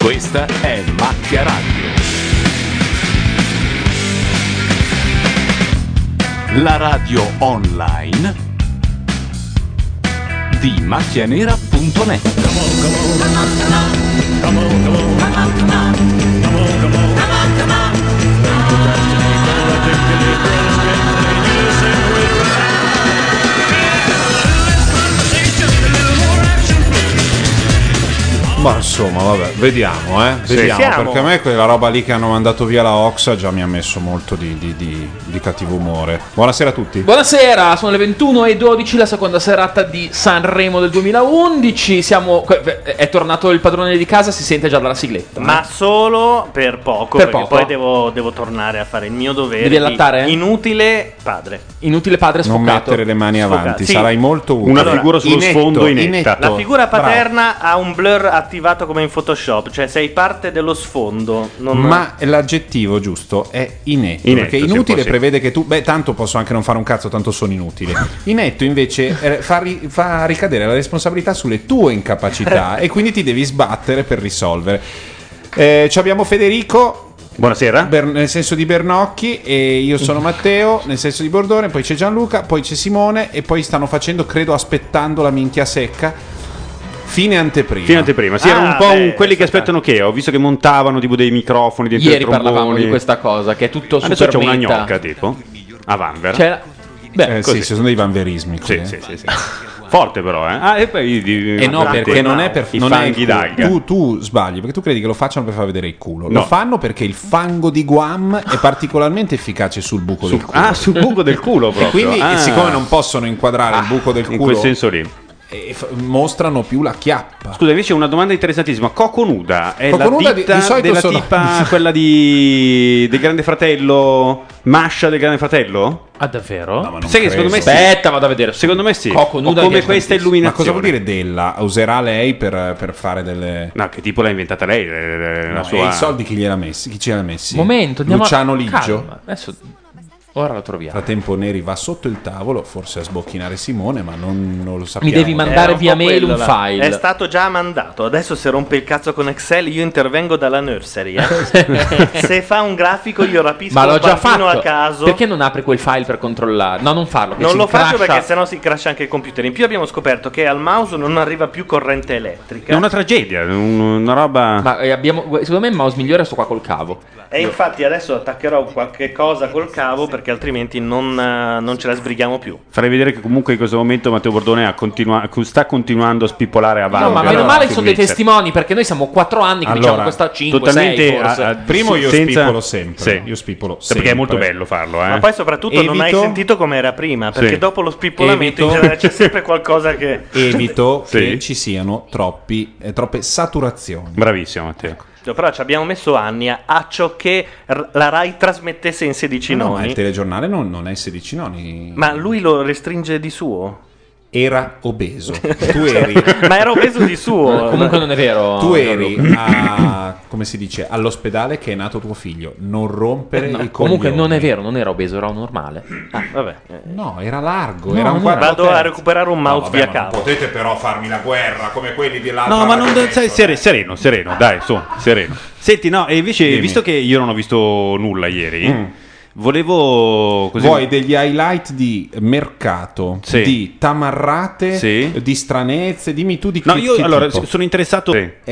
Questa è Macchia Radio. La radio online di macchianera.net. Ma insomma, vabbè, vediamo, perché a me quella roba lì che hanno mandato via la Oxa già mi ha messo molto di cattivo umore. Buonasera a tutti. Buonasera, sono le 21:12, la seconda serata di Sanremo del 2011. È tornato il padrone di casa, si sente già dalla sigletta. Ma solo per poco, Per perché poco. poi devo tornare a fare il mio dovere. Devi allattare? Di inutile padre. Inutile padre Non sfocato. mettere le mani avanti, Sì. sarai molto utile. Una Allora, figura sullo sfondo inetta. La figura paterna ha un blur attivato come in Photoshop, cioè sei parte dello sfondo. Ma l'aggettivo giusto è inetto, Inetto, perché sì, inutile un po' sì. prevede che tu, tanto posso anche non fare un cazzo, tanto sono inutile. Inetto invece fa ricadere la responsabilità sulle tue incapacità e quindi ti devi sbattere per risolvere. Ci abbiamo Federico. Buonasera. Nel senso di Bernocchi, e io sono Matteo nel senso di Bordone, poi c'è Gianluca, poi c'è Simone e poi stanno facendo, credo, aspettando la minchia secca. Fine anteprima. Sì, erano un po' quelli che aspettano che ho visto che montavano tipo dei microfoni dentro Ieri i tromboni. parlavamo di questa cosa, che è tutto Adesso super c'è una meta. gnocca tipo a Vanvera. C'è Sì, così. ci sono dei vanverismi qui, Sì. Forte però, e poi E no, perché non è per i non è fanghi il culo. d'alga. Tu sbagli, perché tu credi che lo facciano per far vedere il culo. No. Lo fanno perché il fango di Guam è particolarmente efficace sul buco del culo. Sul buco del culo E proprio. quindi, Ah. siccome non possono inquadrare il buco del in culo, quel senso lì. mostrano più la chiappa. Scusa, invece una domanda interessantissima. Coco Nuda è Coco la Nuda ditta di solito della sono- tipa, quella del Grande Fratello, Masha del Grande Fratello? Ah, davvero? No, ma non Sai che credo. secondo me sì. Aspetta, vado a vedere. Secondo me sì. Coco Nuda O come che- questa Ma illuminazione. cosa vuol dire della? Userà lei per fare delle... No, che tipo l'ha inventata lei, la No, sua... e i soldi chi gliel'ha messi? Chi ce li ha messi? Momento, andiamo Luciano Liggio. Calma, adesso ora lo troviamo. Frattempo Neri va sotto il tavolo, forse a sbocchinare Simone, ma non lo Mi sappiamo. devi mandare Era un via po' mail quello un là. file. È stato già mandato. Adesso se rompe il cazzo con Excel io intervengo dalla nursery. Se fa un grafico io rapisco Ma l'ho un già bambino fatto. a caso. Perché non apri quel file per controllare? No, non farlo. che Non si lo faccio crasha. perché sennò si crasha anche il computer. In più abbiamo scoperto che al mouse non arriva più corrente elettrica. È una tragedia, una roba... Ma secondo me il mouse migliore è sto qua col cavo. E infatti adesso attaccherò qualche cosa col cavo perché altrimenti non ce la sbrighiamo più. Farei vedere che comunque in questo momento Matteo Bordone sta continuando a spippolare a No, Vanvera. ma meno male su sono dei Twitch. testimoni perché noi siamo 4 anni che Allora, diciamo questa 5, totalmente 6 forse. Primo io senza- spippolo sempre. Sì. Io spippolo Sì, perché è molto bello farlo, Ma poi soprattutto non hai Evito- sentito come era prima, perché Sì. dopo lo spippolamento in Evito- genere c'è sempre qualcosa che... Evito Sì. che ci siano troppe saturazioni. Bravissimo Matteo. Però ci abbiamo messo anni a ciò che la Rai trasmettesse in 16 No, ma noni. il telegiornale non è 16 noni. Ma lui lo restringe di suo? Era obeso. Tu eri... Ma era obeso di suo. Comunque non è vero. Tu eri come si dice, all'ospedale che è nato tuo figlio. Non rompere No, i comunque coglioni. non è vero, non era obeso, era normale. Vabbè. No, era largo, No, era un non era. quadro Vado a terzo. recuperare un mouse via Non cavo. potete però farmi la guerra come quelli dell'altra. No, ma non radio, sai, sereno, dai, su, sereno. Senti, no, e invece, Dimmi. visto che io non ho visto nulla ieri, volevo così... Vuoi degli highlight di mercato, Sì. di tamarrate, Sì. di stranezze? Dimmi tu di No, che, io che allora tipo. sono interessato...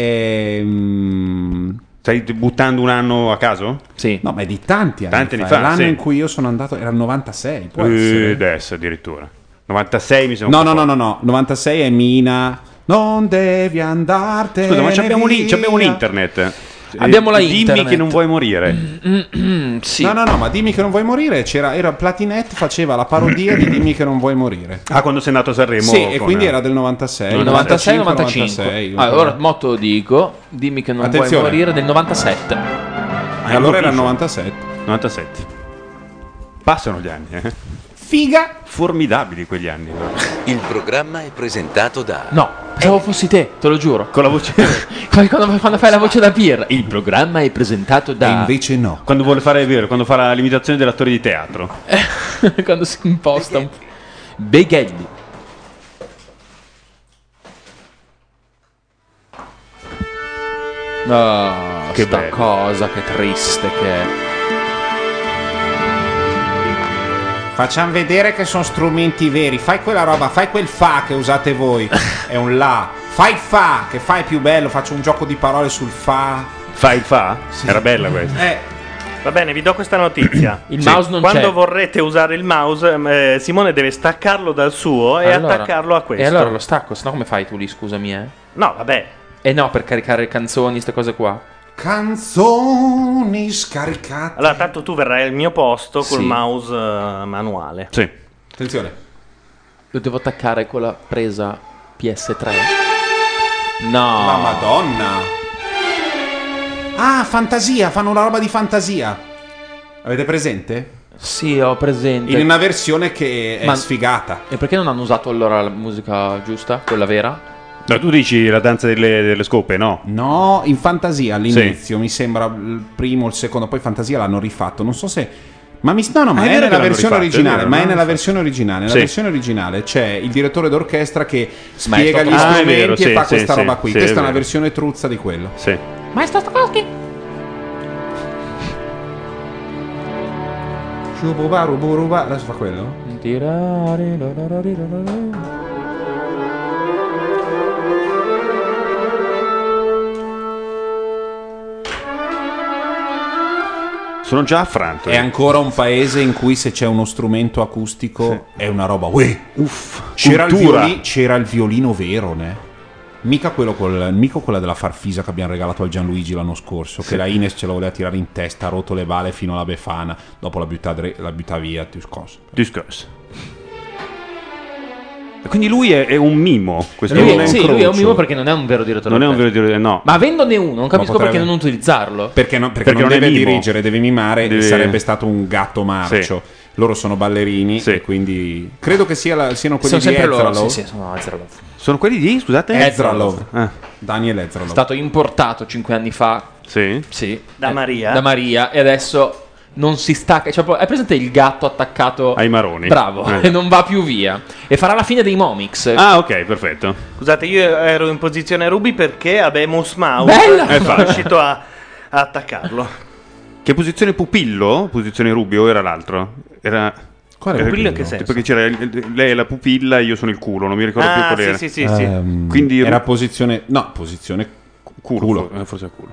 Stai buttando un anno a caso? Sì. No, ma è di tanti anni Tanti anni fa. fa, L'anno sì. in cui io sono andato era il 96, può essere? Adesso addirittura. 96 mi sembra. No, 96 è Mina. Non devi andartene. Scusa, ma c'abbiamo via. l'internet. Abbiamo la Dimmi internet. che non vuoi morire. Sì. No, ma dimmi che non vuoi morire. Era Platinette, faceva la parodia di Dimmi che non vuoi morire. Ah, quando sei andato a Sanremo? Sì, e con- quindi era del 96. No, 96 95. 96. Allora, mo te lo dico, dimmi che non Attenzione. vuoi morire del 97. E allora era il 97. 97. Passano gli anni, Figa. Formidabili quegli anni. Il programma è presentato da... No, pensavo fossi te lo giuro. Con la voce... Quando fai la voce da Pier. Il programma è presentato E da... invece no. Quando vuole fare, è vero, quando fa l'imitazione dell'attore di teatro. Quando si imposta un... Beghelli. No, Che sta bello. cosa, che triste che è. Facciamo vedere che sono strumenti veri. Fai quella roba, fai quel fa che usate voi. È un la. Fai il fa, che fa è più bello. Faccio un gioco di parole sul fa. Fa il fa? Era bella questa. Va bene, vi do questa notizia. Il mouse non Quando c'è. vorrete usare il mouse, Simone deve staccarlo dal suo e Allora. attaccarlo a questo. E allora lo stacco, sennò come fai tu lì, scusami, eh? No, vabbè. E no, per caricare canzoni, queste cose qua. Canzoni scaricate. Allora, tanto tu verrai al mio posto col Sì. mouse manuale. Sì. Attenzione. Lo devo attaccare con la presa PS3? No. La Madonna. Ah, fantasia, fanno una roba di fantasia. Avete presente? Sì, ho presente. In una versione che è Ma- sfigata. E perché non hanno usato allora la musica giusta, quella vera? No, tu dici la danza delle scope, no? No, in fantasia all'inizio, mi sembra il primo, il secondo, poi fantasia l'hanno rifatto. Non so se. Ma no, ma è è vero che nella l'hanno versione rifatto, è originale. vero, Ma è l'hanno nella rifatto. versione originale. Nella Sì. versione originale c'è il direttore d'orchestra che Ma è spiega stato- gli Ah, è strumenti vero, e sì, fa sì, questa sì, roba qui. sì, è Questa è una vero. versione truzza di quello. Sì. Maestro Stokowski! Adesso fa quello? Sono già affranto. È ancora un paese in cui se c'è uno strumento acustico è una roba. Uè. Uff. C'era cultura. c'era il violino vero, ne? Mica quella della Farfisa che abbiamo regalato al Gianluigi l'anno scorso, che la Ines ce la voleva tirare in testa, ha rotto le bale fino alla Befana, dopo la butta via, ti scosso. Discuss. Quindi lui è un mimo. Questo Lui, non è un sì, lui è un crocio. mimo perché non è un vero direttore. Non è un d'orchestra. vero dire, no. Ma avendone uno, non capisco potrebbe- perché non utilizzarlo. Perché non Perché non è deve mimo. dirigere, deve mimare, Deve- sarebbe stato un gatto marcio. Sì. Loro sono ballerini Sì. e quindi credo che siano quelli Sono di sempre loro. Ezralov. Sì, sono Ezralov. Sono quelli di, scusate? Ezralov. Ah, Daniel È Ezralov. stato importato 5 anni fa. sì. Sì. Da Maria? Da Maria. E adesso non si stacca. Cioè, hai presente il gatto attaccato Ai maroni. Bravo. E non va più via. E farà la fine dei Momix. Ah, ok, perfetto. Scusate, io ero in posizione Ruby perché Abemus Mouse Bella! sono riuscito a attaccarlo. Che posizione pupillo? Posizione Rubio era l'altro? Era... Quale era- pupillo in che senso? Perché c'era lei è la pupilla e io sono il culo, non mi ricordo più Ah, qual sì, era. sì, sì, sì. Quindi era posizione. No, posizione. culo. Forse è culo.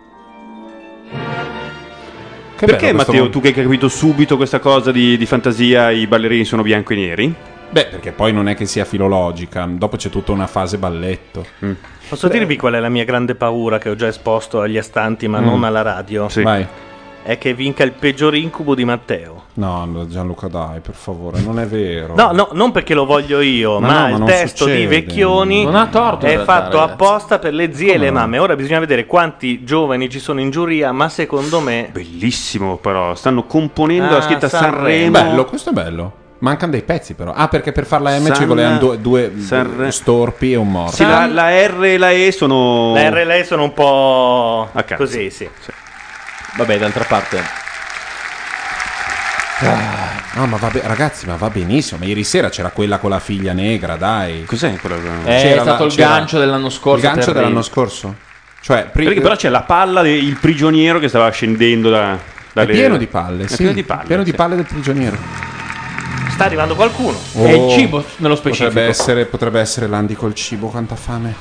Che Perché bello questo Matteo, mondo. tu che hai capito subito questa cosa di fantasia, i ballerini sono bianco e neri? Beh, perché poi non è che sia filologica, dopo c'è tutta una fase balletto. Posso dirvi qual è la mia grande paura che ho già esposto agli astanti ma non alla radio? Sì. Vai. È che vinca il peggior incubo di Matteo. No, Gianluca, dai, per favore, non è vero. No, no, non perché lo voglio io, Ma ma, no, ma il non testo di succede. Vecchioni Non ha torto, in è realtà, fatto ragazzi. apposta per le zie e le no? mamme. Ora bisogna vedere quanti giovani ci sono in giuria, ma secondo me... Bellissimo però, stanno componendo la Ah, scritta Sanremo. Sanremo. Bello, questo è bello. Mancano dei pezzi però. Ah, perché per fare la M ci San- volevano due Sanre- storpi e un morto. Sì, la R e la E sono... La RLE sono un po' A cazzo. così, sì. Vabbè, d'altra parte. No, ma ragazzi, ma va benissimo. Ma ieri sera c'era quella con la figlia negra, dai. Cos'è quello? È C'era stato il c'era- gancio dell'anno scorso. Il gancio terribile. dell'anno scorso. Cioè, Perché però c'è la palla del prigioniero che stava scendendo è dalle... pieno di palle, È sì. pieno di palle, Pieno di sì. palle del prigioniero. Sta arrivando qualcuno. E il cibo nello specifico. Potrebbe essere Landi col cibo, quanta fame.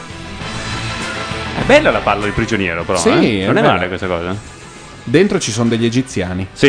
È bella la palla del prigioniero però, Sì, eh? è Non è bella. male questa cosa. Dentro ci sono degli egiziani. Sì,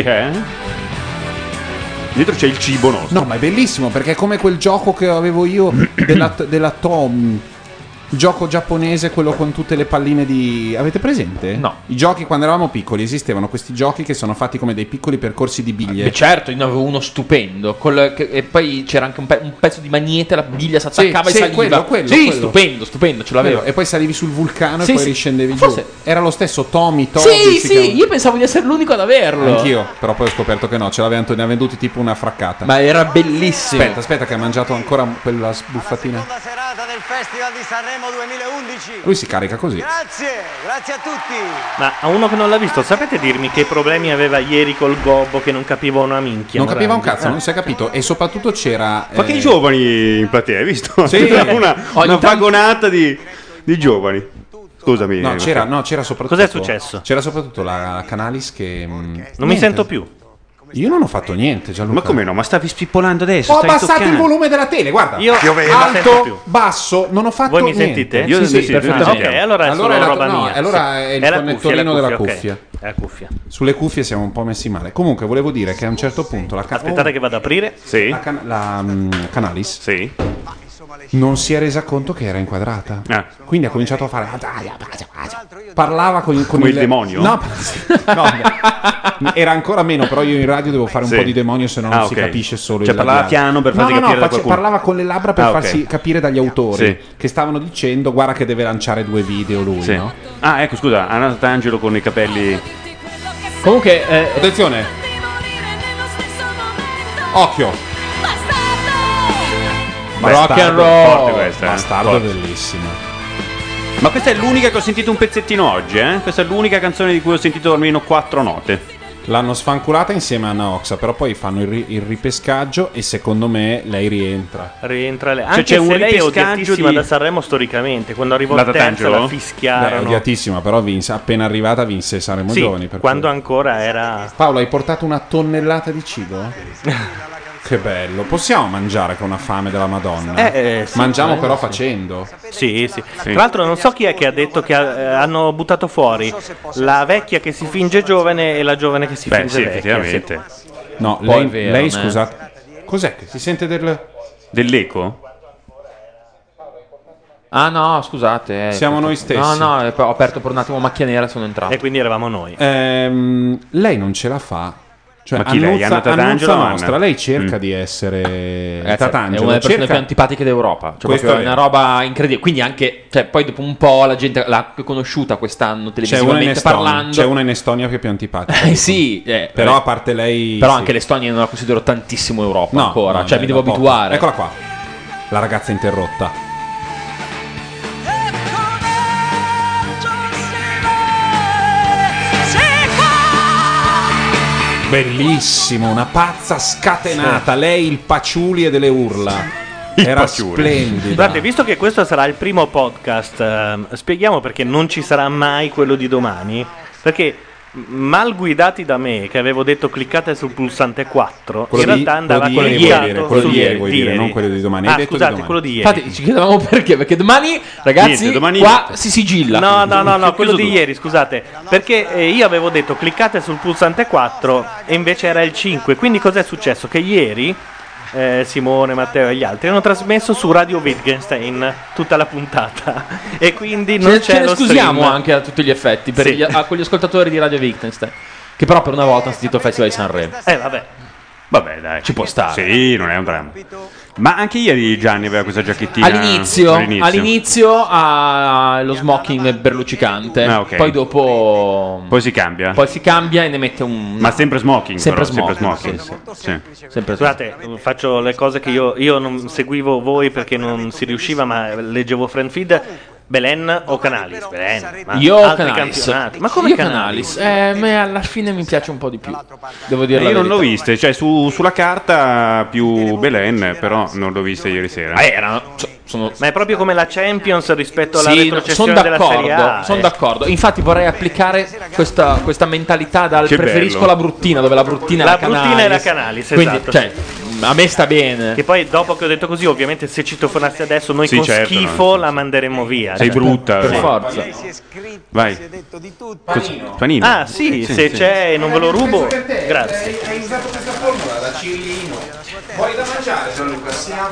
Dietro c'è il cibo nostro. No, ma è bellissimo perché è come quel gioco che avevo io della Tom. Gioco giapponese, quello con tutte le palline di. Avete presente? No. I giochi quando eravamo piccoli esistevano questi giochi che sono fatti come dei piccoli percorsi di biglie. Beh, certo, io ne avevo uno stupendo. E poi c'era anche un pezzo di magnete, la biglia si attaccava sì, e saliva. quello, sì, quello. stupendo, ce l'avevo. E poi salivi sul vulcano Sì, e poi sì. riscendevi Forse- giù. Era lo stesso Toby. Sì, si sì, chiama. io pensavo di essere l'unico ad averlo. Anch'io, però poi ho scoperto che no, ne avevano venduti tipo una fraccata. Ma era bellissimo. Aspetta che ha mangiato ancora quella sbuffatina. Seconda serata del Festival di Sanremo 2011. Lui si carica così. Grazie a tutti. Ma a uno che non l'ha visto, sapete dirmi che problemi aveva ieri col gobbo che non capiva una minchia? Non capiva un Morandi? cazzo, non si è capito. E soprattutto c'era. Ma che giovani in platea, hai visto? Sì. una Ogni tanto- vagonata di giovani. Scusami. No, c'era soprattutto. Cos'è successo? C'era soprattutto la Canalis che. Non mi sento più. Io non ho fatto niente, Gianluca. Ma come no? Ma stavi spippolando adesso? Ho stai abbassato toccando. il volume della tele, guarda. Io non sento più. Alto, basso, non ho fatto Voi mi niente. sentite? Io sì, perfettamente. Ok, allora è solo roba no, mia. allora è il connettorino della cuffia. ok. È la cuffia. Sulle cuffie siamo un po' messi male. Comunque volevo dire che a un certo punto Aspettate che vado ad aprire. Sì. la Canalis Sì. non si è resa conto che era inquadrata. Ah. Quindi ha cominciato a fare. Parlava con il demonio? No, era ancora meno. Però io in radio devo fare un Sì. po' di demonio, se no non si ok. capisce solo Cioè il parlava labiale. piano per farsi capire da qualcuno. Parlava con le labbra per Ah, ok. farsi capire dagli autori Sì. che stavano dicendo: guarda che deve lanciare 2 video lui, Sì. no? Ah, ecco, scusa, Anna Tangelo con i capelli. Comunque, Attenzione, occhio. rock and Bastardo, roll. forte questa, Bastardo è forte. bellissima. Ma questa è l'unica che ho sentito un pezzettino oggi, eh? Questa è l'unica canzone di cui ho sentito almeno 4 note. L'hanno sfanculata insieme a Anna Oxa, però poi fanno il ripescaggio e secondo me lei rientra. Rientra lei. Cioè, Anche c'è un se lei è ripescaggio odiatissima di- da Sanremo storicamente. Quando arrivò La terza Tatangelo? la Beh, è fischiarono. odiatissima, però vinse, appena arrivata vinse Sanremo Sì, Giovani. per quando cui. ancora era... Paolo, hai portato 1 tonnellata di cibo? Che bello, possiamo mangiare con una fame della Madonna? sì, Mangiamo però facendo. Sì, sì. Tra l'altro non so chi è che ha detto che hanno buttato fuori la vecchia che si finge giovane e la giovane che si Beh, finge sì, vecchia. effettivamente. No, Poi lei, è vero, lei ne? scusate, cos'è che si sente del... Dell'eco? Ah no, scusate. Siamo noi stessi. No, ho aperto per un attimo macchia nera, sono entrato. E quindi eravamo noi. Lei non ce la fa. Cioè, Ma chi lei? Anna Tatangelo o Anna? nostra, lei cerca di essere Tatangelo, è una delle persone cerca- più antipatiche d'Europa. Cioè, Questo proprio è una roba incredibile. Quindi anche, cioè, poi dopo un po' la gente l'ha conosciuta quest'anno c'è una in televisivamente Estonia, parlando. c'è una in Estonia che è più antipatica. Sì, Però a parte lei però sì. anche l'Estonia non la considero tantissimo Europa No, ancora. no, Cioè, mi devo da poco. abituare. Eccola qua. La ragazza interrotta. Bellissimo, una pazza scatenata. Lei il paciuli e delle urla. Era paciuli. splendida. Guardate, visto che questo sarà il primo podcast, spieghiamo perché non ci sarà mai quello di domani. Perché mal guidati da me, che avevo detto cliccate sul pulsante 4, Quello in di- realtà andava quello di ieri, cliccato vuoi dire, quello di sul- ieri, vuoi dire, non quello di domani. Hai Ah, detto di scusate, domani. quello di ieri. Infatti, ci chiedevamo perché. Perché domani, ragazzi, Niente, domani- qua si sigilla. No, quello di tutto. ieri, scusate. Perché io avevo detto cliccate sul pulsante 4 e invece era il 5. Quindi cos'è successo? Che ieri Simone, Matteo e gli altri hanno trasmesso su Radio Wittgenstein tutta la puntata. E quindi non c'è Ce ne lo scusiamo stream. anche a tutti gli effetti per Sì. con gli ascoltatori di Radio Wittgenstein, che però per una volta hanno sentito il Festival di Sanremo. Vabbè. Vabbè, dai. Ci può stare. Sì, non è un dramma. Ma anche ieri Gianni aveva questa giacchettina. All'inizio ha lo smoking berluccicante, Ah, ok. poi dopo Poi si cambia. poi si cambia e ne mette un Ma sempre smoking. Sempre però, smoking, Sì. sempre Scusate, faccio le cose che io non seguivo voi perché non si riusciva, ma leggevo Friend Feed. Belen o Canalis? Belen. Ma Io altri Canalis. campionati. Ma come Io Canalis? Canalis? Me alla fine mi piace un po' di più. Devo dire la Io non verità. l'ho viste, cioè sulla carta più Belen, però non l'ho vista ieri sera. Ma è proprio come la Champions rispetto alla Sì, sono retrocessione della Serie A. d'accordo, sono d'accordo. Infatti vorrei applicare questa mentalità dal Che preferisco bello. la bruttina, dove la bruttina è La la Canalis. bruttina è la Canalis, Quindi, esatto. cioè, a me sta bene. Che poi dopo che ho detto così, ovviamente se ci telefonassi adesso noi Sì, con certo, schifo no. la manderemmo via. Sei Cioè. brutta. Per sì. forza. Lei si è scritto, Vai. si è detto di tutto. Panino. Ah sì, se c'è e non ve lo rubo, grazie. Hai usato questa formula da Cirillino. Vuoi da mangiare, Gianluca?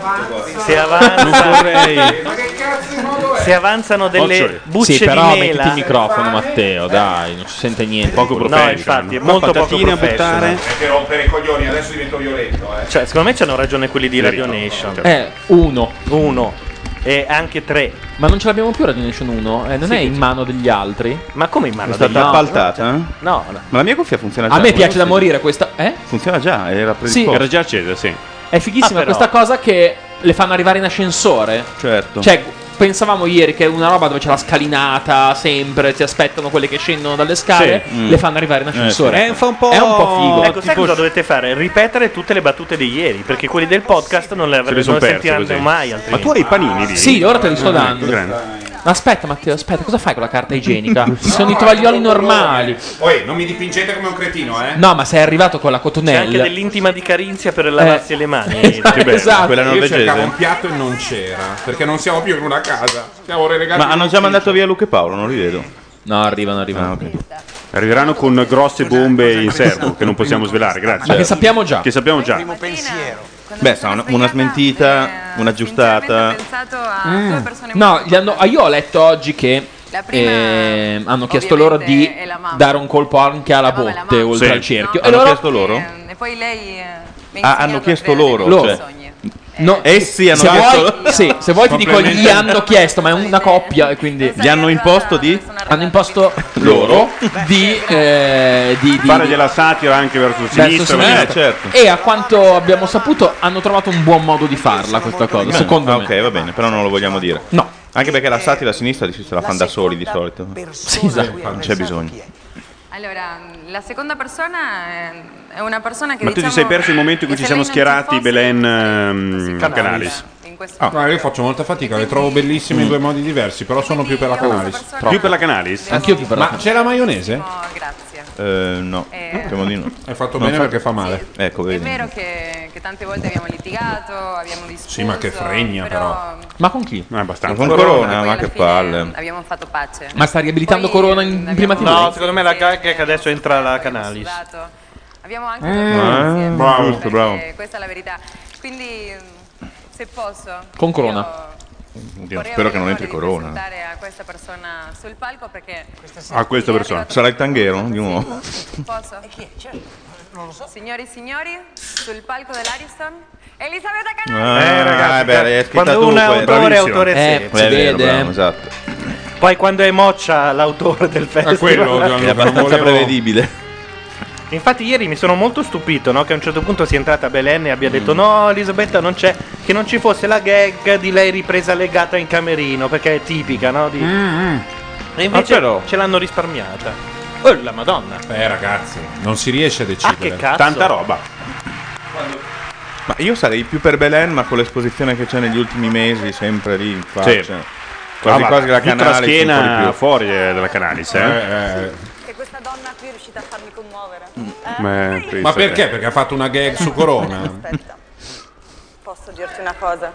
Se avanza, vorrei. Ma che cazzo di modo è? se avanzano delle Occhioli. bucce Sì, però di mettiti mela. il microfono, Matteo, dai, non si sente niente. Poco No, professional. infatti, è Ma molto poco patatine a professional. buttare. Che rompere i coglioni, adesso divento violetto, Cioè, secondo me c'hanno ragione quelli di Radio Nation. Uno. 1 e anche 3. Ma non ce l'abbiamo più Radio Nation 1? Non è in mano degli altri? Ma come in mano È stata degli altri? appaltata? No, no. Ma la mia cuffia funziona già. A me volevo piace da dire. morire questa. Funziona già, era Sì. predisposta. Era già accesa, sì. È fighissima Ah, però. questa cosa che le fanno arrivare in ascensore. Certo. Cioè, pensavamo ieri che è una roba dove c'è la scalinata sempre, ti aspettano quelle che scendono dalle scale, Sì. le fanno arrivare in ascensore. Fa un po'. È un po' figo. Ecco, sai cosa dovete fare? Ripetere tutte le battute di ieri, perché quelli del podcast non le Se le son perse sentiranno così. mai Ma altrimenti. tu hai i panini lì? Sì, ora te li sto dando. Grande. Aspetta Matteo, aspetta, cosa fai con la carta igienica? Sono i tovaglioli normali. Poi non mi dipingete come un cretino, eh? No, ma sei arrivato con la C'è cotonella. anche dell'intima di Carinzia per lavarsi le mani. Che bello. Esatto. Quella Io cercavo norvegese. un piatto e non c'era, perché non siamo più in una casa. Siamo relegati. Ma hanno già mandato via Luca e Paolo, non li vedo. No, arrivano. Ah, ok. Arriveranno con grosse bombe in serbo che non possiamo svelare, grazie. Ma che sappiamo già. Che sappiamo già. Primo pensiero. Beh, sarà una smentita, una giustata. No, io ho letto oggi che hanno chiesto loro di dare un colpo anche alla botte oltre Sì. al cerchio. Hanno chiesto loro? E poi lei Hanno chiesto loro. Loro. Cioè, No, essi hanno se chiesto. vuoi, sì, se vuoi ti dico gli hanno chiesto, ma è una coppia e quindi Gli hanno imposto di? hanno imposto loro di Fare della satira anche verso verso sinistra. sinistra. Certo. E a quanto abbiamo saputo hanno trovato un buon modo di farla questa cosa, secondo me. Ok, va bene, però non lo vogliamo dire. No. Anche perché la satira a sinistra se la fanno da soli di solito. Sì, esatto. Non c'è bisogno. Allora, la seconda persona è una persona che Ma tu ti sei perso il momento in cui ci siamo schierati Belen Canalis. No, io faccio molta fatica, le trovo bellissime in due modi diversi, però sono più per la Canalis. Più per la Canalis? Anch'io più per la Ma c'è la maionese? No, grazie. No, temo di no. Hai fatto Non bene fa- perché fa male. Ecco, È vedi. vero che tante volte abbiamo litigato, abbiamo discusso. Sì, ma che fregna, però. Ma con chi? Abbastanza. Con poi Corona, alla ma che fine palle. Abbiamo fatto pace. Ma sta riabilitando Poi, Corona in prima TV? No, secondo me la gag è che adesso entra la Canalis. Abbiamo anche dormito insieme, bravo, perché bravo. questa è la verità. Quindi, se posso, Con Corona. Oddio, vorrei spero che non avere entri modo di Corona. presentare a questa persona sul palco perché A questa persona. Sarà il tanghero di nuovo. posso? Signori e signori, sul palco dell'Ariston, Elisabetta Canalis. Ragazzi, beh, l'hai scritta quando tu, uno è quella. autore, è Bravissimo. autore sempre. Si È vero, vede. bravo, esatto. Poi quando è Moccia l'autore del festival. quello, È abbastanza prevedibile. Infatti ieri mi sono molto stupito, no, che a un certo punto sia entrata Belen e abbia detto no, Elisabetta non c'è, che non ci fosse la gag di lei ripresa legata in camerino, perché è tipica, no? E invece però- ce l'hanno risparmiata. Oh, la Madonna. Ragazzi, non si riesce a Ah, che decidere. cazzo. Tanta roba. Ma io sarei più per Belen, ma con l'esposizione che c'è negli ultimi mesi, sempre lì in faccia. Sì. Quasi quasi la tutta la Canalis un po' di schiena più. fuori della Canalis, Che questa donna qui è riuscita a farmi commuovere. Ma perché? Perché ha fatto una gag su Corona. Aspetta, posso dirti una cosa?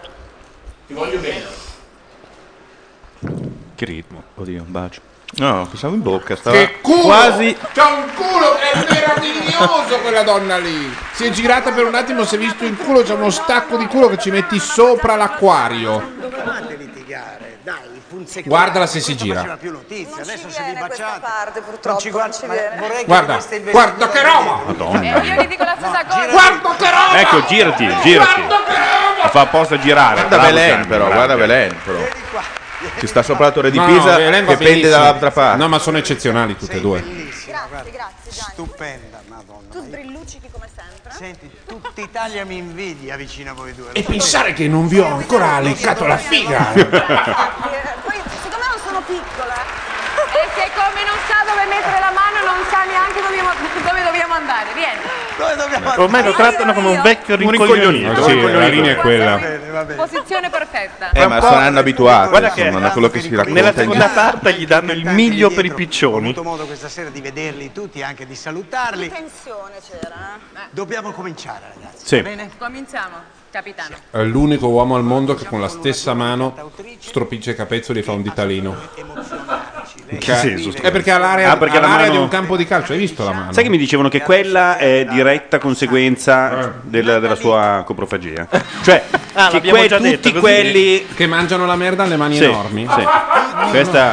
Che ritmo. Oddio, un bacio. No, pensavo in bocca, stava Che culo! quasi. C'ha un culo, è meraviglioso quella donna lì. Si è girata per un attimo, si è visto il culo, c'è uno stacco di culo che ci metti sopra l'acquario. Dovevate litigare, dai, punzecchiate. Guardala se si Questo gira. faceva più notizie, Non adesso ci se vi viene questa baciate. parte, purtroppo, Non ci guarda, non ci ma viene. vorrei che Guarda, vedeste il guarda che roba! Madonna. Io gli dico la stessa cosa. Guarda che roba! Ecco, girati. Lo fa apposta girare. Guarda Bravo, Belen, Gianni, però, bravo. guarda Belen, però. Ci sta sopra la torre di No, Pisa Belen va che pende benissimo. dall'altra parte. No, ma sono eccezionali tutte e due. Bellissima, guarda. Grazie Gianni. Stupenda, madonna. Tu sbrilluccichi come sempre. Senti, tutta Italia mi invidia vicino a voi due. E pensare che non vi ho ancora leccato la figa. Poi, siccome non sono piccola. E siccome non sa dove mettere la mano, non sa neanche dove dobbiamo andare. Vieni. Dove dobbiamo Ormai lo trattano come un vecchio rincoglionito. Sì, la linea è quella. andare? Va bene. Posizione perfetta. Ma saranno abituati, Guarda che insomma, da quello che si nella racconta. seconda tarta gli danno il miglio per i Ho piccioni. avuto modo questa sera di vederli tutti e anche di salutarli. Tensione c'era. Dobbiamo cominciare, ragazzi. Sì. Va bene? Cominciamo, capitano. È l'unico uomo al mondo che con la stessa mano stropiccia i capezzoli e fa un ditalino. Che senso? È perché ha l'area, Ah, perché ha la l'area mano- di un campo di calcio, hai visto la mano? Sai che mi dicevano che quella è diretta conseguenza della sua coprofagia? Cioè, Ah, che l'abbiamo già detto, tutti così. quelli. Che mangiano la merda alle mani Sì, enormi. sì. Questa.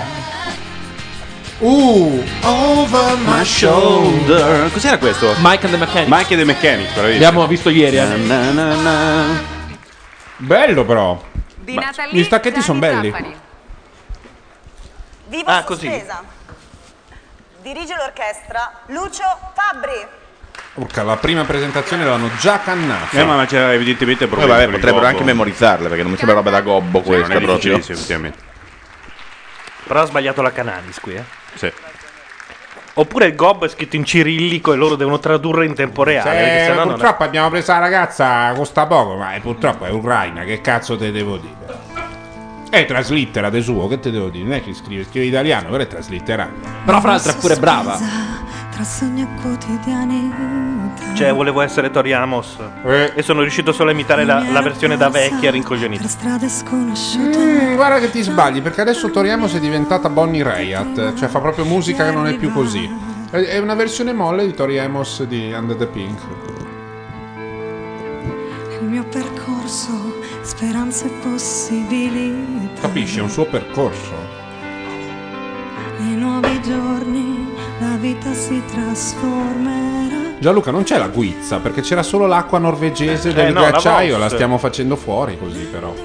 Over my Shoulder. Cos'era questo? Mike and the Mechanic. Mike e the Mechanic, bravissimo. Abbiamo visto ieri. Na, na, na. Bello però. Di Natalie gli stacchetti son Gianni belli. Trapani. Viva Ah, così. sospesa. Dirige l'orchestra Lucio Fabbri. Urca, la prima presentazione l'hanno già cannata. Ma c'era evidentemente problemi. Vabbè, con il potrebbero gobbo. anche memorizzarle perché non mi sembra roba da gobbo Sì, non questa è proprio. difficilissimo, effettivamente. Però ha sbagliato la Canalis qui, Sì. Oppure il gob è scritto in cirillico e loro devono tradurre in tempo reale. perché sennò non è- Purtroppo abbiamo preso la ragazza, costa poco, ma purtroppo è ucraina, che cazzo te devo dire? Traslittera de suo, che te devo dire? Non è che scrive italiano, però è traslittera. Però fra l'altro è pure brava. Tra sogni e quotidiani. Cioè, volevo essere Tori Amos e sono riuscito solo a imitare la versione da vecchia rincoglionita. Per strade sconosciute. Guarda che ti sbagli, perché adesso Tori Amos è diventata Bonnie Raitt, cioè fa proprio musica che non è più così. È una versione molle di Tori Amos di Under the Pink. Il mio percorso, speranze possibili. Capisci, è un suo percorso. Nei nuovi giorni la vita si trasformerà. Gianluca, non c'è la guizza, perché c'era solo l'acqua norvegese del no, ghiacciaio, la la stiamo facendo fuori così però.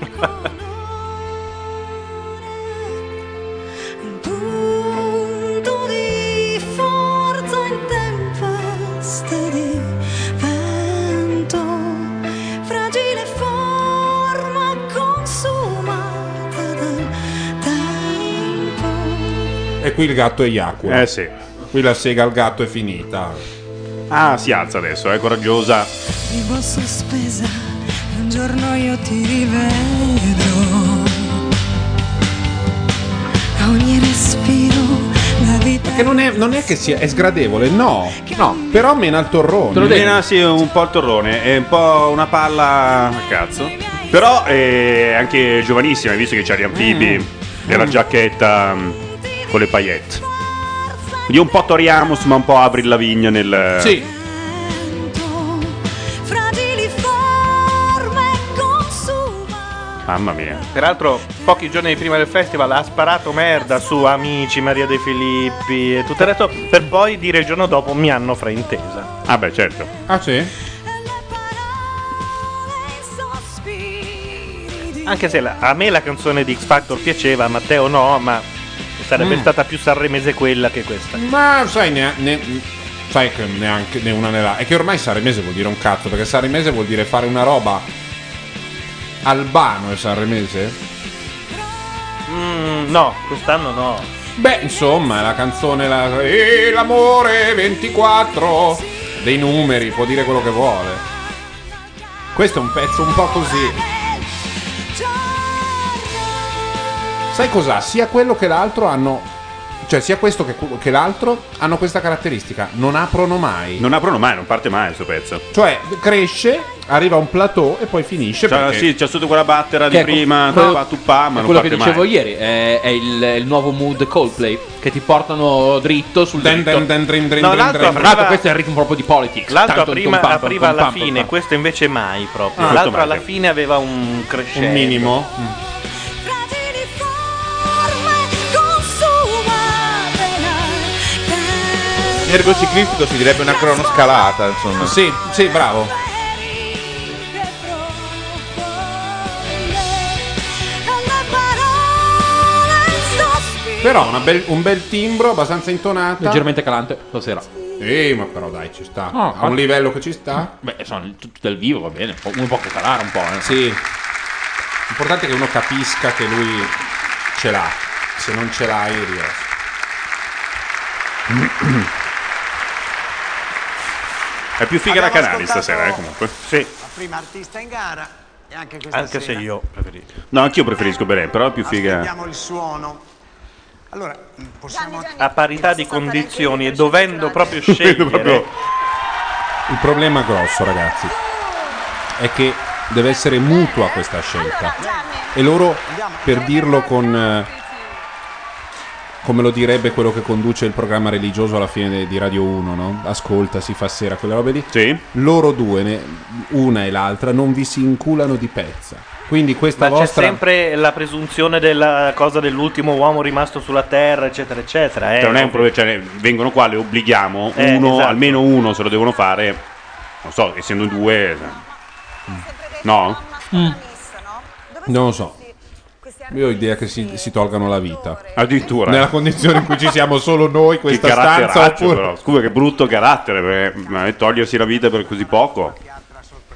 Punto di forza in tempeste di vento, fragile forma consumata dal tempo. E qui il gatto eiacula. Sì. Qui la sega al gatto è finita. Ah, si alza adesso, è coraggiosa. Vivo sospesa, un giorno io ti rivedrò. A ogni respiro la vita. Perché non è che sia è sgradevole, no. Però mena il torrone. Mena sì, un po' il torrone, è un po' una palla a cazzo. Però è anche giovanissima, hai visto che c'ha gli anfibi e la giacchetta con le paillette. Quindi un po' Tori Amos, ma un po' Avril Lavigne nel... Sì. Fragili forme consumate. Mamma mia. Peraltro, pochi giorni prima del festival ha sparato merda su Amici, Maria De Filippi e tutto il resto, per poi dire il giorno dopo mi hanno fraintesa. Ah beh, certo. Ah sì? Anche se a me la canzone di X Factor piaceva, a Matteo no, ma sarebbe stata più sanremese quella che questa. Ma sai, sai che neanche né una né l'altra. È che ormai sanremese vuol dire un cazzo, perché sanremese vuol dire fare una roba. Albano è sanremese? No, quest'anno no. Beh, insomma, la canzone l'amore 24 dei numeri, può dire quello che vuole. Questo è un pezzo un po' così. Sai cos'ha? Sia quello che l'altro hanno. Cioè, sia questo che l'altro hanno questa caratteristica. Non aprono mai. Non aprono mai, non parte mai questo pezzo. Cioè, cresce, arriva a un plateau e poi finisce. Cioè, perché... sì, c'è sotto quella battera di Che prima, tupà, ma non quello parte che dicevo mai. ieri è il nuovo mood Coldplay, che ti portano dritto sul dritto. No, l'altro apriva- questo è il ritmo proprio di Politics. L'altro Tanto apriva alla fine, questo invece mai proprio. Ah, L'altro questo alla mai. fine aveva un crescendo. Un minimo. Ergo ciclistico si direbbe una cronoscalata, insomma. Sì, sì, bravo. Però un bel timbro, abbastanza intonata. Leggermente calante stasera. Ma però dai, ci sta. Ah, A un livello che ci sta. Beh, sono tutto dal vivo, va bene. Uno può calare un po'. Sì. L'importante è che uno capisca che lui ce l'ha. Se non ce l'hai, riesci. È più figa la Canali stasera, comunque. Sì. La prima artista in gara e anche questa Anche se sera. io preferisco. No, anch'io preferisco Belen, però è più figa. Vediamo il suono. Allora, possiamo... A parità di condizioni e dovendo proprio scegliere. Il problema grosso, ragazzi, è che deve essere mutua questa scelta. E loro, per dirlo con... come lo direbbe quello che conduce il programma religioso alla fine di Radio 1, no? Ascolta, si fa sera, quelle robe lì. Sì. Loro due, una e l'altra, non vi si inculano di pezza. Quindi questa Ma c'è vostra... sempre la presunzione della cosa dell'ultimo uomo rimasto sulla terra, eccetera, eccetera. Cioè, non è un problema, cioè, vengono qua, le obblighiamo, esatto. Almeno uno se lo devono fare. Non so, essendo due. No? Non lo so. Io ho idea che si tolgano la vita. Addirittura. Nella condizione in cui ci siamo solo noi, Che questa stanza, caratteraccio, oppure... però. Scusa, che brutto carattere, togliersi la vita per così poco.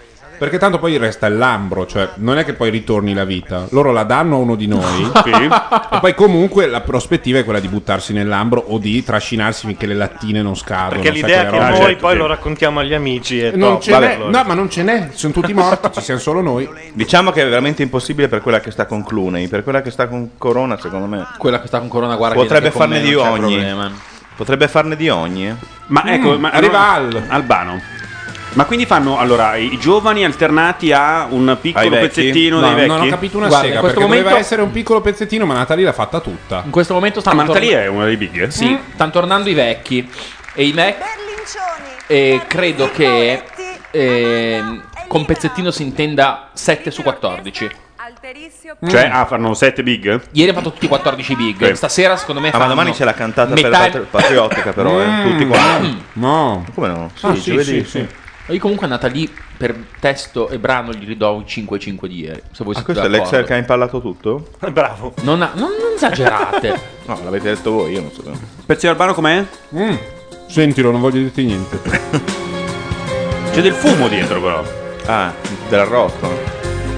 Perché tanto poi resta il lambro, cioè non è che poi ritorni la vita. Loro la danno a uno di noi e poi comunque la prospettiva è quella di buttarsi nel lambro o di trascinarsi finché le lattine non scadono. Perché l'idea è che noi poi lo raccontiamo agli amici e non ce n'è, no, ma non ce n'è, sono tutti morti, ci siamo solo noi. Diciamo che è veramente impossibile per quella che sta con Clooney, per quella che sta con Corona, secondo me. Quella che sta con Corona, guarda, potrebbe che con farne me di non c'è ogni. problema. Potrebbe farne di ogni. Ma ecco, ma arriva Albano. Ma quindi fanno allora i giovani alternati a un piccolo pezzettino dei vecchi? Non ho capito una Guarda, sega, in questo perché momento- doveva essere un piccolo pezzettino, ma Natalie l'ha fatta tutta. In questo momento stanno ma Natalie è uno dei big? Sì, stanno tornando i vecchi. E i Mac. E credo che con pezzettino si intenda 7 su 14. Cioè, fanno 7 big? Ieri hanno fatto tutti 14 big. Sì. Stasera, secondo me, Ah, ma fanno domani c'è la cantata metà- per patriottica, però, tutti quanti. No. Come no? Sì, Ah, ci sì, vedi? sì. Io comunque è andata lì per testo e brano gli ridò un 5-5 di ieri. Se voi Ah, siete questo è d'accordo. l'Excel che ha impallato tutto? Bravo. Non esagerate. No, l'avete detto voi, io non so. Pezzo di Albano com'è? Sentilo, non voglio dirti niente. C'è del fumo dietro però. Ah, dell'arrosto.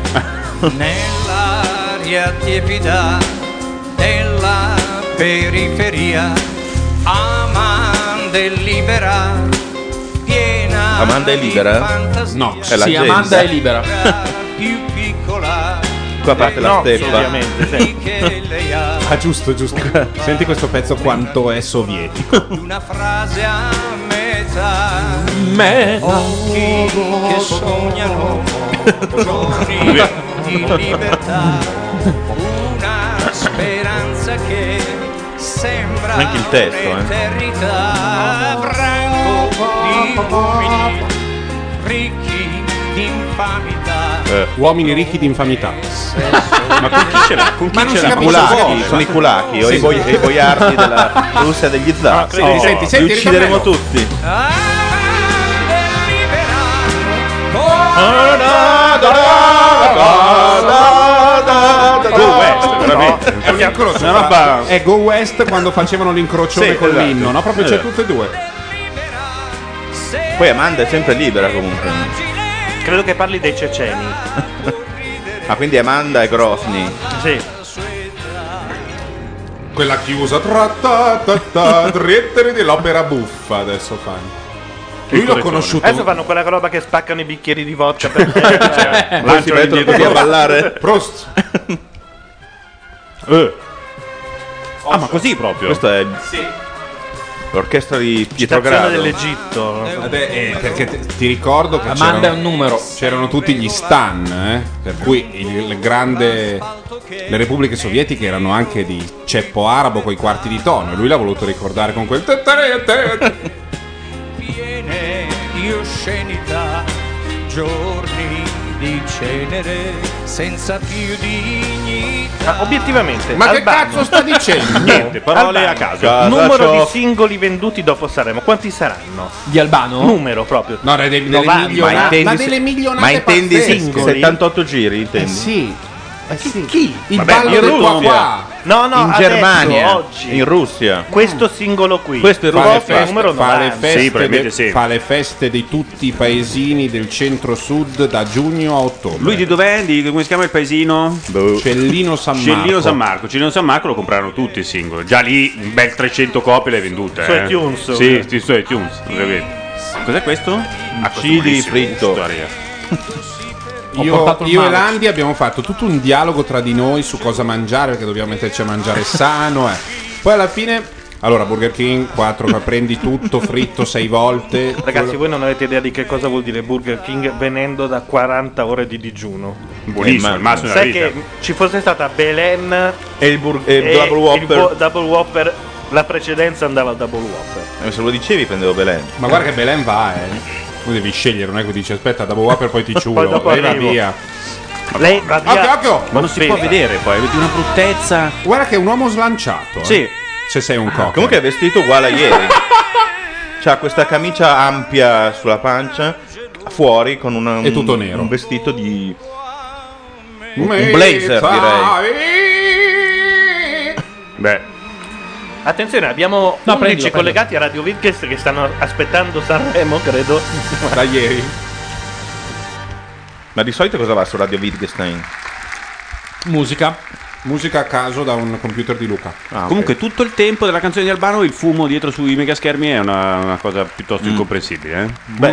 Nell'aria tiepida della periferia, Amanda è libera, piena Amanda è libera? No, È la sì, gente. Amanda è libera. più piccola Qua parte la No, steppa. ovviamente, sì. che lei ha. Ah, giusto. Senti questo pezzo quanto è sovietico. Una frase a metà, Me. occhi che sognano giorni di libertà, una speranza che sembra Anche il testo, un'eternità, branco di uomini ricchi di infamità. Uomini ricchi di infamità. Ma con chi ce l'ha? Con chi Ma non ce si l'ha? capisce Kulaki, cosa. sono i kulaki o Sì. i boiardi della Russia degli zar. Senti, Li uccideremo ritornello. tutti. Go West, veramente. È un incrocio. Una roba- È Go West quando facevano l'incrocione Sì, con esatto. l'inno, no? Proprio c'è tutte e due. Poi Amanda è sempre libera comunque. Credo che parli dei ceceni. Ah, quindi Amanda e Grozny. Sì. Quella chiusa dell'opera buffa adesso fanno. Lui l'ho conosciuto. Adesso fanno quella roba che spaccano i bicchieri di vodka per cioè, Poi si mettono tutti a ballare. Prost. Ah, ma così proprio? Questo è l'orchestra di Pietro citazione Grado. dell'Egitto. Perché ti ricordo che Amanda è un numero. c'erano tutti gli stan, per cui le repubbliche sovietiche erano anche di ceppo arabo coi quarti di tono e lui l'ha voluto ricordare con quel Piene di oscenità, giorni di cenere senza più dignità. Ma obiettivamente, Ma che Albano, cazzo sta dicendo? Niente, parole Albano, a caso. Casa numero ciò- di singoli venduti dopo Sanremo, quanti saranno? Di Albano? Numero proprio. No, delle Novanta. milionate, Ma ma intendi delle milionate Ma intendi pazzesche. singoli? 78 giri, intendi? Sì. Chi? Il Vabbè, ballo in del Russia. qua. No, no, in adesso, Germania, oggi. in Russia. Questo singolo qui. Questo è Fa le Russia. Proprio numero feste, fa le 90. feste Sì, probabilmente de- sì. fa le feste di tutti i paesini del centro-sud da giugno a ottobre. Lui di dov'è? Come si chiama il paesino? Cellino San Marco. Cellino San Marco. Cellino San Marco lo comprarono tutti il singolo. Già lì un bel 300 copie le vendute. Su iTunes, Sì, sì, su iTunes. ovviamente. Cos'è questo? Ah, questo è Chili buonissimo, fritto. storia. Io, portato il io e mouse. Landi abbiamo fatto tutto un dialogo tra di noi su cosa mangiare, perché dobbiamo metterci a mangiare sano. Poi alla fine, allora Burger King 4, prendi tutto fritto 6 volte. Ragazzi, voi non avete idea di che cosa vuol dire Burger King venendo da 40 ore di digiuno. Buonissimo, il massimo della Sai vita. che ci fosse stata Belen E il Double Whopper. Double Whopper, la precedenza andava al Double Whopper. Se lo dicevi prendevo Belen. Ma guarda che Belen va, Tu devi scegliere, non è che dici aspetta, Double Whopper poi ti Poi ciulo. dopo Lei va arrivo. via. Lei va via. Occhio, occhio! Ma non si può vedere poi, vedi una bruttezza. Guarda che è un uomo slanciato. Sì. Se sei un cocco. Comunque è vestito uguale a ieri. C'ha questa camicia ampia sulla pancia, fuori con È tutto nero. un vestito di un blazer, direi. Beh, Attenzione, abbiamo No, 11 prendilo. collegati a Radio Wittgens che stanno aspettando Sanremo, credo. Da ieri. Ma di solito cosa va su Radio Wittgenstein? Musica a caso da un computer di Luca. Comunque tutto il tempo della canzone di Albano il fumo dietro sui megaschermi è una cosa piuttosto incomprensibile.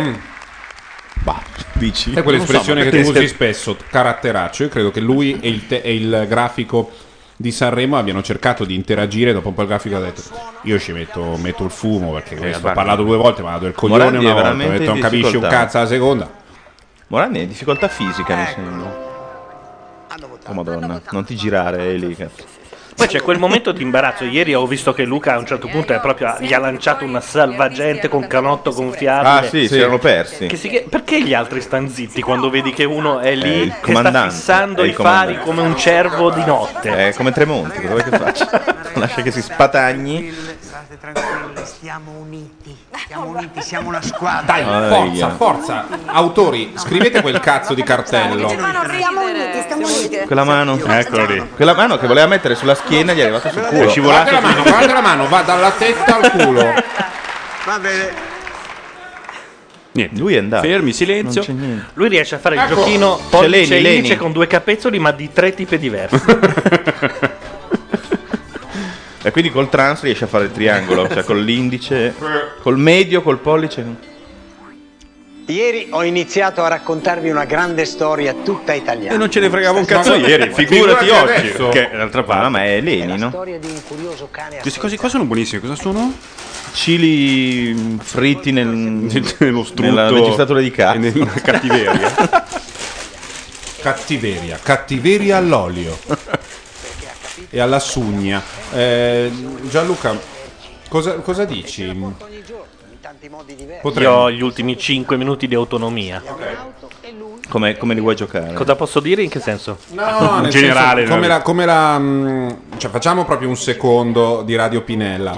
Dici? È quell'espressione che tu usi perché- spesso, caratteraccio. Io credo che lui e il grafico di Sanremo abbiano cercato di interagire. Dopo un po' il grafico ha detto: io ci metto il fumo, perché questo ho guarda. parlato 2 volte, ma ha dato il coglione Morandi è una volta. Ho veramente detto: non in capisci un difficoltà. cazzo alla seconda. Morandi è in difficoltà fisica, mi sembra. Oh madonna, non ti girare, Eli. Poi c'è quel momento di imbarazzo. Ieri ho visto che Luca a un certo punto gli ha lanciato una salvagente con canotto gonfiabile. Ah sì, si erano persi. Perché gli altri stanno zitti quando vedi che uno è lì il che sta comandante, fissando è i il fari comandante. come un cervo di notte? È come Tremonti, cosa vuoi che faccia? Lascia che si spatagni. State tranquilli, stiamo uniti, siamo una squadra. Dai, forza. Autori, scrivete quel cazzo di cartello. Stiamo uniti. Quella mano. Eccolo lì. Quella mano che voleva mettere sulla schiena gli è arrivata sul culo. Guarda la mano, va dalla testa al culo. Va bene. Niente. Lui è andato. Fermi, silenzio. Non c'è niente. Lui riesce a fare il Ecco. giochino C'è pollice e Leni. indice con 2 capezzoli, ma di 3 tipi diversi. E quindi col trans riesce a fare il triangolo, cioè con l'indice, col medio, col pollice. Ieri ho iniziato a raccontarvi una grande storia tutta italiana. E non ce ne fregava un cazzo No, ieri, figurati oggi. adesso. Che d'altra parte. Ma è Leni, no? Storia di un curioso cane Queste cose qua sono buonissime, cosa sono? Cili fritti Nello strutto. nella registratura di cazzo. Nella cattiveria. Cattiveria all'olio e alla sugna. Gianluca, cosa dici? Io ho gli ultimi 5 minuti di autonomia. Come li vuoi giocare? Cosa posso dire? In che senso? No, In nel generale, senso, come la cioè, facciamo proprio un secondo di Radio Pinella.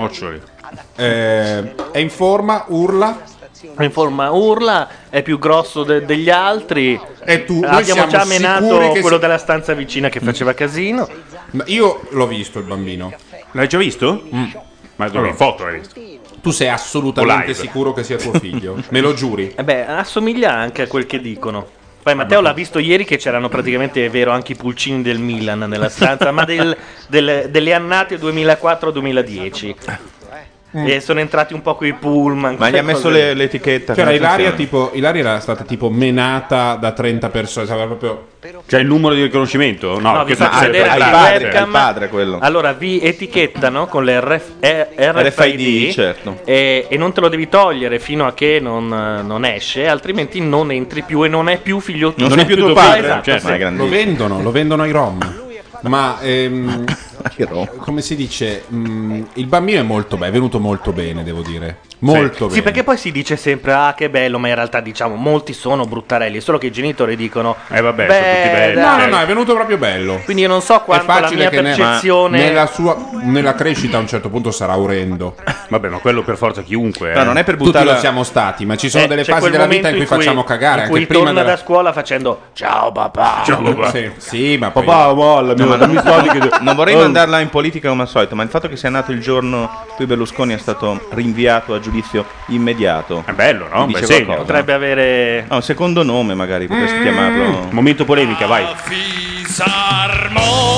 È in forma, urla. In forma urla, è più grosso degli altri. E tu, noi abbiamo siamo già sicuri menato che quello della stanza vicina che faceva casino. Ma io l'ho visto il bambino. L'hai già visto? Ma dove? In foto l'hai visto? Tu sei O assolutamente live. sicuro che sia tuo figlio? Me lo giuri? Assomiglia anche a quel che dicono. Poi Matteo l'ha visto ieri che c'erano praticamente, è vero, anche i pulcini del Milan nella stanza, ma delle annate 2004-2010. E sono entrati un po' quei pullman. Ma gli ha messo l'etichetta. Cioè, come Ilaria funziona? era stata tipo menata da 30 persone. Sapeva proprio. C'è il numero di riconoscimento? No, vi che faccio vedere al la padre, webcam. al padre quello. Allora vi etichettano con le RFID, certo. e non te lo devi togliere fino a che non esce, altrimenti non entri più e non è più figlio tuo. Non è più tuo padre, Esatto, certo. sì. Ma è grandissimo. Lo vendono ai Rom. Ma come si dice? Il bambino è molto è venuto molto bene, devo dire. Molto bene. Sì, perché poi si dice sempre che bello, ma in realtà diciamo molti sono bruttarelli, solo che i genitori dicono vabbè, sono tutti belli. No, è venuto proprio bello. Quindi io non so quanto la mia percezione nella crescita a un certo punto sarà orrendo. Vabbè, ma quello per forza chiunque. No, non è per Tutti buttarla. lo siamo stati, ma ci sono delle c'è fasi quel della vita in momento cui facciamo cagare. in Anche cui prima torna della. da scuola facendo ciao papà. Ciao, papà. Sì, ma poi. Papà, molla, No, ma dammi soldi che... non vorrei mandarla in politica come al solito, ma il fatto che sia nato il giorno in cui Berlusconi è stato rinviato a giudizio immediato È bello, no? dice Beh, segno. qualcosa. Potrebbe avere Un secondo nome magari potresti chiamarlo. Momento polemica, vai. Fisarmonica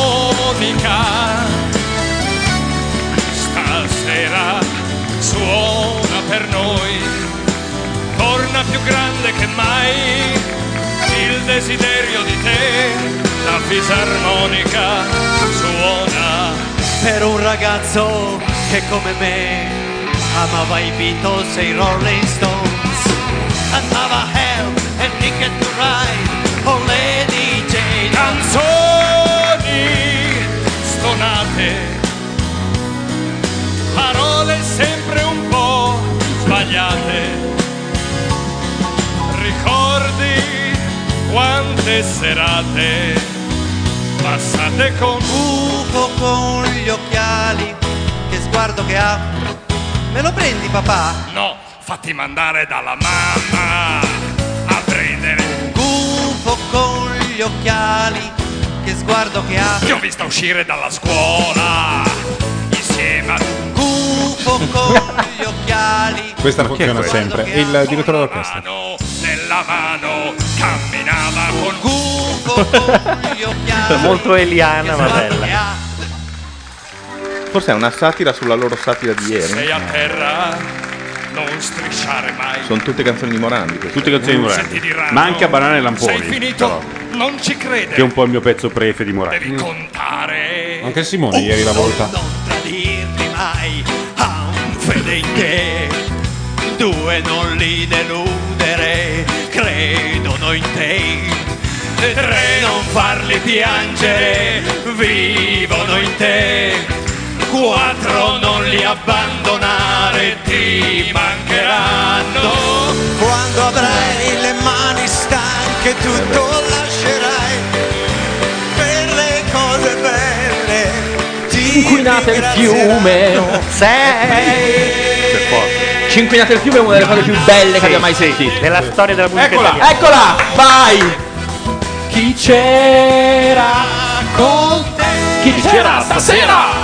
stasera suona per noi, torna più grande che mai il desiderio di te. La fisarmonica suona per un ragazzo che come me amava i Beatles e i Rolling Stones, andava a Hell e Ticket to Ride con Lady Jane. canzoni stonate, parole sempre un po' sbagliate, ricordi quante serate passate con Buco con gli occhiali, che sguardo che ha. Me lo prendi papà? no, fatti mandare dalla mamma a prendere. Gufo con gli occhiali, che sguardo che ha. Ti ho vista uscire dalla scuola insieme a Gufo con gli occhiali. Questa funziona questo? sempre. Il direttore d'orchestra. nella mano camminava Molto Eliana, ma bella. Forse è una satira sulla loro satira di Sei ieri. a terra, non strisciare mai. Sono tutte canzoni di Morandi. queste. Tutte canzoni di Se Morandi. ti diranno, Ma anche a Banane e sei Lamponi. finito, però, non ci crede. che è un po' il mio pezzo prefe di Morandi. Devi contare. Anche Simone ieri l'ha voluta. Non tradirti mai, ha un fede in te. Due, non li deludere, credono in te. Tre, non farli piangere, vivono in te. Quattro, non li abbandonare, ti mancheranno. Quando avrai le mani stanche tutto lascerai per le cose belle. Inquinate il fiume. Inquinate il fiume è una delle cose più belle che abbia mai sentito. Nella storia della musica Eccola, italiana. eccola, vai. Chi c'era con te? Chi c'era stasera?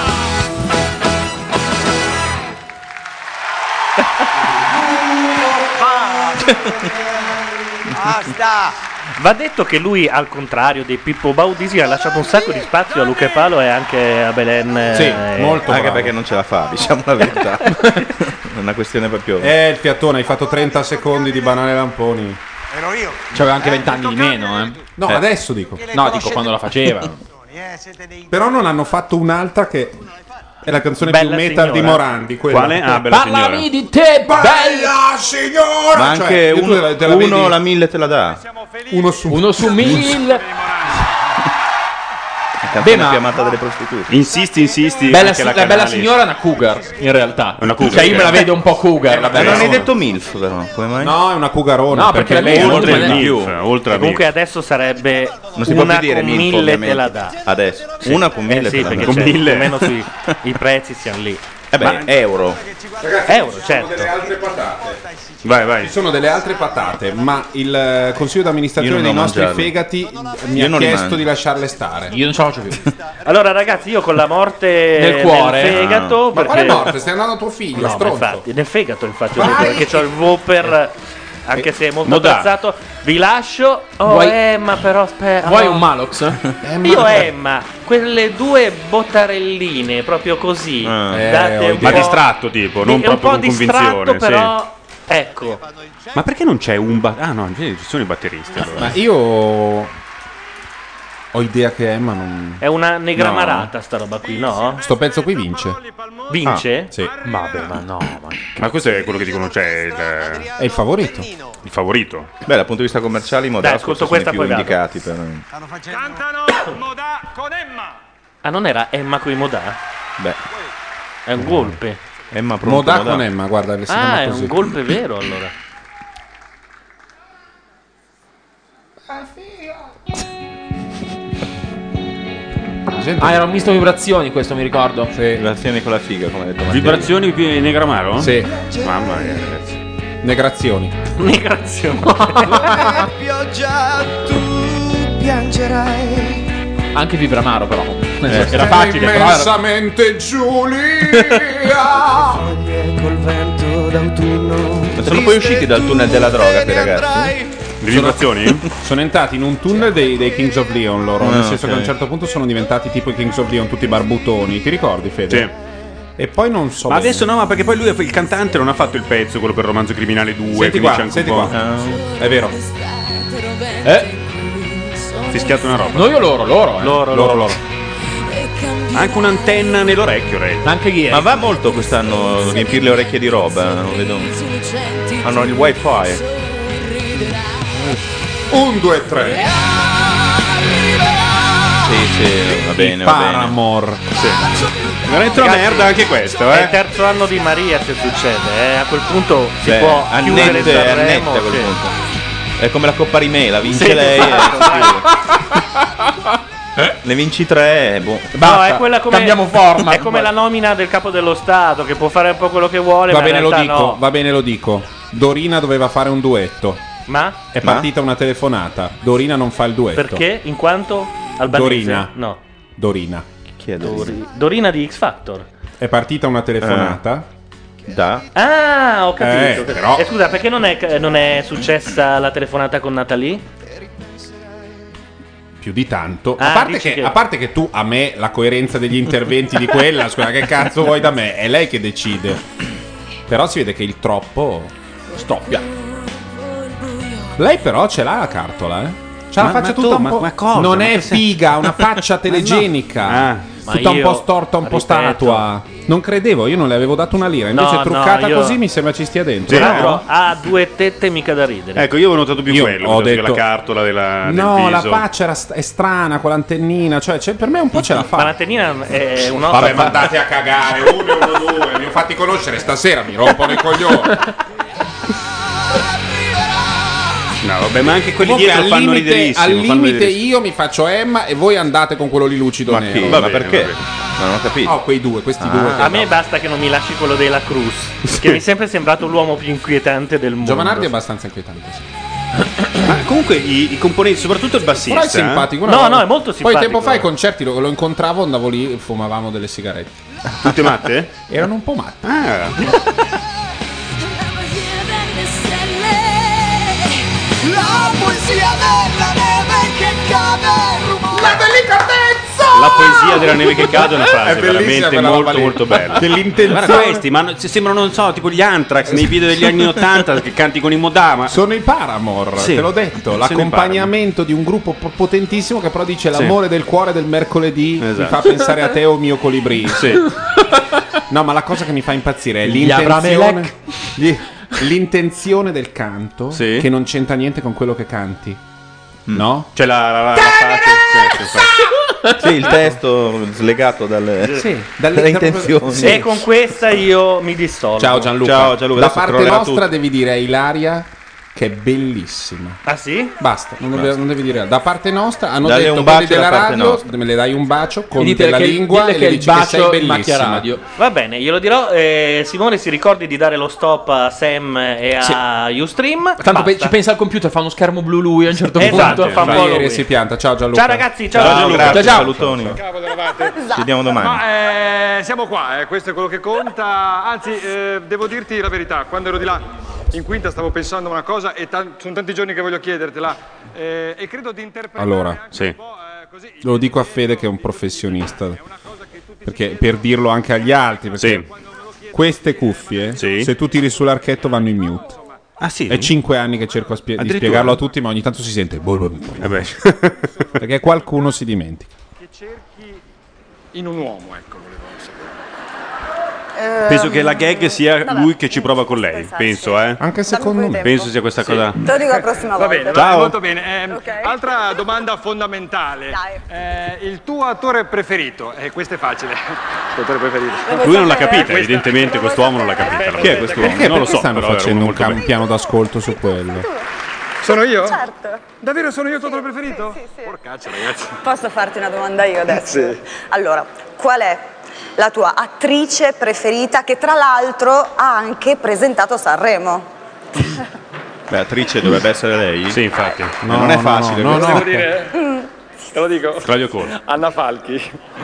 Basta! Va detto che lui, al contrario dei Pippo Baudisi, ha lasciato un sacco di spazio a Luca e Palo e anche a Belen. Sì, molto Anche bravo. perché non ce la fa, diciamo la verità. È una questione proprio. Il piattone, hai fatto 30 secondi di Banane e Lamponi. Ero io. C'aveva anche 20 anni di meno, No, adesso dico. No, dico quando la faceva. Però non hanno fatto un'altra che è la canzone Bella più metal signora. di Morandi. Quella. Quale? Ah, Bella Parlami signora. di te, bella. Bella signora! Ma Cioè, anche tu uno, te la vedi uno la 1000 te la dà. uno su 1000. La canzone Beh, ma- più amata delle prostitute. Insisti. Bella, anche la la bella Canalis. signora è una cougar, in realtà. È una cougar, Cioè io me la ok. vedo un po' cougar. La Ma bella non hai signora. detto MILF però, come mai? No, è una cugarona. No, perché lei è molto Oltre il Oltre MILF, oltre a Comunque MILF. adesso sarebbe Non si può una più dire con MILF 1000 ovviamente. te la dà. Adesso. Una con 1000 sì, te la perché dà. Con c'è, 1000. più o meno i prezzi siamo lì. Euro. Euro, certo. delle altre patate. Vai. Ci sono delle altre patate, ma il consiglio d'amministrazione Io dei non ho nostri mangiarle. fegati mi Io ha non li chiesto mangio. di lasciarle stare. Io non ce la faccio più. Allora ragazzi, io con la morte Nel cuore. fegato, Ma perché... quale morte? Stai andando a tuo figlio, No, ma stronzo. infatti, nel fegato infatti ho detto, Vai! perché ho il Whopper, anche se è molto Modà. apprezzato. Vi lascio. Oh Vuoi- Emma, però aspetta. Vuoi no. un Malox? Io Emma, quelle due bottarelline proprio così. date un Ma po'- distratto tipo, non è un proprio po' con distratto, convinzione. però ecco. Ma perché non c'è un Ah no, invece ci sono i batteristi allora. Ma io ho idea che Emma non... È una negramarata sta roba qui, no? Sto pezzo qui vince. Vince? Sì. Vabbè, ma no. Ma questo è quello che dicono, cioè È il favorito. il favorito. Beh, dal punto di vista commerciale i Dai, Modà ascolto forse sono questa, i più poi vado. indicati per... Cantano Modà con Emma. Ah, non era Emma coi Modà? Beh, È un golpe. Emma pronto, Modà con Emma, guarda, le si Ah, chiama è così. un golpe vero allora. Gente- Ah, era un misto vibrazioni questo, mi ricordo. Vibrazioni con la figa, come ha detto Matteo. Vibrazioni più Negramaro? Sì, Mamma mia, ragazzi. negrazioni. Migrazione. pioggia tu piangerai. Anche Vibramaro però. Era facile, però era... Immensamente Giulia. Foglie col vento d'autunno. Ma sono poi usciti dal tunnel della droga quei ragazzi? Le vibrazioni? Sono entrati in un tunnel dei Kings of Leon loro, nel senso che a un certo punto sono diventati tipo i Kings of Leon, tutti barbutoni. Ti ricordi, Fede? Sì. E poi non so. Ma bene. adesso no, ma perché poi lui, il cantante, non ha fatto il pezzo, quello per Romanzo Criminale 2. Senti quindi qua, c'è anche senti un po'. qua. È vero. Fischiato una roba. Noi o loro? Loro. Anche un'antenna nell'orecchio, Ray. Anche ieri. Ma va molto quest'anno riempire le orecchie di roba, non vedo. Hanno il wifi. 1, 2, 3. Sì, va bene, va bene. Paramore. Veramente una merda anche questo, È il terzo anno di Maria se succede, A quel punto si Beh, può chiudere Annette a Sanremo. quel sì. punto. È come la Coppa Rimela, vince Sì, lei. esatto, Ne vinci 3, boh. No, è quella come, cambiamo format. È come la nomina del capo dello Stato che può fare un po' quello che vuole, Va ma in bene, lo realtà dico, no. va bene, lo dico. Dorina doveva fare un duetto. Ma? È partita una telefonata. Dorina non fa il duetto. Perché? In quanto albanese? Dorina. No. Dorina. Chi è Dorina? Dorina di X Factor. È partita una telefonata. Da? Ah, ho capito. però- Scusa, perché non è successa la telefonata con Natalie? più di tanto. Ah, A parte che tu a me la coerenza degli interventi di quella, scusa, che cazzo vuoi da me? È lei che decide. Però si vede che il troppo stoppia. Lei però ce l'ha la cartola, C'ha la faccia tutta un po'. cosa? Non Ma è che sei- figa, ha una faccia telegenica. Ma Tutta un io, po' storta, un po' ripeto, statua. Non credevo, io non le avevo dato una lira. Invece No, truccata io- così mi sembra ci stia dentro. Sì, No? Però ha 2 tette mica da ridere. Ecco, io ho notato più Io quello, ho piuttosto che detto- la cartola del No, la viso. faccia è strana con l'antennina. Cioè, per me un po' ce la fa. Ma l'antennina è un'ottima. Vabbè, ma andate a cagare. 1 e 1, 2. Mi ho fatti conoscere stasera, mi rompono i coglioni. No, vabbè, ma anche quelli Comunque, dietro fanno riderissimo. Al fanno limite riderissimo. io mi faccio Emma e voi andate con quello lì lucido Ma nero. chi? Va Ma bene, perché? va bene. Non ho capito. Oh, questi due. A me basta che non mi lasci quello della Cruz, che mi è sempre sembrato l'uomo più inquietante del mondo. Giovanardi è abbastanza inquietante. Sì. Ma comunque i componenti, soprattutto il bassista. Però è simpatico. No, no, è molto Poi simpatico. tempo fa ai concerti lo incontravo, andavo lì e fumavamo delle sigarette. Tutte matte? Erano un po' matti. La poesia della neve che cade, La delicatezza! La poesia della neve che cade è una frase È bellissima veramente quella roba molto lì. molto bella. Dell'intenzione. Guarda questi, ma sembrano, non so, tipo gli Anthrax nei video degli anni 80 che canti con i Modama. Sono i Paramore, Sì. te l'ho detto. Sono i L'accompagnamento di un gruppo potentissimo che però dice Sì. l'amore del cuore del mercoledì mi Esatto. fa pensare a te, o mio colibrì. Sì. No, ma la cosa che mi fa impazzire è Gli l'intenzione. Abramelec. L'intenzione del canto Sì. che non c'entra niente con quello che canti. No? C'è la Sì, il testo slegato dalle intenzioni. E con questa io mi dissolvo. Ciao Gianluca. Ciao, Gianluca, Da adesso parte crollerà nostra tutto. devi dire a Ilaria che è bellissima. Ah sì? Basta, non devi dire. Da parte nostra hanno Dalle detto un quelli bacio da della parte radio, nostra. me le dai un bacio con Dite la che- lingua dille e che le il dici che sei bacio in macchia bellissima. radio. Va bene, glielo dirò. Simone si ricordi di dare lo stop a Sam e a Ustream. Tanto Basta. ci pensa al computer, fa uno schermo blu lui a un certo Esatto, punto. fa un po' Ieri lui. si pianta. Ciao Gianluca. Ciao ragazzi, ciao. Ciao, grazie, Ciao. salutoni. Ci vediamo domani. Ma siamo qua, questo è quello che conta. Anzi, devo dirti la verità, quando ero di là in quinta stavo pensando a una cosa e sono tanti giorni che voglio chiedertela e credo di interpretare Allora, anche sì. un po', così. Lo dico a Fede che è un professionista. Perché per dirlo anche agli altri, perché Sì. queste cuffie, Sì. se tu tiri sull'archetto vanno in mute. Ah sì? È 5 anni che cerco di Addirittura? spiegarlo a tutti, ma ogni tanto si sente. Vabbè. Perché qualcuno si dimentica. Che cerchi in un uomo, ecco, volevo sapere. Penso che la gag sia lui che ci prova con lei. Penso, Anche secondo me. Penso sia questa cosa. Te lo dico la prossima Va volta. bene, Ciao. molto bene. Altra domanda fondamentale. Il tuo attore preferito? Questo è facile. Il tuo attore preferito? Lui non l'ha capita, evidentemente quest'uomo non l'ha capita. Chi è quest'uomo? Non lo Perché so, stanno però era facendo uno un molto bello. piano d'ascolto su quello? Sono io? Certo. Davvero sono io il tuo attore preferito? Sì. Porcaccia, ragazzi. Posso farti una domanda io adesso? Sì. Allora, qual è la tua attrice preferita che tra l'altro ha anche presentato Sanremo? Beatrice dovrebbe essere lei? Sì, infatti. No, non è no, facile. no, questo. no. Devo dire? Te lo dico. Claudio Corso. Anna Falchi.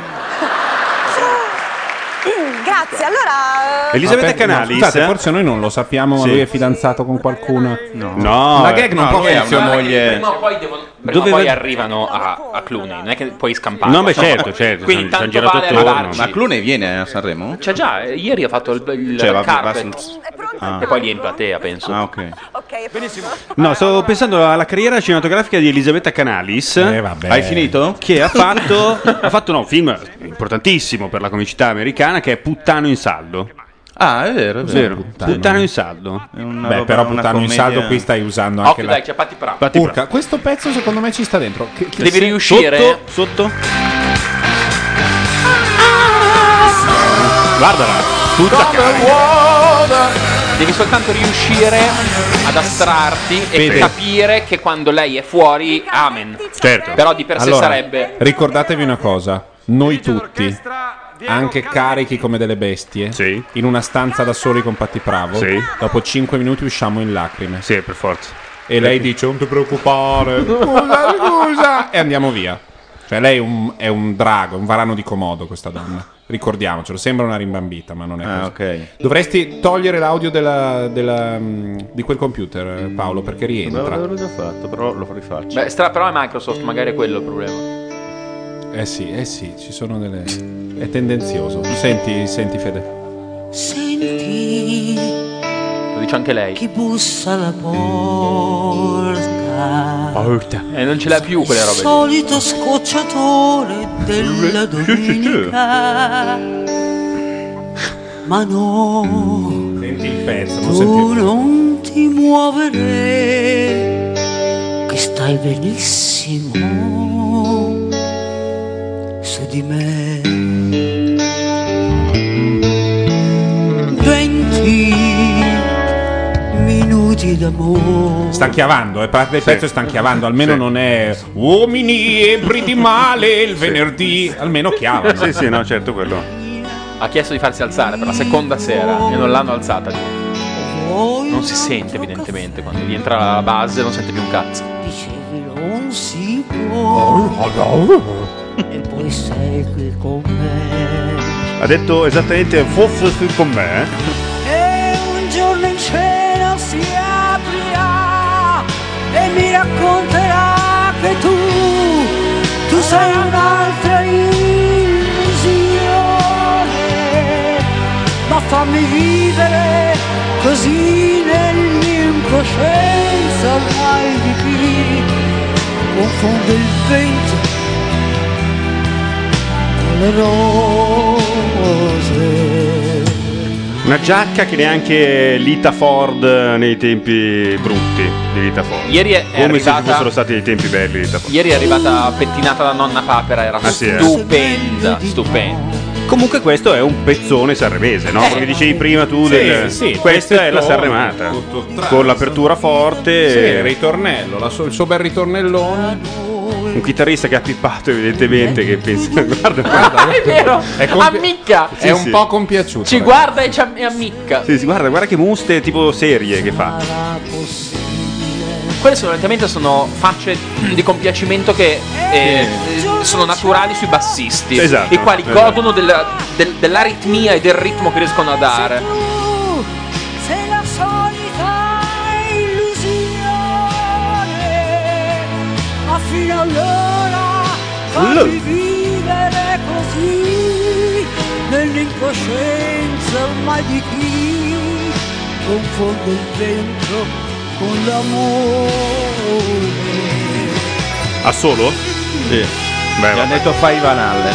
Grazie, allora... Elisabetta Aspetta, no, Canalis. scusate, forse noi non lo sappiamo, ma Sì. lui è fidanzato con qualcuno. No, La gag non no, può lui ha una funzionare. moglie. Prima o poi devono. Prima Dove o poi ve- arrivano a Clooney, non è che puoi scampare. No, beh, certo. Quindi S'han tanto girato vale attorno. arrivarci. Ma Clooney viene a Sanremo? C'è già, ieri ha fatto il Cioè, va carpet Ah. e poi lì è in platea, penso. Ah, ok. Ok, benissimo. No, stavo pensando alla carriera cinematografica di Elisabetta Canalis. Vabbè. Hai finito? Che ha fatto un film importantissimo per la comicità americana che è Puttano in saldo. Ah, è vero, è vero. Puttano in saldo. È una Beh, roba- però una puttano in commedia- saldo qui stai usando anche Occhio, la... dai, c'è Patti Bravo. Patti Urca, questo pezzo secondo me ci sta dentro. Devi riuscire. Sotto. Guardala. Tutta Devi soltanto riuscire ad astrarti e Vede. capire che quando lei è fuori, amen. Certo. Però di per sé Allora, sarebbe. ricordatevi una cosa, noi tutti, anche carichi come delle bestie, Sì. in una stanza da soli con Patti Bravo, Sì. dopo 5 minuti usciamo in lacrime. Sì, per forza. E lei dice, non ti preoccupare, scusa, e andiamo via. Cioè lei è un drago, un varano di Komodo, questa donna. Ricordiamocelo, sembra una rimbambita, ma non è così. Ok. Dovresti togliere l'audio di quel computer, Paolo, perché rientra. L'avevo già fatto, però lo rifaccio. Beh, però è Microsoft, magari è quello il problema. Sì, ci sono delle... È tendenzioso. Senti Fede. Senti, Lo dice anche lei. chi bussa alla porta. Non ce l'ha più quelle robe lì. Solito scocciatore della domenica. Ma no, Senti il pezzo, non tu senti. non ti muovere, che stai benissimo su di me. 20 minuti d'amore. Sta chiavando, parte del pezzo sta chiavando, almeno non è uomini ebri di male il venerdì, almeno chiavano. Sì, no, certo, quello. Ha chiesto di farsi alzare per la seconda sera e non l'hanno alzata. Non si sente evidentemente quando rientra la base, non sente più un cazzo. Dicevi non si può, e poi sei qui con me. Ha detto esattamente fosse qui con me. E un giorno in cielo si aprirà e mi racconterà che tu sei un'altra illusione, ma fammi vivere così nell'incoscienza ormai di chi confonde il vento con le rose. Una giacca che neanche Lita Ford nei tempi brutti di Lita Ford. Ieri è come arrivata- se fossero stati dei tempi belli di Lita Ford. Ieri è arrivata pettinata da nonna Papera, era Sì, stupenda, stupenda. Comunque questo è un pezzone sanremese, no? Perché dicevi prima tu questa è la Sanremata. Con l'apertura forte. Sì, il ritornello, il suo bel ritornellone. Un chitarrista che ha pippato evidentemente, che pensa guarda, È vero, ammicca. È un po' compiaciuto. Ci guarda e ammicca. Sì, guarda che muste tipo serie che fa. Quelle solitamente sono facce di compiacimento che sono naturali sui bassisti, Esatto, i quali esatto. godono dell'aritmia e del ritmo che riescono a dare. Sei la solita illusione, ma fino allora fammi vivere così nell'incoscienza ormai di chi confonde il vento con l'amore. Ah, solo? Sì. Beh, Mi ha detto fai Van Allen.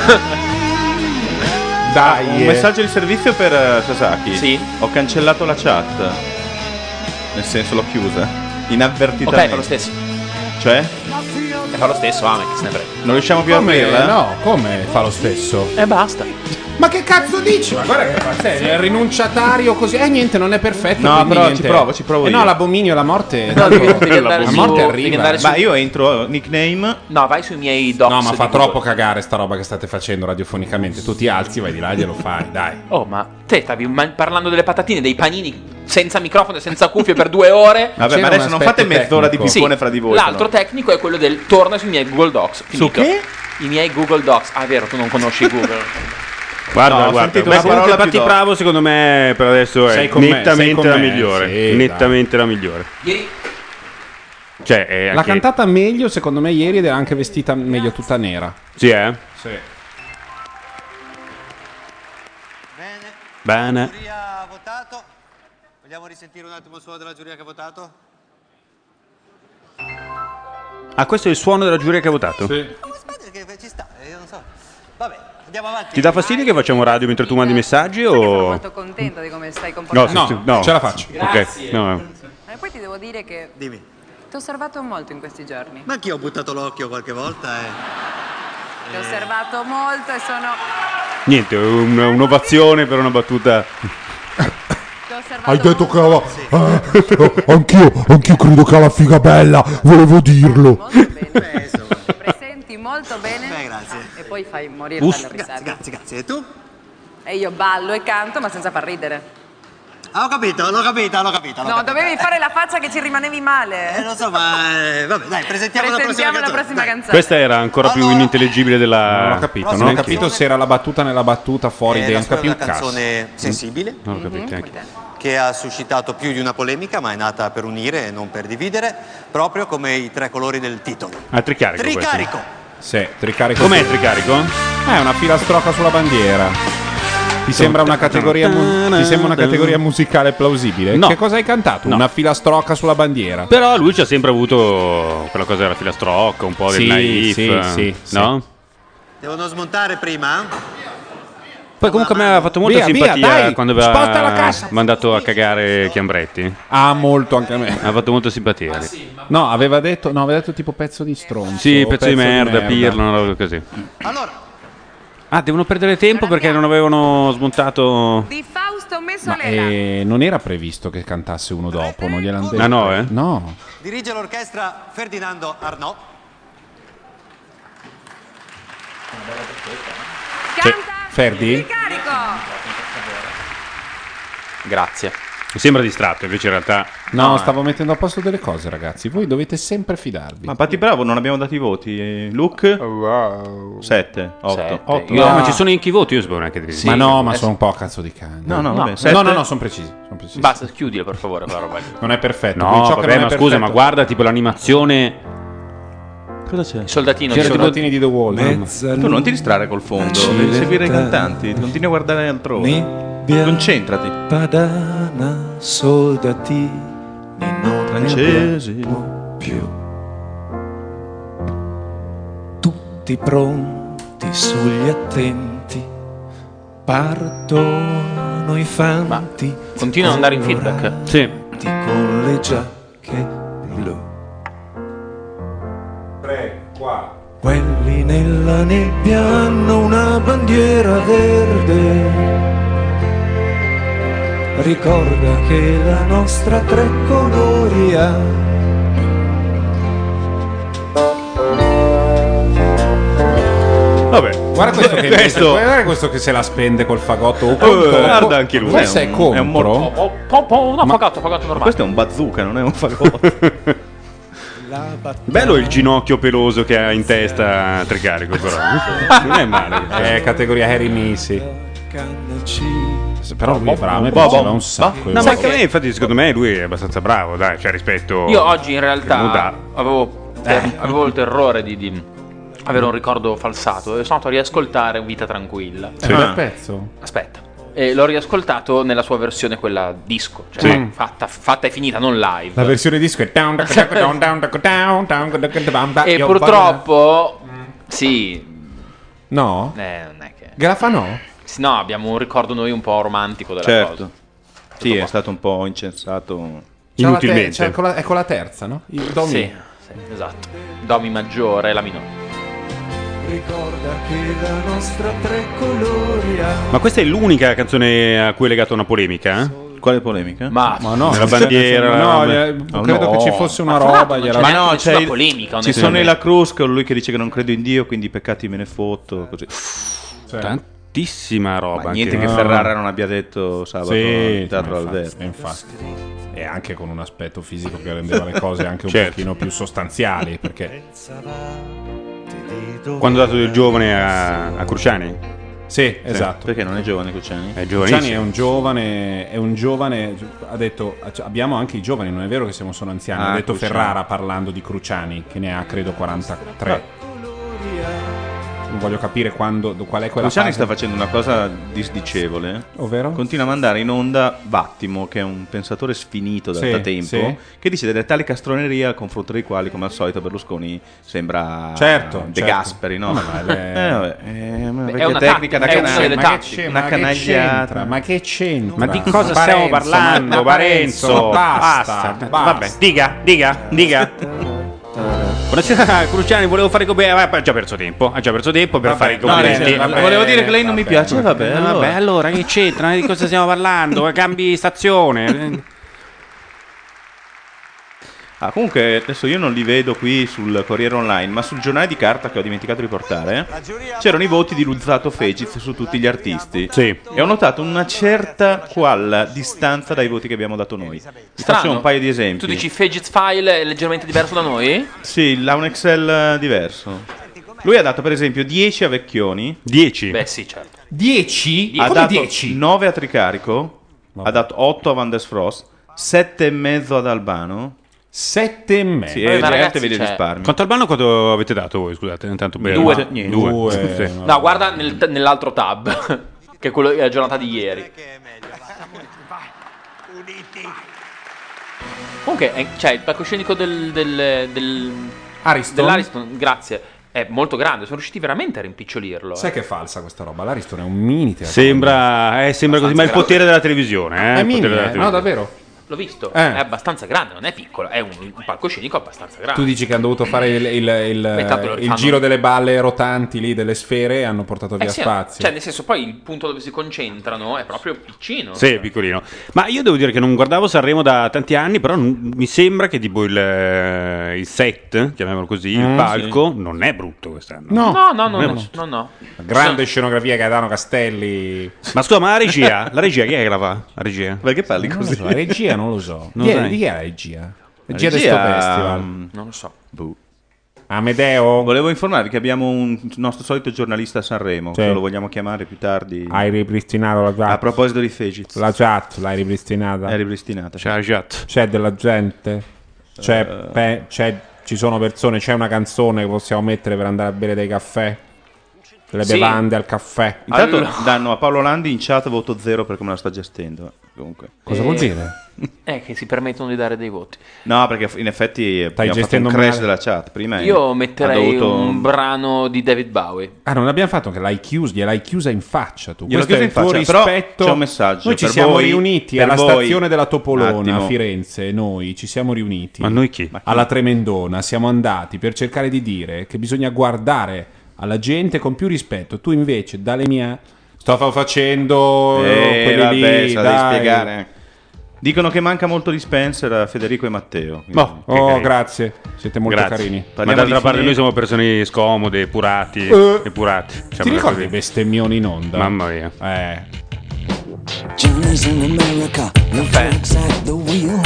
Dai, un messaggio di servizio per Sasaki. Sì. Ho cancellato la chat. Nel senso l'ho chiusa. Inavvertitamente. Ok, fa lo stesso. Cioè? E fa lo stesso, che se ne frega. Non riusciamo più a Come? aprirla? No, come fa lo stesso? E basta. Ma che cazzo dici? Ma guarda che pazzesco, è rinunciatario così. Niente, non è perfetto. No, quindi però niente. ci provo io. No, l'abominio, la morte. No, devi andare la su- morte devi arriva. andare su- Ma io entro nickname. No, vai sui miei docs. No, ma fa di troppo Google. cagare sta roba che state facendo radiofonicamente. Tu ti alzi, vai di là e glielo fai, dai. Oh, ma te stavi parlando delle patatine, dei panini senza microfono e senza cuffie per 2 ore. Vabbè, C'era ma adesso un non fate aspetto mezz'ora di tecnico. pippone fra di voi. L'altro se no. tecnico è quello del torna sui miei Google Docs. Finito. che? I miei Google Docs. Ah, è vero, tu non conosci Google. Guarda, No, ho guarda. sentito Ma una parola comunque più Patti dopo. Bravo secondo me per adesso è Sei con me, sei nettamente con la me, migliore. sì, Nettamente la migliore. Ieri Cioè, è L'ha anche... cantata meglio, secondo me, ieri ed era anche vestita meglio tutta nera. Sì, eh? Sì. Bene. Giuria ha votato. Vogliamo risentire un attimo il suono della giuria che ha votato? Ah, questo è il suono della giuria che ha votato? Sì. Aspetta che ci sta, io non so. Vabbè, andiamo avanti. Ti dà fastidio che facciamo radio mentre tu mandi messaggi Sono o... molto contenta di come stai No, comportando. No, ce la faccio. Ok, no. E poi ti devo dire che Dimmi. ti ho osservato molto in questi giorni. Ma anch'io ho buttato l'occhio qualche volta Ti ho osservato molto e sono... Niente, un'ovazione per una battuta. Ti ho osservato Hai detto molto. che anch'io credo che alla figa bella, volevo dirlo. Molto bene. Ti presenti molto bene. grazie. E poi fai morire dalle risate. Grazie. E tu? E io ballo e canto ma senza far ridere. Ho capito. No, dovevi fare la faccia che ci rimanevi male. Lo so, ma vabbè, dai, presentiamo la prossima canzone. Questa era ancora più inintelligibile della. Non ho capito, non ho capito se era la battuta nella battuta fuori È dentro, una più canzone sensibile. Non ho capito neanche. Che ha suscitato più di una polemica, ma è nata per unire e non per dividere, proprio come i 3 colori del titolo. Tricarico. Tricarico. Sì, tricarico. Com'è Tricarico? È una filastrocca sulla bandiera. Ti sembra una categoria musicale plausibile? No. Che cosa hai cantato? No. Una filastrocca sulla bandiera. Però lui ci ha sempre avuto quella cosa della filastrocca, un po' del naif, sì. no? Devono smontare prima? Poi comunque mi aveva fatto molta Via, simpatia dai, quando sposta la aveva cassa. mandato a cagare Chiambretti. Ah, molto anche a me. Ha fatto molto simpatia. No, aveva detto tipo pezzo di stronzo. Sì, pezzo di merda, pirla, una roba così. Ah, devono perdere tempo perché non avevano smontato. Di Fausto Ma Messolera. non era previsto che cantasse uno dopo, non gliel'hanno detto. Ah, no, eh? No. Dirige l'orchestra Ferdinando Arnaud. Ferdi? Grazie. Mi sembra distratto, invece in realtà. No, stavo mettendo a posto delle cose, ragazzi. Voi dovete sempre fidarvi. Ma Patti Bravo, non abbiamo dato i voti. Luke? 7, 8. Ma ci sono anche i voti, io sapevo neanche dire. Ma no, ma sono un po' a cazzo di cane. No, vabbè, no, sette. no, sono precisi. Basta, chiudila per favore quella roba lì. Non è perfetto. No, ciò che vabbè, non ma è scusa, perfetto- ma guarda tipo l'animazione. Cosa c'è? Il soldatino. I soldatini di The Wall. Tu non ti distrarre col fondo, devi seguire i cantanti, continui a guardare altrove. Concentrati. Padana, soldatini, non Francesi. ne abbiamo più. Tutti pronti sugli attenti, partono i fanti. Continua ad andare in feedback. Sì. Con le giacche blu. 3, 4. Quelli nella nebbia hanno una bandiera verde. Ricorda che la nostra 3 colori ha. Vabbè, Guarda questo che Questo- guarda questo che se la spende col fagotto. guarda anche lui. Questo è contro. No, fagato normale. Questo è un bazooka, non è un fagotto. Bello il ginocchio peloso che ha in testa Tricarico, però. Non è male. È categoria Harry Misi. Però lui è bravo, a me Boh, piaceva boh. un sacco. No, ma anche a me, infatti, secondo me lui è abbastanza bravo, dai, cioè rispetto. Io oggi in realtà Muta. avevo il terrore di avere un ricordo falsato e sono andato a riascoltare Vita Tranquilla. È un bel pezzo. Aspetta. E l'ho riascoltato nella sua versione quella disco, cioè Sì. fatta e finita, non live. La versione disco è E purtroppo sì. No? Non è che Grafa no? Sì, no, abbiamo un ricordo noi un po' romantico della Certo. cosa. Sì, è stato un po' incensato C'è è con la terza, no? Il do mi. Sì, esatto. Do mi maggiore e la minore. Ricorda che la nostra 3 colori ha. Ma questa è l'unica canzone a cui è legata una polemica? Quale polemica? Ma no, Nella bandiera. no, no, credo che ci fosse una roba. gliela- Ma no, c'è il- polemica, ci sono i La Cruz, colui che dice che non credo in Dio, quindi i peccati me ne fotto, così. Tantissima roba. Ma niente anche. che Ferrara non abbia detto sabato al Teatro infatti, Alberto. infatti. E anche con un aspetto fisico che rendeva le cose anche un Certo. pochino più sostanziali, perché Quando ha dato del giovane a Cruciani? sì, esatto. Perché non è giovane Cruciani? È Cruciani giovanissimo. è un giovane, ha detto, abbiamo anche i giovani, non è vero che siamo solo anziani, ha detto Cruciani. Ferrara parlando di Cruciani, che ne ha credo 43. Voglio capire qual è quella Cruciani fase. sta facendo una cosa disdicevole. Ovvero? Continua a mandare in onda Vattimo, che è un pensatore sfinito da Sì, tempo, sì. che dice delle tali castronerie al confronto dei quali, come al solito, Berlusconi sembra Certo, De certo. Gasperi, no? Vabbè, vabbè, una È vecchia una tecnica da tattica, è una delle canaglia. Una canagliata. Ma che c'entra? Ma di cosa stiamo parlando, Parenzo? Basta. Vabbè, dica. Buonasera Cruciani, volevo fare ha già perso tempo per fare i complimenti. Volevo dire che lei non mi piace, vabbè. Allora che c'entra? Di cosa stiamo parlando? Cambi stazione. Comunque adesso io non li vedo qui sul Corriere Online, ma sul giornale di carta che ho dimenticato di portare c'erano i voti di Luzzatto Fegiz su tutti gli artisti. Sì. E ho notato una certa distanza dai voti che abbiamo dato noi. Strano. Faccio un paio di esempi. Tu dici Fegiz File è leggermente diverso da noi? Sì, ha un Excel diverso. Lui ha dato per esempio 10 a Vecchioni. 10? Beh sì, certo. 10? Ha Come dato 10? 9 a Tricarico. Ha dato 8 a Van der Frost. 7,5 ad Albano. 7,5. Sì, Ma ragazzi, gente vede cioè- risparmio. Quanto Albano quanto avete dato voi? Scusate, intanto per Due. Niente. Sì. No, guarda nell'altro tab, che è quello è la giornata di ieri. Comunque, cioè, il palcoscenico dell'Ariston, grazie, è molto grande. Sono riusciti veramente a rimpicciolirlo. Sai che è falsa questa roba? L'Ariston è un mini teatro. Sembra così, ma è il potere della televisione. È il mini, potere della no, televisione. davvero. L'ho visto, Eh. è abbastanza grande, non è piccolo, è un palcoscenico abbastanza grande. Tu dici che hanno dovuto fare Beh, tanto lo il rifanno. giro delle balle rotanti lì, delle sfere, e hanno portato via Sì, spazio. cioè, nel senso, poi il punto dove si concentrano è proprio piccino. Sì, è piccolino. Ma io devo dire che non guardavo Sanremo da tanti anni, però mi sembra che tipo il set, chiamiamolo così, il palco, non è brutto quest'anno. No, Non è- no. Grande scenografia Gaetano Castelli. Ma scusa, ma la regia chi è che la fa? La regia? Perché parli Non lo così? so, la regia non lo so. Non lo sai? Di chi è la regia? La Regia di regia, sto festival. Non lo so. Amedeo? Volevo informarvi che abbiamo un nostro solito giornalista a Sanremo, Sì. che lo vogliamo chiamare più tardi. Hai ripristinato la chat? A proposito di Fegiz. La chat l'hai ripristinata? È ripristinata. C'è la chat. C'è della gente? Ci sono persone, c'è una canzone che possiamo mettere per andare a bere dei caffè? Delle Sì. bevande al caffè? Intanto danno a Paolo Landi in chat voto 0 per come la sta gestendo. Comunque. Cosa vuol dire? Che si permettono di dare dei voti. No, perché in effetti abbiamo fatto gestendo un crash male. della chat. Prima Io ha metterei dovuto- un brano di David Bowie. Ah, non abbiamo fatto che gliel'hai chiusa in faccia tu. Gliel'ho Questo è chiusa il in tuo faccia, però rispetto. c'è un messaggio Noi ci per siamo voi- riuniti per alla voi. stazione della Topolona Attimo. a Firenze. Noi ci siamo riuniti. Ma noi chi? Alla Tremendona siamo andati per cercare di dire che bisogna guardare alla gente con più rispetto. Tu invece, dalle mie. Sto facendo quelli vabbè, lì, se la devi dai. spiegare. Dicono che manca molto di Spencer a Federico e Matteo. quindi- Boh, che Oh, carini. grazie. Siete molto Grazie. carini. Ma Parliamo d'altra di parte fine- noi siamo persone scomode, epurati. Epurati. Ti ricordi i bestemmioni in onda? Mamma mia. Johnny's in America, no folks at the wheel.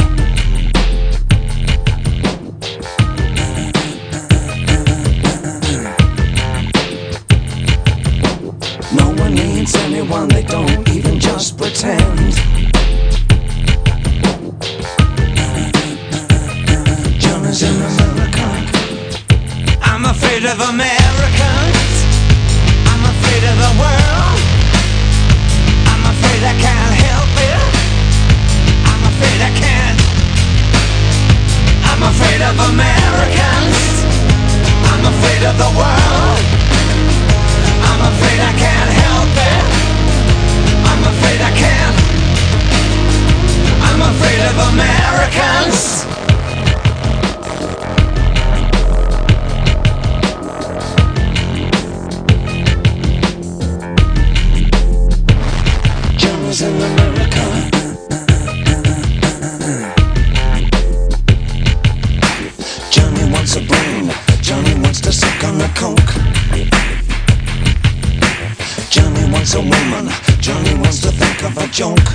No one needs anyone, they don't even just pretend. Johnny's in America. I'm afraid of Americans. I'm afraid of the world. I'm afraid I can't help it. I'm afraid I can't. I'm afraid of Americans. I'm afraid of the world. I'm afraid I can't help it. I'm afraid I can't. I'm afraid of Americans. Johnny's in America. Johnny wants a brain. Johnny wants to suck on the coke. Johnny wants a woman. Johnny wants to think of a joke.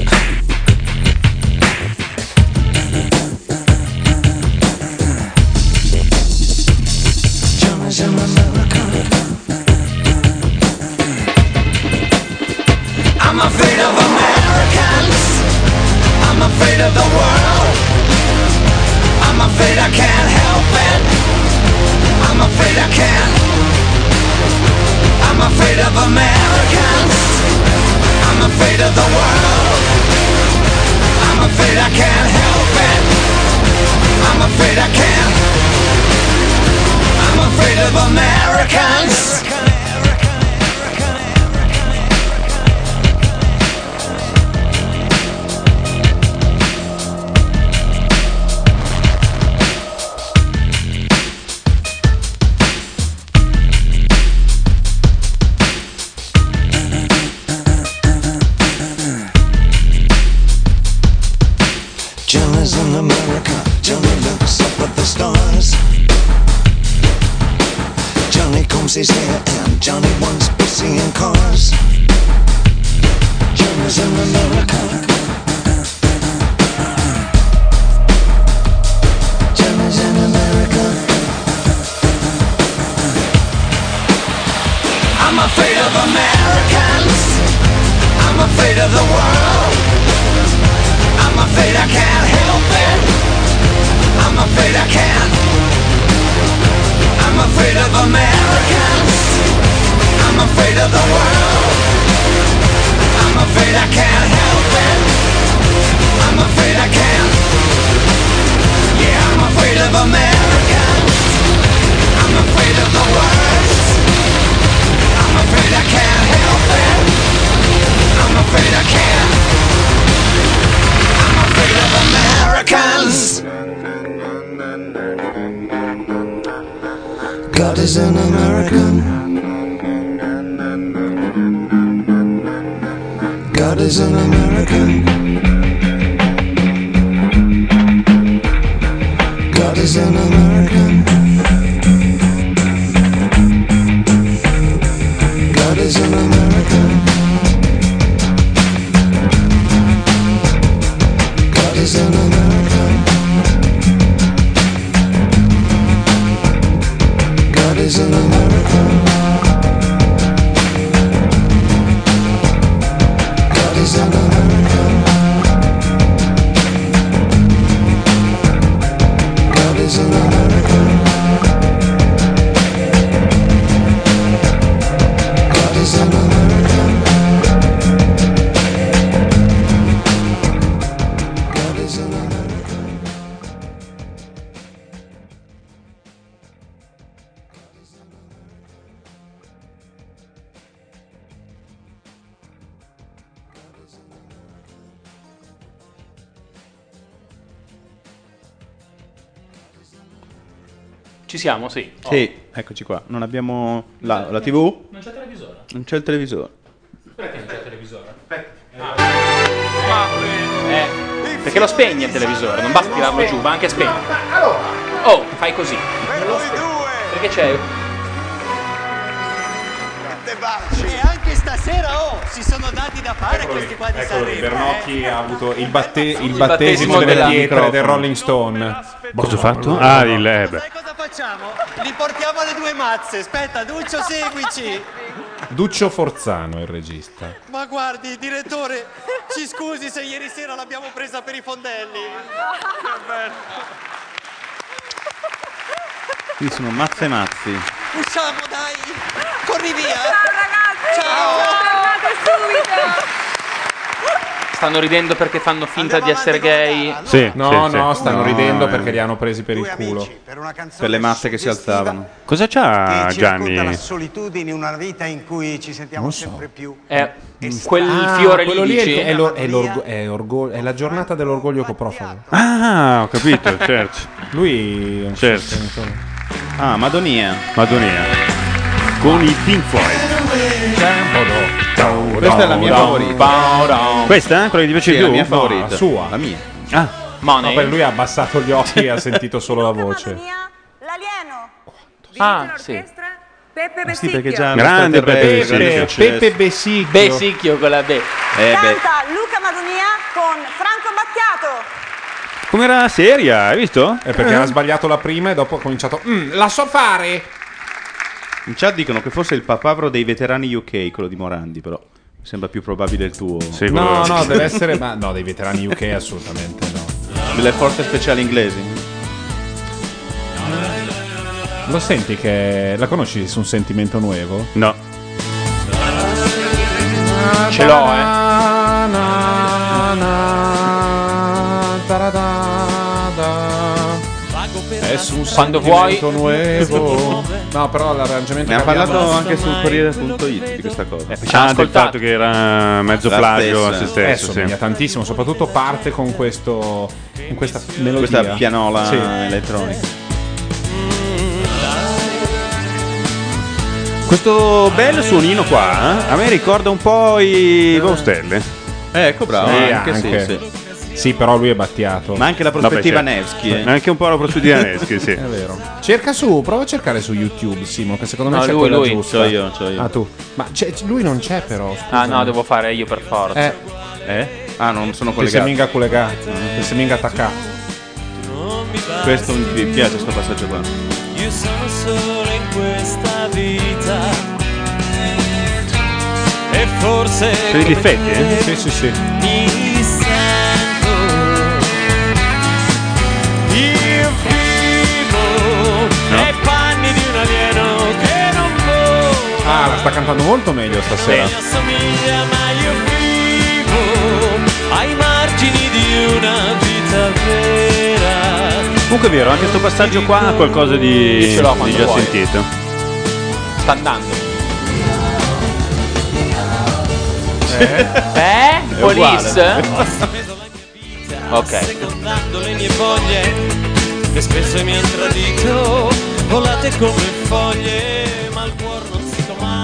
Johnny's in America. I'm afraid of Americans. I'm afraid of the world. I'm afraid I can't help it. I'm afraid I can't. I'm afraid of Americans. I'm afraid of the world. I'm afraid I can't help it. I'm afraid I can't. I'm afraid of Americans. Johnny's in America. Johnny looks Rosie's hair and Johnny wants pussy and cars. Johnny's in America. Johnny's in America. I'm afraid of Americans. I'm afraid of the world. I'm afraid I can't help it. I'm afraid I can't. I'm afraid of Americans. I'm afraid of the world. I'm afraid I can't help it. I'm afraid I can't. Yeah, I'm afraid of Americans. I'm afraid of the worst. I'm afraid I can't help it. I'm afraid I can't. I'm afraid of Americans. God is an American. God is an American. God is an American. God is an American. God is an American. God is an American. God is an American. God is an American. God is an American. God is an American. Ci siamo, sì. Sì, eccoci qua. Non abbiamo la TV? Non c'è televisore. Non c'è il televisore. Perché non c'è il televisore? Perché lo spegne il televisore, non basta tirarlo giù, ma anche spegne. Oh, fai così. Perché c'è? E anche stasera, si sono dati da fare questi qua di Sanremo. Bernocchi ha avuto il battesimo delle pietre del Rolling Stone. Cosa ho fatto? Ah, il Sai cosa facciamo? Li portiamo alle due mazze. Aspetta, Duccio, seguici. Duccio Forzano è il regista. Ma guardi, direttore, ci scusi se ieri sera l'abbiamo presa per i fondelli. Che bello. Qui sono mazze e mazzi. Usciamo, dai. Corri via. Ciao ragazzi. Ciao. Tornate subito. Stanno ridendo perché fanno finta di essere gay. Sì, no, stanno No, ridendo perché li hanno presi per il culo. Per le masse che si alzavano. Cosa c'ha Che ci racconta la Gianni? solitudine, una vita in cui ci sentiamo sempre più. È quel fiore lì, quello lì dici? è la giornata dell'orgoglio coprofago. Ah, ho capito, certo. Lui è un Certo. sostenitore. Ah, Madonia. Madonia. Con i Pink Floyd. Questa è la mia favorita. Questa? Quella che ti piace Sì, di è la più? mia favorita. la sua. La mia. Ah, Money. No, per lui ha abbassato gli occhi e ha sentito solo la voce. L'alieno. Ah, sì. Peppe Sì, perché Vessicchio. già Grande Peppe Peppe Besicchio. Besicchio con la B. Canta Luca Madonia con Franco Battiato. com'era seria, hai visto? È perché ha sbagliato la prima e dopo ha cominciato. La so fare! In chat dicono che fosse il papavero dei veterani UK, quello di Morandi, però mi sembra più probabile il tuo. Sì, No, deve essere. Ma no, dei veterani UK assolutamente no. Delle forze speciali inglesi. Lo senti che. La conosci su Un sentimento nuovo? No. Ce l'ho, È su un Quando vuoi. sentimento nuovo. No, però l'arrangiamento Ne ha che abbiamo- parlato anche sul Corriere.it di questa cosa. Ah, del fatto che era mezzo La plagio a stessa. se stesso. sì. Somiglia tantissimo, soprattutto parte con questo. Con questa melodia. Questa pianola Sì. elettronica. Questo bel suonino qua a me ricorda un po' i Baustelle. Ecco, bravo. Sì, anche anche. sì. Sì, però lui è Battiato. Ma anche la prospettiva Nevsky. Anche un po' la prospettiva Nevsky, sì. È vero. Prova a cercare su YouTube, Simo, che secondo me No, c'è lui, quella lui. giusta. C'ho io. Ah, tu. Ma lui non c'è però. Ah no, devo fare io per forza. Ah, non sono Che collegato. se minga collegato. Che se minga attaccato. Questo mi piace, questo passaggio qua. Io sono solo in questa vita e forse Per i difetti, eh? Sì. mi sento. Io vivo nei panni di un alieno che non vola. Ah, la sta cantando molto meglio stasera. Che non assomiglia, ma io vivo ai margini di una vita vera. Comunque è vero, anche sto passaggio qua ha qualcosa di Io ce l'ho quando già vuoi. sentito. Sta andando. È Police? Ok. Secondando le mie foglie che spesso mi han tradito, volate come foglie, ma il cuore non si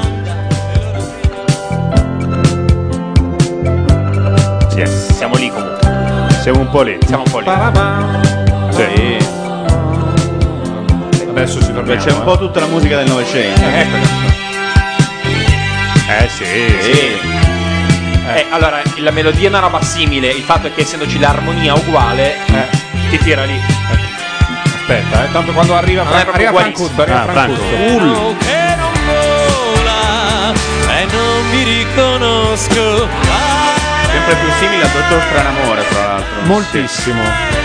comanda. Siamo lì comunque. Siamo un po' lì. Sì. Adesso ci torniamo. C'è un po' tutta la musica del Novecento. Sì. Allora, la melodia è una roba simile, il fatto è che essendoci l'armonia uguale, ti tira lì. Aspetta, tanto quando arriva Non è proprio Francuzzo, ugualissimo. Che non vola e non mi riconosco. Sempre più simile al Dottor Stranamore, tra l'altro. Moltissimo.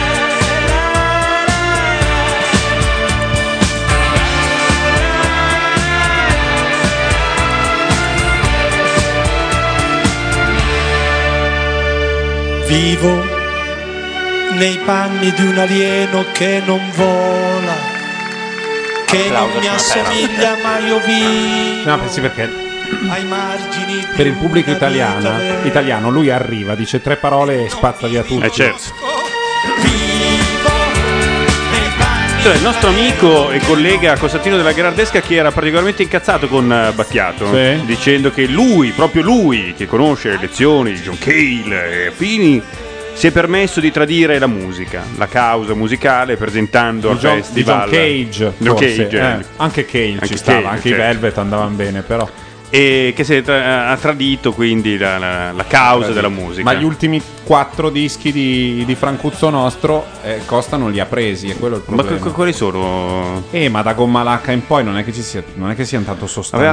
Vivo nei panni di un alieno che non vola, che non mi assomiglia, ma io vivo No, sì, perché ai margini per il pubblico italiano lui arriva, dice 3 parole e spazza via tutto. Certo. Cioè, il nostro amico e collega Costantino della Gherardesca, che era particolarmente incazzato con Battiato, Sì. dicendo che lui, proprio lui, che conosce le lezioni di John Cale e affini, si è permesso di tradire la musica, la causa musicale, presentando al Di John festival Cage, John forse. Cage, Anche Cage Anche ci stava, Cage, anche certo. i Velvet andavano bene, però. E che ha tradito quindi la causa della musica. Ma gli ultimi 4 dischi di Francuzzo nostro Costa non li ha presi, è quello il Ma problema. quali sono? Ma da Gomma Lacca in poi non è che siano tanto sostanziali. Aveva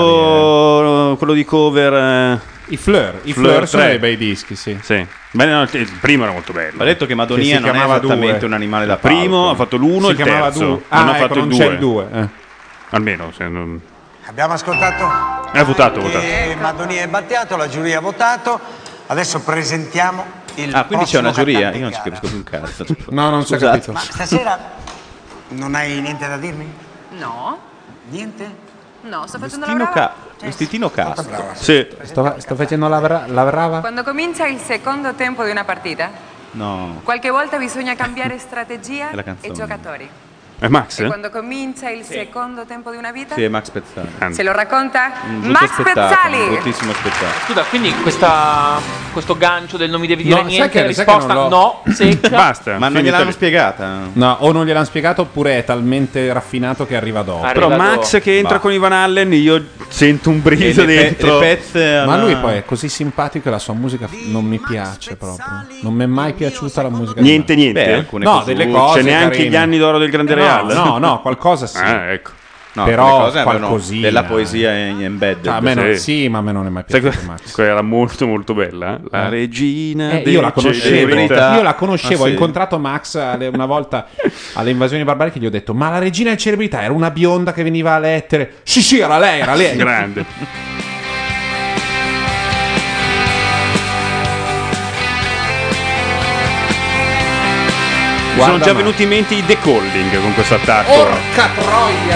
fatto quello di cover. I Fleur sono dei bei dischi, sì. Beh, no, il primo era molto bello. Va detto che Madonia non è esattamente un animale da Il primo palco. ha fatto l'1 e il chiamava terzo. due. Non ha ecco, fatto non il c'è 2. il 2. Almeno se non... Abbiamo ascoltato? Votato. Madonia e Battiato, la giuria ha votato. Adesso presentiamo il Ah, quindi c'è una prossimo giuria? cantante Io non in ci gara. capisco più un cazzo. No, non si è Scusate. capito. Ma stasera non hai niente da dirmi? No, Niente? no, sto facendo la brava. Vestitino Castro. Sì. Sto facendo la brava. Quando comincia il secondo tempo di una partita, No. qualche volta bisogna cambiare strategia È la canzone. e giocatori. È Max? E quando comincia il secondo tempo di una vita, Sì, è Max Pezzali. se lo racconta Un brutto Max spettacolo, Pezzali. un bruttissimo spettacolo. Scusa, quindi questo gancio del non mi devi dire No, sai niente, che risposta non no, secca. Basta. Ma non finita gliel'hanno lì. spiegata? No, o non gliel'hanno spiegato oppure è talmente raffinato che arriva dopo. Però Max che entra con Ivan Allen, io sento un brivido dentro. Ma lui poi è così simpatico che la sua musica non mi piace proprio. Non mi è mai piaciuta la musica. di Niente, Max. niente. Beh, alcune No, cose- delle cose. C'è neanche carine. gli anni d'oro del Grande Real. No, qualcosa sì. Ecco. No, Però alcune cose avevano qualcosina. della poesia in embedded. Cioè, a me non, Sì. sì, ma a me non è mai Sai piaciuto Max. quella era molto molto bella. La regina Io la conoscevo, celebrità. io la conoscevo, Ah, ho sì? incontrato Max una volta alle invasioni barbariche, gli ho detto "Ma la regina di celebrità era una bionda che veniva a lettere". Sì, era lei, era lei. Grande. Mi sono già venuti in mente i The Calling con questo attacco. Porca troia,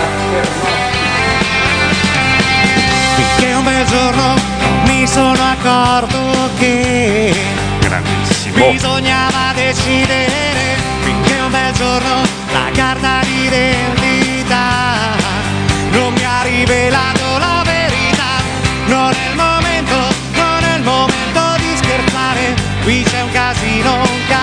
Finché un bel giorno mi sono accorto che grandissimo. bisognava decidere. Finché un bel giorno la carta d'identità non mi ha rivelato la verità. Non è il momento di scherzare. Qui c'è un casino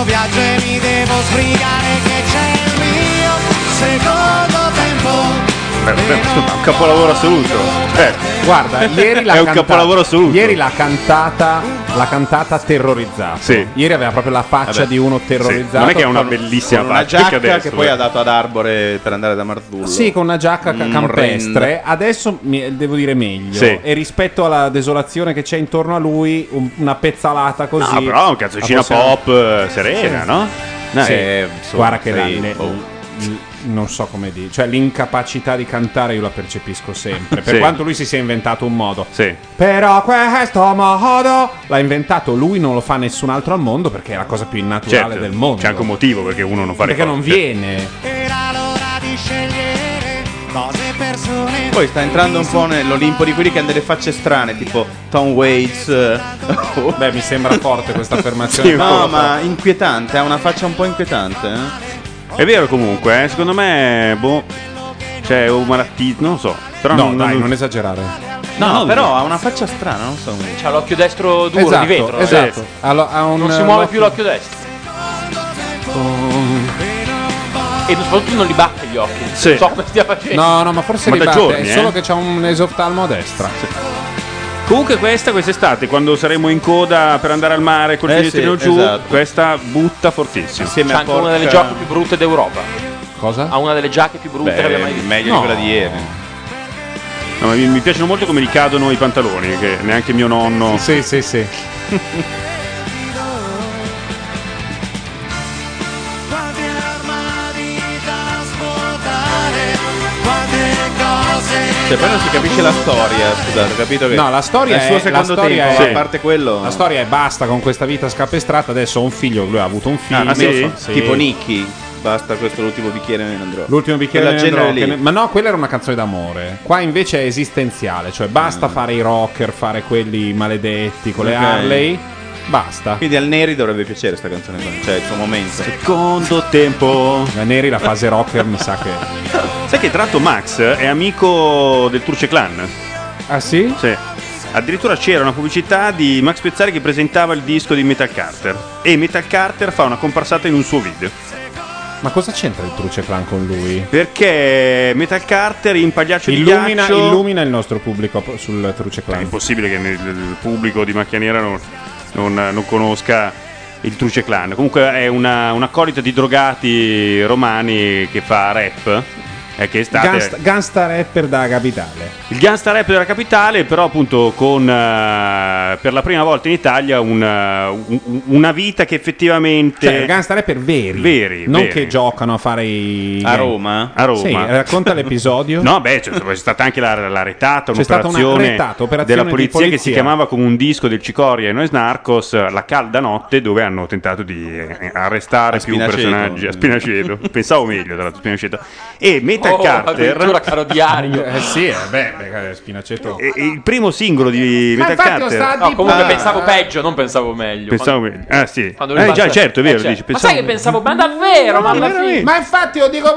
mio viaggio e mi devo sbrigare che c'è il mio secondo tempo. Questo è un capolavoro assoluto. Guarda, ieri l'ha è un cantata- capolavoro assoluto. Ieri l'ha cantata terrorizzato. Sì. Ieri aveva proprio la faccia Vabbè. di uno terrorizzato. Non è che è una bellissima con una faccia giacca adesso, che poi ha dato ad Arbore per andare da Marzullo. Sì, con una giacca campestre. Orrenda. Adesso devo dire meglio. Sì. E rispetto alla desolazione che c'è intorno a lui, una pezzalata così. No, però un cazzocina pop serena, no? Sì. Guarda che sei- non so come dire, cioè l'incapacità di cantare io la percepisco sempre. Per Sì. quanto lui si sia inventato un modo, Sì. però questo modo l'ha inventato lui, non lo fa nessun altro al mondo perché è la cosa più innaturale Certo, del mondo. c'è anche un motivo perché uno non fa le Perché cose. non viene. Era l'ora di scegliere cose e persone. Poi sta entrando un po' nell'Olimpo di quelli che hanno delle facce strane, tipo Tom Waits. Beh, mi sembra forte questa affermazione. Sì, no, ma inquietante, ha una faccia un po' inquietante. È vero comunque, secondo me, c'è un malattia, non lo so. Però No, dai, non esagerare. No, però ha una faccia strana, non so. C'ha l'occhio destro duro Esatto, di vetro. esatto. Ha un- non si muove più l'occhio destro. E soprattutto non li batte gli occhi. Sì. Non so come stia facendo. No, ma forse Ma li da batte, giorni, è solo che c'ha un esoftalmo a destra. Comunque quest'estate, quando saremo in coda per andare al mare col Eh finestrino sì, giù, esatto. questa butta fortissimo. Insieme C'ha anche una delle giacche più brutte d'Europa. Cosa? Ha una delle giacche più brutte che abbia mai visto. meglio No. di quella di ieri. No, ma mi piacciono molto come ricadono i pantaloni, che neanche mio nonno. Sì, sì, sì. Quante armadi da svuotare, quante cose. Cioè, poi non si capisce la storia, scusate, ho capito che No, la storia nel suo è secondo la storia tempo, è- a parte quello. La storia è basta con questa vita scapestrata. Adesso ha un figlio, lui ha avuto un figlio. Ah, sì? Sì. Tipo Nicky. Basta, questo è l'ultimo bicchiere me ne andrò. L'ultimo bicchiere Quella ne andrò, genere lì. ma no, quella era una canzone d'amore. Qua invece è esistenziale, cioè basta fare i rocker, fare quelli maledetti con le Ok. Harley. Basta. Quindi al Neri dovrebbe piacere sta canzone qua, cioè il suo momento. Secondo tempo. La Neri, la fase rocker, mi sa che. Sai che tra l'altro Max è amico del Truce Clan? Ah sì? Sì. Addirittura c'era una pubblicità di Max Pezzali che presentava il disco di Metal Carter. E Metal Carter fa una comparsata in un suo video. Ma cosa c'entra il Truce Clan con lui? Perché Metal Carter in pagliaccio di ghiaccio Illumina il nostro pubblico sul Truce È Clan. impossibile che il pubblico di Macchia Nera non conosca il Truce Clan. Comunque è una accolita di drogati romani che fa rap. Che è estate. Gangsta rapper da capitale. Il gangsta rap della capitale, però appunto con per la prima volta in Italia una vita che effettivamente Cioè, gangsta rapper veri. Non veri. che giocano a fare i. A Roma? A Roma. Sì, racconta l'episodio. No, beh, c'è stata anche la retata, C'è stata una un'operazione retata, operazione della di polizia, che si polizia. chiamava come un disco del Cicoria e Noi Snarcos, La calda notte, dove hanno tentato di arrestare più Spinaceto. personaggi. A Spinaceto. Pensavo meglio, tra l'altro, Spinaceto. E Metal addirittura Carter. caro diario. Sì, beh, Spinaceto. Il primo singolo di Metal Carter. No, comunque pensavo peggio, non pensavo meglio. Pensavo Quando- meglio. Ah, sì. quando lui Già, passa- certo, è vero. certo. Dici, Ma pensavo- sai che pensavo, ma davvero? Ma alla fine. Ma infatti io dico.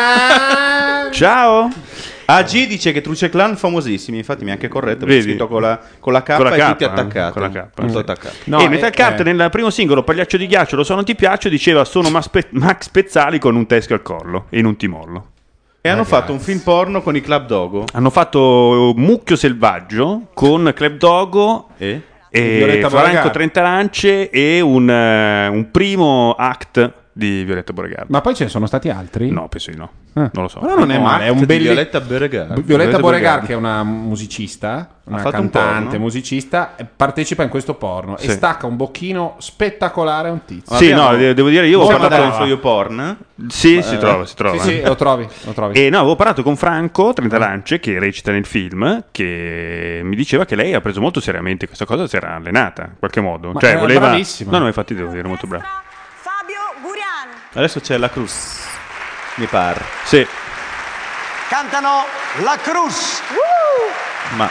Ciao. AG dice che Truce Clan famosissimi, infatti mi ha anche corretto, perché è Vedi? scritto con la K Con la e K, tutti attaccati. con la K, Tutto sì. attaccato. No, e Metal Carter nel primo singolo Pagliaccio di ghiaccio, lo so non ti piace, diceva sono Max Pezzali con un teschio al collo e non ti mollo. E hanno fatto un film porno con i Club Dogo. Hanno fatto Mucchio selvaggio con Club Dogo E? Violetta Franco Beauregard. Trentalance e un primo act di Violetta Beauregard. Ma poi ce ne sono stati altri? No, penso di no. Ah. Non lo so. Però non è male, è un belli... Violetta Beauregard. Violetta Beauregard, che è una musicista, una fatto un cantante, porno? musicista, partecipa in questo porno Sì. e stacca un bocchino spettacolare a un tizio. Sì, no, devo dire, io ho Possiamo parlato andare su YouPorn? Sì, si trova. Sì, sì, lo trovi. E no, avevo parlato con Franco Trentalance, che recita nel film, che mi diceva che lei ha preso molto seriamente questa cosa, si era allenata in qualche modo. Ma Cioè, era voleva. bravissima. No, infatti devo dire, molto brava. Fabio Gurian. Adesso c'è la Cruz, mi pare. Sì. Cantano La Cruz. Ma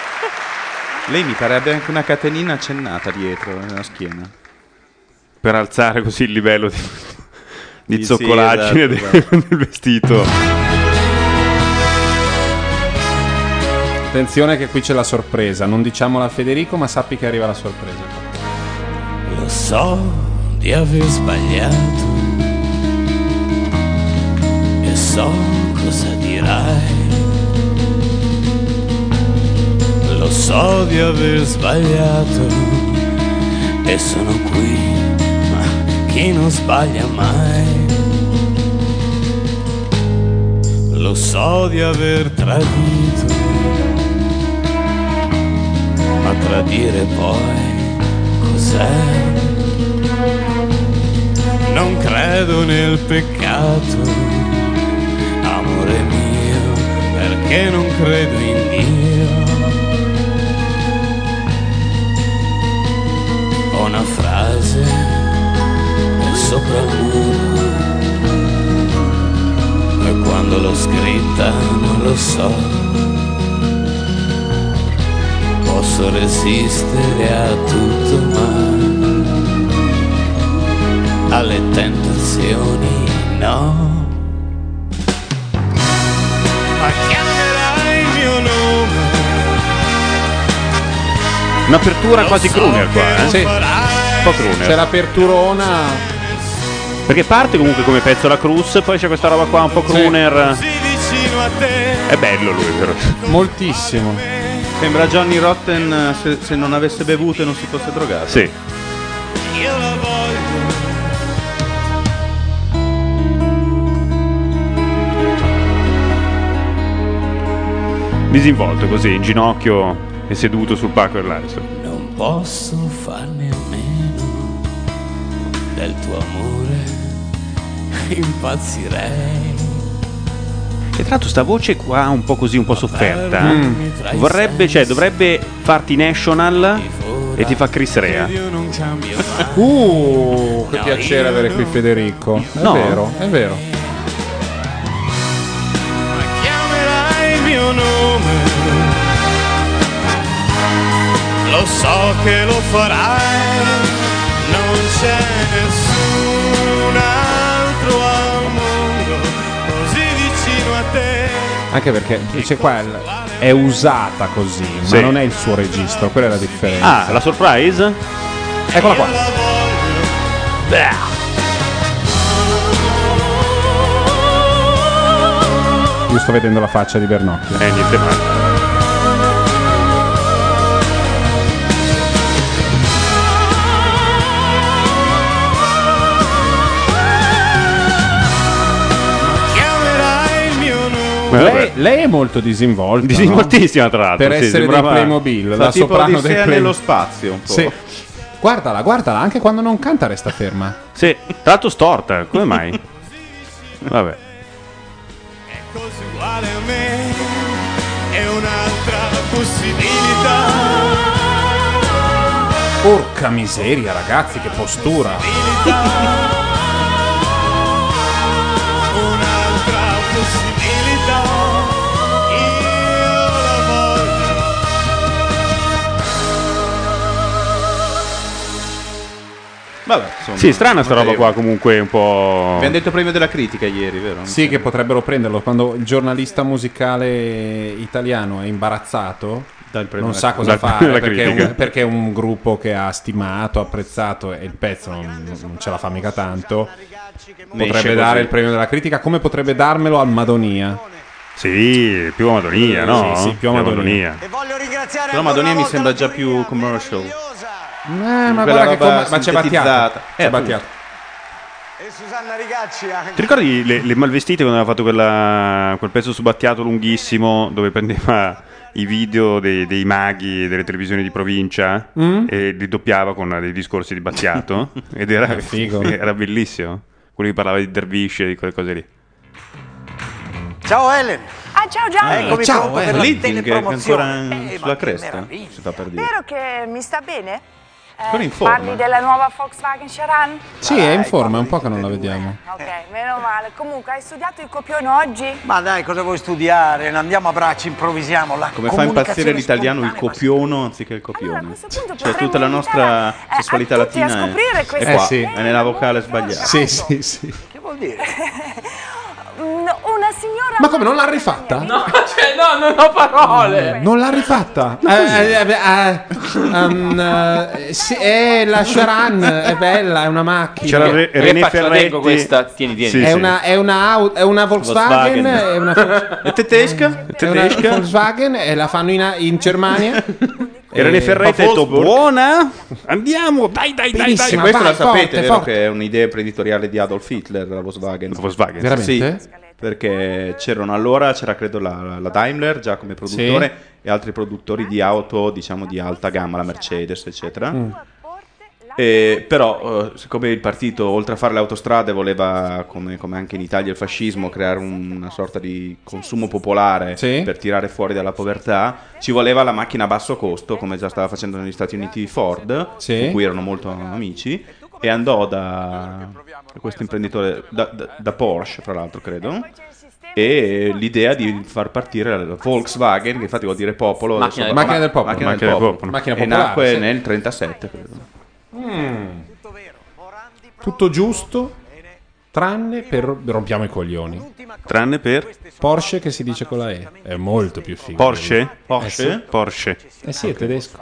lei mi pare abbia anche una catenina accennata dietro nella schiena. Per alzare così il livello di Sì, zoccolaggine esatto. del vestito. Attenzione che qui c'è la sorpresa. Non diciamola a Federico, ma sappi che arriva la sorpresa. Lo so di aver sbagliato e so cosa dirai. Lo so di aver sbagliato e sono qui, ma chi non sbaglia mai. Lo so di aver tradito, ma tradire poi cos'è? Non credo nel peccato, amore mio, perché non credo in Dio. Ho una frase sopra il muro e quando l'ho scritta non lo so, posso resistere a tutto ma alle tentazioni no. Ma chiamerai il mio nome. Un'apertura quasi crooner qua, eh? Sì. Un po' crooner. C'è l'aperturona. Perché parte comunque come pezzo la Cruz, poi c'è questa roba qua un po' crooner. È bello lui, però. Moltissimo. Sembra Johnny Rotten se non avesse bevuto e non si fosse drogato. Sì. Io la voglio. Disinvolto così, in ginocchio e seduto sul palco dell'Ariston. Non posso farne a meno del tuo amore, impazzirei. E tra l'altro sta voce qua un po' così, un po' sofferta. Vorrebbe, cioè dovrebbe farti National e ti fa Chris Rea. Che piacere avere qui Federico. È No. vero, è vero. Chiamerai il mio nome, lo so che lo farai, non c'è nessun altro al mondo così vicino a te. Anche perché dice qua è usata così, Sì. ma non è il suo registro, quella è la differenza. Ah, la surprise? Eccola qua. Io sto vedendo la faccia di Bernocchio. Niente male. Lei è molto disinvolta. Disinvoltissima, tra l'altro. Per sì, essere sembrava- dei Playmobil, Fa la tipo soprano Odissea dei Playmobil. nello spazio un po'. Sì. Guardala, anche quando non canta resta ferma. Sì, tra l'altro storta, come mai? Vabbè. Così uguale a me è un'altra possibilità. Porca miseria, ragazzi, che postura. Un'altra possibilità. Io la voglio. Vabbè, insomma, Sì, strana sta roba notevole. qua comunque un po'. Abbiamo detto premio della critica ieri, vero? Sì, che potrebbero prenderlo quando il giornalista musicale italiano è imbarazzato. Non sa cosa fare perché è un gruppo che ha stimato, apprezzato e il pezzo non ce la fa mica tanto. Potrebbe dare il premio della critica, come potrebbe darmelo al Madonia. Sì, più a Madonia, no? Sì, più a Madonia. Però Madonia mi sembra già più commercial. Ma Quella guarda che roba ma c'è sintetizzata. Battiato. C'è Battiato. E Susanna Rigacci anche. Ti ricordi le Malvestite quando aveva fatto quel pezzo su Battiato lunghissimo dove prendeva i video dei maghi delle televisioni di provincia e li doppiava con dei discorsi di Battiato? Ed era figo. Era bellissimo. Quello che parlava di dervisce e di quelle cose lì. Ciao Ellen. Ah, ciao Gianni. Eccomi pronto per la Lidling che è telepromozione. ancora sulla cresta, si fa per dire. Vero che mi sta bene? Ancora in forma. Parli della nuova Volkswagen Charan? Sì, è in forma, è un po' che non la vediamo. Ok, meno male. Comunque, hai studiato il copione oggi? Ma dai, cosa vuoi studiare? Andiamo a braccio, improvvisiamo. La Come fa impazzire l'italiano il copiono anziché il copione. Cioè tutta la nostra sessualità a tutti a latina scoprire è questa- qua, sì. è nella vocale sbagliata. Sì, sì, sì. Che vuol dire? dicendo una signora. Ma come, non l'ha rifatta? No, cioè, no, non ho parole. Non l'ha rifatta? La Sharan è bella, è una macchina. C'era René Ferretti. Questa, tieni. Sì, è una Volkswagen, è una è tedesca? È una Volkswagen e la fanno in Germania. E René Ferretti ha detto buona, andiamo, dai. Benissimo. E questo vai, la sapete, forte, vero forte. che è un'idea imprenditoriale di Adolf Hitler, la Volkswagen? Volkswagen. Veramente? Sì, perché c'era credo la Daimler già come produttore e altri produttori di auto, diciamo di alta gamma, la Mercedes, eccetera. Però siccome il partito, oltre a fare le autostrade, voleva, come anche in Italia il fascismo, creare una sorta di consumo popolare per tirare fuori dalla povertà, ci voleva la macchina a basso costo, come già stava facendo negli Stati Uniti Ford, con cui erano molto amici, e andò da questo imprenditore, da Porsche fra l'altro credo, e l'idea di far partire la Volkswagen, che infatti vuol dire popolo, Macchina del popolo. Macchina e popolare, nacque nel 37 credo. Tutto giusto, tranne per rompiamo i coglioni. Tranne per Porsche, che si dice con la E. È molto più figo. Porsche? Porsche. Eh sì, è tedesco.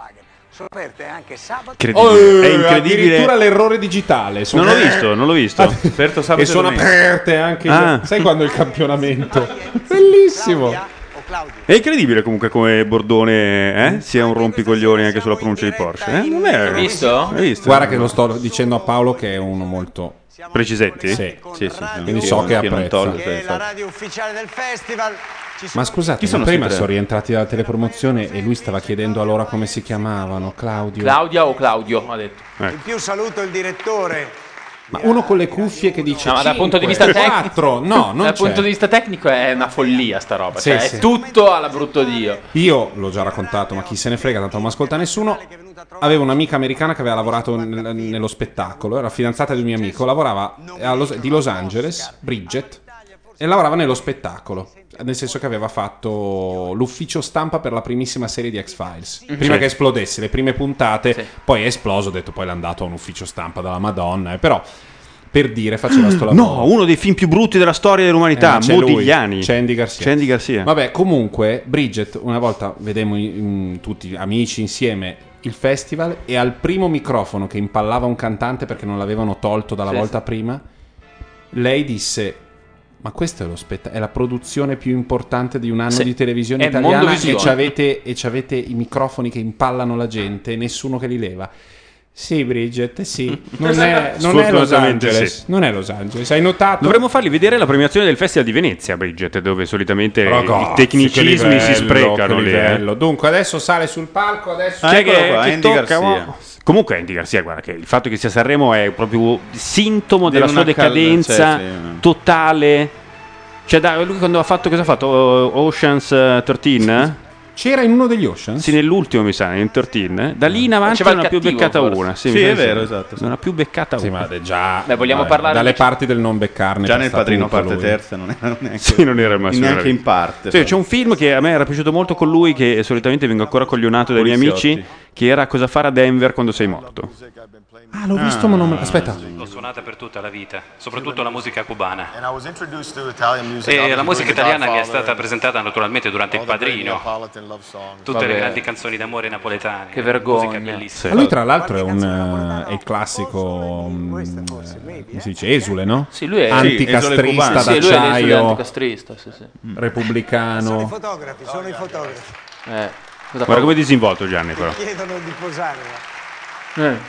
Incredibile. È incredibile. Addirittura l'errore digitale. Non l'ho visto. Aperto sabato E sono domenica. aperte anche. Sai quando il campionamento? Bellissimo. È incredibile comunque come Bordone sia un rompicoglioni anche sulla pronuncia di Porsche. Non è... Hai visto? Guarda che lo sto dicendo a Paolo che è uno molto precisetti? Sì. Quindi Io so che non apprezza. tolgo, La radio ufficiale del festival. Ma scusate, Chi sono prima questi tre? sono rientrati dalla telepromozione e lui stava chiedendo a loro come si chiamavano. Claudia o Claudio, ha detto. In più saluto il direttore. Ma uno con le cuffie che dice No, ma dal punto di vista 4, no, non dal c'è. punto di vista tecnico è una follia sta roba, Sì, cioè sì. è tutto alla brutto Dio. Io l'ho già raccontato, ma chi se ne frega, tanto non mi ascolta nessuno. Avevo un'amica americana che aveva lavorato nello spettacolo, era fidanzata di un mio amico, lavorava di Los Angeles, Bridget, e lavorava nello spettacolo, nel senso che aveva fatto l'ufficio stampa per la primissima serie di X-Files, prima che esplodesse le prime puntate, poi è esploso, ho detto poi l'è andato a un ufficio stampa dalla Madonna, però per dire faceva sto lavoro. No, uno dei film più brutti della storia dell'umanità, c'è lui, Modigliani. Andy Garcia. Vabbè, comunque Bridget una volta vedemmo tutti amici insieme il festival e al primo microfono che impallava un cantante perché non l'avevano tolto dalla volta prima, lei disse: ma questo è la produzione più importante di un anno di televisione È italiana Mondovisione. e c'avete i microfoni che impallano la gente e nessuno che li leva. Sì, Bridget, sì. Non è Los Angeles. sì. Non è Los Angeles. Hai notato? Dovremmo farli vedere la premiazione del Festival di Venezia, Bridget, dove solitamente Ragazzi, i tecnicismi che si sprecano che lì. livello. Dunque, adesso sale sul palco. Adesso Chi è che Andy tocca? Garcia. Comunque Andy Garcia, guarda che il fatto che sia Sanremo è proprio sintomo della Una sua decadenza totale. Cioè, lui quando ha fatto, cosa ha fatto? Ocean's 13? C'era in uno degli Oceans? Sì, nell'ultimo mi sa, in 13. Da lì in avanti Faceva non il ha più cattivo, beccata forse. una. Sì, mi è sa vero, sì. esatto. Non ha più beccata Sì, una. ma già. Beh, vogliamo parlare dalle invece- parti del non beccarne. Già c'è nel stato Padrino tutto parte lui. terza non era neanche, Sì, non era il massimo. neanche in parte. Sì, c'è un film che a me era piaciuto molto con lui, che solitamente vengo ancora coglionato dai miei Poliziotti. amici, che era Cosa fare a Denver quando sei morto. Ah, l'ho visto, ma non me... Aspetta. L'ho suonata per tutta la vita, soprattutto la musica cubana. E la musica italiana mi è stata presentata naturalmente durante Il Padrino. Tutte le grandi canzoni d'amore napoletane. Che vergogna. Musica bellissima. Ma lui, tra l'altro, è il classico. Come si dice? Esule, no? Sì, lui è anticastrista Sì, lui è l'esule d'acciaio, anticastrista, sì. repubblicano. Sono i fotografi. Guarda come è disinvolto Gianni, però. Chiedono di posare.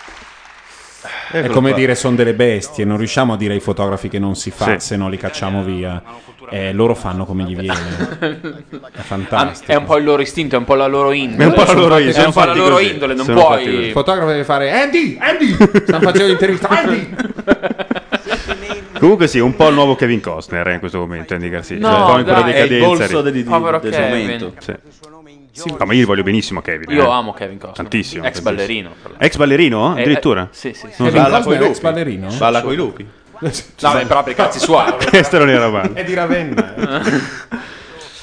È come dire sono delle bestie, non riusciamo a dire ai fotografi che non si fa, Sì. se no li cacciamo via. Loro fanno come gli viene. È fantastico. È un po' il loro istinto, è un po' la loro indole. È un po' la loro È un po' la loro indole, non Il puoi. fotografo deve fare Andy! Stanno facendo l'intervista. Andy! Comunque sì, un po' il nuovo Kevin Costner in questo momento, Andy Garcia. No, Cioè, un po' in quella dai, È il decadenza. polso del Povero Kevin. momento. Sì. No, ma io li voglio benissimo Kevin. Io amo Kevin Costner. Tantissimo. Ex ballerino. Ex ballerino? Addirittura? Sì, sì. Non so. Kevin Costner, ex ballerino? Balla coi lupi. No, beh, però per i cazzi suoi. Questo non era male. È di Ravenna.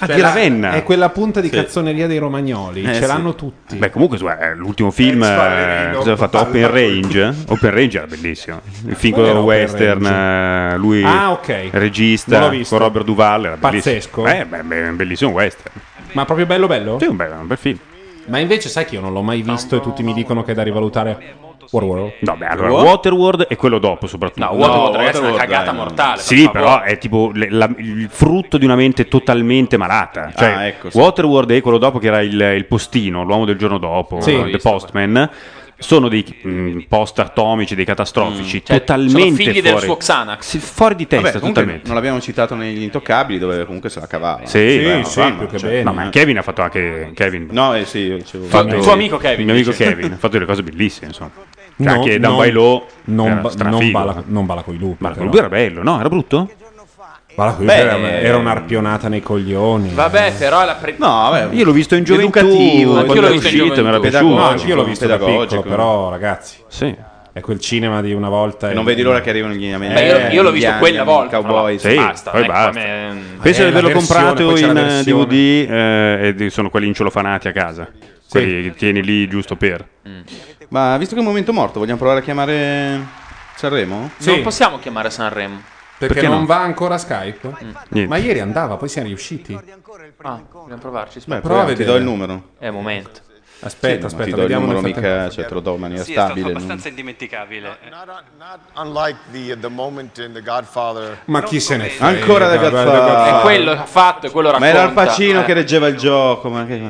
Cioè, di Ravenna. è quella punta di cazzoneria dei romagnoli, ce l'hanno tutti. Beh, comunque l'ultimo film cosa ha fatto? Open Range? Open Range era bellissimo. Il film con western, lui regista Non l'ho visto. con Robert Duvall, era Pazzesco. bellissimo. Un bellissimo western. Ma proprio bello? Sì, un bel film. Ma invece sai che io non l'ho mai visto e tutti mi dicono che è da rivalutare. Waterworld. No, beh, allora Waterworld e quello dopo soprattutto. No, Waterworld, ragazzi, è una cagata mortale. Sì, però è tipo il frutto di una mente totalmente malata. Cioè, ecco, sì. Waterworld e quello dopo che era il postino, l'uomo del giorno dopo, The Postman. Sono dei post atomici, dei catastrofici, totalmente sono figli del fuori, suo Xanax. fuori di testa. Vabbè, comunque totalmente. non l'abbiamo citato negli Intoccabili, dove comunque se la cavava. Sì, più che bene. No, ma Kevin ha fatto anche Kevin. No, sì, io dicevo. Il tuo amico Kevin. Il mio amico dice. Kevin ha fatto delle cose bellissime, insomma. No, Anche Dan non- Bailò non era strafigo. balla coi lupi. Ma però. lui era bello, no? Era brutto? Balla coi Beh, lupi era un'arpionata nei coglioni. Vabbè, però è la No, vabbè, Io l'ho visto in gioventù, educativo, quando anch'io l'ho è visto in uscito, mi era gioventù. piaciuto. No, anch'io l'ho visto da piccolo, pedagogico. però ragazzi, Sì. è quel cinema di una volta. E non vedi l'ora che arrivano gli americani. Beh, io l'ho visto quella volta. Cowboy. Sì, Basta, poi ecco, basta. a me- Penso di la averlo versione, comprato poi c'è la in versione. DVD e sono quelli inciolofanati a casa. Quelli che tieni lì giusto per. Ma visto che è un momento morto, vogliamo provare a chiamare Sanremo? Non possiamo chiamare Sanremo. Perché Perché non no? va ancora Skype? Niente. Ma ieri andava, poi siamo riusciti. Ah, dobbiamo provarci. Beh, Prova a ti vedere. do il numero. È un momento. Aspetta, Sì, ma ti aspetta, do il vediamo numero nel frattempo. mica, cioè te lo do in maniera Sì, è stato stabile. abbastanza indimenticabile. Unlike the moment in The Godfather. Ma chi se ne frega? Ancora The Godfather. È quello che ha fatto e quello Ma racconta. era Al Pacino che reggeva il gioco. Ma che...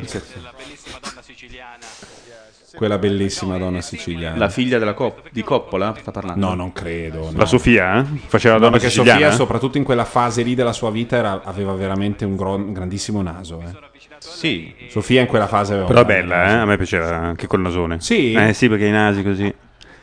Quella bellissima donna siciliana. La figlia di Coppola sta parlando? No, non credo. no. La Sofia, faceva la No, donna perché siciliana. Sofia, soprattutto in quella fase lì della sua vita, aveva veramente un grandissimo naso. Sì. Sofia in quella fase aveva Però è un grande bella, naso. a me piaceva anche col nasone. Sì? Sì, perché i nasi così.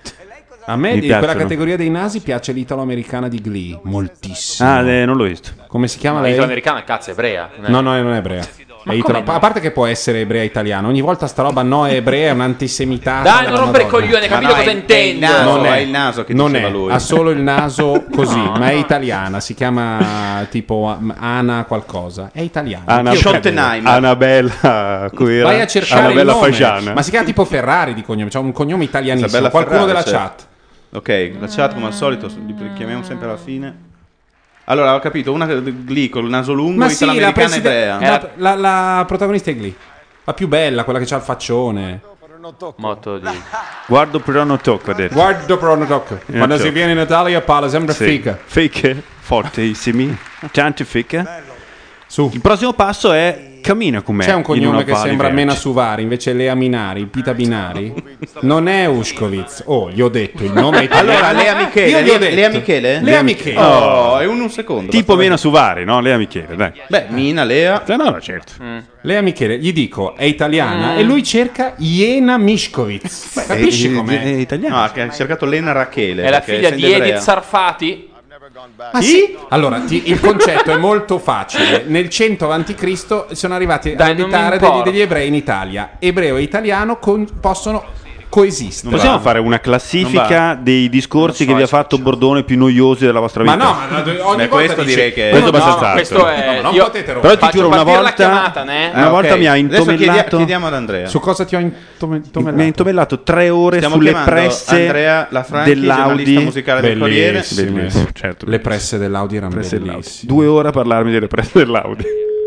A me Mi di quella piacciono. categoria dei nasi piace l'italo-americana di Glee, moltissimo. Ah, non l'ho visto. Come si chiama Ma lei? l'italo-americana, cazzo, è ebrea. No, non è ebrea. Ma È come italo- no? A parte che può essere ebrea italiana, ogni volta sta roba no è ebrea, è un antisemitata. Dai, non della rompere i Madonna. coglioni, hai Ma capito no, cosa è intendo? il naso, Non è il naso che non diceva è, lui. ha solo il naso così, No, ma è no. italiana, si chiama tipo Ana qualcosa, è italiana. Anna Anch'io credo. Schottenheimer. Annabella, Vai a cercare il Annabella nome, Fagiana. ma si chiama tipo Ferrari di cognome, c'ha un cognome italianissimo, Isabella qualcuno Ferrari, della certo. chat. Ok, la chat come al solito, li chiamiamo sempre alla fine. Allora, ho capito, una Glee col naso lungo, Ma sì, italo-americana ebrea. la protagonista è Glee, la più bella, quella che c'ha il faccione. Motto di... Guardo però non tocco, ha detto. Guardo però non tocco. Quando si viene in Italia parla sempre Sì. figa. Fiche, fortissimi, tanti fiche. Su. Il prossimo passo è cammina con me. C'è un in cognome una che Valley sembra Verge. Mena Suvari, invece Lea Minari, Pita Binari. Non è Ushkovitz. Oh, gli ho detto il nome italiano. Allora, Lea Michele. Io gli ho detto. Lea Michele? Lea Michele. Oh, è un secondo. Tipo Mena Suvari, no? Lea Michele, dai. Beh, Mina, Lea. No, certo. Lea Michele, gli dico, è italiana e lui cerca Iena Mishkovitz. Capisci è com'è? italiano. No, che ha cercato Lena Rachele. È la perché figlia essendo di ebrea. Edith Sarfati. Ah sì? Allora, il concetto è molto facile. Nel 100 a.C. sono arrivati Dai, ad non mi abitare importa. degli ebrei in Italia. Ebreo e italiano possono coesistere. Possiamo fare una classifica dei discorsi che vi ha fatto Bordone più noiosi della vostra vita? Ma no, ma ogni Beh, volta questo dice- direi che Questo è No, abbastanza ma alto. questo è... No, non io potete Però ti faccio giuro, una partire la volta, chiamata, ne? una volta ok. mi ha Adesso intomellato. chiediamo ad Andrea. Su cosa ti ho Mi ha intomellato? intomellato 3 ore Stiamo sulle chiamando presse Andrea Lafranchi, giornalista dell'Audi. musicale del Corriere. Bellissimo, certo. Le presse dell'Audi erano Presse dell'Audi. bellissime. 2 ore a parlarmi delle presse dell'Audi.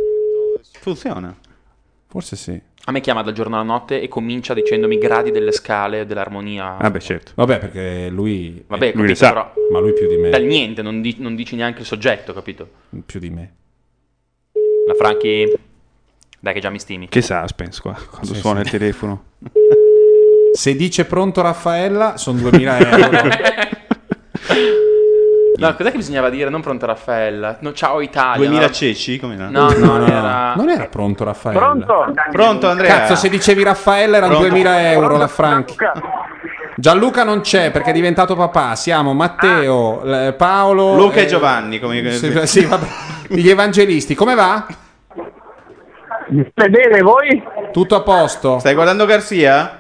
Funziona. Forse sì. A me chiama dal giorno alla notte e comincia dicendomi i gradi delle scale dell'armonia. Vabbè, certo. Vabbè, perché lui... Vabbè, lui ne capito, sa. però Ma lui più di me. dal niente, non dici neanche il soggetto, capito? Più di me. La Franchi... Dai che già mi stimi. Che suspense qua, quando Sì, suona sì. il telefono. Se dice pronto Raffaella, sono 2000 euro. No, cos'è che bisognava dire? Non pronto Raffaella. No, ciao Italia. 2000 no? ceci, come era? No, No, no, era... non era pronto Raffaella. Pronto Andrea? Cazzo, se dicevi Raffaella erano Pronto? 2000 euro la Franchi. Gianluca non c'è perché è diventato papà. Siamo Matteo, Paolo, Luca e Giovanni, come... sì, vabbè. Gli evangelisti. Come va? Stai bene voi? Tutto a posto? Stai guardando Garzia?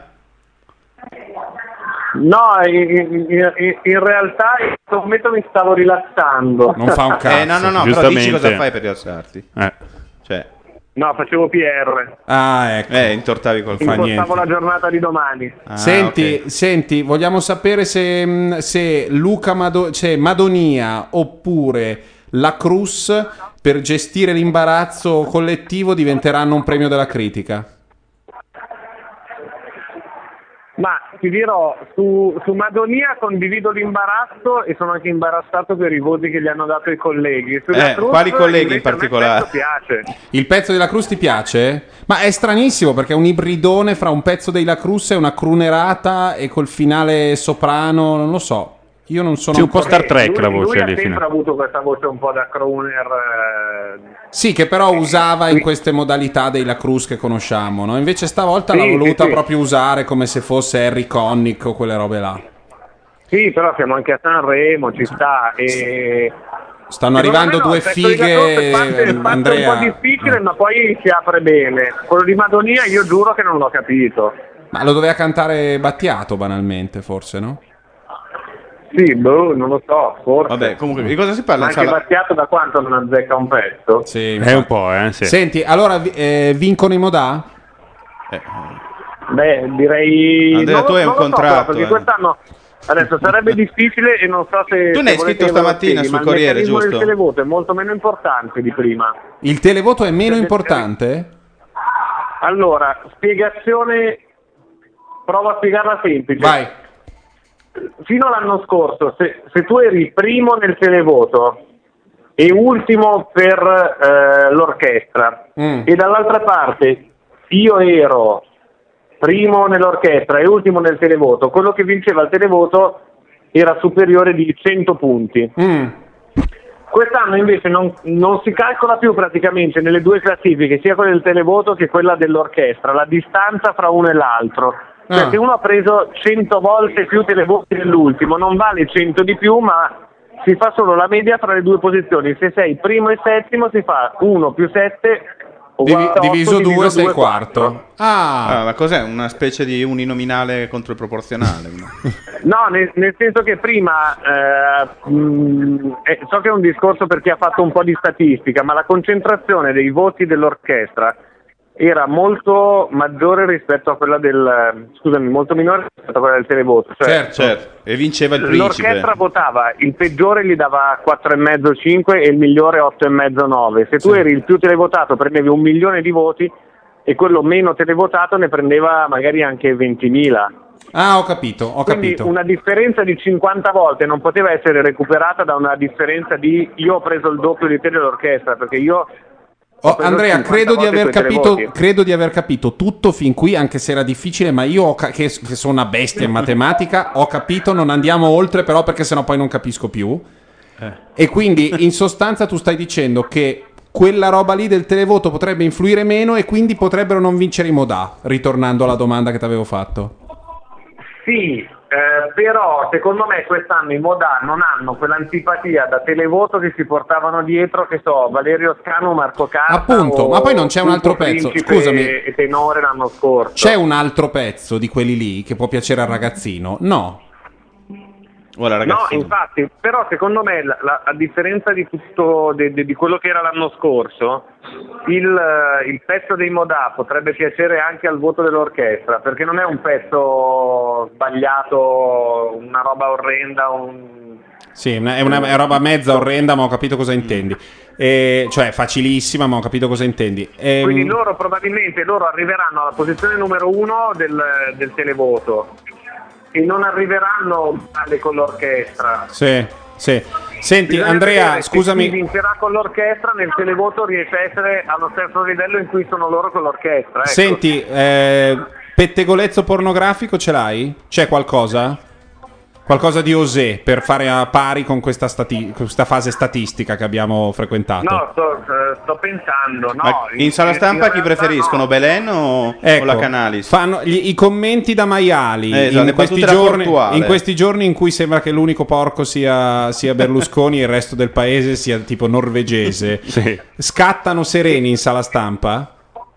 No, in realtà in questo momento mi stavo rilassando. Non fa un cazzo. No, però Giustamente. dici cosa fai per rilassarti. Eh. Cioè, No, facevo PR. Ah, ecco. Intortavi col fa niente. Impostavo la giornata di domani. Senti, vogliamo sapere se Luca Madonia oppure la Cruz per gestire l'imbarazzo collettivo diventeranno un premio della critica. Ma ti dirò, su Madonia condivido l'imbarazzo e sono anche imbarazzato per i voti che gli hanno dato i colleghi. Sulla Cruz, quali colleghi in invece, particolare? a me il pezzo piace. Il pezzo della Cruz ti piace? Ma è stranissimo perché è un ibridone fra un pezzo dei La Cruz e una crunerata e col finale soprano, non lo so. Io non sono un po' Star Trek la voce lui lì. ha sempre avuto questa voce un po' da crooner. Sì, che però usava in queste modalità dei La Cruz che conosciamo, no? Invece stavolta l'ha voluta proprio usare come se fosse Harry Connick o quelle robe là. Sì, però siamo anche a Sanremo, ci sta. E stanno arrivando due fighe, Andrea. È un po' difficile, ma poi si apre bene. Quello di Madonia io giuro che non l'ho capito. Ma lo doveva cantare Battiato banalmente, forse, no? Sì, non lo so, forse. Vabbè, comunque, di cosa si parla? Ma anche Battiato da quanto non azzecca un pezzo? Sì, è un po', sì. Senti, allora vincono i Modà? Beh, direi... Andrea, tu hai un contratto. Perché quest'anno... Adesso sarebbe difficile e non so se... Tu ne hai scritto stamattina sul Corriere, giusto? Ma il meccanismo del televoto è molto meno importante di prima. Il televoto è meno importante? Allora, spiegazione... Provo a spiegarla semplice. Vai. Fino all'anno scorso, se tu eri primo nel televoto e ultimo per l'orchestra e dall'altra parte io ero primo nell'orchestra e ultimo nel televoto, quello che vinceva il televoto era superiore di 100 punti. Quest'anno invece non si calcola più praticamente nelle due classifiche, sia quella del televoto che quella dell'orchestra, la distanza fra uno e l'altro. Cioè, se uno ha preso 100 volte più televoti dell'ultimo, non vale 100 di più, ma si fa solo la media fra le due posizioni. Se sei primo e settimo si fa 1 più 7 diviso 2 sei quarto. Ma cos'è? Una specie di uninominale controproporzionale? No, nel senso che prima so che è un discorso per chi ha fatto un po' di statistica, ma la concentrazione dei voti dell'orchestra era molto maggiore rispetto a quella molto minore rispetto a quella del televoto. Cioè, certo. E vinceva il principe. L'orchestra votava, il peggiore gli dava 4,5, 5 e il migliore 8,5, 9. Se tu eri il più televotato prendevi 1 milione di voti e quello meno televotato ne prendeva magari anche 20.000. Ah, ho capito. Quindi una differenza di 50 volte non poteva essere recuperata da una differenza di io ho preso il doppio di te dell'orchestra, perché io... Andrea, credo di aver capito tutto fin qui, anche se era difficile, ma io che sono una bestia in matematica, ho capito, non andiamo oltre però perché sennò poi non capisco più. E quindi in sostanza tu stai dicendo che quella roba lì del televoto potrebbe influire meno e quindi potrebbero non vincere i Modà, ritornando alla domanda che ti avevo fatto. Sì, però secondo me quest'anno i Modà non hanno quell'antipatia da televoto che si portavano dietro, che so, Valerio Scanu, Marco Carta. Appunto, ma poi non c'è un altro pezzo, scusami. E Tenore l'anno scorso. C'è un altro pezzo di quelli lì che può piacere al ragazzino? No. No, infatti, però secondo me a differenza di tutto di quello che era l'anno scorso, il pezzo dei Modà potrebbe piacere anche al voto dell'orchestra, perché non è un pezzo sbagliato, una roba orrenda, Sì, è una roba mezza orrenda, ma ho capito cosa intendi. Cioè facilissima, ma ho capito cosa intendi. Quindi probabilmente arriveranno alla posizione numero 1 del televoto e non arriveranno male con l'orchestra. Sì. Senti, Bisogna Andrea, scusami. Chi vincerà con l'orchestra nel televoto riesce a essere allo stesso livello in cui sono loro con l'orchestra. Ecco. Senti, pettegolezzo pornografico ce l'hai? C'è qualcosa? Qualcosa di osé per fare a pari con questa fase statistica che abbiamo frequentato? No, sto pensando. No, ma in sala stampa chi preferiscono? No. Belen o la Canalis? Fanno i commenti da maiali in questi giorni in cui sembra che l'unico porco sia Berlusconi e il resto del paese sia tipo norvegese. Sì. Scattano sereni in sala stampa?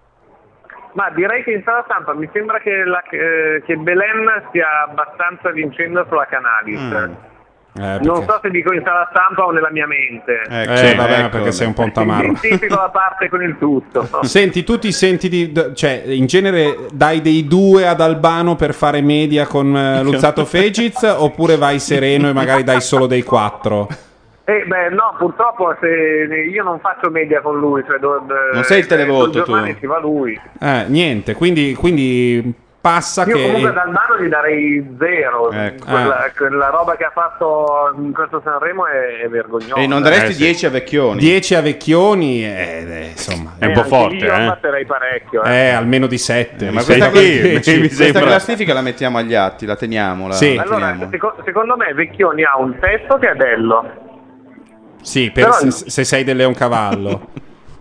Ma direi che in sala stampa mi sembra che Belen stia abbastanza vincendo sulla Canalis. Non so se dico in sala stampa o nella mia mente. Va bene, perché sei un po' un tamarro. Identifico la parte con il tutto. Senti, tu ti senti cioè, in genere dai dei 2 ad Albano per fare media con Luzzatto Fegiz, oppure vai sereno e magari dai solo dei 4? No, purtroppo io non faccio media con lui, cioè non sei il televoto tu. Ci va lui. Niente, quindi passa io che comunque dal mano gli darei 0. Quella roba che ha fatto in questo Sanremo è vergognosa. E non daresti 10 a Vecchioni? 10 a Vecchioni, insomma, è un po' forte. Io batterei parecchio. Almeno di 7. Ma questa classifica la mettiamo agli atti, la teniamo. Sì. Allora, secondo me Vecchioni ha un testo che è bello. Sì, se sei del Leoncavallo.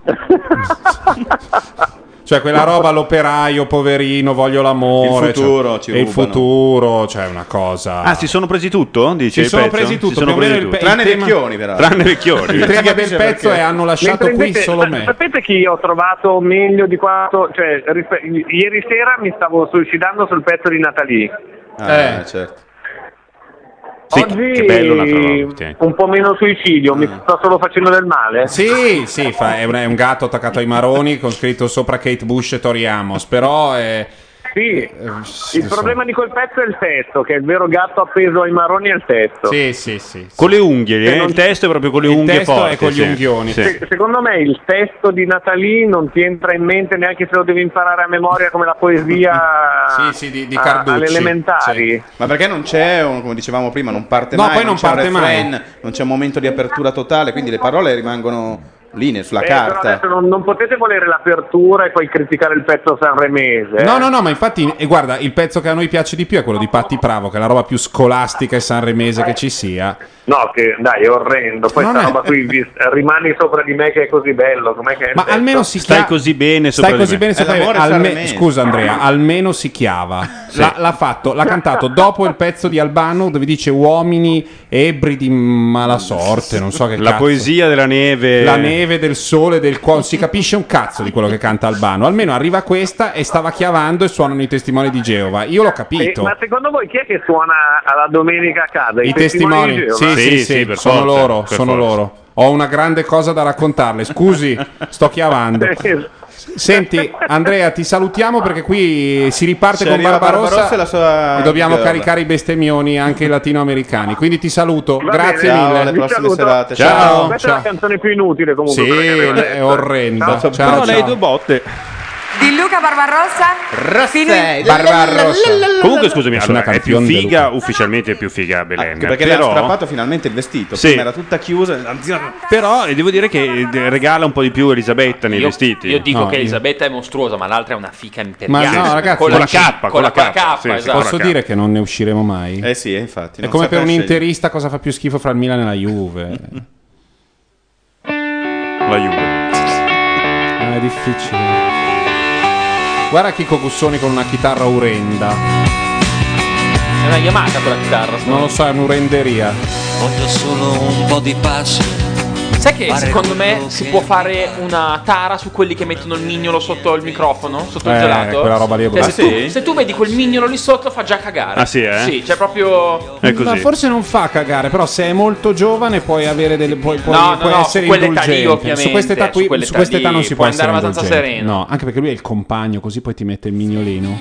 Cioè quella roba, l'operaio, poverino, voglio l'amore. Il futuro, cioè, il futuro, cioè una cosa. Si sono presi tutto? Dice si sono presi tutto, tranne Vecchioni, però. Tranne Vecchioni. Il tema del pezzo è hanno lasciato qui solo me. Sapete chi ho trovato meglio di quanto? Cioè, ieri sera mi stavo suicidando sul pezzo di Natalie. Certo. Sì, oggi che bello un po' meno suicidio, mi sto solo facendo del male. Sì, è un gatto attaccato ai maroni con scritto sopra Kate Bush e Tori Amos, però Sì, il problema di quel pezzo è il testo, che è il vero gatto appeso ai maroni è il testo. Sì. Con le unghie, il testo è proprio con le unghie forti. È con gli unghioni. Secondo me il testo di Natalie non ti entra in mente neanche se lo devi imparare a memoria come la poesia di Carducci. alle elementari. Sì. Ma perché non c'è, come dicevamo prima, non parte mai, poi non c'è parte un refrain, mai. Non c'è un momento di apertura totale, quindi le parole rimangono lì sulla carta. Però adesso non potete volere l'apertura e poi criticare il pezzo sanremese. No, ma infatti, guarda, il pezzo che a noi piace di più è quello di Patti Bravo, che è la roba più scolastica e sanremese che ci sia. No, che dai, è orrendo. Poi sta roba qui rimani sopra di me che è così bello. Com'è che è il pezzo? Almeno stai così bene sopra di me. Scusa Andrea, almeno si chiava. Sì. L'ha cantato dopo il pezzo di Albano dove dice uomini ebbri di mala sorte, non so che la cazzo. Poesia della neve. La neve, del sole, del cuore. Non si capisce un cazzo di quello che canta Albano. Almeno arriva questa e stava chiavando e suonano i testimoni di Geova. Io l'ho capito. Ma secondo voi chi è che suona alla domenica a casa? I testimoni di Geova? Sì, per sono forza, loro. Ho una grande cosa da raccontarle. Scusi, sto chiavando. Senti, Andrea, ti salutiamo perché qui si riparte con Barbarossa e la sua e dobbiamo girla. Caricare i bestemmioni anche latinoamericani. Quindi ti saluto. Grazie bene. mille. Alle prossime serate. Ciao. Questa è la canzone più inutile comunque. Sì, è orrenda. Ciao. Però lei 2 botte. Di Luca Barbarossa? Barbarossa. Comunque scusami, allora, è più Bionde, figa, ufficialmente è più figa Belen. Anche perché le ha strappato finalmente il vestito. Sì. Prima era tutta chiusa. Però devo dire che regala un po' di più Elisabetta nei vestiti. Io dico che Elisabetta è mostruosa, ma l'altra è una fica imperiale. Ma no, ragazzi, con la K, con la K, sì, esatto. Posso dire che non ne usciremo mai? Sì, infatti. È come per un interista cosa fa più schifo fra il Milan e la Juve. La Juve. È difficile. Guarda Chico Gussoni con una chitarra orrenda. È una Yamaha quella chitarra. Non lo so, è un'urenderia. Voglio solo un po' di pace. Sai che secondo me si può fare una tara su quelli che mettono il mignolo sotto il microfono, sotto il gelato? Quella roba lì è brutta. Se tu vedi quel mignolo lì sotto fa già cagare. Ah sì, Sì, c'è proprio... È così. Ma forse non fa cagare, però se è molto giovane puoi avere delle puoi No, essere su quell'età indulgente. lì, ovviamente, Su quest'età qui, su quest'età non si può essere andare abbastanza indulgenti. sereno. No, anche perché lui è il compagno, così poi ti mette il mignolino.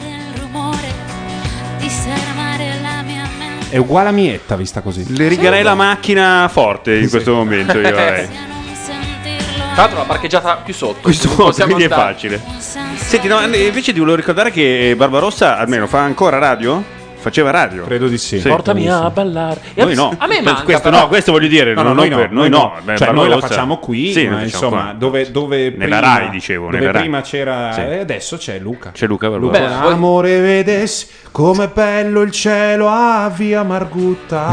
È uguale a Mietta vista così. Le rigarei la macchina forte in questo momento io lei. Tra l'altro la parcheggiata più sotto. Quindi è facile. Senti, no, invece ti volevo ricordare che Barbarossa almeno fa ancora radio? Faceva radio? Credo di sì. Portami a ballare. Noi no. A me manca questo però. no, questo voglio dire. No, noi no. Beh, Cioè noi la Barbarossa- facciamo qui, Sì, ma la facciamo insomma qua. dove Nella prima, Rai, dicevo, dove nella Rai. prima c'era Sì. e adesso c'è Luca. C'è Luca Barbarossa. Beh, poi- Amore vedessi com'è bello il cielo a via Margutta.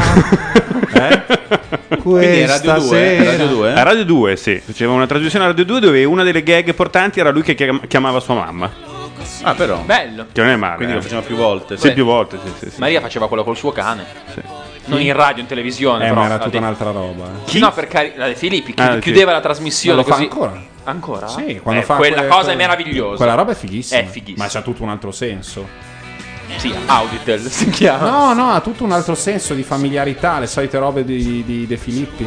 Quindi è Radio 2, Radio 2? A Radio 2, sì. Faceva una trasmissione a Radio 2 dove una delle gag portanti era lui che chiamava sua mamma. Ah, però. Bello. Che non è male. Quindi lo faceva più volte. Sì, Beh. più volte, sì. Maria faceva quello col suo cane. Non in radio, in televisione. però Ma era tutta un'altra roba. Chi? No, per Filippi Ah, chiudeva la trasmissione Ma lo fa così. ancora? Ancora? Sì, quando fa quella quelle- cosa è meravigliosa. Quella roba è fighissima. È fighissima. Ma c'ha tutto un altro senso. Sì, Auditel si chiama. No, ha tutto un altro senso di familiarità, le solite robe di De Filippi.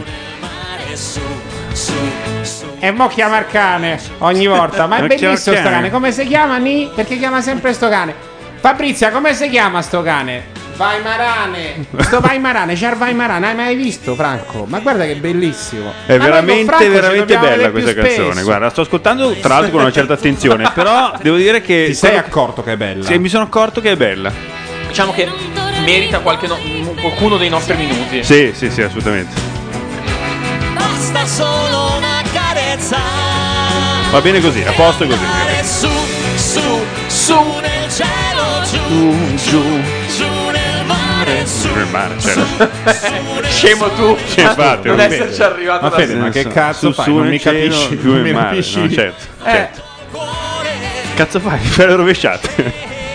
E mo chiama il cane ogni volta. Ma è bellissimo sto cane. Come si chiama? Perché chiama sempre sto cane? Fabrizia, come si chiama sto cane? Vaimarane. Sto Vaimarane, c'è il Vaimarane. Hai mai visto, Franco? Ma guarda che bellissimo. È Ma veramente, Franco, veramente bella questa canzone. Guarda, la sto ascoltando tra l'altro con una certa attenzione. Però devo dire che. Ti sei accorto che è bella? Sì, mi sono accorto che è bella. Diciamo che merita qualcuno dei nostri minuti. Sì, assolutamente. Basta solo una carezza. Va bene così, a posto così. Su nel cielo, giù nel mare, Nel mare, certo. Scemo tu. Infatti, non esserci arrivato Ma da Fede, ma che cazzo fai? Non mi capisci più in mare. capisci? No, certo. Cazzo fai? Fai le rovesciate.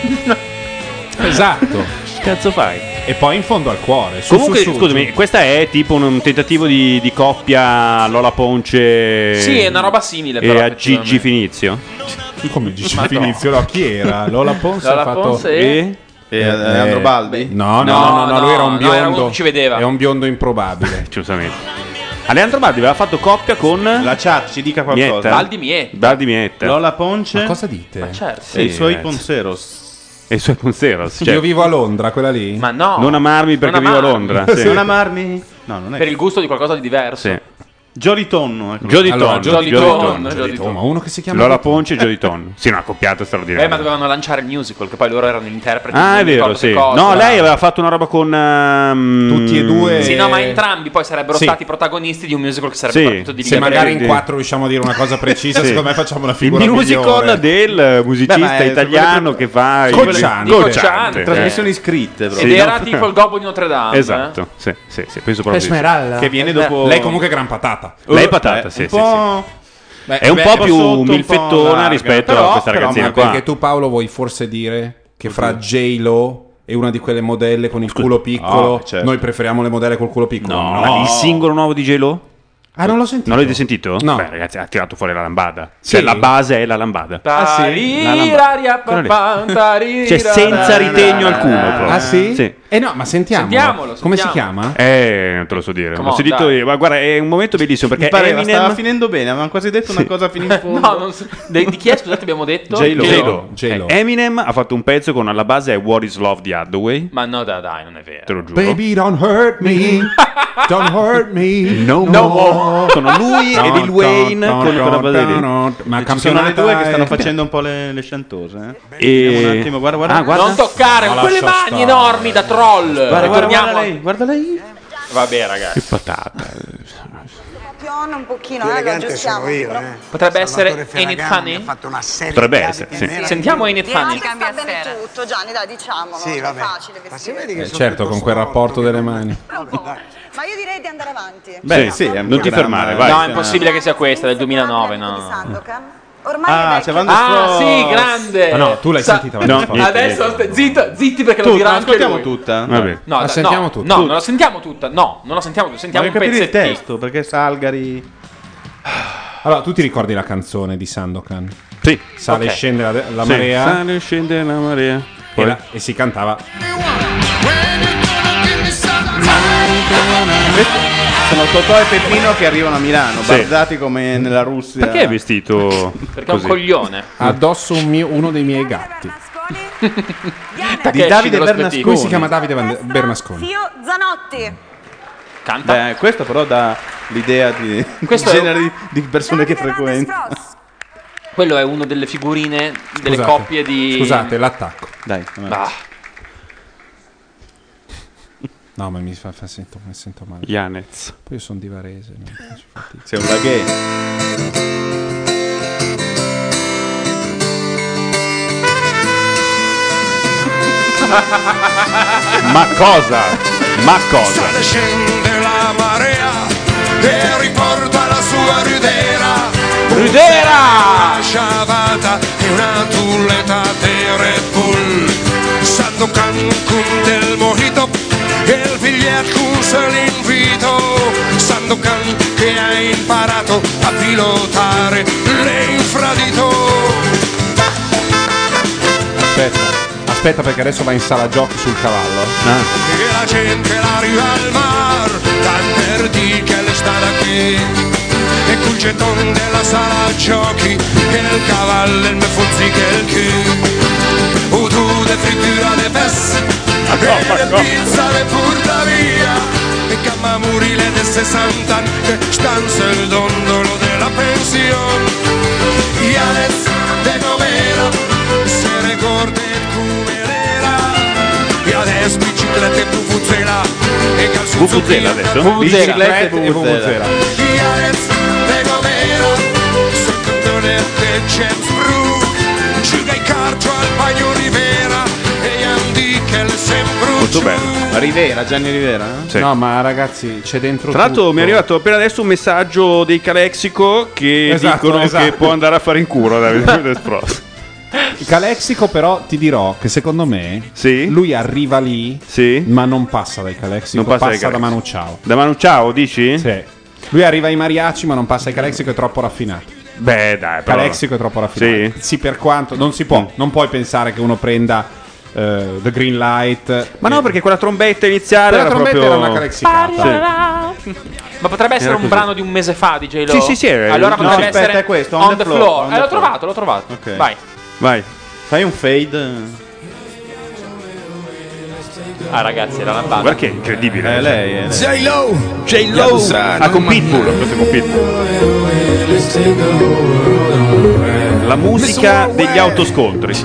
Esatto. Cazzo fai? E poi in fondo al cuore. Comunque, scusami, questa è tipo un tentativo di coppia Lola Ponce. Sì, è una roba simile. E a Gigi Finizio. Come Gigi Finizio? No, chi era? Lola Ponce Lola ha fatto. Ponce e Leandro Baldi? No, lui era un biondo. era uno che ci vedeva. È un biondo improbabile. Giustamente. Leandro Baldi aveva fatto coppia con la chat, ci dica qualcosa. Baldi Mietta. Lola Ponce. Ma cosa dite? Ma certo. E i suoi Ponceros. E i suoi Ponceros. Io vivo a Londra, quella lì. Ma no. Non amarmi perché vivo a Londra. Sì. Non amarmi? No, non è. Per il gusto di qualcosa di diverso. Sì. Jolly Tonno. Jolly Tonno. Ma uno che si chiama Lola Ponce e Jolly Tonno. Sì, una coppiata straordinaria. Ma dovevano lanciare il musical, che poi loro erano gli interpreti. Ah, è vero, sì. No, lei aveva fatto una roba con tutti e due. Sì, no, ma entrambi poi sarebbero stati protagonisti di un musical che sarebbe partito di lì. Se magari in 4 riusciamo a dire una cosa precisa, secondo me facciamo una figura il musical migliore. del musicista italiano che fa Cocciante. Trasmissioni scritte ed era tipo il Gobbo di Notre Dame. Esatto, sì, penso proprio Esmeralda. Che viene dopo. Lei comunque è gran patata. Lei è patata, sì. Beh, è un po' più sotto, milfettona rispetto a questa ragazzina qua. Perché tu, Paolo, vuoi forse dire che fra J-Lo e una di quelle modelle con il culo piccolo, certo. Noi preferiamo le modelle col culo piccolo? No. Il singolo nuovo di J-Lo? Ah, non l'ho sentito. Non l'avete sentito? No. Beh, ragazzi, ha tirato fuori la lambada. Sì. Cioè, la base è la lambada. Ah, sì? Cioè, senza ritegno alcuno. Proprio. Ah, sì? Sì. No, ma sentiamolo. Come si chiama? Non te lo so dire. L'ho sentito io. Ma guarda, è un momento bellissimo perché Eminem stava finendo bene, avevamo quasi detto una cosa fino in fondo. No, non so. Di chi è? Scusate, abbiamo detto J-Lo. Eminem ha fatto un pezzo con alla base è What is Love di Hathaway. Ma no, dai, non è vero. Te lo giuro. Baby, don't hurt me. Don't hurt me. No more. Sono lui e Lil Wayne con quella base lì. Ma ci sono le due che stanno facendo un po' le chantose. E... un attimo, guarda. Non toccare con quelle mani enormi da troll. Guarda lei. Vabbè, ragazzi. Che patata. Piano un pochino, Più lo elegante sono aggiustiamo. io, Potrebbe essere Salvatore Ain't It Ferragamo mi Funny? ha fatto una serie Potrebbe di essere, abiti sì. neri. Sentiamo Ain't It Funny. Sta bene tutto, Gianni, dai, diciamolo. Sì, è vabbè. facile Ma si vestire. vede che sono Certo, con piuttosto quel rapporto delle mani. Ma io direi di andare avanti. Beh, sì, è un non ti programma- fermare, vai. No, è impossibile che sia questa, del 2009, no. Sandokan. Ormai è c'è vecchio. Van der Stos. Sì, grande. Ma no, tu l'hai sentita? No, Van der Stos? niente. Adesso zitti perché lo Tu, dirà la anche ascoltiamo lui. tutta. Vabbè. No, La sentiamo no, tutta. No, non la sentiamo tutta. No, non la sentiamo tutta. Sentiamo Voglio un capire il pezzettino. testo, perché Salgari. Allora, tu ti ricordi la canzone di Sandokan? Sì. Sale e Ok. scende la Sì. marea Sale e scende la marea. Poi. e si cantava. Sono Totò e Peppino che arrivano a Milano, Sì. bardati come nella Russia. Perché è vestito Perché è un così? coglione. Addosso uno dei miei gatti. Di Davide Bernasconi. Come si chiama Davide Bernasconi? Zio Zanotti. Canta. Beh, questo però dà l'idea di Questo il è- genere di persone che frequenta. Quello è uno delle figurine delle Scusate. coppie di. Scusate, l'attacco. Dai, Ah, No, ma mi sento male. Yanez. Poi io sono di Varese. Non faccio fatica. sei un laghe. Ma cosa? Ma cosa? Sale e scende la marea e riporta la sua ridera. Ridera! Una sciavata e una tulleta di Red Bull. Sandokan con del mojito e il biglietto con l'invito. Sandokan che ha imparato a pilotare l'infradito. Aspetta, perché adesso va in sala giochi sul cavallo. E la gente arriva al mar, tan per di che le sta da qui. E col geton della sala giochi, che il cavallo il me fuzzi che il chi. O tu de frittura de pes, e de pizza de porta via. E cammamurile de 60 anni, che stanza il dondolo della pensione. Y adesso de comera, se ricorda come era. E adesso biciclette e vuvuzela, e calzini Vuvuzela adesso? Biciclette e vuvuzela. E adesso de comera, secondo te James Brooke, giuga i carto al bagno Rivera, e Andy che le sempre Molto bello. Rivera, Gianni Rivera? Sì. No, ma ragazzi, c'è dentro Tra l'altro tutto. mi è arrivato appena adesso un messaggio dei Calexico che dicono che può andare a fare in culo Davide Esprosso. Calexico, però ti dirò che secondo me lui arriva lì, ma non passa dai Calexico, Non passa dai passa da Calexico. Manu Chao. Da Manu Chao, dici? Sì. Lui arriva ai mariachi, ma non passa ai Calexico, è troppo raffinato. Beh, dai, però. Calexico è troppo raffinato. Sì, per quanto non si può, non puoi pensare che uno prenda The Green Light. Ma no, perché quella trombetta iniziale Quella era trombetta proprio era una calexicata. Ma potrebbe essere Era un così. brano di un mese fa di J-Lo? Sì, Allora no, potrebbe aspetta, essere è questo, On the Floor. L'ho trovato. Ok. Vai. Fai un fade. Ah, ragazzi, era la base. Guarda che incredibile. Lei. J-Lo. Ah, con Pitbull. Questo è con Pitbull. La musica degli autoscontri.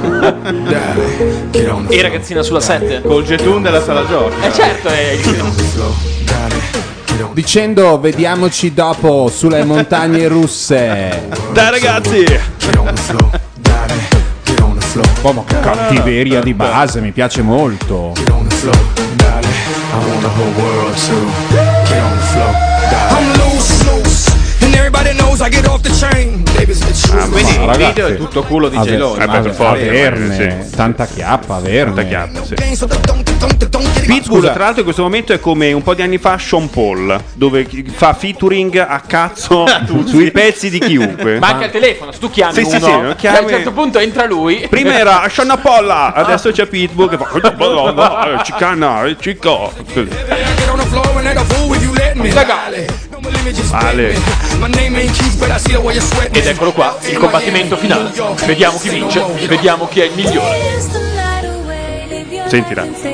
E ragazzina sulla 7? Col getun della sala giochi. Certo, è Dicendo vediamoci dopo sulle montagne russe. Dai ragazzi. Oh, ma che cattiveria di base, mi piace molto. Quindi il ragazzi, video è tutto culo di J-Lo. Averne, tanta chiappa, averne. Pitbull, tra l'altro, in questo momento è come un po' di anni fa Sean Paul, dove fa featuring a cazzo sui pezzi di chiunque. Ma anche al telefono, se tu chiami Sì, sì, uno, sì, chiami- a un certo punto entra lui. Prima era Sean Paul, adesso c'è Pitbull che fa cicana, cico. Vale. Ed eccolo qua, il combattimento finale. Vediamo chi vince, vediamo chi è il migliore. Sentila.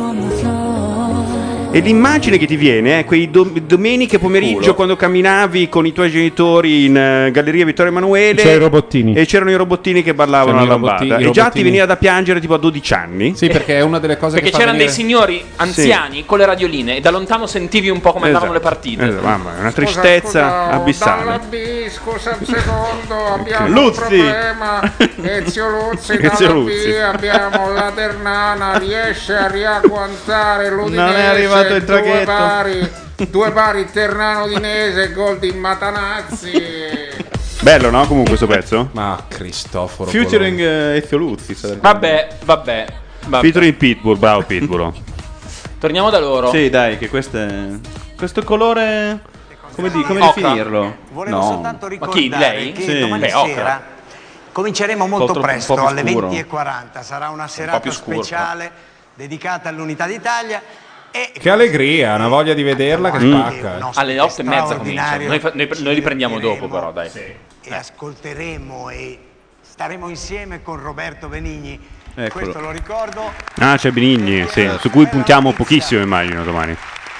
E l'immagine che ti viene è quei domeniche pomeriggio Culo. quando camminavi con i tuoi genitori in Galleria Vittorio Emanuele. C'erano i robottini. E c'erano i robottini che ballavano alla C'erano i lambada. robottini- E già ti robottini. veniva da piangere tipo a 12 anni. Sì, perché è una delle cose Perché che fa c'erano venire... dei signori anziani con le radioline e da lontano sentivi un po' come andavano le partite. Mamma, è una tristezza abissale. Scusa un secondo, abbiamo Luzzi. un problema. Ezio Luzzi, Ezio dalla Luzzi. B, abbiamo la Ternana, riesce a riagguantare l'Udinese. Non è arrivato il traghetto. Due pari Ternano-Udinese, gol di Matanazzi. Bello, no? Comunque questo pezzo. Ma Cristoforo Featuring Ezio Luzzi. Vabbè. Featuring Pitbull, bravo Pitbull. Torniamo da loro. Sì, dai, che questo colore. Come Oca. definirlo? Volevo soltanto Ma chi, ricordare lei? che Sì. domani Beh, Oca. sera cominceremo molto Un po' presto, più alle scuro. 20:40. Sarà una serata più scuro, speciale dedicata all'Unità d'Italia. E Che allegria, una voglia di vederla che spacca. Alle 8:30 comincia. straordinario. Noi riprendiamo dopo, però, dai. E ascolteremo e staremo insieme con Roberto Benigni. Eccolo. Questo lo ricordo. Ah, c'è Benigni, sì, su cui puntiamo pochissimo, immagino, domani.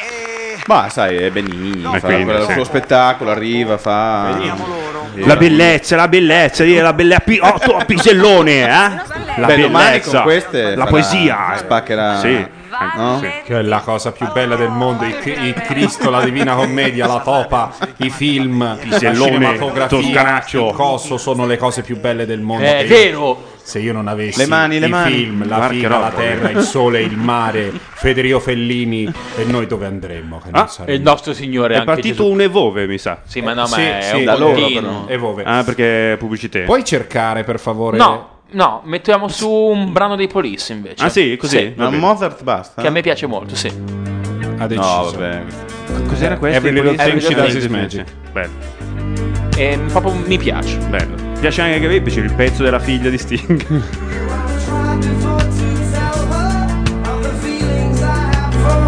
Ma sai, è Benigni. Ma Fa quindi, il sì. suo spettacolo, arriva, fa. La bellezza, dire la bella a Pisellone, eh? La Beh, domani bellezza, con queste la farà- poesia. spaccherà. Sì. No? Che è la cosa più bella del mondo, il Cristo, la Divina Commedia, la Topa, i film, la Pisellone, cinematografia, Toscanaccio. il coso sono le cose più belle del mondo. È che io- vero. Se io non avessi Le mani, i mani. film, la Guarda vita, che la roba, terra, il sole, il mare, Federico Fellini, e noi dove andremmo? Che non Ah, E saremmo. il nostro signore È anche partito Gesù. un Evove, mi sa. Sì, ma no, ma Sì, è sì, un da loro bottino. Evove. Ah, perché è pubblicità. Puoi cercare per favore? No, mettiamo su un brano dei Police invece. Ah, sì, così? Sì, Ma Mozart basta? che a me piace molto, sì. Ha deciso. No, vabbè. Cos'era questo? Every Little Thing She Does Is Magic. Bello, E proprio mi piace. bello. Mi piace anche che piace il pezzo della figlia di Sting.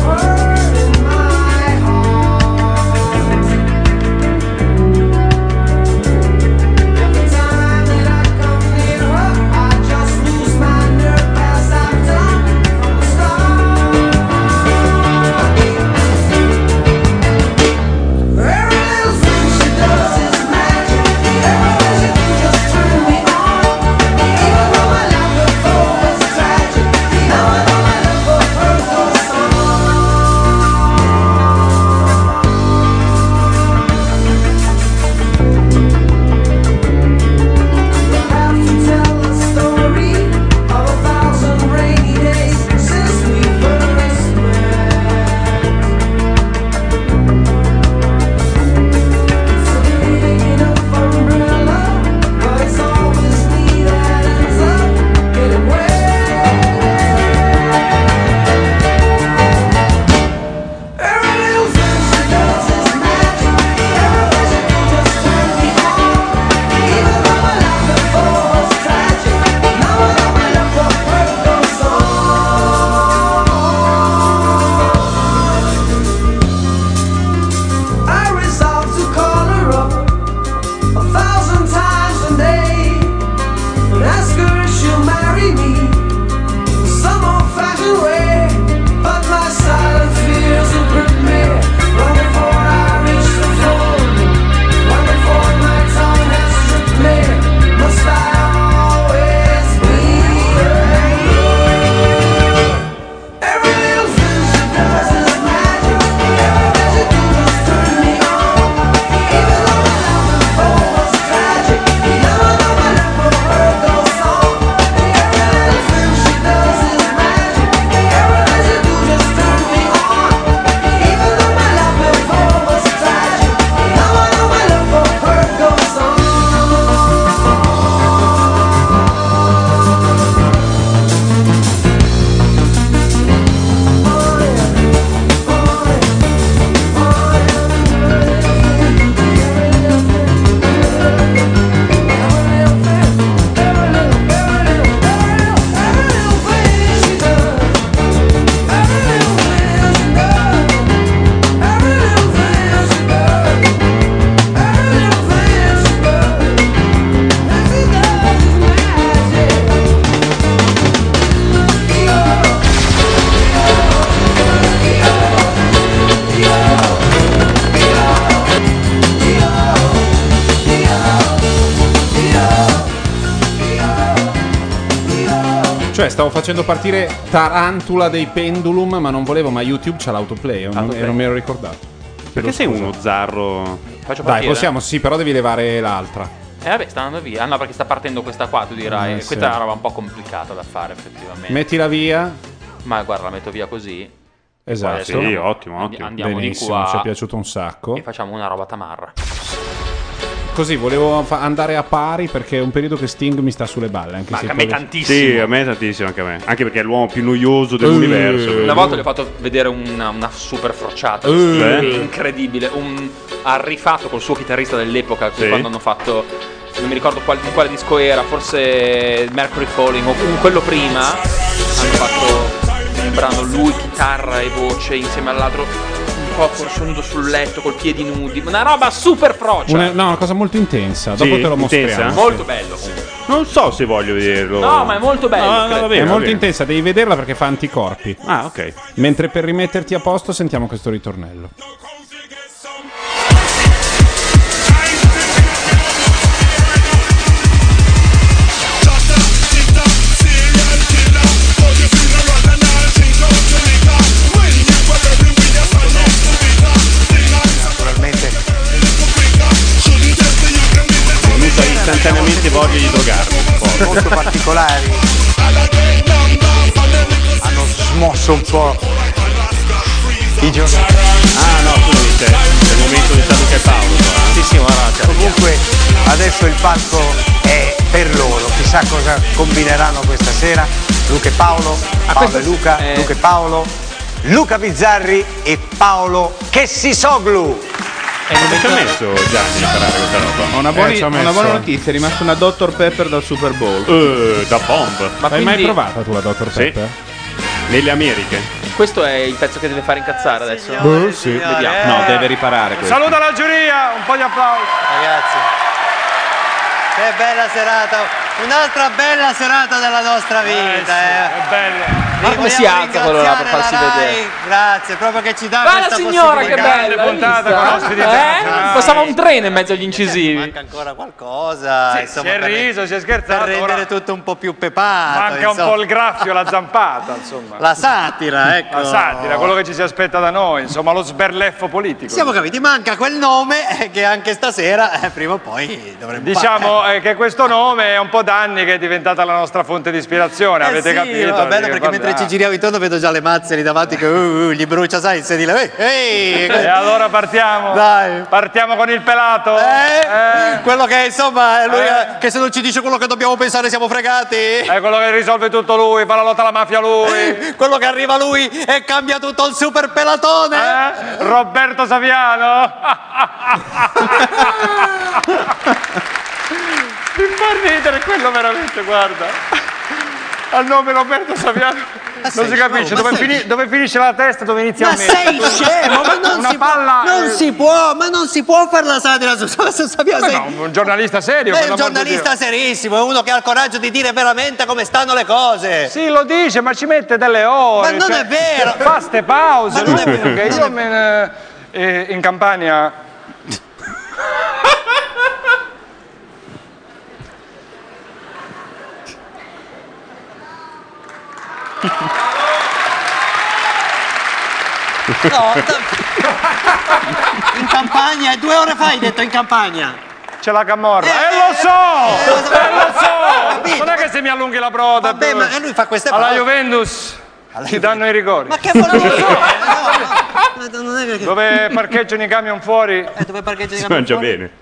Cioè, stavo facendo partire Tarantula dei Pendulum, ma non volevo, ma YouTube c'ha l'autoplay, e non me ero ricordato. Perché sei uno zarro? Faccio Dai, partire? possiamo, sì, però devi levare l'altra. Vabbè, sta andando via. Ah, no, perché sta partendo questa qua, tu dirai. Sì. Questa è una roba un po' complicata da fare, effettivamente. Mettila via. Ma guarda, la metto via così. Esatto. Sì, ottimo, ottimo. Andiamo Benissimo, di qua ci è piaciuto un sacco. e facciamo una roba tamarra. Così, volevo andare a pari perché è un periodo che Sting mi sta sulle balle. Anche Ma se a me poi- tantissimo. Sì, a me tantissimo, anche a me. Anche perché è l'uomo più noioso dell'universo. Una volta gli ho fatto vedere una super frociata incredibile. Ha rifatto col suo chitarrista dell'epoca, Sì. quando hanno fatto, non mi ricordo quale disco era, forse Mercury Falling o quello prima. Hanno fatto un brano lui, chitarra e voce insieme all'altro, un po' corsonudo sul letto col piedi nudi, una roba super frocia. una cosa molto intensa. Dopo Sì, te lo mostriamo. intensa? Molto bello. Non so se voglio vederlo. No, ma è molto bello. No, va bene, È va molto bene. intensa, devi vederla perché fa anticorpi. Ah, ok. Mentre per rimetterti a posto sentiamo questo ritornello. Naturalmente Venuta istantaneamente voglia di drogarmi un po'. molto particolari hanno smosso un po' i giornali. Ah no, tu non sei. È il momento di San Luca e Paolo. Sì, sì, comunque adesso il palco è per loro, chissà cosa combineranno questa sera. Luca e Paolo, Paolo e Luca, Luca e Paolo, Luca Bizzarri e Paolo Chessisoglu. Come ci ha messo Gianni a imparare questa roba? Ho una ci ho una messo- buona notizia, è rimasta una Dr. Pepper dal Super Bowl. Da bomb. Ma L'hai mai quindi- provata tu la Dr. Sì. Pepper? Nelle Americhe. Questo è il pezzo che deve fare incazzare adesso. Sì. Vediamo. No, deve riparare questo. Saluta la giuria, un po' di applausi. Ragazzi, che bella serata, un'altra bella serata della nostra vita. È bello. Guarda come si alza quello là per farsi vedere. Grazie, proprio che ci dà Ma la questa signora che possibilità. bella, puntata con ospiti Passava un treno in mezzo agli incisivi. Manca ancora qualcosa, Sì, insomma, si è riso, si è scherzato. per rendere ora tutto un po' più pepato. manca un insomma. po' il graffio, la zampata, insomma. La satira, ecco. La satira, quello che ci si aspetta da noi, insomma, lo sberleffo politico. Siamo capiti, manca quel nome che anche stasera, prima o poi dovremmo Diciamo che questo nome è un po' d'anni che è diventata la nostra fonte di ispirazione, avete capito? Va bene, perché mentre ci giriamo intorno vedo già le mazze lì davanti che gli brucia, sai, il sedile. E allora partiamo? Dai. Partiamo con il pelato? Quello che insomma è lui che se non ci dice quello che dobbiamo pensare siamo fregati. È quello che risolve tutto lui, fa la lotta alla mafia lui. Quello che arriva lui e cambia tutto il super pelatone. Roberto Saviano. Mi fa ridere quello veramente, guarda. Al nome Roberto Saviano. Non si capisce dove finisce la testa e dove inizia il mezzo. Ma sei scemo, ma non si può fare la satira su Saviano. No, un giornalista serio. È un giornalista serissimo, è uno che ha il coraggio di dire veramente come stanno le cose. Sì, lo dice, ma ci mette delle ore. Ma non è vero. Fa ste pause. Ma non è vero. Che io in Campania. No, in campagna, 2 ore fa hai detto in campagna. C'è la camorra. Lo so! Non è che se mi allunghi la broda. Vabbè, ma lui fa queste alla pause. Juventus ti danno i rigori. Ma che vuol dire? No, non è che... Dove parcheggiano i camion fuori. Dove parcheggiano i Si camion mangia fuori? bene.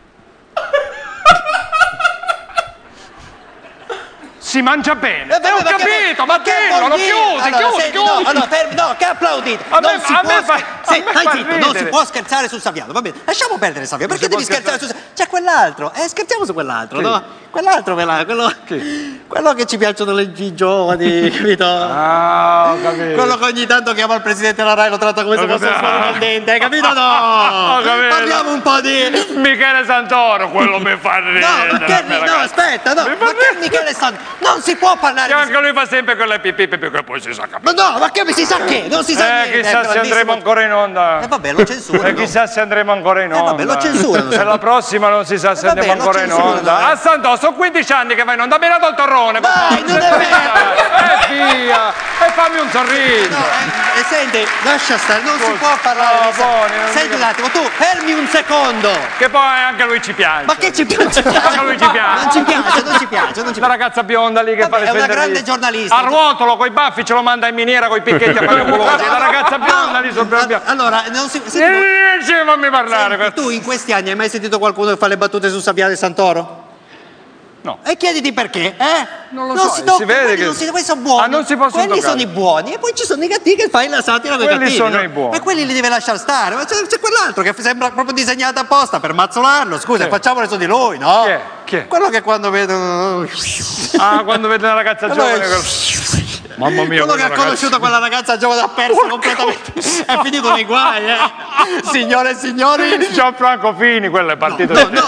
Si mangia bene. Vabbè, Ho ma capito, ma dillo, lo chiudi. Allora, fermi, no, che applaudite. A me fa zitto, non si ridere. può scherzare sul Saviano, va bene. Lasciamo perdere Saviano, perché devi scherzare sul Saviano? C'è quell'altro, scherziamo su quell'altro, Sì. no? Quell'altro, quello che ci piacciono i giovani, capito? Ah, ho capito. Quello che ogni tanto chiama il presidente della Rai, lo tratta come se fosse un suono candente, hai capito? Ho No! capito. Parliamo un po' di... Michele Santoro, quello mi fa ridere. No, aspetta, no, ma che Michele Santoro? Non si può parlare Che di... anche lui fa sempre quelle pipì che poi si sa capire. Ma no, ma che si sa che? Non si sa niente. Chissà se andremo ancora in onda. Vabbè, lo censurano. Chissà se andremo ancora in onda. vabbè, lo censurano. Per la prossima non si sa se vabbè, andiamo lo ancora in censurano, onda. A Santoro, sono 15 anni che vai in onda. Mi ha dato il torrone. Dai, non è vero. Via. E fammi un sorriso. No, senti, lascia stare, non si può parlare di Senti un attimo, tu fermi un secondo. Che poi anche lui ci piace. Ma che ci piace? Anche lui ci piace. Non ci piace. La ragazza bionda lì che fa le È una spenderie. grande giornalista. A ruotolo coi baffi ce lo manda in miniera coi picchetti a pagnuculosi. La ragazza bionda lì sul bianco. Allora, non si... Fammi parlare. Senti, tu in questi anni hai mai sentito qualcuno che fa le battute su Saviano e Santoro? No. E chiediti perché, Non lo so, si tocca, si vede quelli che... non si, quelli sono buoni. non si possono quelli toccare. sono i buoni e poi ci sono i cattivi che fai la satira con i Quelli cattivi. sono no? i buoni. E quelli li deve lasciare stare. Ma c'è quell'altro che sembra proprio disegnato apposta per mazzolarlo. Scusa, facciamole su di lui, no? Chi è? Quello che quando vedono... quando vede una ragazza giovane... Mamma mia, quello che ha conosciuto quella ragazza giovane ha perso completamente. È finito nei guai, Signore e signori. Gianfranco Fini, quello è partito. No. Come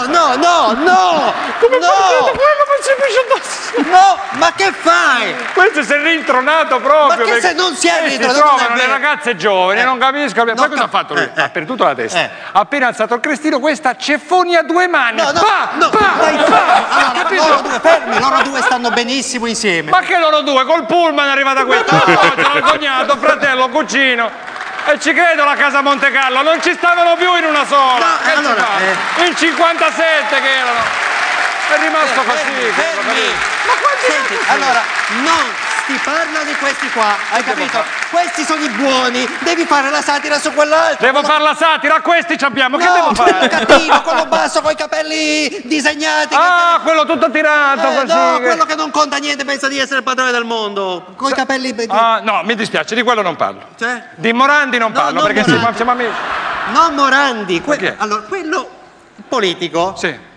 No. quello non si piscia addosso? No, ma che fai? Questo si è rintronato proprio. Ma che se non si è Si rintronato, trovano non è le vero. ragazze giovani, non capisco. Ma cosa ha fatto lui? Ha perduto la testa. Ha appena alzato il crestino, questa ceffoni a 2 mani. No, dai, fermi, loro due stanno benissimo insieme. Ma che loro due? Col pullman è arrivata questa. C'era il cognato, fratello, cugino. E ci credo la casa Monte Carlo, non ci stavano più in una sola. No, Che allora, ci fanno? Il 57 che erano. È rimasto così. Ma senti, allora, non si parla di questi qua, hai capito? Questi sono i buoni, devi fare la satira su quell'altro. Devo fare la satira, a questi ci abbiamo, che devo fare? Quello cattivo, quello basso, con i capelli disegnati. Quello tutto tirato così. No, quello che non conta niente, pensa di essere il padrone del mondo. Con i capelli... No, mi dispiace, di quello non parlo. Cioè? Di Morandi non parlo, perché siamo amici. Non Morandi, Perché? allora, quello politico. Sì.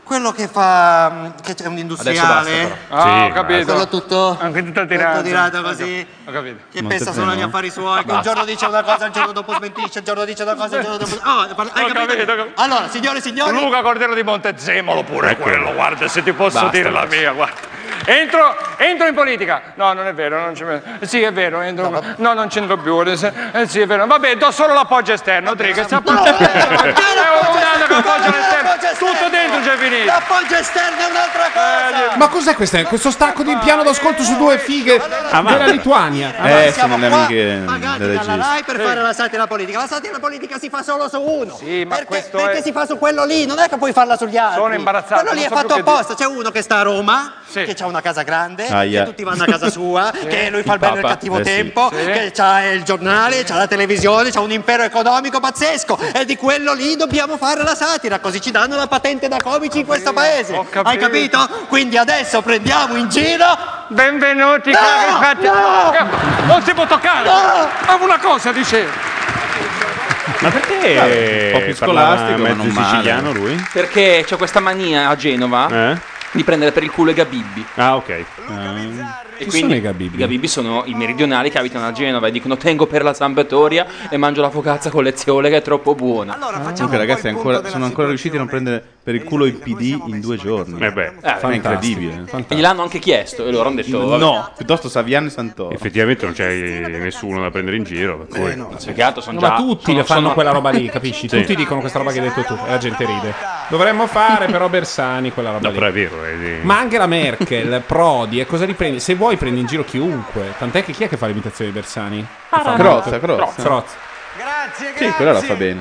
quello che fa, che è un industriale. Ho capito. Quello tutto, anche tutto tirato così. Ho capito. Che pensa solo agli affari suoi, che un giorno dice una cosa, il giorno dopo smentisce, il giorno dice una cosa, il giorno dopo. Hai capito? Allora, signore e signori. Luca Cordero di Montezemolo pure quello, guarda, se ti posso dire la mia, guarda. Entro in politica. No, non è vero, non c'è. Sì, è vero, entro. No, non c'entro più. Sì, è vero. Vabbè, do solo l'appoggio esterno, Rodriguez. Un anno che appoggio all'esterno. Tutto dentro già è finito. L'appoggio esterno è un'altra cosa. Ma cos'è questo stacco di piano d'ascolto su due fighe della Lituania? Sono le amiche pagati del dalla regista. Rai per fare la satira politica. La satira politica si fa solo su uno. Sì, ma perché si fa su quello lì, non è che puoi farla sugli altri. Sono imbarazzato. Quello lì è fatto apposta. C'è uno che sta a Roma, che ha una casa grande, che tutti vanno a casa sua, che lui fa il bello e il cattivo tempo, che c'ha il giornale, c'ha la televisione, c'ha un impero economico pazzesco, e di quello lì dobbiamo fare la satira, così ci danno la patente da comici in questo paese. Hai capito? Quindi adesso prendiamo in giro. Benvenuti, cari fatti. Non si può toccare. Ma una cosa dicevo. Ma perché un po' più scolastico, ma mezzo non male. siciliano lui? Perché c'è questa mania a Genova di prendere per il culo i Gabibbi. Ah, ok. E Chi quindi sono i Gabibbi? I Gabibbi sono i meridionali che abitano a Genova e dicono: tengo per la Sampdoria e mangio la focaccia con lezione che è troppo buona. Comunque, ragazzi, sono ancora riusciti a non prendere per il culo il PD in 2 giorni. È incredibile. E gliel'hanno anche chiesto e loro hanno detto: vabbè. No, piuttosto Saviano e Santoro. Effettivamente non c'è nessuno da prendere in giro. Per cui... Ma tutti le fanno quella roba lì, capisci? Sì. Tutti dicono questa roba che hai detto tu e la gente ride. Dovremmo fare però Bersani quella roba No, lì. però è vero. Ma anche la Merkel, Prodi, e cosa riprendi? Se vuoi prendi in giro chiunque. Tant'è che chi è che fa l'imitazione di Bersani? Crozza. Grazie. Sì, quella la fa bene.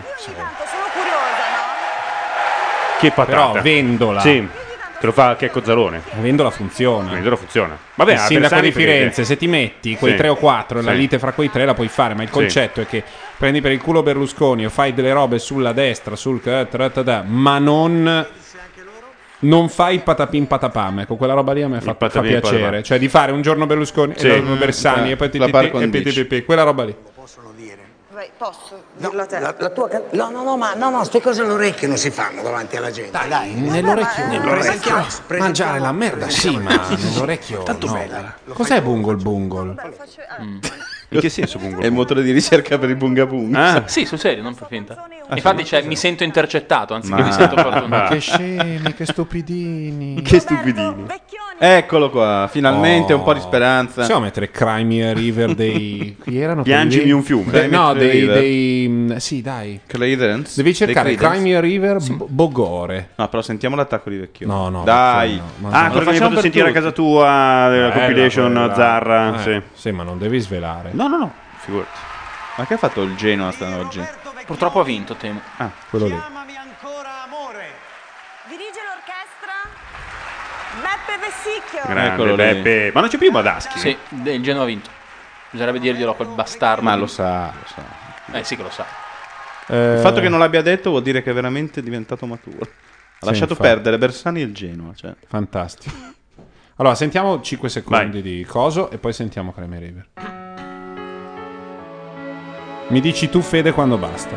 Che patata. Però Vendola. Sì, te lo fa Checco Zalone. Vendola funziona. Vendola funziona. Vabbè, Il sindaco Bersani di Firenze, perché- se ti metti quei Sì. 3 o 4 la Sì. lite fra quei 3 la puoi fare, ma il concetto è che prendi per il culo Berlusconi o fai delle robe sulla destra, ma non fai patapim patapam. Ecco, quella roba lì a me fa patapim piacere. patapam. Cioè di fare un giorno Berlusconi Sì. e l'altro Bersani e poi la par e condicio. quella roba lì. Posso dirlo a te? La tua no, queste cose all'orecchio non si fanno davanti alla gente. Dai, Nell'orecchio. Mangiare la merda, sì, ma nell'orecchio. Tanto bella. Cos'è Bungle? In che senso Bungo? È il motore di ricerca per il Bunga Bunga. Sì, sul serio, non per finta. Infatti c'è mi sento intercettato anziché Ma- mi sento fortunato. Ma che scemi, che stupidini. Che stupidini. Eccolo qua, finalmente un po' di speranza. Possiamo mettere Crimea River dei... Chi erano? Piangimi quelli lì? un fiume. Sì, dai. Creedence? Devi cercare Dei Creedence? Crimea River Bogore. No, però sentiamo l'attacco di Vecchio. No, Dai. no, Ah, quello che mi hai fatto sentire a casa tua della compilation quella- Zarra. Sì. Sì, ma non devi svelare. No, figurati. Ma che ha fatto il Genoa stanotte? Purtroppo ha vinto, temo. Ah, quello lì. Dirige l'orchestra Beppe Vessicchio. Grande Eccolo lì. Beppe. Ma non c'è più Badaschi? Sì, il Genoa ha vinto. Bisognerebbe dirglielo a quel bastardo. Ma lo sa. Sì che lo sa. Il fatto che non l'abbia detto vuol dire che è veramente diventato maturo. Ha lasciato infatti. perdere Bersani e il Genoa. Cioè. Fantastico. Allora, sentiamo 5 secondi di coso e poi sentiamo Crimea River. Mi dici tu, Fede, quando basta.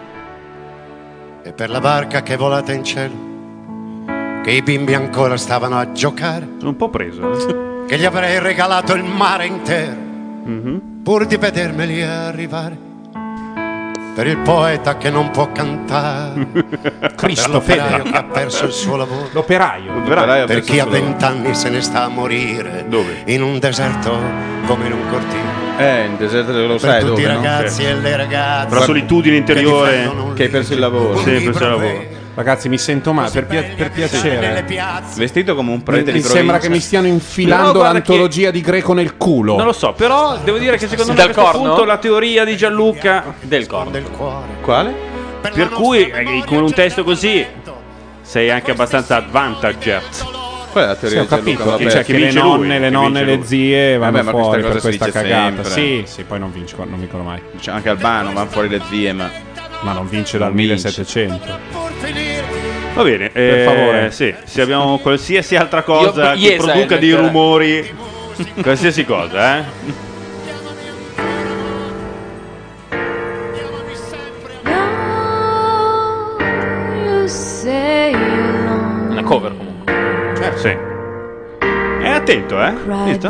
E per la barca che è volata in cielo, che i bimbi ancora stavano a giocare, sono un po' preso. Che gli avrei regalato il mare intero, pur di vedermeli arrivare. Per il poeta che non può cantare, Cristo, per l'operaio Fede. che ha perso il suo lavoro, L'operaio. per chi a 20 anni se ne sta a morire. Dove? In un deserto come in un cortile. In deserto lo Per sai tutti dove, i no? ragazzi e le ragazze, Per la solitudine interiore Che hai perso il lavoro. Sì, hai perso il lavoro. Ragazzi, mi sento male, per piacere. Vestito come un prete Mi di sembra che provincia. mi stiano Però infilando guarda l'antologia di Greco nel culo. Non lo so, però devo dire che secondo me a Del questo corno? punto la teoria di Gianluca Del corno. del cuore. Quale? per cui con un testo così sei anche abbastanza advantaged. Qual è la Sì, teoria ho di Gianluca? capito, Vabbè, cioè che le vince nonne, le che nonne e vince le zie vanno Vabbè, ma fuori questa per cosa si questa dice cagata. sempre. Sì, poi non vincono mai. C'è anche Albano, vanno fuori le zie, ma non vince dal Non vince. 1700. Va bene, Per favore. sì, se abbiamo qualsiasi altra cosa Io- che produca dei rumori, qualsiasi cosa, Una cover comunque. Certo. Sì. E attento, visto?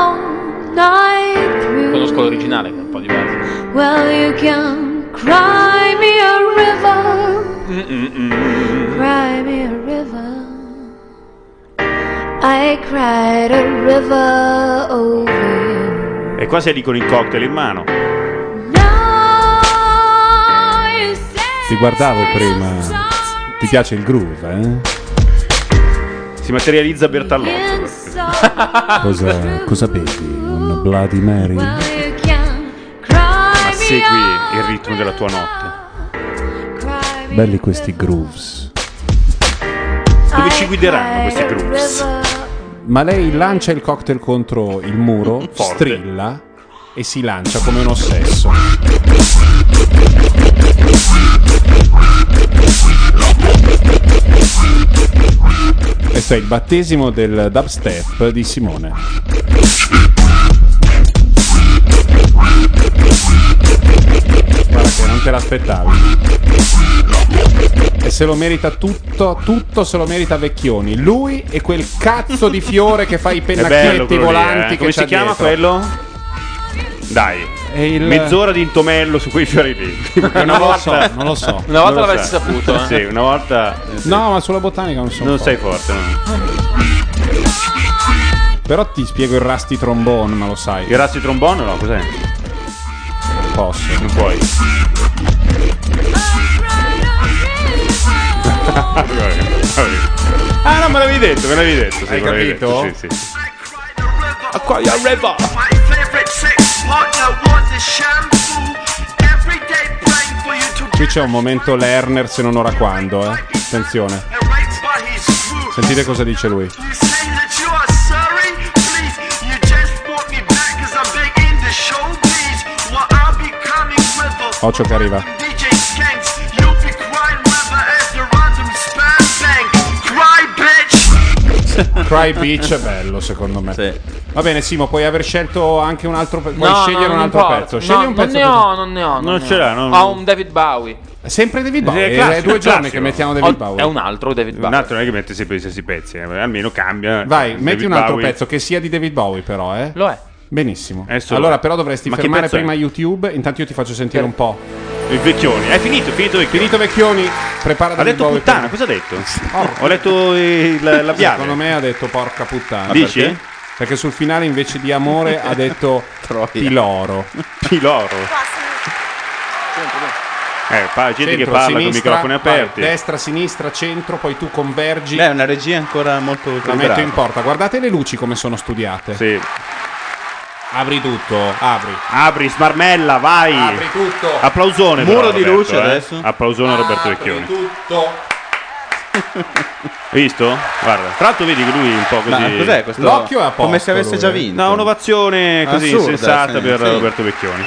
Conosco l'originale che è un po' diverso. Well, you can cry me a river. Cry me a river. I cried a river over you. E qua sei lì con il cocktail in mano. Ti guardavo prima. Ti piace il groove, Si materializza Bertallotto. Cosa bevi? Un Bloody Mary? Ma segui il ritmo della tua notte. Belli questi grooves. Dove ci guideranno questi grooves? Ma lei lancia il cocktail contro il muro, Forte. strilla e si lancia come un ossesso. Questo è il battesimo del dubstep di Simone. Guarda che non te l'aspettavi. E se lo merita tutto se lo merita Vecchioni. Lui e quel cazzo di fiore che fa i pennacchietti volanti. Come si chiama quello? Dai, mezz'ora di intomello su quei fiori lì. Non lo so. Una volta l'avresti saputo. Sì, una volta. No, ma sulla botanica non sono. Non sei forte, no? Però ti spiego il Rusty Trombone, ma lo sai. Il Rusty Trombone no, cos'è? Non posso. Non puoi. Ah no, me l'avevi detto. Hai capito? Sì. Acquaia River. Qui c'è un momento Lerner se non ora quando, Attenzione. Sentite cosa dice lui. Occhio che arriva. Cry Beach è bello secondo me. Sì. Va bene Simo, puoi aver scelto anche un altro pezzo. Puoi No, scegliere non un altro importa. pezzo. Scegli un pezzo. Non ne ho. Non ce l'ha, no. Ho un David Bowie. Sempre David Bowie. È 2 giorni che mettiamo David Bowie. È un altro David Bowie. Un altro non è che mette sempre gli stessi pezzi, almeno cambia. Vai, David metti un altro Bowie. pezzo che sia di David Bowie però, Lo è. Benissimo. solo. Allora però dovresti Ma che fermare pezzo è? prima YouTube. Intanto io ti faccio sentire un po'. Il Vecchioni. È finito Vecchioni. Finito Vecchioni. Prepara Ha David detto Bowie puttana, per- cosa ha detto? Ho letto la biave. Secondo me ha detto porca puttana. Dici? Perché sul finale invece di amore ha detto piloro. Piloro. Gente che Centro, parla sinistra, con microfoni aperti. vai, destra, sinistra, centro, poi tu convergi. Beh, è una regia ancora molto La metto equilibrata. in porta. Guardate le luci come sono studiate. Sì. Apri tutto, apri. Apri, smarmella, vai. Apri tutto. Applausone. Muro però, di Roberto, luce adesso. Applausone a Roberto Apri Vecchioni. tutto. Hai visto? Guarda, tra l'altro vedi che lui è un po' così. Ma cos'è questo? L'occhio è a posto, Come se avesse lui, già vinto. No, un'ovazione così Assurda, sensata sì, per sì. Roberto Vecchioni.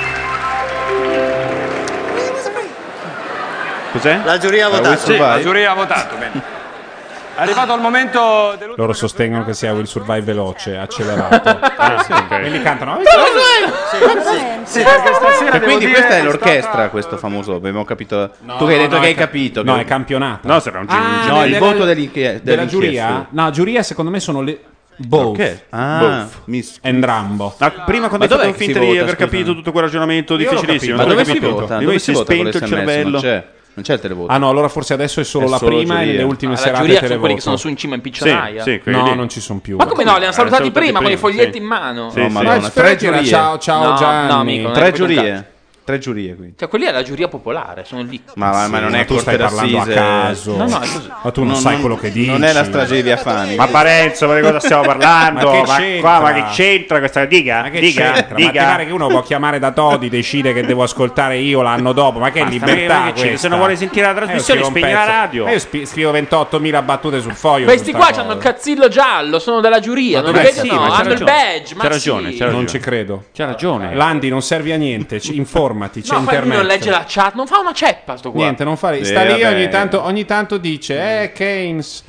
Cos'è? La giuria ha votato. Sì, la giuria ha votato. Bene. È arrivato il momento dell'ultimo. Loro sostengono che sia Will Survive veloce, accelerato. Sì, ok. E li cantano. Sì, perché stasera E quindi devo dire questa è che l'orchestra, stata- questo famoso. Abbiamo capito. Tu che hai detto che hai capito. No, che- è campionato. No, sarà un giro. No, il voto della giuria? No, giuria secondo me sono le both. Ok. Ah, Both. miss. And Rambo. Prima quando hai dov'è fatto che finta si di vota, aver scusa? capito tutto quel ragionamento Io l'ho difficilissimo. Ma capito. dove si capito? vota? Di Dove voi si si è vota con spento il l'SMS? cervello. Non c'è il televoto. Ah no, allora forse adesso è solo È la solo prima e giuria. nelle ultime La serate giuria sono quelli televoto. che sono su in cima in piccionaia. Sì, quelli No, lì. non ci sono più. Ma come no? Li hanno salutati salutati prima con i prima, foglietti sì. in mano. Sì, No, sì. madonna, Ma tre Sprecher, giurie. ciao No, Gianni. no, amico, non è Tre capito un giurie. Tre giurie qui. Cioè, quelli è la giuria popolare, sono lì. Ma non è tu stai corte parlando a d'assise. caso. No, no, è così. Ma tu non sai quello che dici. Non è la strage di Via Fani. Ma Parenzo, ma di cosa stiamo parlando? Ma che Ma c'entra? ma che c'entra questa? Dica, Ma che dica, c'entra? Ma ti dica. pare che uno può chiamare da Todi, decide che devo ascoltare io l'anno dopo? Ma che Basta, libertà ma che c'entra? questa? Se non vuole sentire la trasmissione, io scrivo un spegni la pezzo. radio. Ma io scrivo 28.000 battute sul foglio. Questi su qua sta hanno il cosa. cazzillo giallo, sono della giuria, non li beh, vedono? sì, ma c'ha Hanno il ragione. badge, ma C'ha ragione, sì. c'ha ragione. Non ci credo. C'ha ragione. Landi, non servi a niente. Informati, c'è No, ma lui internet. non legge la chat, non fa una ceppa sto qua. Niente, non fare. Sì, Sta lì vabbè. ogni tanto dice Keynes.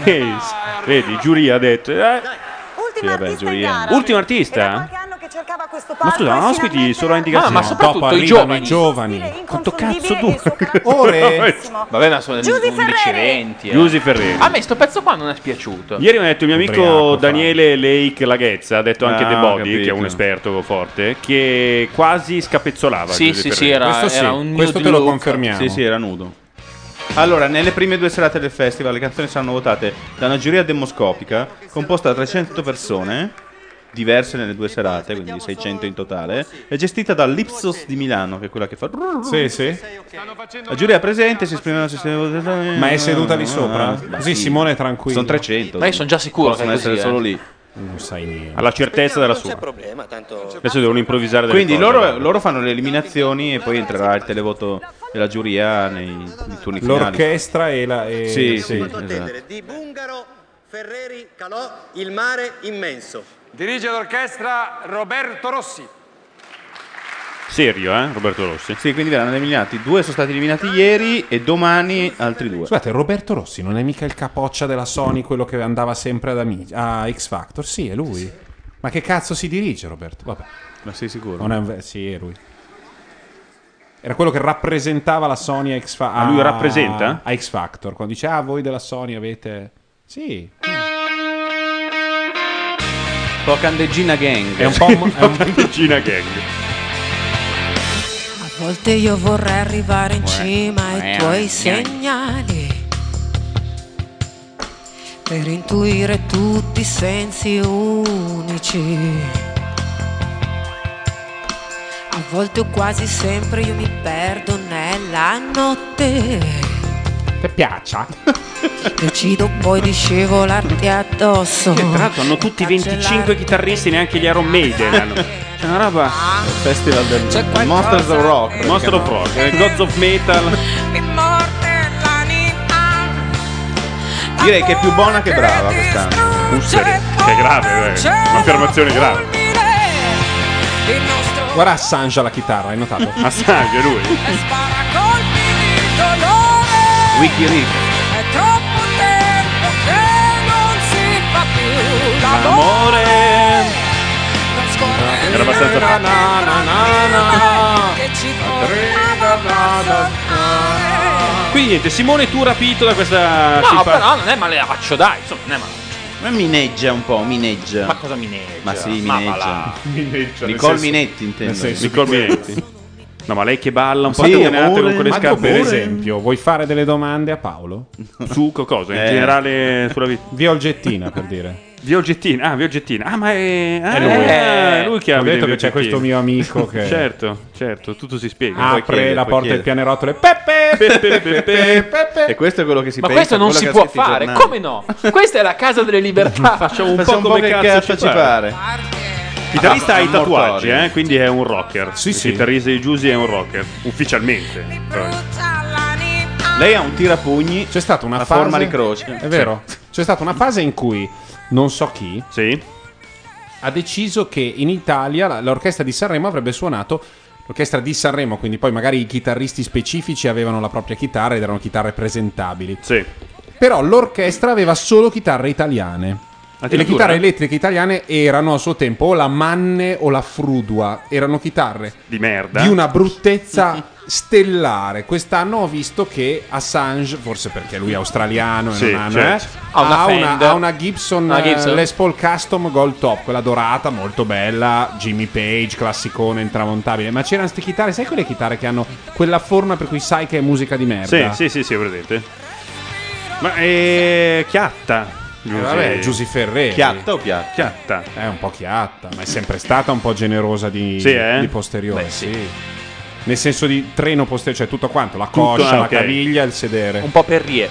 Vedi, giuria ha detto. Ultima Sì, vabbè, artista in giuria. gara. Ultimo Era artista? qualche anno che cercava questo Ma palco scusa, ma ospiti solo a indicazione. ma soprattutto Dopo i arrivano giovani. Quanto cazzo tu? Ore? Vabbè, ma sono 11:20. Giusy Ferreri. A me sto pezzo qua non è spiaciuto. Ieri mi ha detto il mio amico Ubriaco, Daniele Lake Laghezza, ha detto anche Ah, The ho Body, che è capito. un esperto forte, che quasi scapezzolava. Sì, Giusy sì, Ferreri. era- Questo sì, era un questo nude te lo look. confermiamo. Sì, sì, era nudo. Allora, nelle prime 2 serate del festival le canzoni saranno votate da una giuria demoscopica composta da 300 persone, diverse nelle 2 serate, quindi 600 in totale, e gestita dall'Ipsos di Milano, che è quella che fa... Sì, sì. La giuria è presente, si esprimerà... Ma è seduta lì sopra? Così Simone è tranquillo. Sono 300. Ma io sono già sicuro Possono che è così, essere solo lì. Non sai niente. Ha la certezza della sua. problema, tanto... Adesso devono improvvisare delle Quindi cose. loro fanno le eliminazioni e poi entrerà il televoto della giuria nei turni finali. L'orchestra e la... Sì, Fatto esatto. attendere. Di Bungaro Ferreri calò Il mare immenso. Dirige l'orchestra Roberto Rossi. Serio, Roberto Rossi? Sì, quindi verranno eliminati. 2 sono stati eliminati ieri e domani altri 2. Scusate, Roberto Rossi non è mica il capoccia della Sony, quello che andava sempre a X Factor? Sì, è lui. Ma che cazzo si dirige, Roberto? Vabbè. Ma sei sicuro? Non è sì, è lui. Era quello che rappresentava la Sony a X Factor. Ah, lui rappresenta? A X Factor. Quando dice, voi della Sony avete... Sì. Un po' Candeggina Gang. È un po'... Candeggina Gang. A volte io vorrei arrivare in cima ai tuoi segnali per intuire tutti i sensi unici. A volte o quasi sempre io mi perdo nella notte. Ti piaccia? Decido poi di scivolarti addosso. Che tra l'altro hanno tutti 25 chitarristi, neanche gli Iron Maiden hanno. C'è una roba. Il festival del Monsters of Rock. Monster of Rock, Gods of Metal. Direi che è più buona che brava quest'anno. Che è grave, un'affermazione grave. Guarda Assange alla chitarra, hai notato? Assange, è lui. Wikileaks. È troppo tempo che non si fa più L'amore. Era abbastanza che ci Quindi niente, Simone, tu rapito da questa No, però non è maleaccio, dai, insomma, non è maleaccio. Ma mineggia un po', mineggia. Ma cosa mineggia? Ma sì, Ma mineggia. va là. Mineggia, Nicole Minetti intendo. Nicole Minetti. No, ma lei che balla un po' Sì, catenate amore. con quelle Ma tu, scarpe. per esempio, vuoi fare delle domande a Paolo? Su cosa? In generale sulla vita. Via Olgettina, per dire. Via Oggettina. Ah, Via Oggettina. Ah, ma è lui. lui che ha Ho detto Via che c'è Oggettina. questo mio amico che certo, tutto si spiega. apre la porta del pianerottolo e E questo è quello che si Ma pensa. questo non quello si che ha può scritto i fare, giornali. come no? Questa è la casa delle libertà. Facciamo un Facciamo po' come che cazzo ci pare. Il chitarrista ha i mortorio. tatuaggi, quindi è un rocker. Sì, Il sì. chitarrista di Giusy è un rocker, ufficialmente. Lei ha un tirapugni. C'è stata una a fase forma di croce. È vero. C'è stata una fase in cui non so chi ha deciso che in Italia l'orchestra di Sanremo avrebbe suonato l'orchestra di Sanremo, quindi poi magari i chitarristi specifici avevano la propria chitarra ed erano chitarre presentabili. Sì. Però l'orchestra aveva solo chitarre italiane. E le chitarre elettriche italiane erano a suo tempo o la Manne o la Frudua. Erano chitarre di merda, di una bruttezza stellare. Quest'anno ho visto che Assange, forse perché lui è australiano e Sì, non certo. ha una Gibson, Una Gibson? Les Paul Custom Gold Top, quella dorata, molto bella, Jimmy Page, classicone, intramontabile. Ma c'erano queste chitarre, sai quelle chitarre che hanno quella forma per cui sai che è musica di merda? Sì, ho presente. Ma è chiatta. Vabbè, Giusy Ferreri. Chiatta o piatta? Chiatta. È un po' chiatta, ma è sempre stata un po' generosa di posteriore. Beh, sì. Nel senso di treno posteriore, cioè tutto quanto, la coscia, la ok. caviglia e il sedere. Un po' Perrier.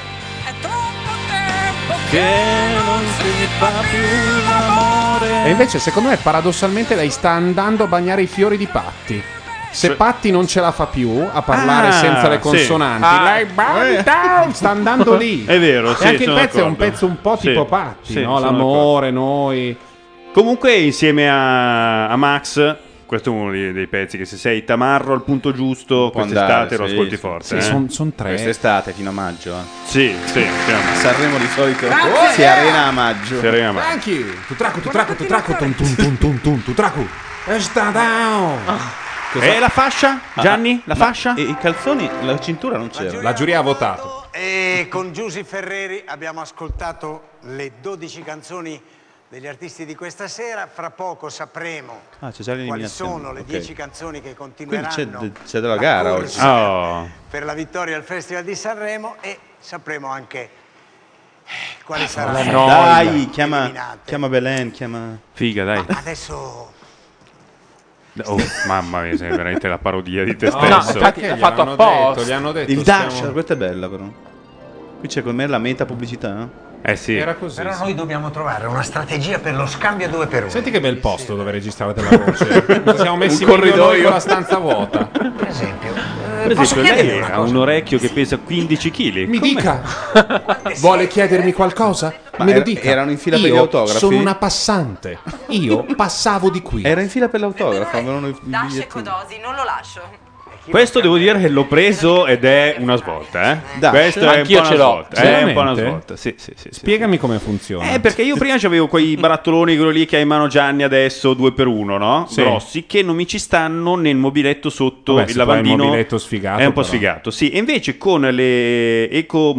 Che non si fa più l'amore. E invece, secondo me, paradossalmente, lei sta andando a bagnare i fiori di Patti. Se Patti non ce la fa più a parlare senza le consonanti, lei sta andando lì. È vero, e anche il sono pezzo è un d'accordo. pezzo un po' Sì, tipo Patti, sì, no? sono L'amore, noi. Comunque, insieme a Max, questo è uno dei pezzi che se sei tamarro al punto giusto, Può quest'estate andare, lo sì, ascolti sì. forte. Sì, son tre. Quest'estate fino a maggio. Sì. Sanremo di solito Grazie. si arena a maggio. Si arena a maggio. Franchi, tu tracu, tum tum tum tum, tu tracu. Sta down. E la fascia? Gianni? La fascia? E i calzoni, la cintura non c'era. La giuria ha votato. E con Giusy Ferreri abbiamo ascoltato le 12 canzoni degli artisti di questa sera. Fra poco sapremo c'è già quali sono le 10 canzoni che continueranno c'è della gara oggi. Per la vittoria al Festival di Sanremo, e sapremo anche quali saranno. Dai, chiama Belen, Figa, dai. Adesso Oh, mamma mia, sei veramente la parodia di te stesso. No, infatti l'ha fatto apposta. Gli hanno detto, il Dasher, questa è bella però. Qui c'è con me la meta pubblicità. Sì. Era così. Però noi dobbiamo trovare una strategia per lo scambio 2 per 1. Senti che bel posto dove registrate la voce. Ci siamo messi corridoio con la stanza vuota. Per esempio, lei ha un orecchio che pesa 15 kg. Mi dica, vuole chiedermi qualcosa? Me lo dica. Erano in fila per gli autografi? Sono una passante. Io passavo di qui. Era in fila per l'autografo. Dash e Codosi, non lo lascio. Questo devo dire che l'ho preso ed è una svolta, Questo è anch'io ce l'ho. È un po' una svolta. Sì. Spiegami come funziona. Perché io prima c'avevo quei barattoloni, quello lì che ha in mano Gianni adesso 2 per 1, no? Sì. Grossi, che non mi ci stanno nel mobiletto sotto. Vabbè, il lavandino. Il mobiletto sfigato. È un po' però. sfigato, sì. E invece con le Eco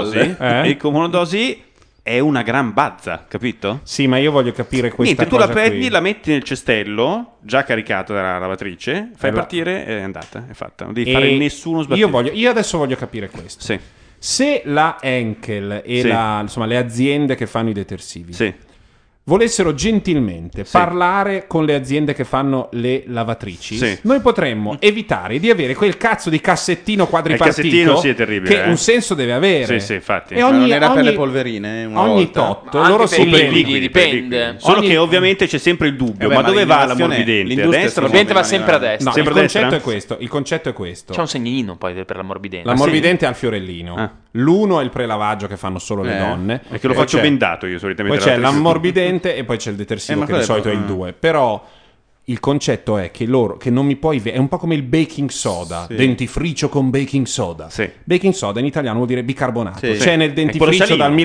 Monodosi è una gran bazza, capito? Sì, ma io voglio capire questa Niente, tu cosa la prendi, qui. la metti nel cestello, già caricata dalla lavatrice, fai partire, è andata, è fatta. Non devi fare nessuno sbattimento. Io adesso voglio capire questo. Sì. Se la Henkel e le aziende che fanno i detersivi volessero gentilmente parlare con le aziende che fanno le lavatrici, noi potremmo evitare di avere quel cazzo di cassettino quadripartito. Il cassettino è terribile, che un senso deve avere. Sì, infatti. E Ma non era per le polverine ogni tot loro si dipende. Solo che ovviamente c'è sempre il dubbio, ma dove va la morbidente? A destra? La morbidente va sempre a destra. No, il concetto è questo. C'è un segnalino poi per la morbidente. La morbidente è al fiorellino. L'uno è il prelavaggio che fanno solo le donne. E che lo faccio bendato io solitamente. Poi c'è l'ammorbidente e poi c'è il detersivo che di solito è il 2. Però il concetto è che non mi puoi è un po' come il baking soda, dentifricio con baking soda. Baking soda in italiano vuol dire bicarbonato. C'è nel dentifricio dal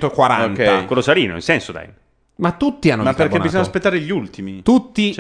1940. Quello salino, in senso dai. Ma tutti hanno bicarbonato. Ma perché bisogna aspettare gli ultimi? Tutti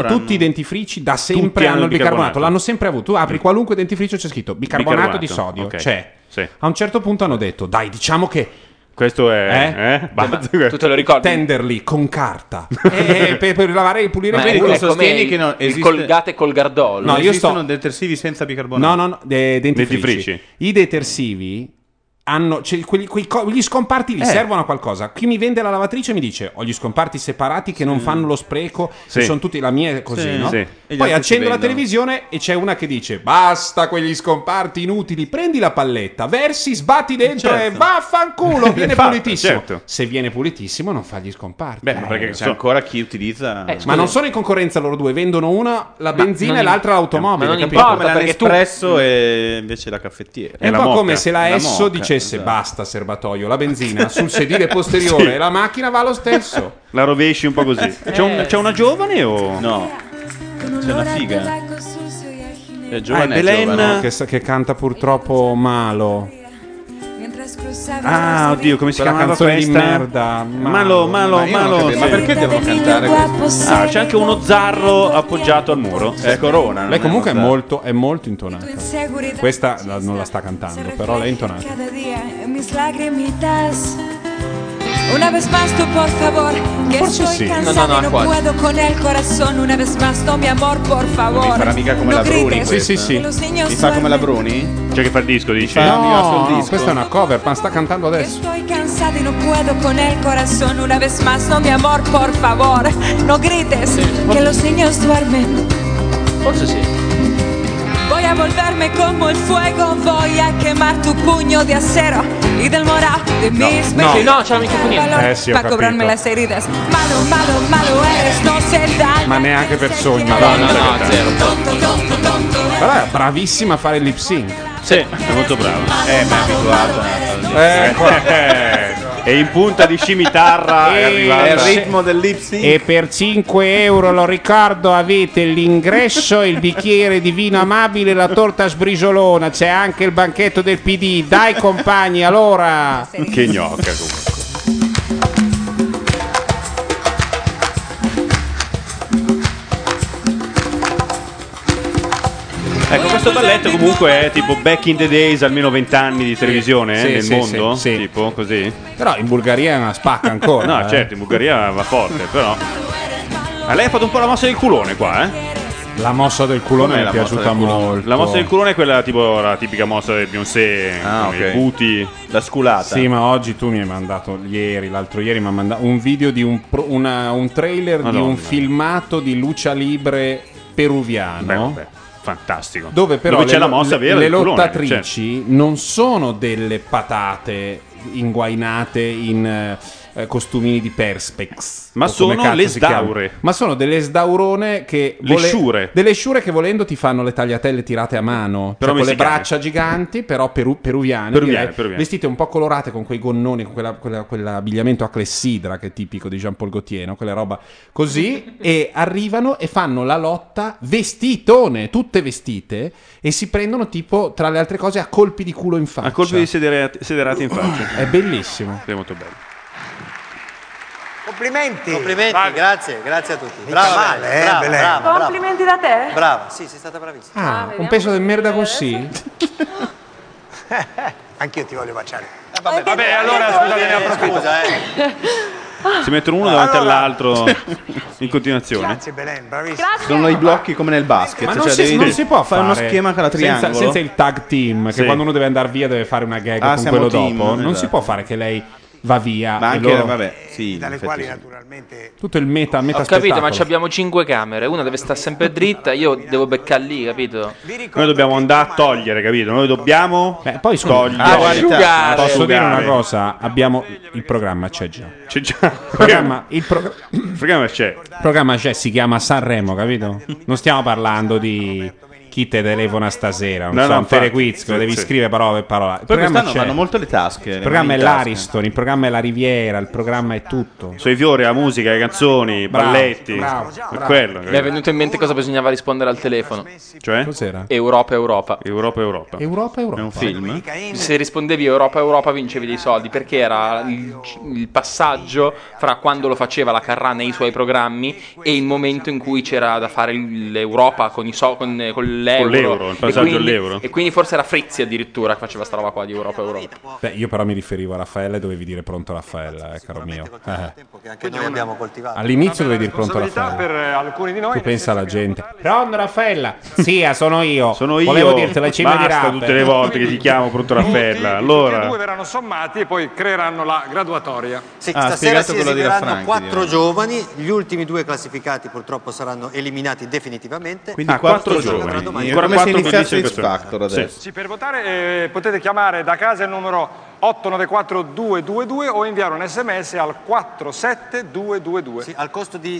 i dentifrici da sempre hanno il bicarbonato. L'hanno sempre avuto. Tu apri qualunque dentifricio, c'è scritto bicarbonato di sodio. C'è. A un certo punto hanno detto, dai, diciamo che questo è tu te lo ricordi? Tenderli con carta per lavare e pulire bene. Sostieni che non esiste... il Colgate col Gardol. No, esistono detersivi senza bicarbonato. No, dentifrici. I detersivi hanno gli scomparti li servono a qualcosa. Chi mi vende la lavatrice mi dice ho gli scomparti separati che non fanno lo spreco, che sono tutti la mia è così, no? Poi accendo la televisione e c'è una che dice basta quegli scomparti inutili, prendi la palletta, versi, sbatti dentro e vaffanculo, viene pulitissimo. Se viene pulitissimo non fa gli scomparti. Ma perché c'è ancora chi utilizza ma non sono in concorrenza loro due, vendono una la benzina e l'altra l'automobile, non importa perché l'espresso e invece la caffettiera. È un po' come se la Esso dice basta serbatoio, la benzina sul sedile posteriore e la macchina va lo stesso. La rovesci un po' così. C'è una giovane o no? C'è una figa. È giovane, Belen che canta purtroppo malo. Oddio, come si chiama canzone questa? Di merda. Malo. Ma perché devono cantare questo? C'è anche uno zarro appoggiato al muro. È Corona. Lei comunque è molto intonata. Questa non la sta cantando, però lei è intonata. Una vez más tú por favor, que Forse estoy sì. cansada y no puedo con el corazón. Una vez más, no mi amor, por favor. Mi farà mica come no la Bruni. grites, Sì. que los niños Mi fa come la duermen. Bruni? C'è che fa il disco, dici? No, questa è una cover, ma sta cantando adesso. Estoy cansada y no puedo con el corazón. Una vez más, no mi amor, por favor. No grites, que los niños duermen. Forse sì. Voy a volverme como el fuego, voy a quemar tu puño de acero y del morado de mis No, c'era mica niente. Sì, ho para cobrarme capito. las heridas. Malo eres, no se daña. Ma neanche per sogno. No, zero. Però è bravissima a fare il lip sync. Sì, è molto brava. Ma è abituata. E in punta di scimitarra è arrivata. È il ritmo del lip sync. E per 5 euro, lo ricordo, avete l'ingresso, il bicchiere di vino amabile e la torta sbrisolona. C'è anche il banchetto del PD. Dai compagni, allora. Che gnocca comunque. questo balletto comunque è tipo back in the days, almeno 20 anni di televisione Sì, nel sì, mondo, sì, sì. tipo così. Però in Bulgaria è una spacca ancora. No, certo, in Bulgaria va forte, però. A lei ha fatto un po' la mossa del culone qua, La mossa del culone Com'è mi è la mossa piaciuta del culone? molto. La mossa del culone è quella tipo la tipica mossa del Beyoncé, con ok. i buti, la sculata. Sì, ma oggi tu mi hai mandato l'altro ieri mi ha mandato un video di un trailer di Madonna. un filmato di lucha libre peruviano. Beh, vabbè, fantastico. Dove però c'è la mossa vera le del culone, lottatrici non sono delle patate inguainate in costumini di perspex, Ma o come sono cazzo le si chiama. sdaure. Ma sono delle sdaurone che Le sciure. delle sciure che volendo ti fanno le tagliatelle tirate a mano, Però cioè con le messicane. braccia giganti, però peruviane, Peruviane, direi. Vestite un po' colorate con quei gonnoni, con quell'abbigliamento a clessidra che è tipico di Jean Paul Gaultier, no? Quella roba così, e arrivano e fanno la lotta vestitone, tutte vestite, e si prendono tipo, tra le altre cose, a colpi di culo in faccia. A colpi di sederati in faccia. È bellissimo. È molto bello. Complimenti. Grazie a tutti. Mica male, Belen. Complimenti da te? Brava, sì, sei stata bravissima. Ah, un peso del merda così? Anch'io ti voglio baciare. Vabbè, allora scusate, ne approfitto. Si mettono uno davanti all'altro in continuazione. Grazie Belen, bravissimo. Sono i blocchi come nel basket. Ma cioè non si può fare uno schema con la triangolo. senza il tag team, che Sì. quando uno deve andare via deve fare una gag con siamo quello team, dopo. Non esatto. si può fare che lei va via. Ma e anche, loro- vabbè, sì. Dalle in quali effetti. naturalmente tutto il meta Ho capito, spettacolo. ma ci abbiamo 5 camere, una deve stare sempre dritta, io devo beccare lì, capito? Noi dobbiamo andare a togliere, capito? Noi dobbiamo poi scusa, togliere. asciugare. Posso dire Asciugare. una cosa? Abbiamo il programma c'è già. C'è già. Il programma c'è. Il programma c'è, si chiama Sanremo, capito? Non stiamo parlando di chi te telefona stasera, non No, so, no, un infatti. telequiz che Sì, devi sì. scrivere parole e parole. Il Poi programma quest'anno c'è. vanno molto le tasche. Il programma è l'Ariston, il programma è la Riviera, il programma è tutto. Sui fiori, la musica, le canzoni, i Bravo, balletti. bravo, È bravo. quello. Mi è venuto in mente cosa bisognava rispondere al telefono. Cioè? Cos'era? Europa. Europa. Europa. È un film. Se rispondevi Europa vincevi dei soldi, perché era il passaggio fra quando lo faceva la Carrà nei suoi programmi e il momento in cui c'era da fare l'Europa con con l'euro. Con l'euro, il passaggio all'euro. E quindi forse era Frizzi addirittura che faceva sta roba qua di Europa. Beh, io però mi riferivo a Raffaella e dovevi dire pronto Raffaella, caro mio. Che anche noi abbiamo coltivato. All'inizio dovevi dire pronto Raffaella. Per alcuni di noi. Tu pensa alla gente. Pronto Raffaella? Sì, sono io. Sono io. Volevo dirti le cime di Basta rap. tutte le volte che ti chiamo pronto Raffaella. Tutti e due Allora. verranno sommati e poi creeranno la graduatoria. Sì, Ah, stasera spiegato si quello di esibiranno Raffranchi, 4 direi. giovani, gli ultimi 2 classificati purtroppo saranno eliminati definitivamente. Quindi Ah, 4 4 giovani. giovani. Come se Quattro iniziasse bellissime X Factor persone. adesso. Sì, per votare potete chiamare da casa il numero 894-222 o inviare un sms al 47222. Sì, al costo di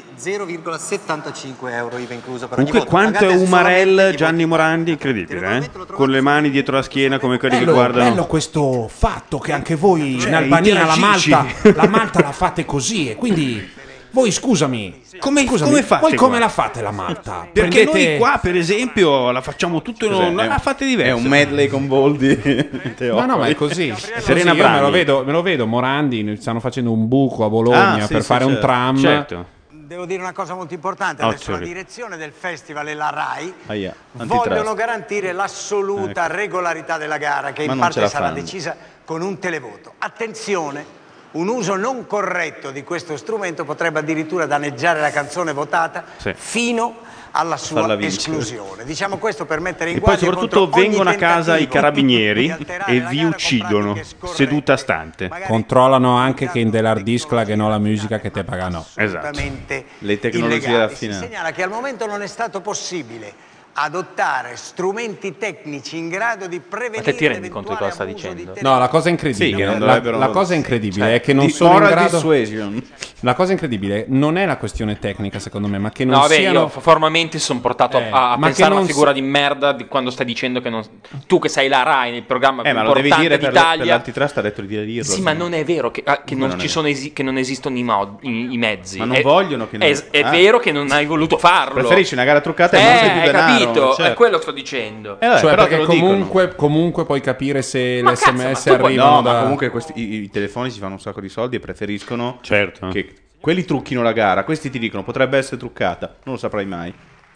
0,75 euro IVA incluso per Comunque ogni voto. quanto è Pagate Umarell solamente Gianni Morandi, incredibile, eh? Con le mani dietro la schiena come quelli che guardano. bello questo fatto che anche voi Cioè, in Albania interagisci. la Malta la fate così e quindi voi scusami, come fate voi come qua? la fate la Malta? Perché Prendete- noi qua, per esempio, la facciamo tutto Cos'è? non la fate diverse. È un medley con Boldi. No, ma è così. È Serena così. Io Brani. me lo vedo, Morandi stanno facendo un buco a Bologna Ah, sì, per sì, fare un certo. tram. Certo. Devo dire una cosa molto importante, Oh, adesso la sorry. direzione del festival e la RAI Aia, vogliono antitrust. garantire l'assoluta regolarità della gara che Ma in non ce parte la sarà fanno. decisa con un televoto. Attenzione, un uso non corretto di questo strumento potrebbe addirittura danneggiare la canzone votata Sì. fino alla sua Farla vincere. esclusione. Diciamo questo per mettere in E poi guardia soprattutto contro ogni vengono a casa i tentativo carabinieri di alterare e la vi gara con uccidono pratiche scorrette. seduta stante. Controllano anche che in dell'hard disc che no la musica che te pagano. Esatto. Assolutamente Le tecnologie illegali. Si raffinate. segnala che al momento non è stato possibile adottare strumenti tecnici in grado di prevenire Ma te ti rendi conto di cosa sta l'eventuale abuso dicendo? No, la cosa incredibile, Sì, che non la dovrebbero- cosa incredibile cioè, è che non di sono in moral grado. dissuasion. La cosa incredibile non è la questione tecnica, secondo me, ma che non No, vabbè, siano. io formalmente sono portato a ma pensare che a una non figura di merda di quando stai dicendo che non. Tu che sei la Rai nel programma più Ma lo devi importante dire per d'Italia. l'antitrust ha detto di dirlo. Sì, ma non è vero che Non non, è ci sono che non esistono i mezzi. Ma non vogliono che non- È Ah. vero che non hai voluto farlo. Preferisci una gara truccata e molto più hai denaro, capito? certo. È quello che sto dicendo. Cioè, però te perché lo dicono. comunque puoi capire se Ma le cazzo, sms ma tu puoi- arrivano No, da. ma comunque i telefoni si fanno un sacco di soldi e preferiscono Certo. che quelli trucchino la gara. Questi ti dicono potrebbe essere truccata, non lo saprai mai.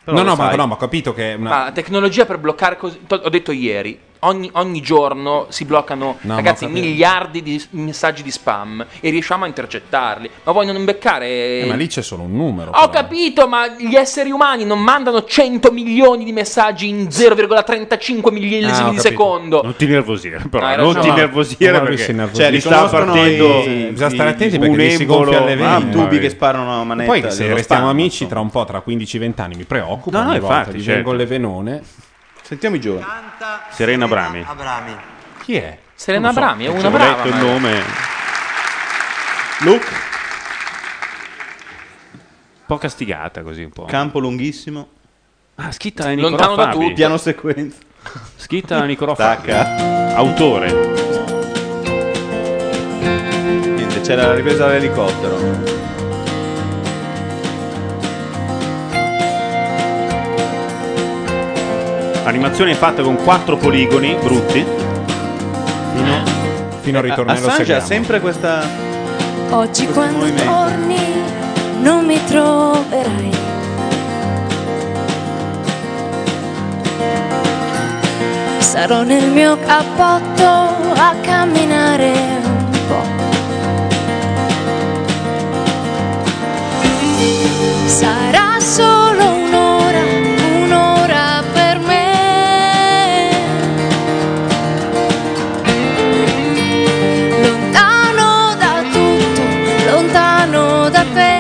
No, ma ho capito che è una... Ma la tecnologia per bloccare così... Ho detto ieri, ogni giorno si bloccano, ragazzi, miliardi di messaggi di spam e riusciamo a intercettarli. Ma vogliono imbeccare... ma lì c'è solo un numero. Ho capito, ma gli esseri umani non mandano 100 milioni di messaggi in 0,35 millesimi di secondo. Non ti nervosire, però. No, non ti nervosire perché cioè, gli sta partendo. Bisogna stare attenti perché gli si gonfia le vene. Tubi che sparano a manetta. Poi se restiamo amici tra un po', tra 15-20 anni, mi preoccupa. No, infatti, gli vengono le venone. Sentiamo i giovani. Serena Abrami. Chi è? Serena Abrami, è una Ho brava. letto il nome. Luke. Un po' castigata così un po'. Campo lunghissimo. Scritta da Nicolò Lontano da Fabi. tutti. Piano sequenza. Scritta da Nicolò Fabi. Tacca. Autore. Niente, c'è la ripresa dall'elicottero. Animazione fatta con 4 poligoni brutti. Fino al ritornello Assange ha seguiamo. sempre questa... Oggi quando torni non mi troverai. Sarò nel mio cappotto a camminare un po'. Sarà solo un'ora per me. Lontano da tutto, lontano da te,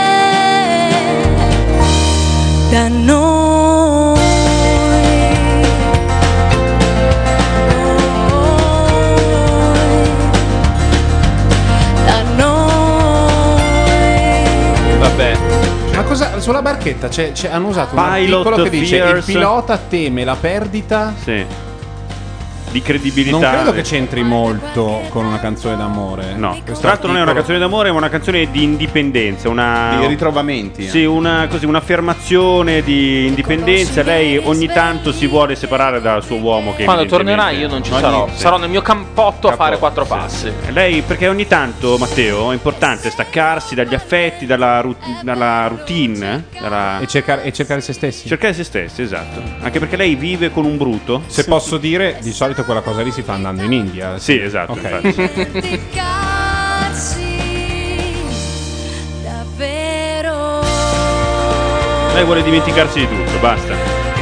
da noi. Da noi. Vabbè. Ma cosa sulla barchetta hanno usato un Pilot articolo che dice il fears. pilota teme la perdita di credibilità. Non credo che c'entri molto con una canzone d'amore. No, tra l'altro non è una canzone d'amore, ma una canzone di indipendenza, Di ritrovamenti. Sì, un'affermazione di indipendenza. Lei ogni tanto si vuole separare dal suo uomo che Quando evidentemente- tornerai io non ci sarò. Sarò nel mio campotto a fare 4 passi. Lei, perché ogni tanto, Matteo, è importante staccarsi dagli affetti, dalla routine, E cercare se stessi. cercare se stessi, esatto. Anche perché lei vive con un bruto. Se posso dire, di solito quella cosa lì si fa andando in India. Sì, esatto. Ok. infatti. Davvero. Lei vuole dimenticarsi di tutto, basta.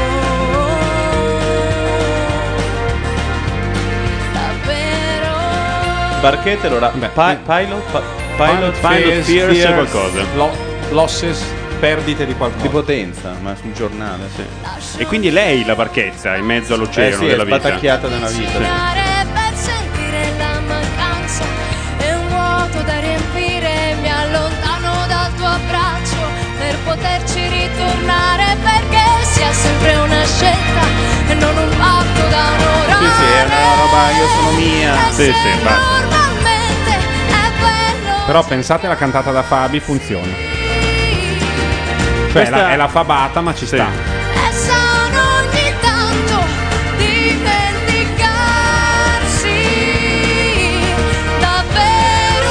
Barchetta allora. Pilot Fears è qualcosa. Losses, perdite di qualcosa. Di potenza, ma sul giornale, sì. E quindi lei la barchezza in mezzo all'oceano sì, della è vita. spatacchiata nella vita. Sì. Per sentire la mancanza e un vuoto da riempire, mi allontano dal tuo abbraccio per poterci ritornare, perché sia sempre una scelta e non un patto da onorare. Sì, è una roba, io sono mia. Sì, basta. Normalmente è bello. Però pensate alla cantata da Fabi, funziona. Cioè Questa- è la fabata, ma ci sta. È sano ogni tanto dimenticarsi davvero.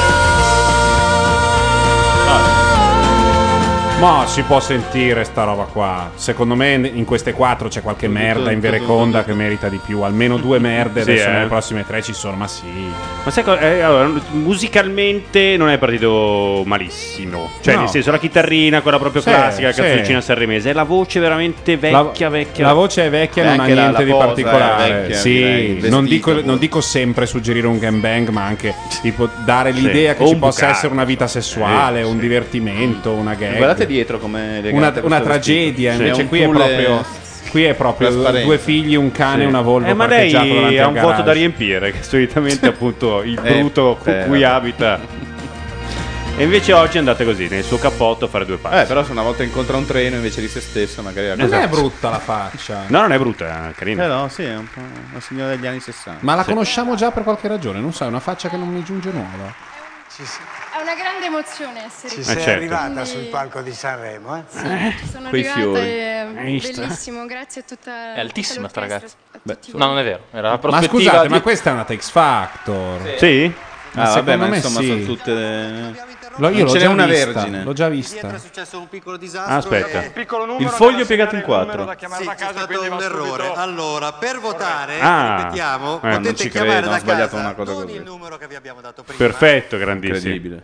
Ma si può sentire sta roba qua. Secondo me in queste 4 c'è qualche merda in vereconda che merita di più. Almeno 2 merde, Sì, adesso eh. nelle prossime 3 ci sono, ma sì. Ma sai cosa? Allora, musicalmente non è partito malissimo. Cioè, No. nel senso, la chitarrina, quella proprio Sì, classica, sì. canzoncina sanremese. È la voce veramente vecchia. La voce è vecchia, non ha Anche niente la di posa particolare. è vecchia, sì, direi, non vestito, dico sempre suggerire un gangbang, ma anche tipo dare l'idea che O ci un possa bucato. essere una vita sessuale, un divertimento, una gag. Guardate dietro come una tragedia, Sì, invece un qui è tulle proprio. Qui è proprio trasparente. 2 figli, un cane e una Volvo ma lei parcheggiato davanti ha al un vuoto garage. da riempire, che solitamente è appunto il bruto con cui abita. E invece oggi andate così, nel suo cappotto a fare 2 passi. Però se una volta incontra un treno invece di se stesso, magari Non è brutta la faccia. No, non è brutta, è carina. No, sì, è un po' una signora degli anni 60. Ma la conosciamo già per qualche ragione, non so, è una faccia che non mi giunge nuova. È una grande emozione essere Ci qui. sei certo. arrivata Quindi- sul palco di Sanremo, eh? Sono quei arrivata fiori. e Hai visto? bellissimo, grazie a tutta. È altissima sta ragazza. tutti No, non è vero. Era la Ma prospettiva scusate, di- ma questa è una X Factor. Sì? Ma Ah, vabbè, secondo ma me insomma sì. sono tutte Io l'ho ce n'è già una vista, vergine. l'ho già vista. Dietro è successo un piccolo disastro. Aspetta. e- Il foglio piegato in 4. Sì, c'è stato un errore. Allora, per votare, Ah. ripetiamo, Non potete ci chiamare credo, da ho sbagliato casa una cosa con così. il numero che vi abbiamo dato prima. Perfetto, grandissimo. Incredibile.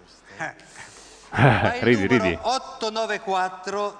Ridi. 894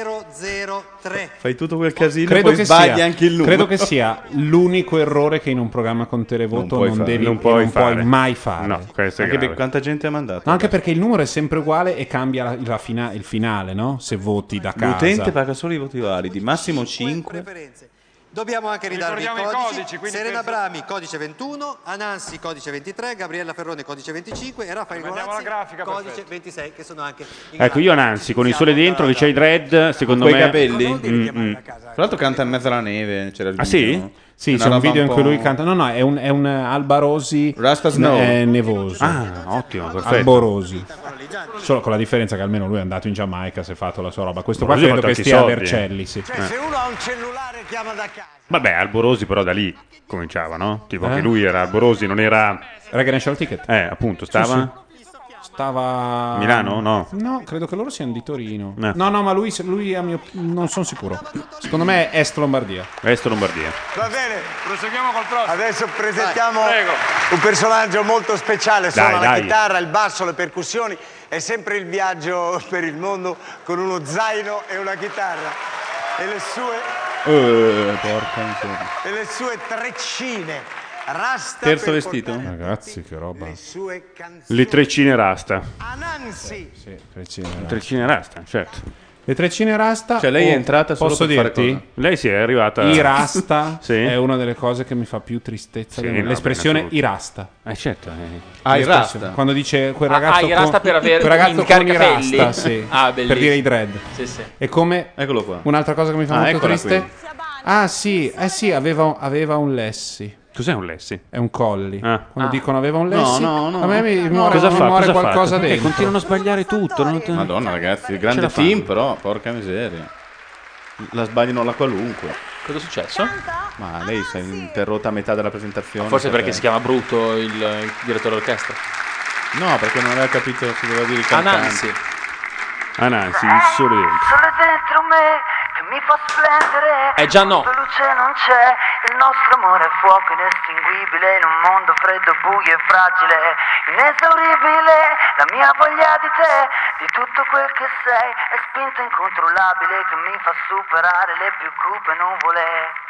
003. Fai tutto quel casino, Credo poi che, sbagli sia, anche il numero. credo che sia l'unico errore che in un programma con televoto non puoi mai fare. No, questo è Anche grave. per quanta gente ha mandato? No, anche perché il numero è sempre uguale e cambia il finale, no? Se voti da casa. L'utente paga solo i voti validi, massimo 5. Dobbiamo anche ridarvi i Ricordiamo i codici. codici, quindi Serena penso- Brami, codice 21, Anansi, codice 23, Gabriella Ferrone, codice 25 e Raffaele Vediamo Golazzi, la grafica, codice perfetto. 26, che sono anche in Ecco, io Nancy con il sole dentro che c'hai i dread, secondo Con me. quei capelli? Mm-mm. Tra l'altro canta in mezzo alla neve. C'era il Ah, sì? video, no? Sì, Una c'è un roba video in cui po'- lui canta. No, è un Alba Rosi Rasta Snow. nevoso. Ah, ottimo, perfetto. Alborosi. Solo con la differenza che almeno lui è andato in Giamaica, si è fatto la sua roba. Questo qua Alborosi credo ha che tanti stia a soldi. Vercelli, sì. Cioè, se uno ha un cellulare chiama da casa. Vabbè, Alborosi però da lì cominciava, no? Tipo che lui era Alborosi, non era... Reggae National Ticket. Appunto, stava... Stava Milano? No. No, credo che loro siano di Torino. Eh. No, ma lui non sono sicuro. Secondo me è Est Lombardia. Est Lombardia. Va bene, proseguiamo col prossimo. Adesso presentiamo Prego. un personaggio molto speciale. Suona la Dai. chitarra, il basso, le percussioni. È sempre il viaggio per il mondo con uno zaino e una chitarra. E le Porca miseria. sue treccine. Rasta Terzo per vestito? portare Ragazzi, che roba. le sue canzoni. Le treccine rasta. Anansi. Sì, treccine. Le treccine rasta, certo. Le treccine rasta. Cioè lei è entrata solo posso per fare dirti? cosa? Lei si è arrivata... I rasta Sì. è una delle cose che mi fa più tristezza. Sì, del mondo. no, L'espressione bene, i rasta. certo. Ah, il L'espressione. rasta. Quando dice quel ragazzo i rasta per avere quel ragazzo indicare con i capelli? rasta, sì, Ah, per bellissimo. dire i dread. Sì, sì. E come Eccolo qua. un'altra cosa che mi fa molto eccola triste. qui. Ah, sì, aveva un lessi. Cos'è un lessi? È un colli. Ah. Quando dicono aveva un lessi, no. a me mi muore, Cosa mi fa? muore Cosa qualcosa fate? dentro. Continuano a sbagliare tutto. Madonna ragazzi, grande la fanno. team però, porca miseria. La sbagliano la qualunque. Cosa è successo? Ma lei si è interrotta a metà della presentazione. Forse perché si chiama Bruto il direttore d'orchestra. No, perché non aveva capito se doveva dire il cantante. Anansi. Anansi, il sole dentro. Sole dentro me che mi fa splendere. Già no. La luce non c'è, il nostro amore è fuoco inestinguibile in un mondo freddo, buio e fragile, inesauribile. La mia voglia di te, di tutto quel che sei, è spinta incontrollabile che mi fa superare le più cupe nuvole.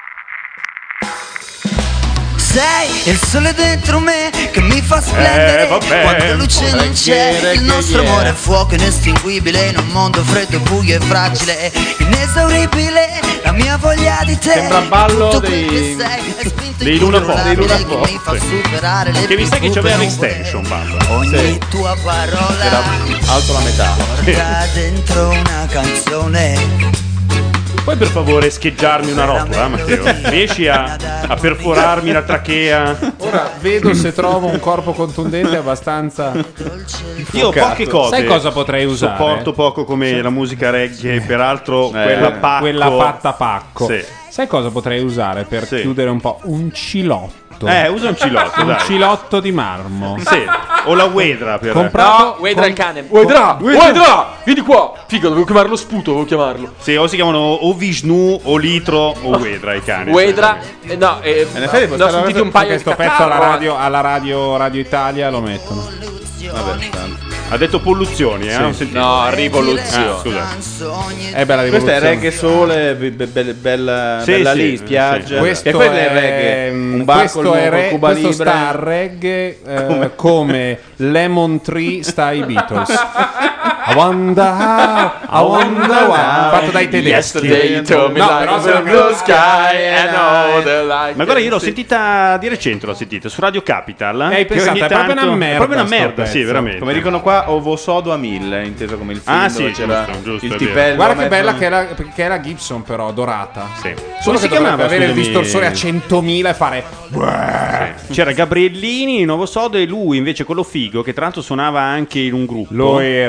Sei il sole dentro me che mi fa splendere. vabbè. Quando la luce non c'è, il nostro amore è fuoco inestinguibile in un mondo freddo, buio e fragile, inesauribile. La mia voglia di te, Sembra ballo tutto quel che dei- sei, è spinta dei Luna Pop. incontrollabile che mi fa superare le Che mi più sa che cupe c'aveva nuvole. l'extension, Bamba. Ogni tua parola Era alto la metà. porta dentro una canzone. Puoi per favore scheggiarmi una rotola, Matteo? Riesci a perforarmi la trachea? Ora vedo se trovo un corpo contundente abbastanza. Io ho poche cose. Sai cosa potrei usare? Sopporto poco come la musica reggae, peraltro quella pacco. Quella fatta pacco. Sì. Sai cosa potrei usare per chiudere un po'? Un cilotto. Usa un cilotto, Un dai. cilotto di marmo. Sì. O la Wedra per Comprato- Wedra il cane. Wedra! Vieni qua! Figa, dovevo chiamarlo Sputo, dovevo chiamarlo. Sì, o si chiamano o Vishnu o Litro o Wedra i cani. Wedra, no, effetti ne ho sentiti un paio di Questo pezzo alla radio Italia lo mettono. Vabbè, tanto. Ha detto polluzioni, Sì. Ho sentito. No, rivoluzione. Scusa. È bella Questo è rivoluzione. reggae sole, bella Sì, sì, lì, spiaggia. sì. Questo e quello è reggae. Un bar questo col è Cuba questo Libre. sta a reggae come Lemon Tree sta ai Beatles. I wonder why. Fatto dai tedeschi. Yesterday you told me No, like però a se la blue sky and all the light. Ma guarda, io l'ho sentita di recente, l'ho sentita su Radio Capital. E hai che pensato, ogni è proprio una merda È proprio una sto merda, pezzo. sì, veramente. Come dicono qua, ovo sodo a 1000, inteso come il film Ah, dove sì, c'era giusto, il è tipello. vero. Guarda che mezzo- bella che è la Gibson però, dorata. Sì. Solo Come che si dovrebbe chiamava, avere il scusami? distorsore a 100.000 e fare... C'era Gabriellini, Nuovo Sodo e lui invece quello figo che tra l'altro suonava anche in un gruppo. Lo era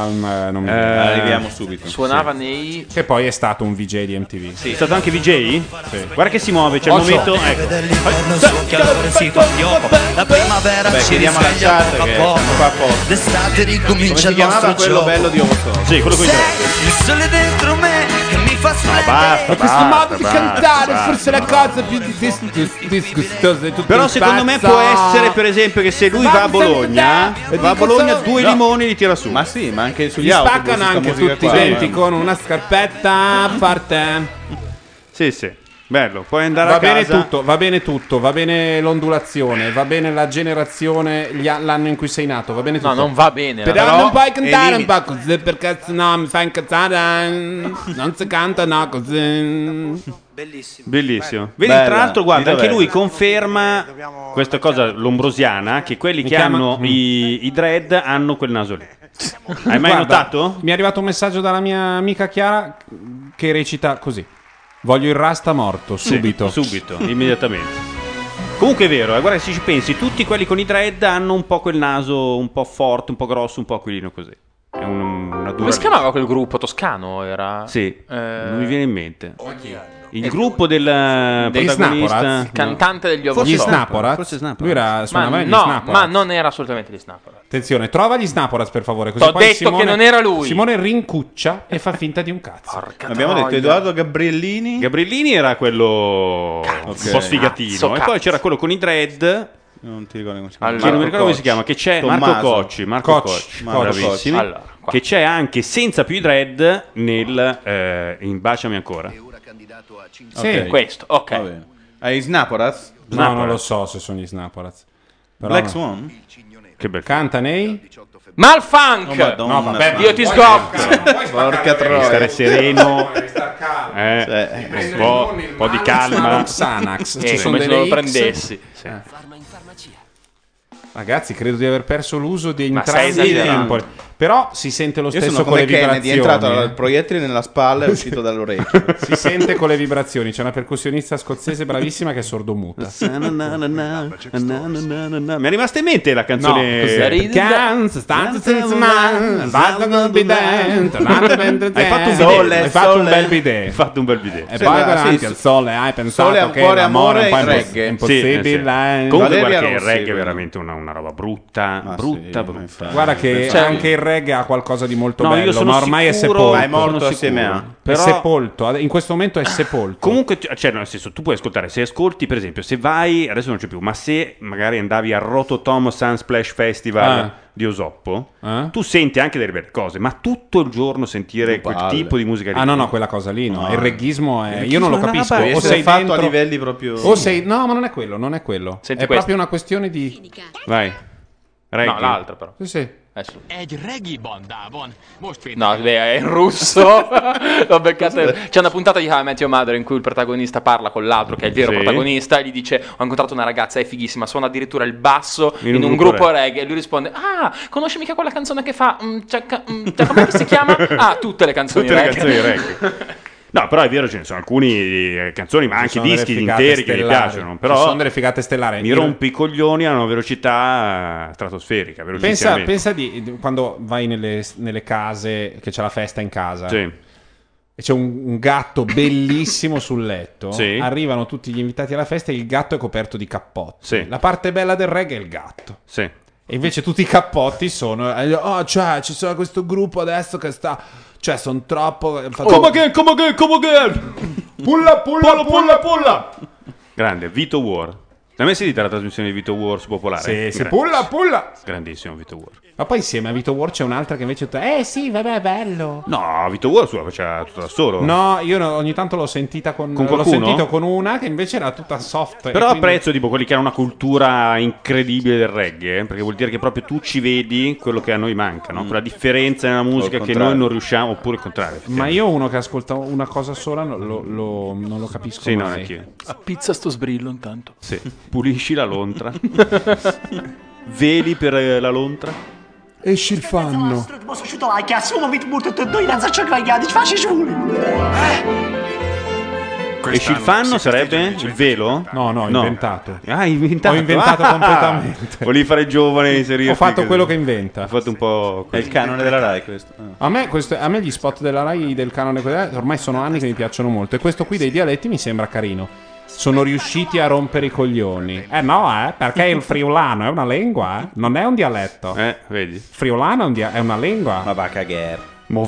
non mi arriviamo subito. Suonava nei... Che poi è stato un VJ di MTV. Sì. È stato anche VJ? Sì. Guarda che si muove, c'è il momento. La primavera ci chiediamo la chat che siamo qua apposta. L'estate ricomincia il nostro quello bello di Ovo. Sì, quello con i tre. Il sole dentro me che mi fa basta. Questo modo di cantare forse la cosa più disgustosa di tutto. Però secondo me può essere, per esempio, che se lui va a Bologna, due limoni li tira su. Ma sì, ma anche sugli Gli autobus. spaccano anche tutti i denti con una scarpetta forte. Sì. Bello, puoi andare Va a bene casa. tutto, va bene tutto, va bene l'ondulazione, va bene la generazione, l'anno in cui sei nato, va bene tutto. No, non va bene. Però non puoi cantare un po' così perché no, mi fai incazzare. Non si canta no così. Bellissimo. Vedi, tra l'altro, guarda, anche lui conferma questa cosa lombrosiana, che quelli che hanno i dread hanno quel naso lì. Hai mai notato? Mi è arrivato un messaggio dalla mia amica Chiara che recita così: voglio il Rasta morto, subito. Sì, subito, immediatamente. Comunque è vero, guarda, se ci pensi, tutti quelli con i dread hanno un po' quel naso un po' forte, un po' grosso, un po' aquilino così. È una dura. Come si chiamava quel gruppo toscano? Era? Sì, non mi viene in mente. Il gruppo del protagonista, il cantante degli Ovo. Gli Snaporaz. Lui suonava gli Snaporaz. Ma non era assolutamente gli Snaporaz. Attenzione, trova gli Snaporaz per favore. Così T'ho poi detto Simone, che non era lui. Simone rincuccia e fa finta di un cazzo. Abbiamo detto Edoardo Gabriellini. Gabriellini era quello un po' sfigatino. E poi c'era quello con i dread. Non ti ricordo come si chiama. chiama. Non mi ricordo come si chiama. Che c'è Marco Cocci. Bravissimi. Allora, che c'è anche senza più i dread nel in Baciami ancora. Sì, questo, ok. Hai Snaporaz? No, non lo so se sono gli Snaporaz. Però Black Swan? Che bel canta nei Malfunk. No, vabbè, io ti sgocco. Porca troia. Devi stare sereno. Un po' di calma. Xanax. Ci sono come se delle lo X. prendessi. Ragazzi, credo di aver perso l'uso di Ma entrambi stai i esagerando. tempi. Però si sente lo Io stesso sono con le come Kennedy, è vibrazioni. entrato il proiettile nella spalla e è uscito dall'orecchio. Si sente con le vibrazioni. C'è una percussionista scozzese bravissima che è sordomuta. Mi è rimasta in mente la canzone. Hai fatto un bel bidet. Hai fatto un bel bidet. E poi davanti al sole hai pensato sole, che cuore, l'amore amore è un po' e reggae. impossibile. Comunque Valeria guarda che il Rossi, reggae è quello. veramente una roba brutta. Brutta. Guarda che anche il reggae ha qualcosa di molto No, io bello, sono ma ormai è sicuro- sepolto. Ma è morto sono assieme sicuro. a. Però- È sepolto, in questo momento è sepolto. Comunque, cioè, nel senso, tu puoi ascoltare, se ascolti, per esempio, se vai, adesso non c'è più, ma se magari andavi al Rototom Sunsplash Festival di Osoppo, tu senti anche delle belle cose, ma tutto il giorno sentire quel tipo di musica lì. Ah no, quella cosa lì, no. Il reghismo è... Il Io non lo reghismo è una capisco. roba- O sei fatto dentro... a livelli proprio... O sei... No, ma non è quello, non è quello. Senti è questo. proprio una questione di... Vai. Reggae. No, l'altra però. Sì, sì. No, è in russo. L'ho beccato. C'è una puntata di How I Met Your Mother in cui il protagonista parla con l'altro, che è il vero Sì. protagonista, e gli dice: ho incontrato una ragazza, è fighissima, suona addirittura il basso In in un un gruppo gruppo reggae. E lui risponde: ah, conosci mica quella canzone che fa come si chiama? Ah, tutte le canzoni Tutte le reggae. canzoni reggae. No, però è vero, ce ne sono alcuni canzoni, ma Ci anche sono delle dischi figate interi che mi stellari. piacciono. Ci Però sono delle figate stellari. mi rompi i coglioni a una velocità stratosferica. Pensa, velocissimamente. pensa di quando vai nelle case, che c'è la festa in casa. Sì. E c'è un gatto bellissimo sul letto. Sì. Arrivano tutti gli invitati alla festa e il gatto è coperto di cappotti. Sì. La parte bella del reggae è il gatto. Sì. E invece tutti i cappotti sono... Oh, cioè, ci sono questo gruppo adesso che sta... Cioè, sono troppo... Come again? Pulla! Grande, Vito War. A me sentite la trasmissione di Vito War su Popolare? Sì, Grande. pulla! Grandissimo Vito War. Ma poi insieme a Vito War c'è un'altra che invece... sì, vabbè, è bello. No, Vito War la faceva tutta da solo. No, io ogni tanto l'ho sentita con l'ho qualcuno? sentito con una che invece era tutta soft. Però e quindi- apprezzo tipo quelli che hanno una cultura incredibile del reggae, perché vuol dire che proprio tu ci vedi quello che a noi manca, no? Quella differenza nella musica che noi non riusciamo, oppure il contrario. Ma io uno che ascolta una cosa sola non lo capisco Sì, no, mai. anch'io. Appizza sto sbrillo intanto. Sì. Pulisci la lontra. Veli per la lontra. Esci il fanno. Posso asciutare, sono mit molto doi, non so che vai a fare giuli. E Scilfanno sarebbe il velo? No, ho inventato. Ah, inventato. Ho inventato completamente. Volevi fare giovane e inserirti. Ho fatto quello che inventa. Ho fatto un po'. È il canone della Rai questo. A me gli spot della Rai del canone ormai sono anni che mi piacciono molto. E questo qui dei dialetti mi sembra carino. Sono riusciti a rompere i coglioni. Perché il friulano è una lingua, non è un dialetto. Vedi? Friulano è una lingua. Ma va a cagare.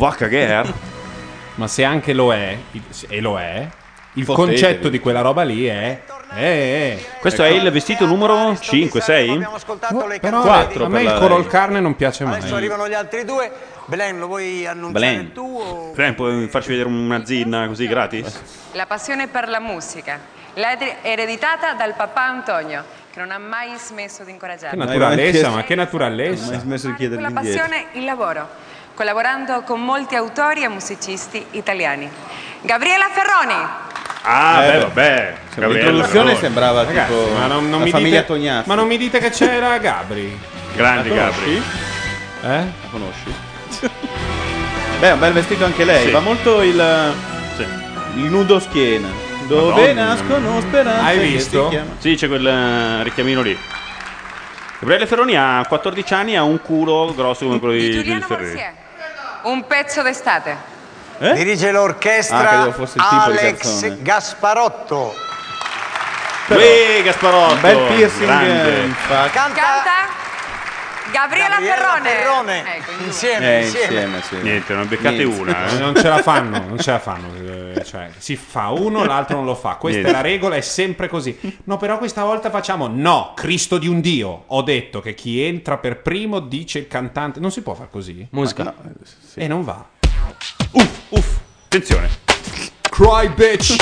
Ma se anche lo è, e lo è, il Fottetevi. concetto di quella roba lì è. Questo è il vestito numero 5, 6? Però 4 a me il color carne non piace mai. Adesso arrivano gli altri due. Belen, lo vuoi annunciare tu? O... Belen, puoi farci vedere una zinna così gratis? La passione per la musica l'ha ereditata dal papà Antonio, che non ha mai smesso di incoraggiarmi. Che naturalezza, ma che naturalezza. Non ho mai smesso di chiedergli Con la passione il lavoro, collaborando con molti autori e musicisti italiani. Gabriela Ferroni. Vabbè. L'introduzione sembrava Ragazzi, tipo ma non la mi famiglia dite, Tognazzi. ma non mi dite che c'era Gabri. Grande La Gabri. La conosci? Beh, è un bel vestito anche lei. Sì. Va molto il nudo schiena. Dove nascono speranze. Hai che visto? si chiama. Sì, c'è quel richiamino lì. Gabriele Ferroni ha 14 anni, ha un culo grosso come quello di Giuliano Ferreri. Un pezzo d'estate. Dirige l'orchestra credevo fosse il tipo di Alex canzone. Gasparotto. Gasparotto. Un bel piercing grande. in faccia. Canta Gabriela Ferrone. Ecco, Insieme. Sì. Niente, non beccate una. Non ce la fanno. Cioè, si fa uno, l'altro non lo fa. Questa è la regola, è sempre così. No, però questa volta facciamo no, Cristo di un Dio. Ho detto che chi entra per primo dice il cantante. Non si può far così. Musica. No, E non va. Attenzione. Cry bitch.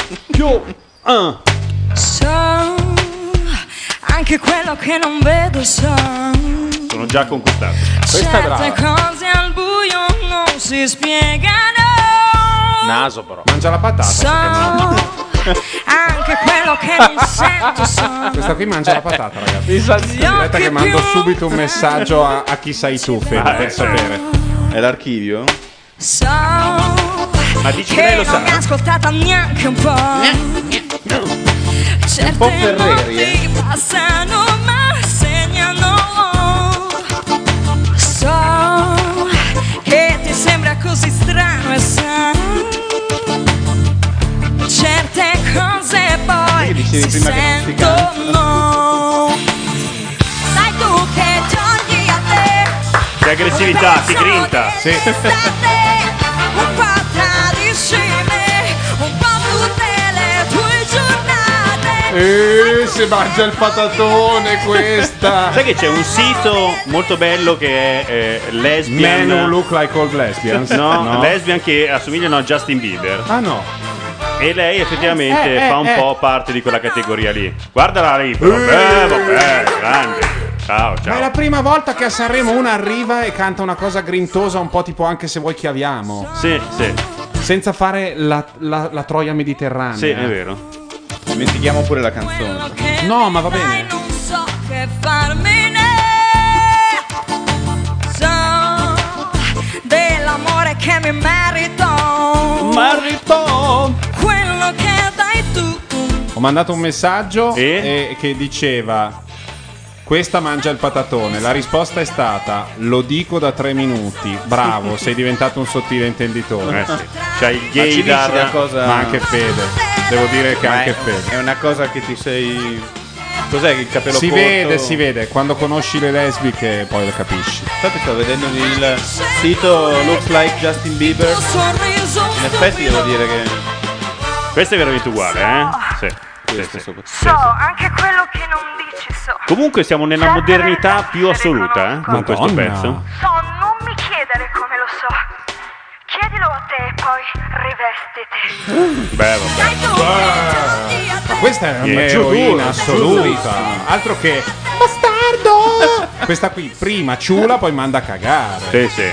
So, anche quello che non vedo so. Sono già conquistato. Questa è brava. Certe cose al buio non si spiegano. Naso però. Mangia la patata. So, anche quello che non sento so. Questa qui mangia la patata, ragazzi. Gli Aspetta occhi che mando più subito un messaggio a chi sei tu, Fede, per sapere. È l'archivio? So, Ma dici che che lei lo non mi ha sa? ascoltata neanche un po'. Certe po' Ferreri, notti passano ma segnano. So che ti sembra così strano e sai certe cose poi dicevi si prima che non si canta. sentono. Sai tu che togli a te Che aggressività, ti grinta. Sì. un po' tradiscime, un po' tutte le tue giornate. Si mangia il patatone questa. Sai che c'è un sito molto bello che è lesbian. Men who look like old lesbians. No, lesbian che assomigliano a Justin Bieber. Ah no. E lei effettivamente fa un po' parte di quella categoria lì. Guardala lì, però. Vabbè, grande. Ciao. Ma è la prima volta che a Sanremo una arriva e canta una cosa grintosa, un po' tipo Anche se vuoi chiaviamo. Sì. Senza fare la Troia mediterranea. Sì, è vero. Dimentichiamo pure la canzone. No, ma va bene. Non so che farmene. So dell'amore che mi merito. Quello che dai tu. Ho mandato un messaggio che diceva: questa mangia il patatone. La risposta è stata: lo dico da 3 minuti. Bravo, sei diventato un sottile intenditore. Sì. C'hai il gaydar, cosa... ma anche Fede. Devo dire che anche Fede. È una cosa che ti sei... Cos'è il capello Si corto? si vede. Quando conosci le lesbiche poi lo capisci. Infatti sto vedendo il sito Looks Like Justin Bieber. In effetti devo dire che... Questo è veramente uguale, Sì. So anche quello che non dici so. Comunque siamo nella modernità più assoluta con questo pezzo. So, non mi chiedere come lo so. Chiedilo a te e poi rivestiti. Vabbè. Ma questa è una Yeah. eroina assoluta. Altro che bastardo. Questa qui prima ciula, poi manda a cagare. Sì.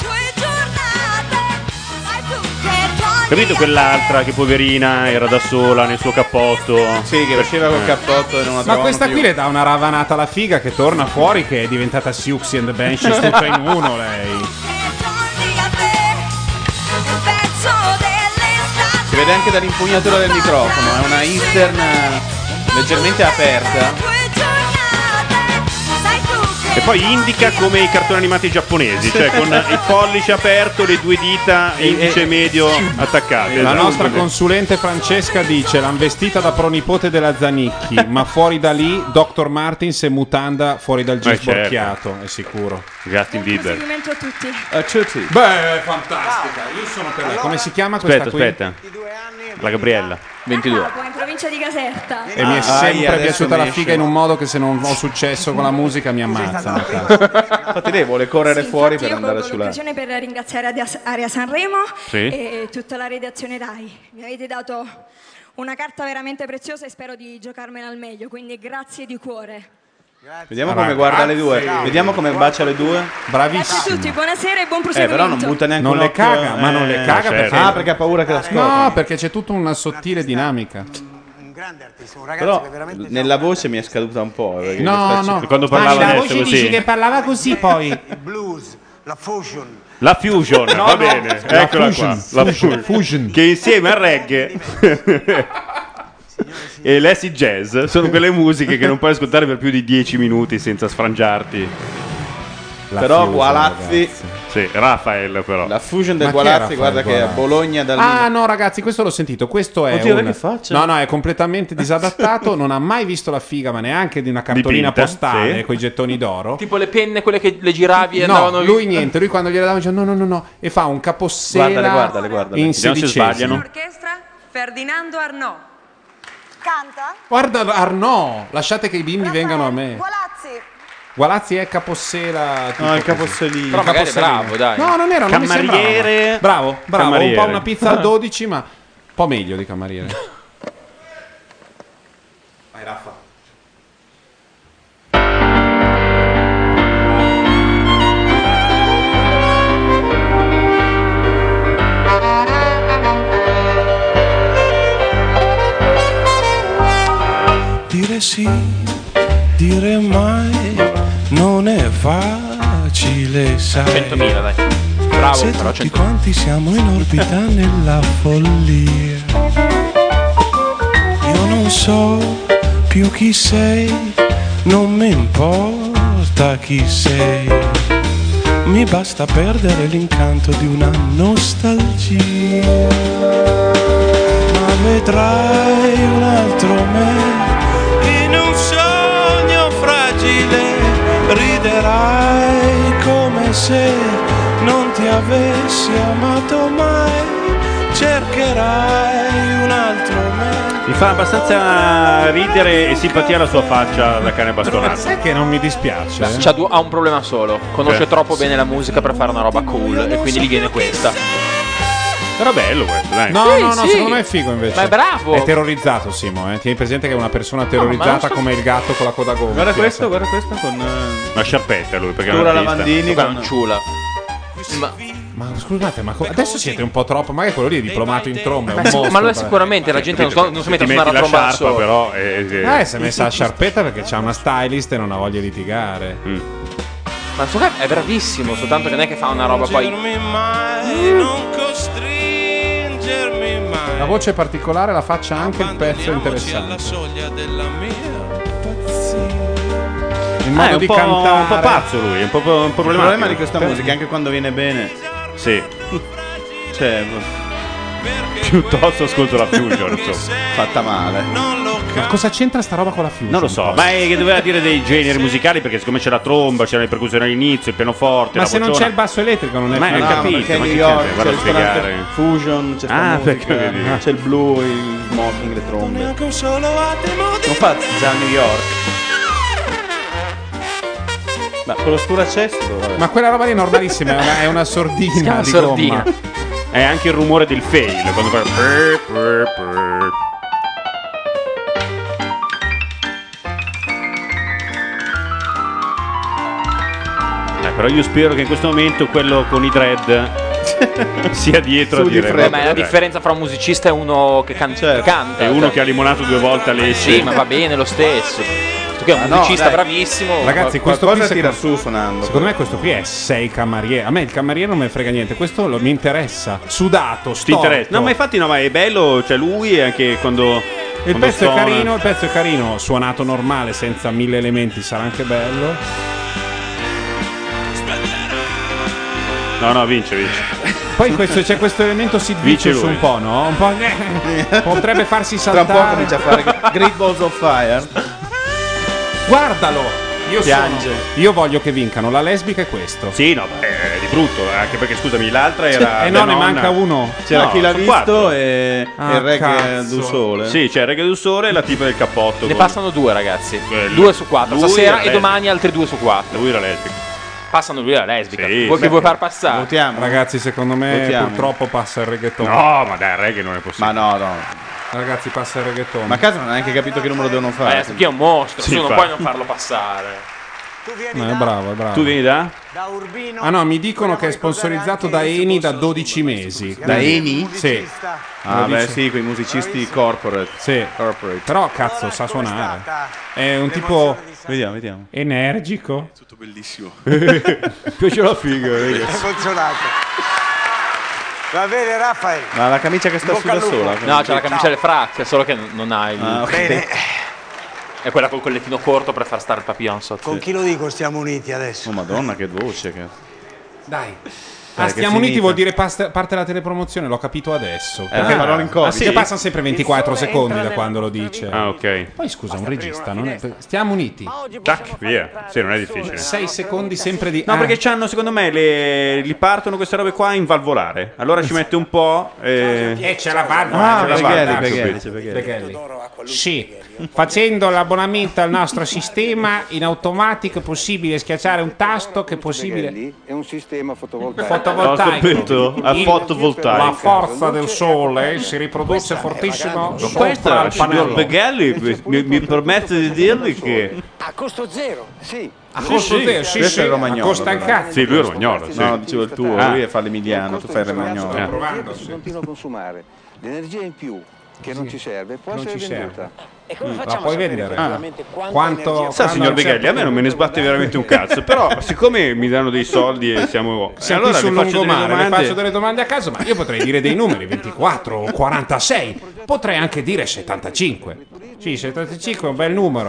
Capito quell'altra che poverina era da sola nel suo cappotto? Sì, che usciva col cappotto e non la Ma trovavano questa più. qui le dà una ravanata alla figa che torna fuori che è diventata Siouxsie and the Banshees tutta in uno lei. Si vede anche dall'impugnatura del microfono, è una Eastern leggermente aperta. E poi indica come i cartoni animati giapponesi, cioè con il pollice aperto, le due dita, indice e medio attaccate. La nostra consulente Francesca dice: l'han vestita da pronipote della Zanicchi, ma fuori da lì Dr. Martins e mutanda fuori dal jeans borchiato, è sicuro. Justin Bieber. Complimento a tutti. A tutti. Beh, fantastica. Io sono per lei. Come si chiama questa qui? Aspetta. La Gabriella. 22. In provincia di Caserta. E mi è sempre piaciuta la figa in un modo che se non ho successo con la musica mi ammazzano. Infatti lei vuole correre fuori per andare sulla... L'occasione per ringraziare Area Sanremo Sì. e tutta la redazione Rai. Mi avete dato una carta veramente preziosa e spero di giocarmela al meglio, quindi grazie di cuore. Vediamo come guarda le due. Vediamo come bacia le due. Grazie a tutti, buonasera e buon proseguimento. Però non butta neanche Non un le occhio. caga, ma non le caga perché... Ah, perché ha paura che la scopra. No, perché c'è tutta una sottile dinamica. Però nella voce mi è scaduta un po'. No. Quando parlava la adesso voce così. dici che parlava così poi. Il blues, la fusion. La fusion, va bene. Eccola qua. La fusion. Che insieme al reggae e l'acid jazz sono quelle musiche che non puoi ascoltare per più di 10 minuti senza sfrangiarti. Però Gualazzi, sì, Rafael però. La fusion del Ma chi è Gualazzi, guarda Raffaele che a Bologna dal Ah no ragazzi, questo l'ho sentito. Questo è Oddio, un... che faccia? No, è completamente disadattato. Non ha mai visto la figa, ma neanche di una cartolina Dipinta, postale sì. con i gettoni d'oro. Tipo le penne, quelle che le giravi e No, andavano via. lui niente. Lui quando gliele davano diceva no. E fa un capossela Guardale. in Vediamo se sedicesimo. sbagliano. Orchestra Ferdinando Arnaud. Canta? Guarda Arnaud, lasciate che i bimbi vengano a me. Gualazzi. Gualazzi è capossela. tipo No, il così. capossellino. Però magari è Capossellino. bravo, dai. No, non era, non mi Cameriere. sembrava. Bravo, Cameriere. un po' una pizza al 12, ma un po' meglio di cameriere. Vai Raffa. Dire sì, dire mai, non è facile, sai. 100.000, dai. Bravo, Se però tutti 100.000. quanti siamo in orbita nella follia. Io non so più chi sei, non mi importa chi sei. Mi basta perdere l'incanto di una nostalgia. Ma vedrai un altro me in un sogno fragile, riderai come se non ti avessi amato mai, cercherai un altro me. Mi fa abbastanza ridere e simpatia la sua faccia da cane bastonato. Sai che non mi dispiace? Ha un problema solo. Conosce troppo bene la musica per fare una roba cool e quindi gli viene questa. Però bello questo, dai. No, Sì. secondo me è figo invece. Ma è bravo. È terrorizzato Simo, Tieni presente che è una persona terrorizzata come il gatto con la coda gonfia. Guarda questo con Una sciarpetta lui, perché è un Tura artista. Lavandini Vabbè, con un ciula. Ma scusate, adesso siete un po' troppo. Magari quello lì è diplomato in tromba. È un mostro, Ma lo è però. sicuramente, la gente non si mette a Ti suonare metti la la tromba da sciarpa solo. però Si è messa la sciarpetta perché c'ha una stylist e non ha voglia di litigare. Ma il suo capo è bravissimo, soltanto che non è che fa una roba poi. Non costringermi mai. La voce è particolare, la faccia anche il pezzo è alla interessante. soglia della mia pazzia. Il modo è un di po', cantare. un po' pazzo lui, è un po' Il problematico. problema di questa musica, anche quando viene bene, Sì. cioè, Piuttosto ascolto la fusion, insomma. fatta male. Ma cosa c'entra sta roba con la fusion? Non lo so, ma è che doveva dire dei generi musicali perché siccome c'è la tromba, c'è le percussioni all'inizio, il pianoforte, Ma la se non vociona. c'è il basso elettrico non è Ma fusion. hai capito, perché ma New che York cazzo, guarda a c'è il ristorante spiegare. fusion, c'è sta perché musica, vedi? c'è il blu, il smoking, le trombe. Neanche un solo attimo di Non fa già New York. Ma con lo scuracesto, vabbè. Ma quella roba lì è normalissima, è una sordina di sordina. gomma. È anche il rumore del fail quando fa. Però io spero che in questo momento quello con i dread sia dietro a dire Ma la differenza fra un musicista e uno che canta. è uno che ha limonato 2 volte alle Sì, ma va bene lo stesso. che è un musicista bravissimo. Ragazzi, questo Qualcosa qui tira su suonando. Secondo me questo qui è 6 cameriere. A me il cameriere non me frega niente, questo mi interessa. Sudato, Ti storto. interessa? No, ma infatti no, ma è bello, cioè lui anche quando Il pezzo suona. il pezzo è carino, suonato normale, senza 1000 elementi, sarà anche bello. No, vince. Poi c'è questo elemento Sid Vince Vicious lui. un po', no? Un po'. Potrebbe farsi Tra saltare. un po' comincia a fare Great Balls of Fire. Guardalo! Piange. Io voglio che vincano la lesbica e questo. Sì, no, è di brutto, anche perché scusami, l'altra era E no, ne manca uno. C'era chi l'ha sono visto quattro. e il Reggae cazzo. du Sole. Sì, c'è il Reggae du Sole e la tipa del cappotto. Ne passano 2, ragazzi. 2 Lui su 4 era stasera e lesbico. domani altri 2 su 4. Lui era lesbico. Passano lui alla lesbica. Sì, Voi che vuoi far passare? Votiamo. Ragazzi, secondo me Votiamo. purtroppo passa il reggaeton. No, ma dai, il reggae non è possibile. Ma no. Ragazzi, passa il reggaeton. Ma a caso non ha neanche capito che numero devono fare. Adesso chi è un mostro, Sì, tu non infatti. puoi non farlo passare. No, è bravo. Tu vieni da? Da Urbino. Ah no, mi dicono che è sponsorizzato da Eni da 12 mesi. Da Eni? Sì. Ah, Lo beh, dice. sì, quei musicisti corporate. Sì. Corporate. Però cazzo, sa suonare. È un tipo Vediamo. energico. Tutto bellissimo. Piace la figa, ragazzi. Emozionato. Va bene, Raffaele. Ma la camicia che sta su da sola. No, c'è la camicia alle fracche, solo che non ha il. Ah, ok. Bene. È quella col collettino corto per far stare il papillon sotto. Con chi lo dico stiamo uniti adesso? Oh madonna, che voce che... Dai. che Stiamo uniti finita. vuol dire parte la telepromozione, l'ho capito adesso. Perché parlo in codice. Perché passano sempre 24 secondi da quando lo dice. Ah, ok. Poi scusa, un regista, non è... Stiamo uniti. Tac, via. Sì, non è difficile. 6 secondi sempre di... No, perché c'hanno, secondo me, li partono queste robe qua in valvolare. Allora ci mette un po'. c'è la valvola. Ah, c'è la Beghelli. Beghelli. Sì, facendo l'abbonamento al nostro sistema in automatico è possibile schiacciare un tasto che è possibile È un sistema fotovoltaico. Ho capito, a fotovoltaico. La forza del sole si riproduce fortissimo sopra Questa, il signor pannello. Beghelli, mi permette di dirgli che. A costo zero, sì. A costo zero, sì, Questo è il a romagnolo. costa un cazzo. Sì, lui è romagnolo. Sì. No, dicevo il tuo, Ah. lui fa l'emiliano, tu fai il romagnolo. Continua a consumare l'energia in più che non ci serve, può Non essere ci venduta. serve. E come La facciamo puoi a sapere vendere? effettivamente Quanto- quanto Sa, signor Beghelli, a me non me ne sbatte veramente un cazzo. Però, siccome mi danno dei soldi e siamo. Siamo allora qui sul le faccio delle lungomare, le domande. faccio delle domande a caso, ma io potrei dire dei numeri, 24 o 46, potrei anche dire 75. Sì, 75 è un bel numero.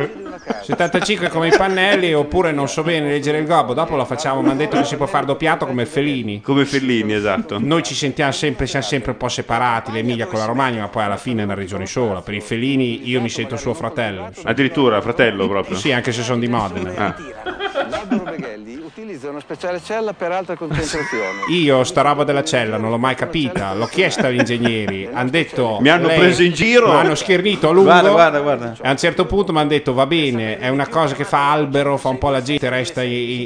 75 come i pannelli, oppure non so bene leggere il gobbo, dopo lo facciamo, mi hanno detto che si può fare doppiato come Fellini. Come Fellini, esatto. Noi ci sentiamo sempre, siamo sempre un po' separati, l'Emilia con la Romagna, ma poi alla fine è una regione sola. Per i Fellini io mi sento suo fratello. insomma. Addirittura, fratello proprio. Sì, anche se sono di Modena. L'albero Beghelli utilizza una speciale cella per altre concentrazioni. Io sta roba della cella non l'ho mai capita, l'ho chiesta agli ingegneri, hanno detto Mi hanno preso in giro. mi hanno schernito a lungo. Guarda. E a un certo punto mi hanno detto va bene, è una cosa che fa albero, fa un po' la gente, resta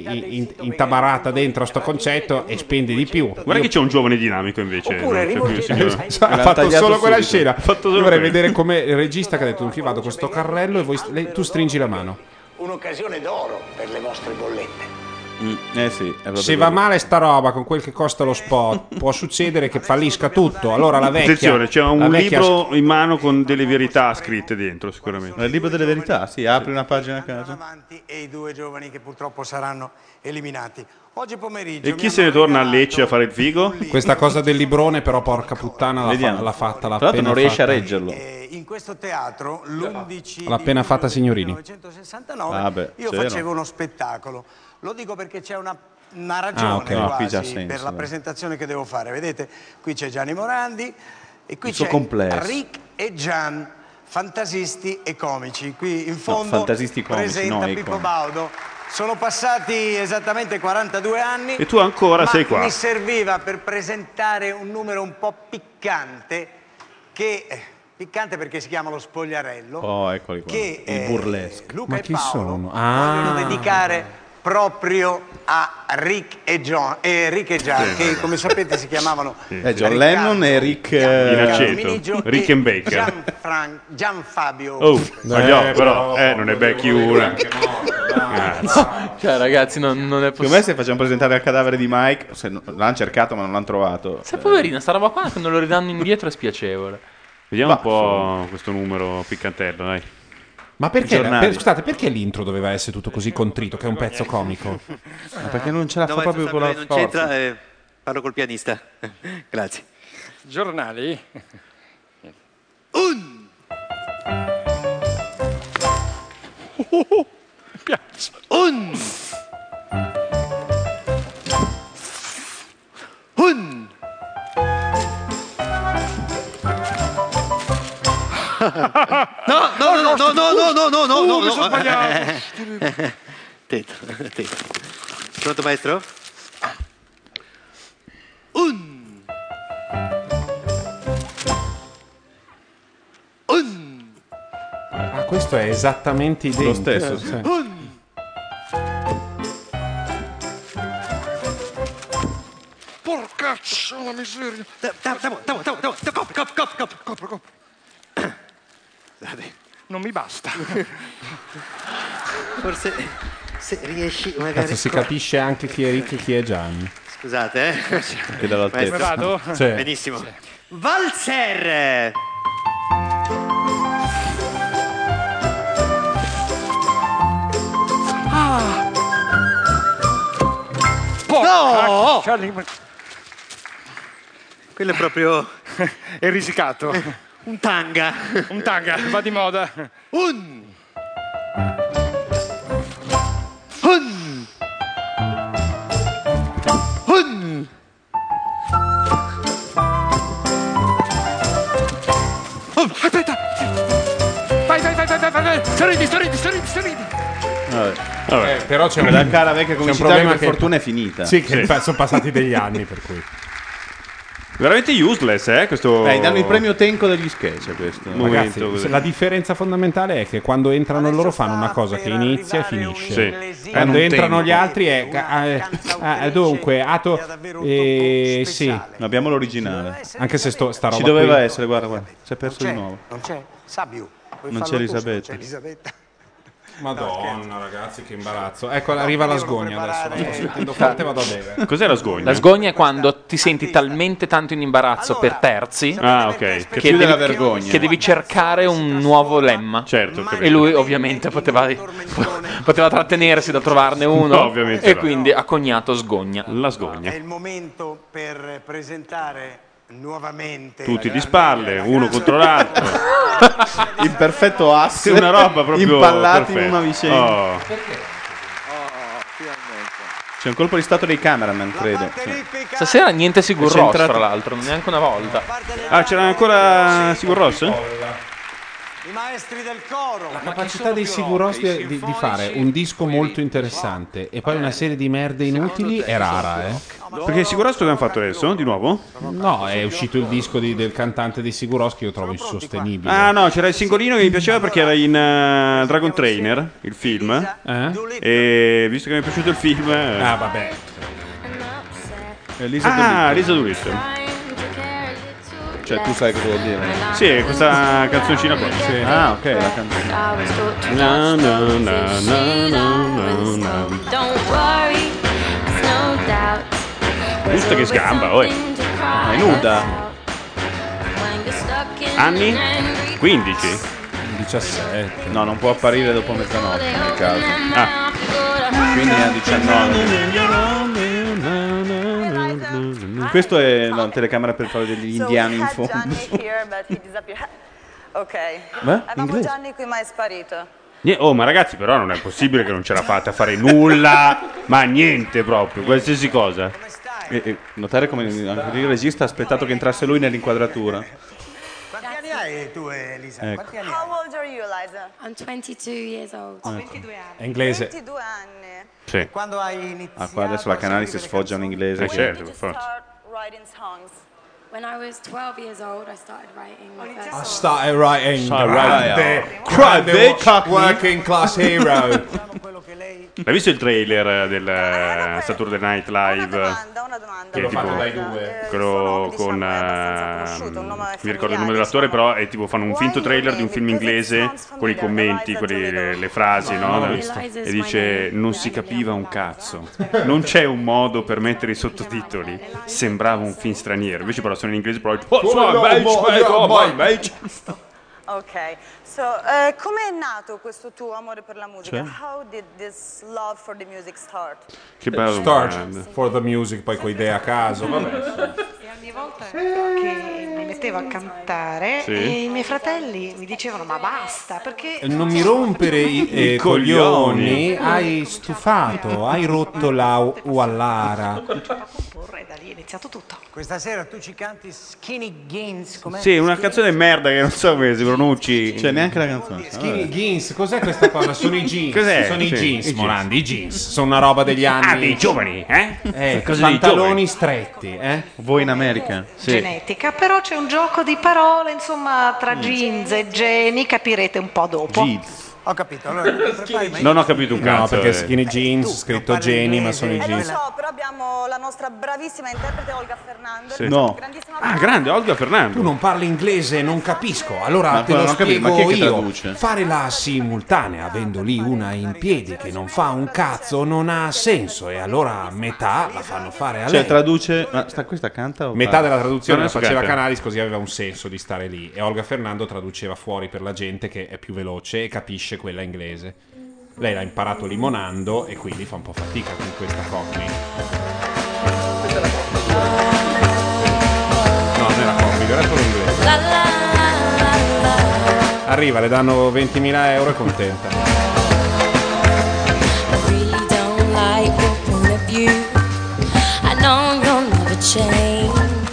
intabarata dentro a sto concetto e spende di più. Guarda che c'è un giovane dinamico invece. Oppure non c'è più il rivolgete- signore. Ha fatto tagliato solo quella subito. scena. Fatto solo Io vorrei quello. vedere come il regista che ha detto: Qui vado con sto carrello e tu stringi la mano. Un'occasione d'oro per le vostre bollette. Sì, è proprio Se va così. male sta roba con quel che costa lo spot, può succedere che fallisca tutto. Allora la vecchia. Attenzione, c'è la un vecchia- libro in mano con delle verità scritte dentro, sicuramente. Il libro delle verità, sì, apri una pagina a caso. Avanti e i due giovani che purtroppo saranno eliminati. Oggi pomeriggio E chi se ne torna a Lecce a fare il figo? Questa cosa del librone, però, porca puttana, Vediamo. l'ha fatta. L'ha Tra l'altro appena non riesce a fatta. reggerlo. in questo teatro l'11 L'ha appena fatta Signorini. 1969 Ah, beh, io c'era. facevo uno spettacolo. Lo dico perché c'è una ragione ok. No, quasi qui già ha senso, per la dai. presentazione che devo fare. Vedete, qui c'è Gianni Morandi e qui Il suo c'è complesso. Rick e Gian, fantasisti e comici. Qui in fondo fantasisti comici, presenta no, Pippo comici. Baudo. Sono passati esattamente 42 anni. E tu ancora ma sei qua. Mi serviva per presentare un numero un po' piccante che piccante perché si chiama Lo Spogliarello. Oh, eccoli qua. Che Il burlesque. Luca Ma e chi Paolo sono? vogliono dedicare proprio a Rick e Gian, che come sapete si chiamavano John Riccardo, Lennon e Rick In aceto. Minigio Rick e and Baker. Gian Fabio. Oh, sbagliato, però non è becchi una. Cioè, ragazzi, non è Secondo possibile. me se facciamo presentare il cadavere di Mike, l'hanno cercato ma non l'hanno trovato. Se poverina, sta roba qua quando lo ridanno indietro è spiacevole. Vediamo un Ma, po' questo numero piccantello, dai. Ma perché, giornali. scusate, perché l'intro doveva essere tutto così contrito, che è un pezzo comico? Ma perché non ce la fa proprio con la non forza. c'entra, parlo col pianista. Grazie. Giornali? Piace. No, mi sono sbagliato. Attento. Pronto, maestro? Ah, questo è esattamente identico. Lo stesso, sì. Porcaccio la miseria. Copri. Non mi basta. Forse se riesci magari... Cazzo, si capisce anche chi è Rick e chi è Gianni. Scusate, Che dall'altezza. Come vado? Sì. Benissimo. Valzer! No! Quello è proprio... È risicato. Un tanga. Un tanga, va di moda. Aspetta! Vai! Sorridi! Vabbè. Però c'è La cara vecchia c'è comicità che per fortuna è finita. Sì, che sono passati degli anni, per cui. Veramente useless, questo. Danno il premio Tenco degli sketch a questo Ragazzi, momento. Così. la differenza fondamentale è che quando entrano loro fanno una cosa che inizia e finisce. Sì. Quando Hanno un entrano tempo. gli altri è dunque sì, Abbiamo l'originale. anche se sta roba Ci doveva qui- essere, guarda, si è perso di nuovo. Non c'è? Sabio. Puoi Non farlo c'è tu, Elisabetta. non c'è Elisabetta. Madonna, ragazzi, che imbarazzo. Ecco, arriva la sgogna adesso. La sto sentendo forte, vado a bere. Cos'è la sgogna? La sgogna è quando ti senti talmente tanto in imbarazzo per terzi Ah, ok. che chiude la devi, vergogna. che devi cercare un nuovo lemma. Certo, capito. E lui ovviamente poteva trattenersi da trovarne uno. No, ovviamente e no. quindi ha coniato sgogna. La sgogna. È il momento per presentare nuovamente Tutti di spalle, uno contro l'altro. Il perfetto asse. Una roba proprio impallati in perfetta. una vicenda. Oh. C'è un colpo di stato dei cameraman, credo. Sì. Stasera niente Sigur È Rós, centrato- tra l'altro, neanche una volta. Ah, c'era ancora Sigur Rós? i maestri del coro. La capacità dei Sigur Rós di fare un disco molto interessante e poi una serie di merde inutili è rara, Perché Sigur Rós cosa hanno fatto adesso? Di nuovo? No, è uscito il disco del cantante dei Sigur Rós che io trovo insostenibile. Ah no, c'era il singolino che mi piaceva perché era in Dragon Trainer, il film. E visto che mi è piaciuto il film... Ah, vabbè. Lisa Doolittle. Cioè, tu sai cosa vuol dire? Sì, è questa canzoncina qua. Sì. Ah, ok, la canzone. No. Giusto che sgamba, è nuda. Anni? 15? 17. No, non può apparire dopo mezzanotte nel caso. Ah. Quindi a 19. Questo è la telecamera per fare degli indiani in fondo. Ok. Beh, Avevamo inglese. Gianni qui ma è sparito. Oh, ma ragazzi, però non è possibile che non ce la fate a fare nulla, ma niente proprio, qualsiasi cosa. E notare come anche il regista ha aspettato che entrasse lui nell'inquadratura. Quanti anni hai tu, Elisa? Ecco. Quanti anni How old are you, Eliza? I'm 22 years old. 22 anni. È inglese. 22 anni. Sì. Quando hai iniziato? Ah, qua adesso la Canali si sfoggia in inglese. Certo, per forza. Start writing songs. When I was 12 years old, I started writing my first I song. started writing Cry, grande bitch. working class hero. Hai visto il trailer del Saturday Night Live? Una domanda. Che è L'ho tipo fatto dai due. quello con mi ricordo il nome dell'attore, però è tipo fanno un finto trailer di un film inglese con i commenti, le frasi, no? E dice non si capiva un cazzo, non c'è un modo per mettere i sottotitoli, sembrava un film straniero, invece però sono in inglese proprio Ok, so come è nato questo tuo amore per la musica? Cioè? How did this love for the music start? Che bello. Start for the music, poi con idee a caso, vabbè. E ogni volta che mi mettevo a cantare i miei fratelli mi dicevano ma basta, perché Non mi rompere i coglioni, hai stufato, hai rotto la uallara. e da lì è iniziato tutto. Questa sera tu ci canti Skinny Jeans, com'è? Sì, una canzone di merda che non so come si pronunci. Cioè, neanche la canzone. Skinny jeans, cos'è questa cosa? Sono i jeans. Cos'è? Sono i Sì, jeans, i jeans. Morandi, i jeans. Sono una roba degli anni. Ah, dei giovani, eh? Cose dei Pantaloni stretti, eh? Voi in America? Genetica, però c'è un gioco di parole, insomma, tra jeans e geni, capirete un po' dopo. Ho capito, allora Non ho capito un cazzo. No, perché skinny jeans, scritto geni, ma sono i Lo jeans. so, però abbiamo la nostra bravissima interprete Olga Fernando. Sì. No. Grandissima Ah, grande, Olga Fernando. Tu non parli inglese, non capisco. Allora Ma te lo non capisco, spiego ma chi è che io. traduce? Fare la simultanea, avendo lì una in piedi che non fa un cazzo, non ha senso. E allora metà la fanno fare a Cioè, lei. traduce. Ma questa canta o Metà della traduzione la Adesso faceva canta. Canalis, così aveva un senso di stare lì. E Olga Fernando traduceva fuori per la gente che è più veloce e capisce quella inglese. Lei l'ha imparato limonando e quindi fa un po' fatica con questa Cockney. No, non era Cockney, era solo inglese. Arriva, le danno 20.000 euro e contenta. really don't like your point of view. I know you'll never change.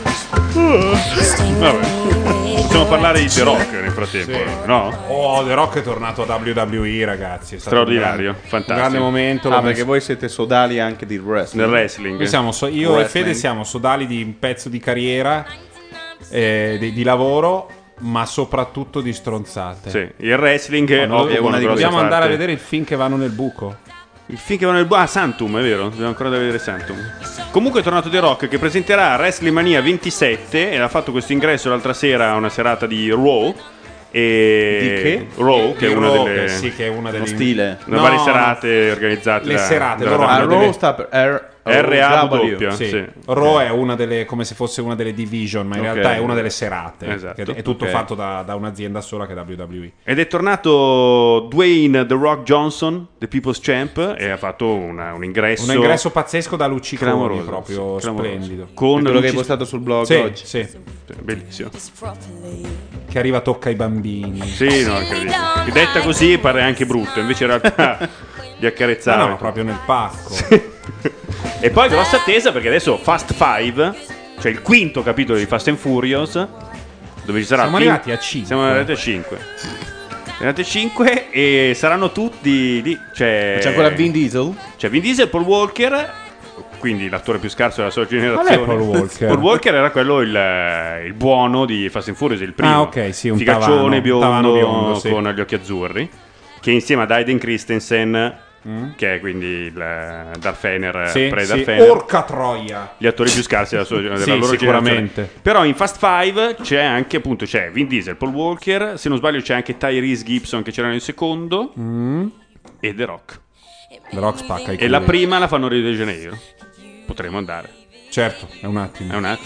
Vabbè. Possiamo parlare di The Rock nel frattempo, no? Oh, The Rock è tornato a WWE, ragazzi. È stato Straordinario, un grande, fantastico. Un grande momento. Ah, l'ho perché messo- voi siete sodali anche di wrestling. Del wrestling. Noi siamo io e Wrestling. Fede siamo sodali di un pezzo di carriera, di lavoro, ma soprattutto di stronzate. Sì, il wrestling No, occupa una grossa dobbiamo andare a parte. vedere il film che vanno nel buco. Il film che va nel Ah, Santum, è vero? Dobbiamo ancora da vedere Santum. Comunque è tornato The Rock che presenterà WrestleMania Mania 27 e ha fatto questo ingresso l'altra sera a una serata di Raw. E Di che? Raw, che Di è una Raw, delle che sì, che è una delle stile. le varie serate organizzate le serate, dalla loro radio. hanno Raw delle- sta per RAW. Sì. Sì. Raw è una delle, come se fosse una delle division, ma in Ok. realtà è una delle serate. Esatto. Che è tutto Ok. fatto da un'azienda sola che è WWE. Ed è tornato Dwayne The Rock Johnson, The People's Champ, e ha fatto un ingresso. Un ingresso pazzesco da Lucciconi, clamoroso, proprio sì, clamoroso. splendido. Con quello che hai Luci- postato sul blog Sì, oggi. sì. Bellissimo. Che arriva tocca ai bambini. Sì, no, incredibile. Che detta così pare anche brutto, invece in realtà li accarezzava. No, proprio nel pacco. E poi grossa attesa perché adesso Fast 5, cioè il quinto capitolo di Fast and Furious, dove ci sarà Siamo Vin- arrivati a 5. Siamo arrivati a 5. Siamo arrivati a 5 e saranno tutti lì. C'è ancora Vin Diesel? C'è Vin Diesel, Paul Walker, quindi l'attore più scarso della sua generazione. Qual è Paul Walker? Paul Walker era quello il buono di Fast and Furious, il primo. Ah, ok, sì, un figaccione tavano biondo, biondo, sì. con gli occhi azzurri, che insieme ad Hayden Christensen, che è quindi il Darth Vader, Sì, pre-Darth sì. Vader, Orca troia. gli attori più scarsi della Sì, loro sicuramente. generazione. Però in Fast 5 c'è anche appunto c'è Vin Diesel, Paul Walker, se non sbaglio c'è anche Tyrese Gibson che c'era nel secondo e The Rock. The Rock spacca i E la culeti. prima la fanno a Rio de Janeiro. Potremmo andare. Certo, è un attimo. È un attimo.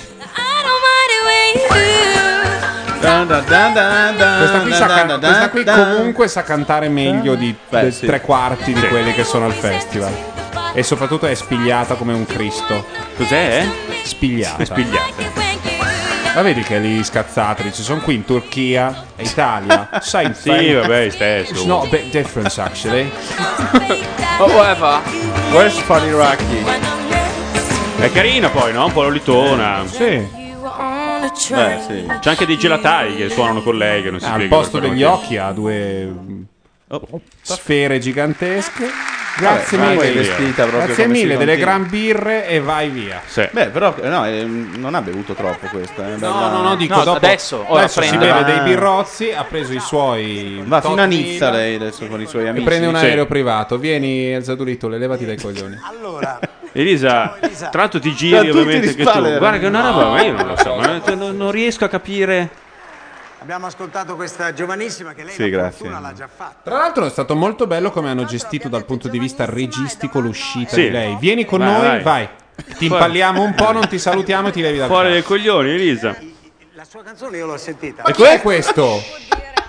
Questa qui comunque sa cantare meglio di sì. tre quarti di Sì. quelli che sono al festival. E soprattutto è spigliata come un Cristo. Cos'è? Spigliata. È spigliata. Ma vedi che lì scazzati, ci sono qui in Turchia e Italia. Sai, Sì, vabbè, stesso. It's not a big difference actually. Whatever. Where's Funny Rocky? È carina poi, no? Un po' lolitona. Sì. Beh, sì. C'è anche dei gelatai che suonano con lei che non si Al spiega posto per degli quale occhi ha due sfere gigantesche. Grazie Vabbè, ma poi è mille. vestita proprio Grazie come si mille, delle continua. gran birre e vai via. Sì. Beh, però no, non ha bevuto troppo questa. No, dico No, dopo. adesso, ora si prende. beve dei birrozzi, ha preso i suoi. Va fino a tot Nizza mila lei adesso con i suoi e amici. prende un Sì. aereo privato. Vieni, Zadulito, levati dai coglioni. Allora, Elisa, tra l'altro ti Da giri tutti ovviamente di che tu. spalle, Guarda che è una roba, ma io non lo so, ma non riesco a capire. abbiamo ascoltato questa giovanissima che lei Sì, la grazie. fortuna l'ha già fatta. Tra l'altro è stato molto bello come hanno gestito dal punto di vista registico l'uscita Sì. di lei. Vieni con Vai, noi, vai. vai. Ti impalliamo un po', non ti salutiamo e ti levi dal Fuori cazzo. dai coglioni, Elisa. La sua canzone io l'ho sentita. E cos'è questo?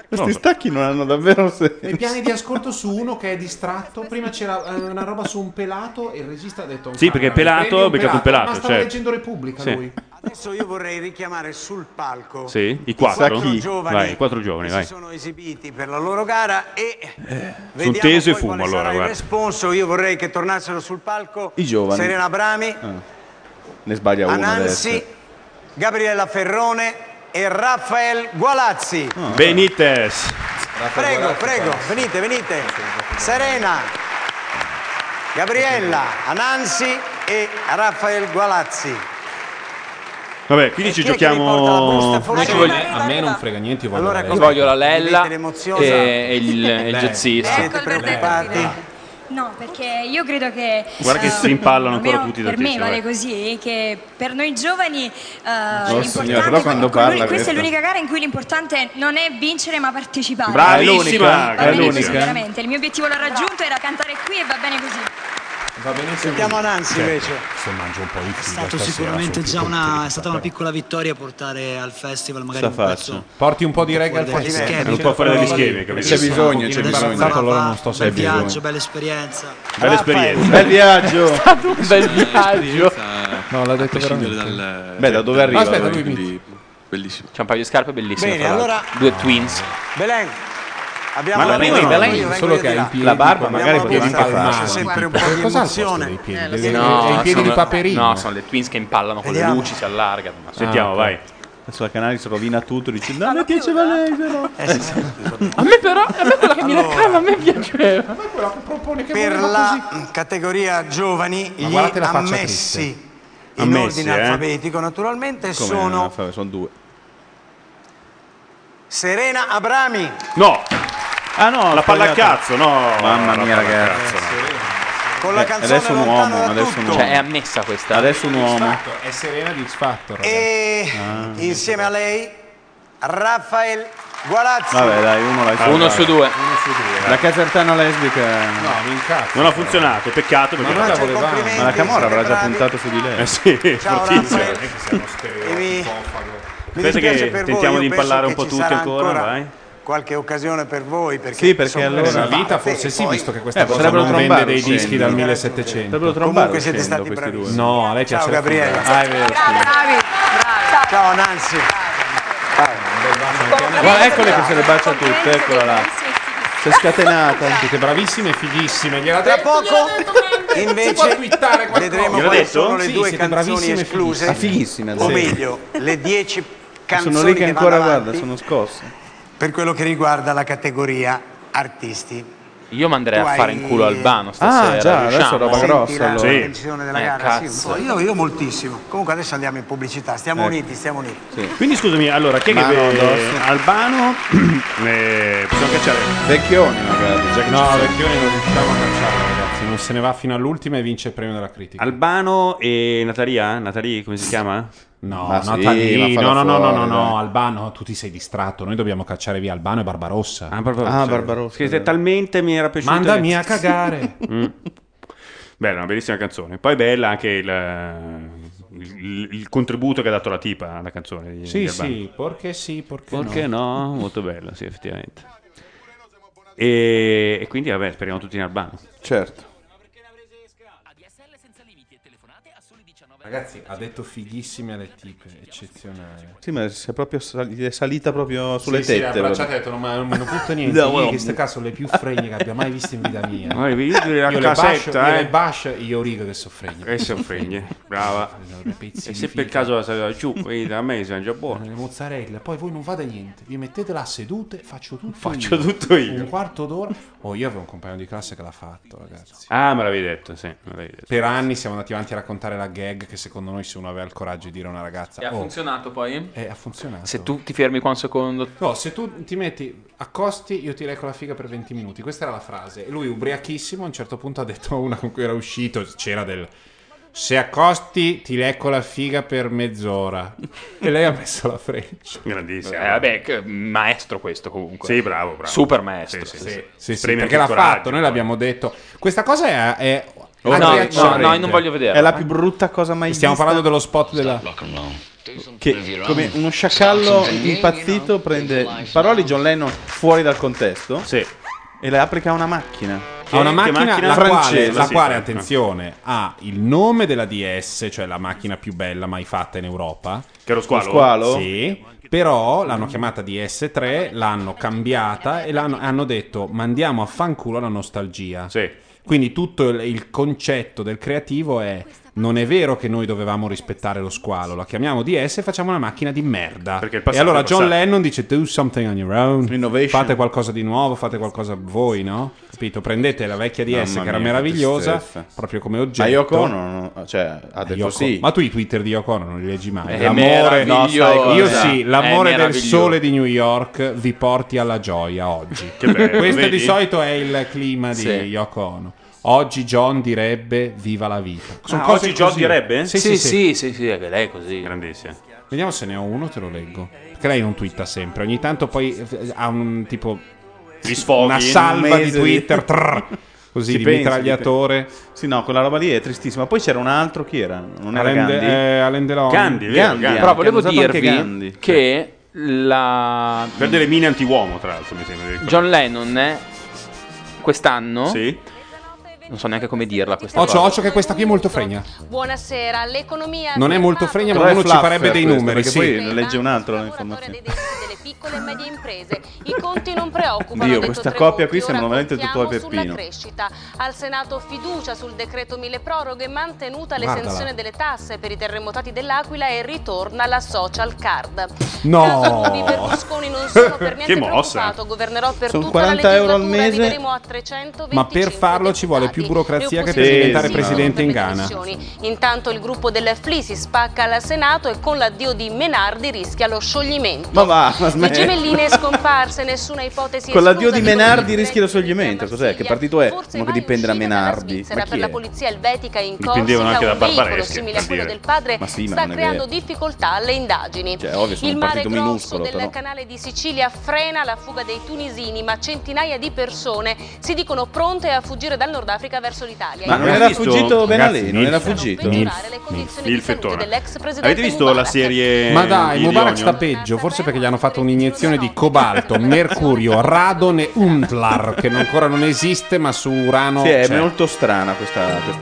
Questi stacchi non hanno davvero senso. I piani di ascolto su uno che è distratto. Prima c'era una roba su un pelato e il regista ha detto: Sì, perché è pelato, ha beccato un pelato. Ma stava certo. leggendo Repubblica Sì. lui. Adesso io vorrei richiamare sul palco Sì, i quattro. quattro giovani Vai, i 4 giovani, che vai. si sono esibiti per la loro gara e Sono vediamo teso e poi fumo quale allora, sarà il guarda. responso. Io vorrei che tornassero sul palco I giovani. Serena Abrami, Ne sbaglia uno Anansi, adesso. Gabriella Ferrone e Raffaele Gualazzi. Benitez. Prego, venite. Serena, Gabriella, Anansi e Raffaele Gualazzi. Vabbè, quindi ci chi è che riporta la giochiamo. busta? Forse- A me non frega niente, io voglio Allora, la Io Lella. voglio la Lella Vivete l'emozione. e il jazzista. Siete preoccupati? No, perché io credo che Guarda che si impallano ancora almeno tutti da per me te, vale vai. così, che per noi giovani signora, però quando parla questa è questa- l'unica gara in cui l'importante non è vincere ma partecipare. Bravissima, Va bene così, bravissima. veramente. Il mio obiettivo l'ho raggiunto, era cantare qui e va bene così. Va benissimo. Sentiamo Anansi invece. Se mangio un po' di È figa stato stasera, sicuramente sono già più è stata una piccola vittoria portare al festival magari Sta un faccia. pezzo. Porti un po' di reggae al fuori dagli festival. schemi. Un po' fuori dagli schemi, capito? C'è bisogno, c'è Imbarazzato, bisogno. allora non sto Bel sempre viaggio, bella esperienza. Bella esperienza. Bel viaggio. Un bel viaggio. No, l'ha detto prescindere veramente. Beh, da dove arriva? Aspetta, lui quindi bellissimo. C'è un paio di scarpe bellissime. Bene, fra l'altro. allora- Due twins. Belen, abbiamo Ma la la prima, prima, vengo Belen, io Solo che di ha là. i piedi. La barba magari Abbiamo poteva la anche busta, farla. c'è sempre un po' di Cos'ha al posto emozione. dei piedi? No, I piedi di sono- Paperino. No, sono le twins che impallano con le Vediamo. luci, si allargano. Ma Sentiamo, ok. vai. Adesso la Canali si rovina tutto, dice no, mi piaceva lei, però. A me però, a me quella che mi raccava, a me piaceva. Quella che propone che Per voleva la così. categoria giovani, Ma gli guardate la faccia ammessi triste. in Ammessi, ordine eh? alfabetico naturalmente sono Sono due. Serena Abrami, No, Ah no, la palla a sbagliato. cazzo, no. Mamma la mia, palla a ragazzi. cazzo, no. con la canzone adesso un Lontano uomo, da adesso un tutto. uomo. Cioè, è ammessa questa. Adesso un uomo. È Serena di X Factor. ragazzi. E insieme a lei Raffaele Gualazzi. Vabbè, dai, uno l'hai fatto. 1 su 2. La casertana lesbica. No, mi incazzo. Non ha funzionato, peccato perché Ma noi la Faccio i volevamo. complimenti, Ma la Camorra avrà siete già bravi. puntato su di lei. sì, Ciao, fortissimo. Raffaele. Che siamo E mi Aspetta dispiace che per tentiamo voi, di io penso impallare un che po' ci tutti sarà ancora, vai. qualche occasione per voi perché, Sì, perché insomma, allora- Nella vita parte, forse sì, poi- visto che questa cosa potrebbero non vende trombare dei dischi uscendo. dal 1700. Potrebbero trombare Comunque siete uscendo stati questi due. No, a lei Ciao piace Gabriella. Ah, è vero. sì. Ciao Nancy. Guarda, eccole che se le bacia tutte, eccola là. Si è scatenata. Siete bravissime e fighissime. Gliela Tra detto, poco si può invece twittare qualcosa. vedremo Gliel'ho quali detto? sono le Sì, due siete canzoni bravissime e escluse Ah, fighissime. o sì. meglio le 10 canzoni Sono lì che ancora, vanno guarda, avanti sono scosse. per quello che riguarda la categoria artisti. Io manderei Tu a fare in hai- culo Albano stasera. Ah, già, riusciamo? adesso roba Senti grossa, la allora. Sì. tensione della gara, sì, cazzo. un po'. Io moltissimo. Comunque adesso andiamo in pubblicità, stiamo Ecco. uniti, stiamo uniti. Sì. Quindi scusami, allora, chi è che Mano addosso. Albano possiamo cacciare? Vecchioni magari, già che No, ci sono. Vecchioni non riusciamo a cacciarla, ragazzi. Non se ne va fino all'ultima e vince il premio della critica. Albano e Natalia? Natalia, come si chiama? No, Ma sì, Natalie, ma falla no, fuori, dai. Albano, tu ti sei distratto. Noi dobbiamo cacciare via Albano e Barbarossa. Barbarossa. Perché talmente mi era piaciuto. Mandami a cagare. Bella, una bellissima canzone. Poi bella anche il contributo che ha dato la tipa alla canzone. Di Sì, Albano. sì, perché sì, perché Perché no. no? Molto bello, sì, effettivamente. E quindi, vabbè, speriamo tutti in Albano. Certo. Ragazzi, ha detto fighissime alle tipe, eccezionale. Sì, ma si è proprio gli è salita proprio sulle Sì, le tette. ha abbracciate e ha detto non me ne butto niente. No, Io, no. queste qua sono le più fregne che abbia mai visto in vita mia. Io le Io casetta, le bascio, io rigo che so fregne. Che sono fregne, brava. E se per caso la giù, a me sono già buone. Le mozzarella, poi voi non fate niente, vi mettete là sedute, faccio tutto tutto io. Un quarto d'ora. Oh, io avevo un compagno di classe che l'ha fatto, ragazzi. Ah, me l'avevi detto, sì. Me l'avevi detto. Per anni siamo andati avanti a raccontare la gag che secondo noi se uno aveva il coraggio di dire a una ragazza E ha funzionato poi? ha funzionato. Se tu ti fermi qua un secondo. No, se tu ti metti accosti, io ti leggo la figa per 20 minuti. Questa era la frase. E lui, ubriachissimo, a un certo punto ha detto a una con cui era uscito, c'era del se accosti ti lecco la figa per mezz'ora. E lei ha messo la freccia. Grandissimo. Vabbè, maestro questo comunque. Sì, bravo. Super maestro. Sì, perché l'ha fatto, noi l'abbiamo detto. Questa cosa è no, io non voglio vedere. È la più brutta cosa mai Stiamo vista. parlando dello spot della che come uno sciacallo impazzito prende parole di John Lennon fuori dal contesto e le applica a una macchina. A una macchina la francese, quale, attenzione, ha il nome della DS, cioè la macchina più bella mai fatta in Europa. Che è lo squalo? Lo squalo? Sì, però l'hanno chiamata DS3, l'hanno cambiata e hanno detto mandiamo a fanculo la nostalgia. Sì. Quindi tutto il concetto del creativo è: non è vero che noi dovevamo rispettare lo squalo, la chiamiamo DS e facciamo una macchina di merda. E allora John Lennon dice do something on your own, fate qualcosa di nuovo, fate qualcosa voi, no? Capito? Prendete la vecchia DS che era meravigliosa, proprio come oggetto. Ma Yoko Ono ha detto sì. Ma tu i Twitter di Yoko Ono non li leggi mai? È meraviglioso. Io sì, l'amore del sole di New York vi porti alla gioia oggi. Che bello, Questo vedi? di solito è il clima di Yoko Ono. Oggi John direbbe viva la vita. Sono cose oggi John così. direbbe? Sì, è che lei è così. Grandissima. Vediamo se ne ho uno, te lo leggo. Perché lei non twitta sempre. Ogni tanto poi ha un tipo Gli sfoghi, una salva di Twitter così Si di pensa, mitragliatore. Sì, no, quella roba lì è tristissima. Poi c'era un altro, chi era? Non era Gandhi? Alain Delon. Gandhi. Però volevo hanno usato anche dirvi Gandhi. che la Per delle mine anti-uomo, tra l'altro, mi sembra. John Lennon quest'anno Sì. non so neanche come dirla questa cosa. Occhio che questa qui è molto fregna. Buonasera, l'economia Non è molto fregna, ma Però è uno ci fluffer farebbe dei questo, numeri, perché sì. poi legge un altro l'informazione. delle piccole e medie imprese. I conti non preoccupano. Dio, ha detto questa Tremonti. coppia qui sembra Ora veramente tutto contiamo e Peppino. sulla crescita. Al Senato fiducia sul decreto mille proroghe, mantenuta Guardala. l'esenzione delle tasse per i terremotati dell'Aquila e ritorna la social card. No. Casini, Berlusconi non sono per niente Che mossa. preoccupato, governerò per Sono tutta la 40 euro al legislatura, mese. arriveremo a 325 Ma per farlo ci vuole più burocrazia che per Le diventare opposizioni presidente in per le Ghana. dimissioni. Intanto il gruppo del FLI si spacca al Senato e con l'addio di Menardi rischia lo scioglimento. Ma va, ma Le smetti. gemelline scomparse, nessuna ipotesi Con l'addio esclusa di Menardi conflitti rischia lo scioglimento. Cos'è? Che partito è? Forse Uno che mai dipende da uscita dalla Menardi. Svizzera. Ma Per chi la è? polizia elvetica in Dipendevano anche Corsica da un veicolo Barbareschi, simile per a quello dire. del padre Ma sì, ma sta non è creando vero. difficoltà alle indagini. Cioè, ovvio, sono Il un mare partito grosso minuscolo, del però. canale di Sicilia frena la fuga dei tunisini, ma centinaia di persone si dicono pronte a fuggire dal Nord Africa verso l'Italia. Ma non era fuggito Ben Ali? Non era fuggito? Le condizioni di salute dell'ex presidente Avete visto la Mubarak. serie Ma dai, di Mubarak The sta Onion? peggio, forse perché gli hanno fatto un'iniezione di cobalto, mercurio, radon e untlar, che ancora non esiste, ma su Urano Sì, è c'è. molto strana questa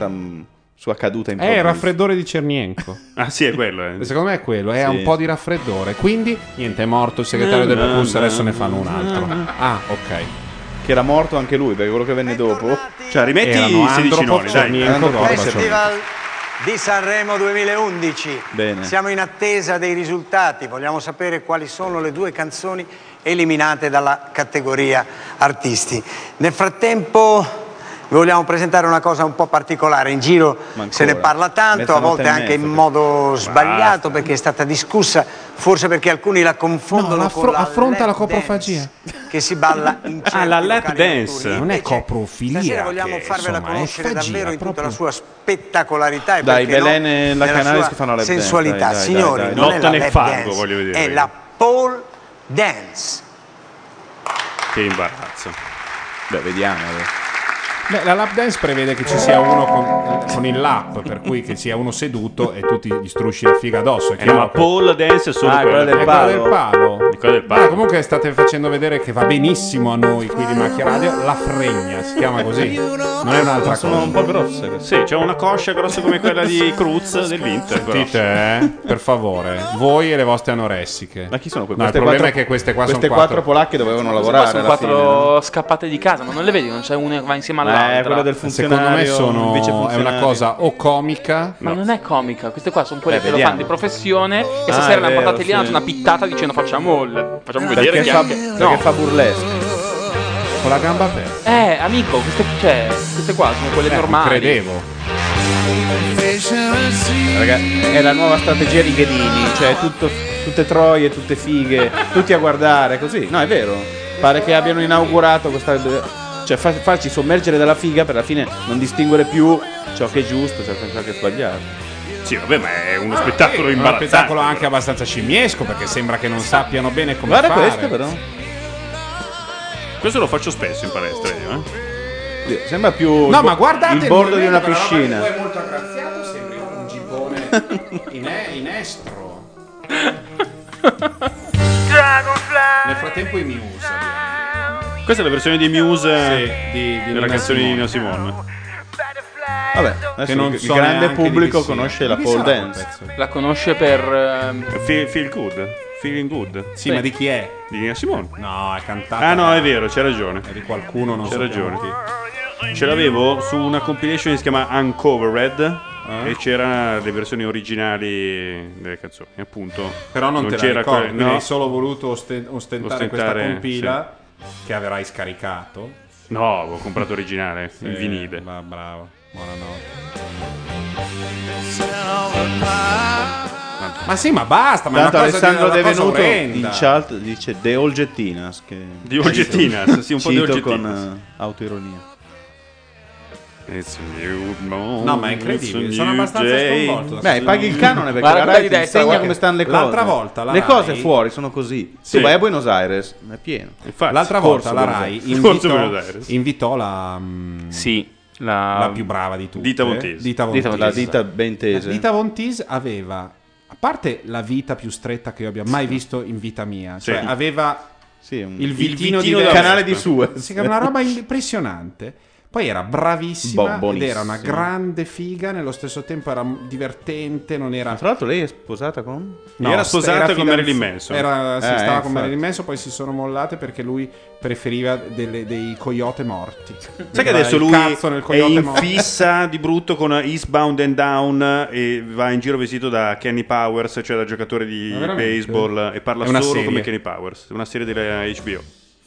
sua caduta in È il raffreddore di Cernienko. Ah sì, è quello. Secondo me è quello, è Sì. un po' di raffreddore. Quindi, niente, è morto il segretario del PUS, adesso ne fanno un altro. Ah, ok. Che era morto anche lui, perché quello che venne dopo. Cioè, rimetti Erano i 16 Andropov, noni, dai. Cernienko, Gorbaciov. Festival di Sanremo 2011. Bene. Siamo in attesa dei risultati, vogliamo sapere quali sono le due canzoni eliminate dalla categoria artisti. Nel frattempo vi vogliamo presentare una cosa un po' particolare, in giro se ne parla tanto, a volte anche in modo sbagliato perché è stata discussa, forse perché alcuni la confondono No, con la affronta la lap coprofagia. dance che si balla in certi la lap locali dance. notturni. Non è Invece, coprofilia, stasera vogliamo che, farvela insomma, è conoscere fagia, davvero in tutta proprio. la sua spettacolarità e Dai, perché Belen no, e la nella Canalis sua che fanno la lap dance, sensualità. dai, dai, Signori, dai, dai. non è Lotta la nel lap fango, dance, voglio vedere. è la pole dance. Che imbarazzo. Beh, vediamo adesso. Beh, la lap dance prevede che ci sia uno con il lap, per cui che sia uno seduto e tu gli strusci la figa addosso. È No, chiaro ma che- pole dance è solo Ah, quella del È quella del palo. È quella del palo. Ah, comunque state facendo vedere che va benissimo a noi qui di Macchia Radio. La fregna si chiama così. Non è un'altra Sono cosa. un po' grosse. Sì, c'è una coscia grossa come quella di Cruz dell'Inter. però. Sentite, per favore, voi e le vostre anoressiche. Ma chi sono No, il queste problema quattro- è che queste qua queste sono quattro polacche dovevano lavorare Sono alla fine, quattro scappate di casa, ma non le vedi? Non c'è una che va insieme all'altra. quella del Secondo me funzionario, il è una vicefunzionario. cosa o comica. Ma non è comica, queste qua sono quelle che lo vediamo. fanno di professione e Ah, stasera è le hanno vero, portate lì, hanno sì. fatto una pittata dicendo facciamo vedere Perché che fa, anche... perché fa burlesque. Con la gamba aperta. Amico, queste qua sono quelle normali. Credevo. Raga, è la nuova strategia di Ghedini, cioè tutte troie, tutte fighe, tutti a guardare, così. No, è vero. Pare che abbiano inaugurato questa... Cioè farci sommergere dalla figa per alla fine non distinguere più ciò che è giusto, ciò che è sbagliato. Sì, vabbè, ma è uno spettacolo È uno imbarazzante. spettacolo anche abbastanza scimmiesco perché sembra che non sappiano bene come Guarda fare. questo però. Questo lo faccio spesso in palestra io, Sembra più No, ma guardate il bordo di una movimento, piscina. quella roba che tu è molto aggraziato, sembri un gibbone in estro. Nel frattempo i Muse abbiamo. Questa è la versione di Muse di della Nina canzone di Simone. Nina Simone. Vabbè, adesso il grande pubblico conosce la pole dance. La conosce per Feel Good. Feeling Good. Sì, ma di chi è? Di Nina Simone. No, è cantata. Ah no, è vero, c'è ragione. È di qualcuno, non c'è so ragione. chi. Ce l'avevo su una compilation che si chiama Uncovered. E c'era le versioni originali delle canzoni, appunto. Però non te la c'era ricordi, quindi no. hai solo voluto ostentare questa compila che avrai scaricato. No, avevo comprato originale, il vinile. Va, bravo, buonanotte. Ma sì, ma basta, ma Tanto è una cosa Alessandro di, De una cosa Venuto orrenda. in chat dice De Olgettinas che Di Olgettinas, sì, un po' di cito Olgettinas. con autoironia. No, ma è incredibile, sono abbastanza sconvolto da Beh, paghi il canone perché Guarda, la Rai di ti destra, insegna guarda come che- stanno le cose. L'altra volta la le cose Rai- fuori sono così. Sì. Tu vai a Buenos Aires, è pieno. Infatti, L'altra volta la Rai Forza Buenos Aires. invitò la Sì, la più brava di tutte, Dita Von Teese. Dita Von Dita Teese. La dita ben tesa. La Dita Von Teese aveva, a parte la vita più stretta che io abbia mai visto in vita mia, cioè Sì. aveva Sì, il vitino vitino del del canale di Suez. Sì, che è una roba impressionante. Poi era bravissima ed Buonissimo. era una grande figa, nello stesso tempo era divertente, non era... Tra l'altro lei è sposata con? No, era sposata con Marilyn fidanz- Manson. Stava con infatti. Marilyn Manson, poi si sono mollate perché lui preferiva dei coyote morti. Sai che Era adesso il lui cazzo nel è coyote in morto. fissa di brutto con Eastbound and Down e va in giro vestito da Kenny Powers, cioè da giocatore di Ma veramente? baseball, e parla È una solo serie. come Kenny Powers. È una serie della HBO.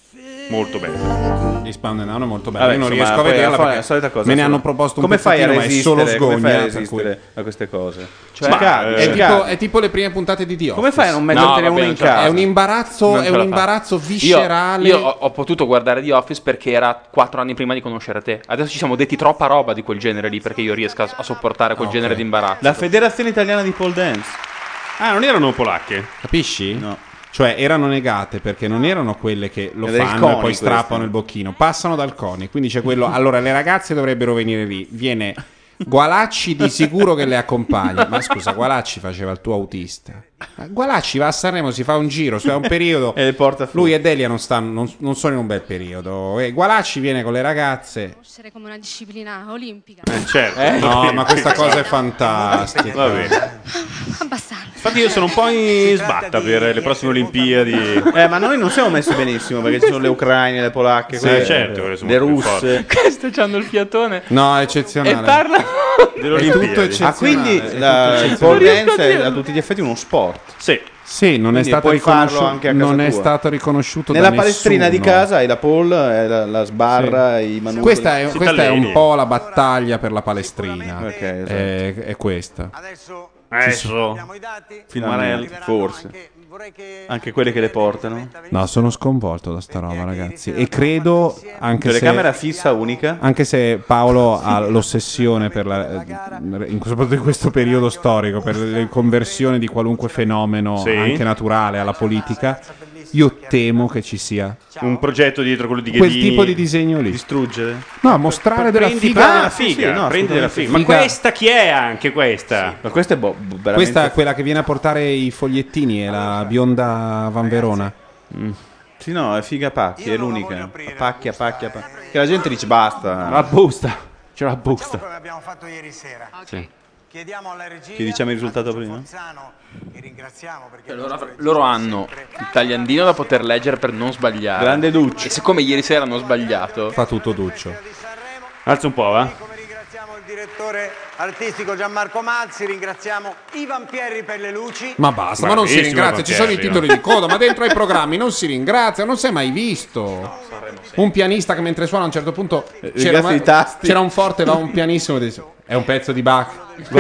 Molto bella. Eastbound and Down è molto bello. Vabbè, Io non insomma, riesco a poi vederla alla fine perché è la solita cosa, me ne insomma. hanno proposto un come fai a pezzettino, ma è solo resistere? Come fai a sgogna, per resistere a queste cose? Cioè, Ci cadi, È ci tipo, cadi. è tipo le prime puntate di The Office. Come fai a non mettertene No, una vabbè, in non ce la casa? È un imbarazzo, Non è ce un la fa. imbarazzo viscerale. Io ho potuto guardare The Office perché era 4 anni prima di conoscere te. Adesso ci siamo detti troppa roba di quel genere lì perché io riesco a sopportare quel genere di imbarazzo. La Federazione Italiana di Pole Dance. Ah, non erano polacche? Capisci? No. Cioè erano negate perché non erano quelle che lo È del fanno CONI e poi queste. strappano il bocchino, passano dal CONI, quindi c'è quello. Allora le ragazze dovrebbero venire lì, viene Gualacci di sicuro che le accompagna. Ma scusa, Gualacci faceva il tuo autista. Ma Gualacci va a Sanremo, si fa un giro, è un periodo. E le porta fuori. Lui e Delia non sono in un bel periodo. E Gualacci viene con le ragazze. Essere come una disciplina olimpica. Certo. No, ma questa cosa è fantastica. Va bene. Abbastanza. Infatti io sono un po' in sbatta per le prossime Olimpiadi. Ma noi non siamo messi benissimo perché ci sono le ucraine, le polacche, Sì, quelle- certo, quelle sono le molto più russe. Questo c'hanno il fiatone. No, è eccezionale. E parla delle È tutto Olimpiadi. eccezionale. Ah, quindi è tutto il eccezionale. pole riesco a dance è dirlo. a tutti gli effetti uno sport. Sì. Sì, non è Quindi stato puoi farlo riconosciuto, anche a casa non è tua. stato riconosciuto Nella da palestrina di nessuno. casa hai la pole, la sbarra, i manubri. Questa è, Si questa è t'alleni. un po' la battaglia per la Palestrina. Ok, esatto. È questa. Adesso Adesso. abbiamo i dati. Finalmente, forse. Anche quelle che le portano. No, sono sconvolto da sta roba, ragazzi. E credo, anche se, Telecamera fissa unica. anche se Paolo ha l'ossessione per soprattutto in questo periodo storico, per le conversioni di qualunque fenomeno, Sì. anche naturale, alla politica, io temo che ci sia Un progetto dietro quello di quel Ghedini. tipo di disegno lì. Distruggere. No, mostrare della Prendi figa. la figa, sì, no, prendi la figa. Ma Figa. questa chi è anche questa? Ma questa è veramente. Questa è quella che viene a portare i fogliettini, è la bionda Van Verona. Sì, no, è figa Pacchi, è l'unica. Pacchia. Che la gente dice basta. la busta. C'è la busta. Come abbiamo fatto ieri sera. Sì. Chiediamo alla regia. Chi diciamo il risultato prima? Forzano, che ringraziamo perché Loro hanno il tagliandino da poter leggere per non sbagliare. Grande Duccio. E siccome ieri sera hanno sbagliato, Fa tutto Duccio. Alza un po', va? come ringraziamo il direttore artistico Gianmarco Mazzi, ringraziamo Ivan Pierri per le luci. Ma basta, ma non si Bravissimo, ringrazia, ci sono i Ivan titoli di coda, ma dentro ai programmi non si ringrazia, non si è mai visto. Un pianista che mentre suona a un certo punto ringrazia i tasti. c'era un forte, va un pianissimo e dice, è un pezzo di Bach.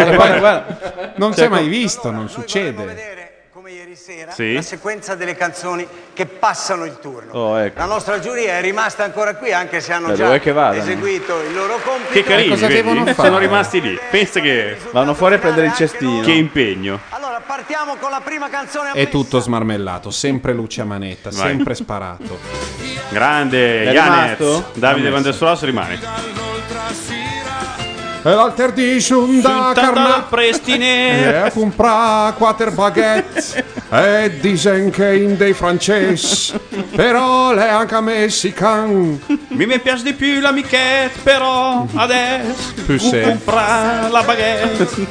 Guarda. Non si Cioè, è mai visto, non succede. Vedere come ieri sera Sì. la sequenza delle canzoni che passano il turno. Oh, ecco. La nostra giuria è rimasta ancora qui anche se hanno Beh, già dov'è che vadano? eseguito il loro compito. Che carini, cosa vedi? devono Sono fare? rimasti lì. Pensa che Vanno fuori a prendere il cestino. che impegno. Allora partiamo con la prima canzone. È tutto smarmellato, sempre luce a manetta, Vai. sempre sparato. Grande È Janez. rimasto? Davide Van der Sloss rimane. E l'alter dice un da carne prestine e compra 4 baguette e dicen che in dei francesi però le anche mexican mi piace di più la michette però adesso compra la baguette.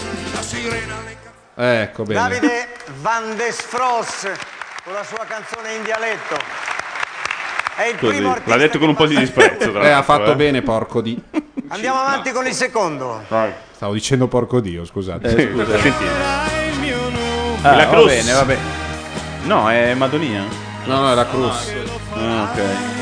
Ecco bene. Davide Van Desfros con la sua canzone in dialetto. È il primo artista. L'ha detto con un po' di disprezzo. Ha fatto bene, porco di. Andiamo avanti con il secondo. Stavo dicendo porco dio, scusate. Scusa, senti. La Cruz. Va bene. No, è Madonia. No, è la Cruz. Ok.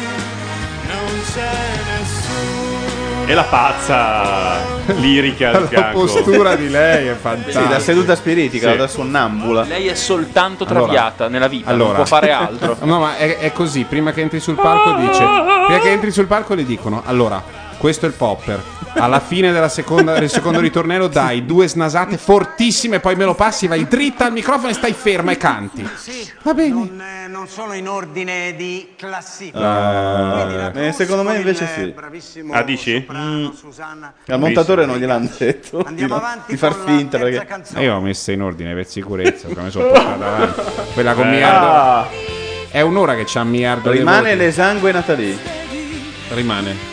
E la pazza lirica al La fianco. postura di lei è fantastica. Sì, da seduta spiritica, da sonnambula. Lei è soltanto traviata nella vita, non può fare altro. No, ma è così, prima che entri sul palco prima che entri sul palco le dicono, allora, questo è il popper. Alla fine del secondo ritornello dai 2 snasate fortissime, poi me lo passi, vai dritta al microfono e stai ferma e canti. Sì, va bene. Non sono in ordine di classifica. Secondo me invece sì. Ah, dici? Al montatore non gliel'hanno detto di far finta perché io ho messo in ordine per sicurezza, come sono portato avanti. Quella con miliardo. È un'ora che c'ha miliardo di rimane voti. l'esangue Nathalie. Rimane.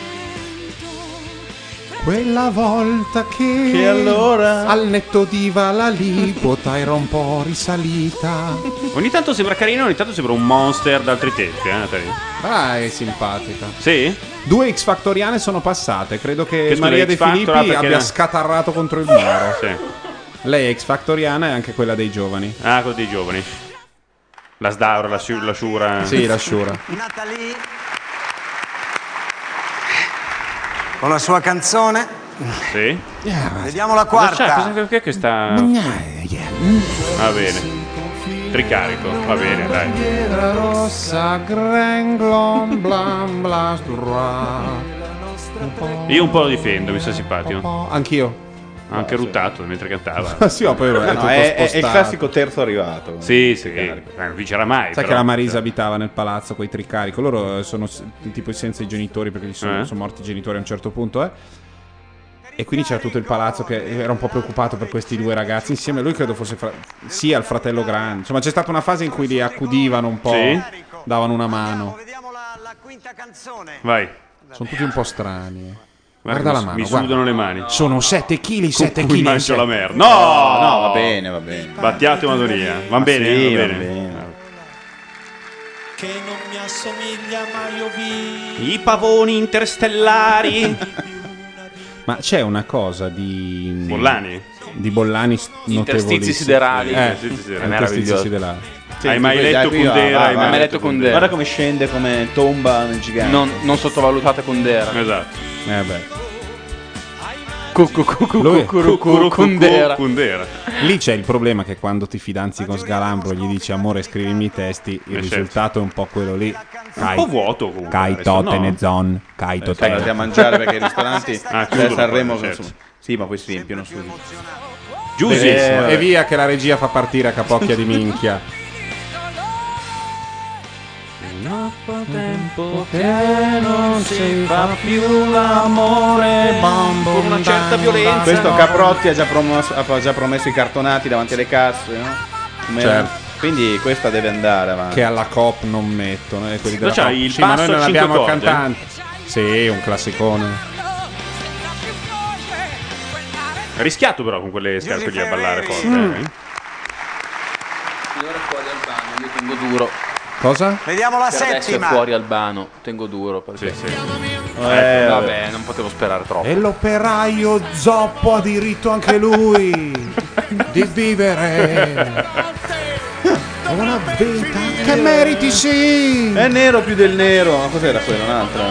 Quella volta che allora al netto diva la liquota era un po' risalita. Ogni tanto sembra carino, ogni tanto sembra un monster d'altri tempi, Nathalie. Ah, è simpatica. Sì? 2 X Factoriane sono passate. Credo che Che scusa, Maria X De Factor, Filippi perché abbia no? scatarrato contro il muro. Sì. Lei è X Factoriana e anche quella dei giovani. Ah, quella dei giovani. La Sdaura, la Shura. Sì, la Shura. Nathalie con la sua canzone. Sì. Vediamo la quarta. Cos'è questa? Va bene. Tricarico, va bene, dai. Piedra rossa, grenglon, blan, blan, Io un po' lo difendo, mi sta simpatico. Anch'io. Ha anche ruttato mentre cantava. Sì, poi è tutto è il spostato. classico terzo arrivato. Sì, non vincerà mai. Sai però. che la Marisa abitava nel palazzo con i tricarico. Loro sono tipo senza i genitori perché gli sono morti i genitori a un certo punto. E quindi c'era tutto il palazzo che era un po' preoccupato per questi 2 ragazzi insieme. Lui credo fosse sia il fratello grande. Insomma, c'è stata una fase in cui li accudivano un po', Sì. davano una mano. Vediamo la quinta canzone. Vai. Sono tutti un po' strani. Guarda la mano. Mi guarda. sudano le mani. Sono 7 kg, 7 Con cui kg. mangio la merda. No, va bene, va bene. Battiate Madonia. Va bene, sì, va va bene. Che non mi assomiglia mai ho visto. I pavoni interstellari. Ma c'è una cosa di Bollani? Di Bollani Interstizi siderali. Interstizi siderali. Sì, hai mai letto Kundera? Hai mai letto Kundera? Guarda come scende, come tomba nel gigante. Non sottovalutate Kundera. Esatto. Kundera. Lì c'è il problema che quando ti fidanzi con Sgalambro e gli dici amore scrivimi i testi, il risultato è un po' quello lì. Un po' vuoto comunque. Kaito Tenezon. Kaito Sai, andate a mangiare perché i ristoranti a chiudono Sanremo poi, certo. sì, ma poi si riempiono subito. Giusto. E via che la regia fa partire a capocchia di minchia. Tempo che non si fa più l'amore con una certa violenza. Questo Caprotti ha già promesso i cartonati davanti alle casse, no? Certo. Quindi questa deve andare avanti. Che alla Coop non mettono. Quelli della c'hai Coop. il Sì, ma noi passo non a 5 abbiamo il corde? cantante. Sì, un classicone. Rischiato però con quelle scarpe lì a ballare forte. Signore fuori Albano, io tengo duro. Cosa? Vediamo la Per adesso è settima. fuori Albano, tengo duro perché vabbè, non potevo sperare troppo. E l'operaio zoppo ha diritto anche lui di vivere una vita che meriti, sì. È nero più del nero. Ma cos'era quella? Un'altra?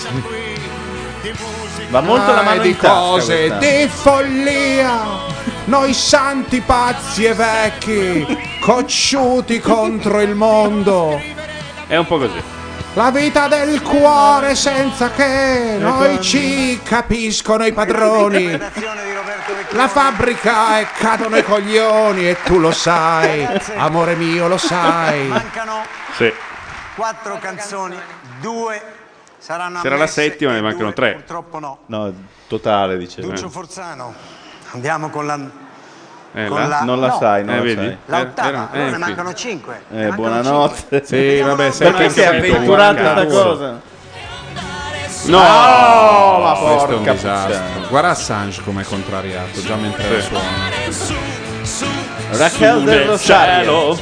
Va molto la mano di in tasca cose questa. di follia. Noi santi pazzi e vecchi cocciuti contro il mondo. È un po' così. La vita del cuore senza che noi ci capiscono i padroni. La fabbrica e cadono i coglioni e tu lo sai, amore mio, lo sai. Mancano Sì. 4 canzoni, 2 Saranno Sarà la ammesse settima, ne e mancano due 3. Purtroppo no. No, totale, dicevo. Duccio Forzano, andiamo con la... Non la sai, non la vedi? sai. La ottava, allora ne sì. mancano 5. Buonanotte. Sì, vabbè, sai perché che si è avventurato questa cosa? No, ma questo è un porca disastro. puttana. Guarda Assange come è contrariato già mentre la suona. Raquel del Rosario.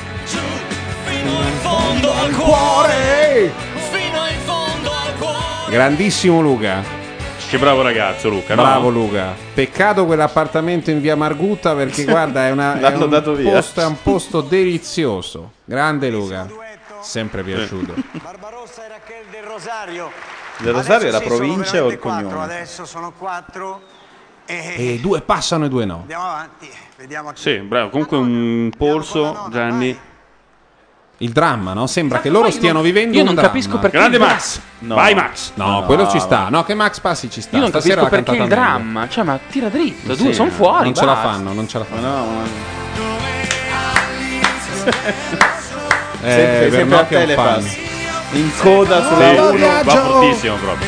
Grandissimo Luca. Che bravo ragazzo Luca, no? Bravo Luca. Peccato quell'appartamento in via Margutta perché guarda è L'hanno dato via. È un posto delizioso. Grande Luca. Sempre piaciuto. Barbarossa e Raquel del Rosario. Del Rosario è la Adesso sì, provincia sono o il veramente cognome? Adesso sono 4 E 2 passano e 2 no. Andiamo avanti, vediamo chi. Sì, bravo. Comunque un polso, Gianni. Il dramma, no? Sembra che loro stiano vivendo io un non dramma. capisco perché Grande il dra- Max. No. Vai Max. No, quello ci sta. No, che Max passi ci sta. Io non Stasera capisco l'ha perché il cantata meglio. dramma. Cioè, ma tira dritto, Sì, due sono fuori. Non ce la basta. fanno, non ce la fanno. No, Bernocchi sempre a è un fan. telepass. In coda Sì, sulla 1. va fortissimo proprio.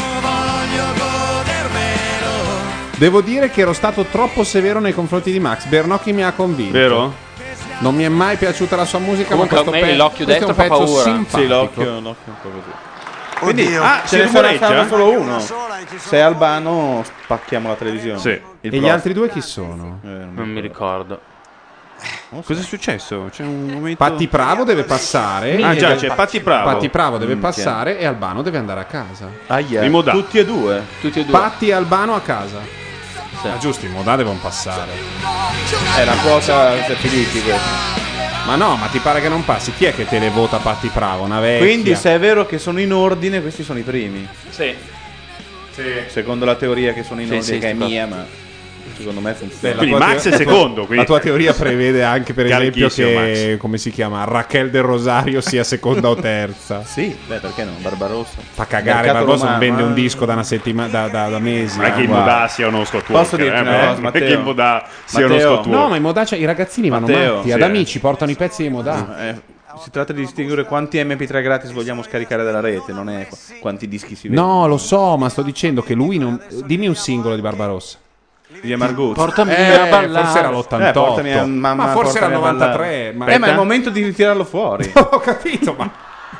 Devo dire che ero stato troppo severo nei confronti di Max. Bernocchi mi ha convinto. Vero? Non mi è mai piaciuta la sua musica, Comunque, ma questo a me l'occhio questo è un destro fa pezzo paura. simpatico. Sì, l'occhio è un po' così. Quindi Oddio. ce ne rumoreggia? sarà solo uno. Se è Albano spacchiamo la televisione. Sì. E gli altri due chi sono? Non mi ricordo. Cosa è successo? C'è un momento. Patti Bravo deve passare. Ah già, e- c'è Patti Bravo. Patti Bravo deve passare e Albano deve andare a casa. Aia, Imodà. tutti e due. Tutti e due. Patti e Albano a casa. Ah, giusto, i Modà devono passare. È una cosa per Filippi questa. Ma no, ma ti pare che non passi? Chi è che te le vota Patti Bravo? Una vecchia? Quindi se è vero che sono in ordine, questi sono i primi. Sì. Secondo la teoria che sono in Sì, ordine, sì, che è sì. mia, ma secondo me funziona. Quindi Max è secondo. La Quindi. tua teoria prevede anche, per esempio, Carichissimo, che Max. come si chiama? Raquel del Rosario sia seconda o terza. Sì, beh, perché no? Barbarossa. Fa cagare, Mercato Barbarossa non romano, vende un disco da una settimana, da mesi. Non è che il guarda. Modà sia uno Scott Walker. Posso dirti una cosa, Non è che il Matteo? Modà sia uno Matteo? Scott Walker. No, ma in Modà i ragazzini vanno Matteo, matti. sì, Ad amici portano i pezzi di Modà. Si tratta di distinguere quanti MP3 gratis vogliamo scaricare dalla rete, non è quanti dischi si vendono. No, lo so, ma sto dicendo che lui non. Dimmi un singolo di Barbarossa. Via Marguzzi. Portami a ballare. Forse era l'88. portami a mamma, ma forse era il portami a ballare. 93. Ma Ma è il momento di ritirarlo fuori. ho capito, ma.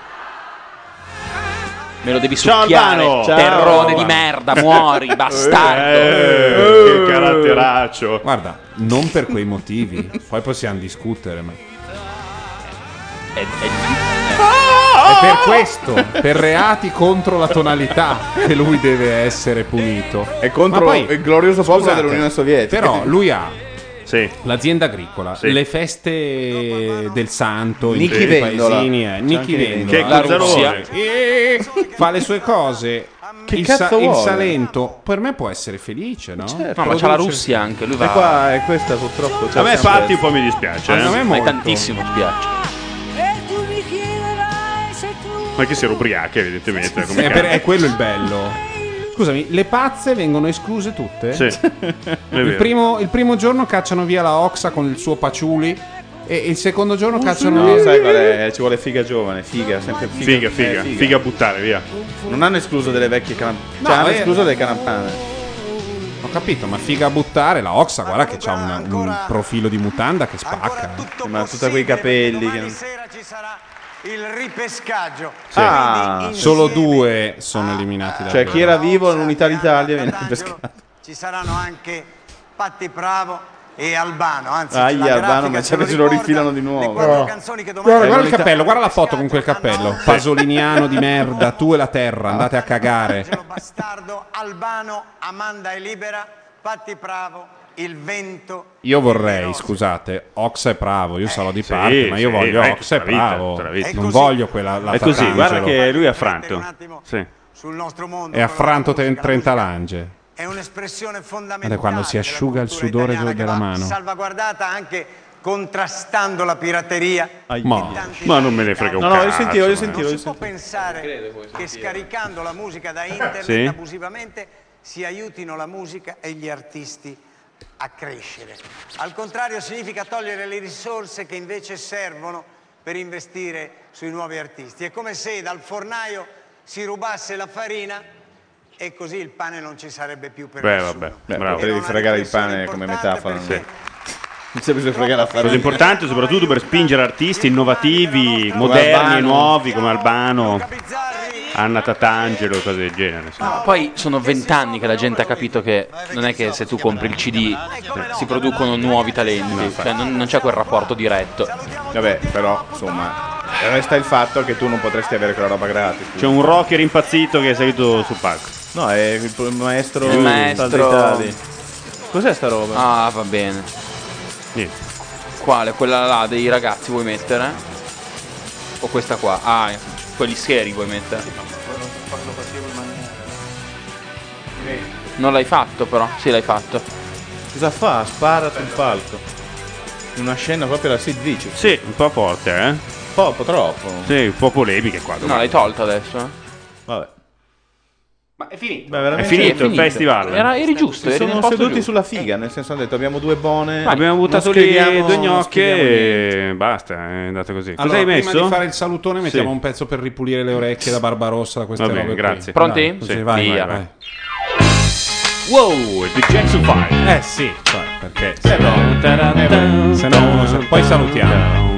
Me lo devi Ciao, succhiare, Albano. Ciao. terrone di merda, muori, bastardo. Che caratteraccio. Guarda, non per quei motivi. Poi possiamo discutere, ma. È per questo, per reati contro la tonalità, che lui deve essere punito. È contro Ma poi, il glorioso popolo scusate, dell'Unione Sovietica. Però lui ha Sì. l'azienda agricola, Sì. le feste del santo, Nichi in tutti i Vendola. paesini, Nichi Anche Vendola, Che è La Cozzarone. fa le sue cose. Che il, cazzo il vuole? Salento per me può essere felice, no? Certo. No, ma c'ha la Russia anche, lui E va. qua è questa purtroppo. A me Patti un po' mi dispiace. A me Ma è molto. tantissimo spiace. Ma che si era ubriaca, evidentemente. Come È quello il bello. Scusami, le pazze vengono escluse tutte? Sì. È Il vero. primo giorno cacciano via la Oxa con il suo Paciuli e il secondo giorno cacciano No, via. sai qual è? Ci vuole figa giovane, figa, sempre figa. Figa a buttare, via. Non hanno escluso delle vecchie canampane. No, Cioè, hanno è- escluso delle canampane. Ho capito, ma figa a buttare, la Oxa guarda che c'ha un profilo di mutanda che spacca. Ma tutti quei capelli che... Sera ci sarà il ripescaggio. Sì. Ah, Solo 2 sono eliminati da cioè chi era vivo all'Unità d'Italia viene pescato. Ci saranno anche Patti Bravo e Albano, anzi Ahia, la Albano, grafica ma ce lo ce lo ricorda, rifilano di nuovo. le 4 canzoni che Guarda, domani guarda il cappello, guarda la foto con quel cappello. Pasoliniano di merda, tu e la terra, andate a cagare. Angelo Bastardo, Albano, Amanda è libera, Patti Bravo, il vento. Io vorrei, scusate, Oxa è bravo, io sarò di Sì, parte, ma io sì, voglio ecco, Oxa è tutta la vita, bravo. tutta la vita. Non voglio quella la È così, Tatangelo. guarda che lui è affranto. Sì. Sul nostro mondo È affranto 30 lange. è un'espressione fondamentale. Guarda quando si asciuga il sudore della mano. Salvaguardata anche contrastando la pirateria. Ma non me ne frega un No, cazzo. io sentivo. Non si può pensare che scaricando la musica da internet Sì. abusivamente si aiutino la musica e gli artisti a crescere. Al contrario significa togliere le risorse che invece servono per investire sui nuovi artisti. È come se dal fornaio si rubasse la farina e così il pane non ci sarebbe più per nessuno. Vabbè, bravo. Devi fregare il pane come metafora. Sì. Non c'è bisogno di fregare la farina. Cosa importante soprattutto per spingere artisti innovativi, moderni e nuovi come Albano, Anna Tatangelo, cose del genere. Sì. No, poi sono 20 anni che la gente ha capito che non è che se tu compri il CD si producono nuovi talenti, cioè non c'è quel rapporto diretto. Vabbè, però insomma resta il fatto che tu non potresti avere quella roba gratis. C'è un rocker impazzito che è salito sul palco. No, è il maestro. Il maestro. Cos'è sta roba? Ah, va bene. Quale? Quella là dei ragazzi vuoi mettere? O questa qua? Ah, quelli seri vuoi mettere? Non l'hai fatto però? Sì, l'hai fatto. Cosa fa? Spara sul palco. Una scena proprio da Sid Vicious. Sì, un po' forte, Un po' troppo. Sì, un po' polemiche qua. No, l'hai tolta adesso? Vabbè. Ma è finito. Beh, è finito il festival. Eri giusto. Si sono seduti sulla figa, nel senso hanno detto abbiamo due buone. Abbiamo buttato lì due gnocche e basta, è andato così. Allora, cosa hai messo? Prima di fare il salutone mettiamo un pezzo per ripulire le orecchie da Barbarossa da queste robe. Grazie. Pronti? Dai, così, vai. Wow, The Jackson 5. Sì, cioè, perché se no poi salutiamo.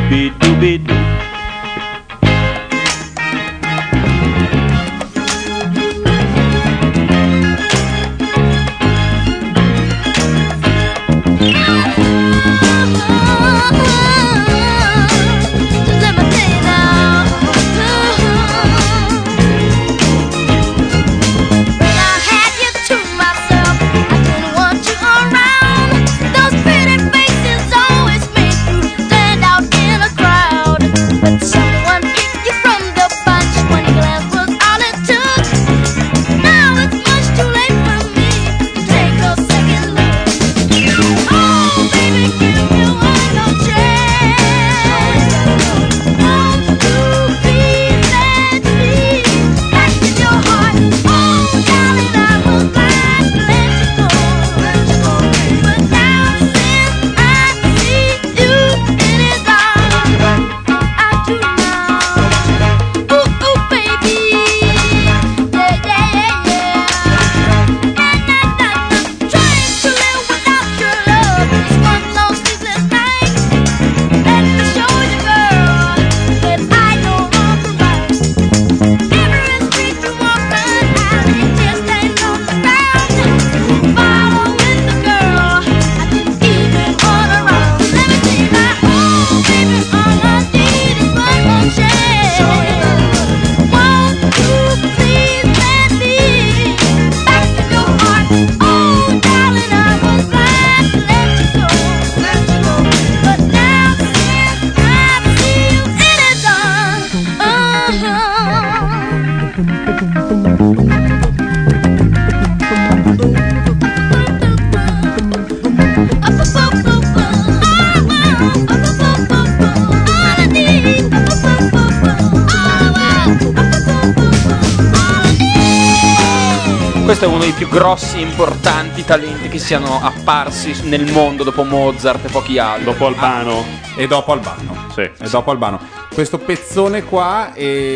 Questo è uno dei più grossi e importanti talenti che siano apparsi nel mondo dopo Mozart e pochi altri. Dopo Albano. E dopo Albano. Sì. E dopo Albano. Questo pezzone qua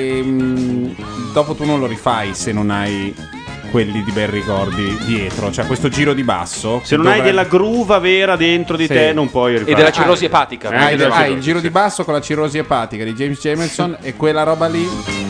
dopo tu non lo rifai se non hai quelli di bei ricordi dietro, cioè questo giro di basso. Se non hai della gruva vera dentro di te non puoi rifare. E della cirrosi epatica. Hai il giro di basso con la cirrosi epatica di James Jamerson e quella roba lì.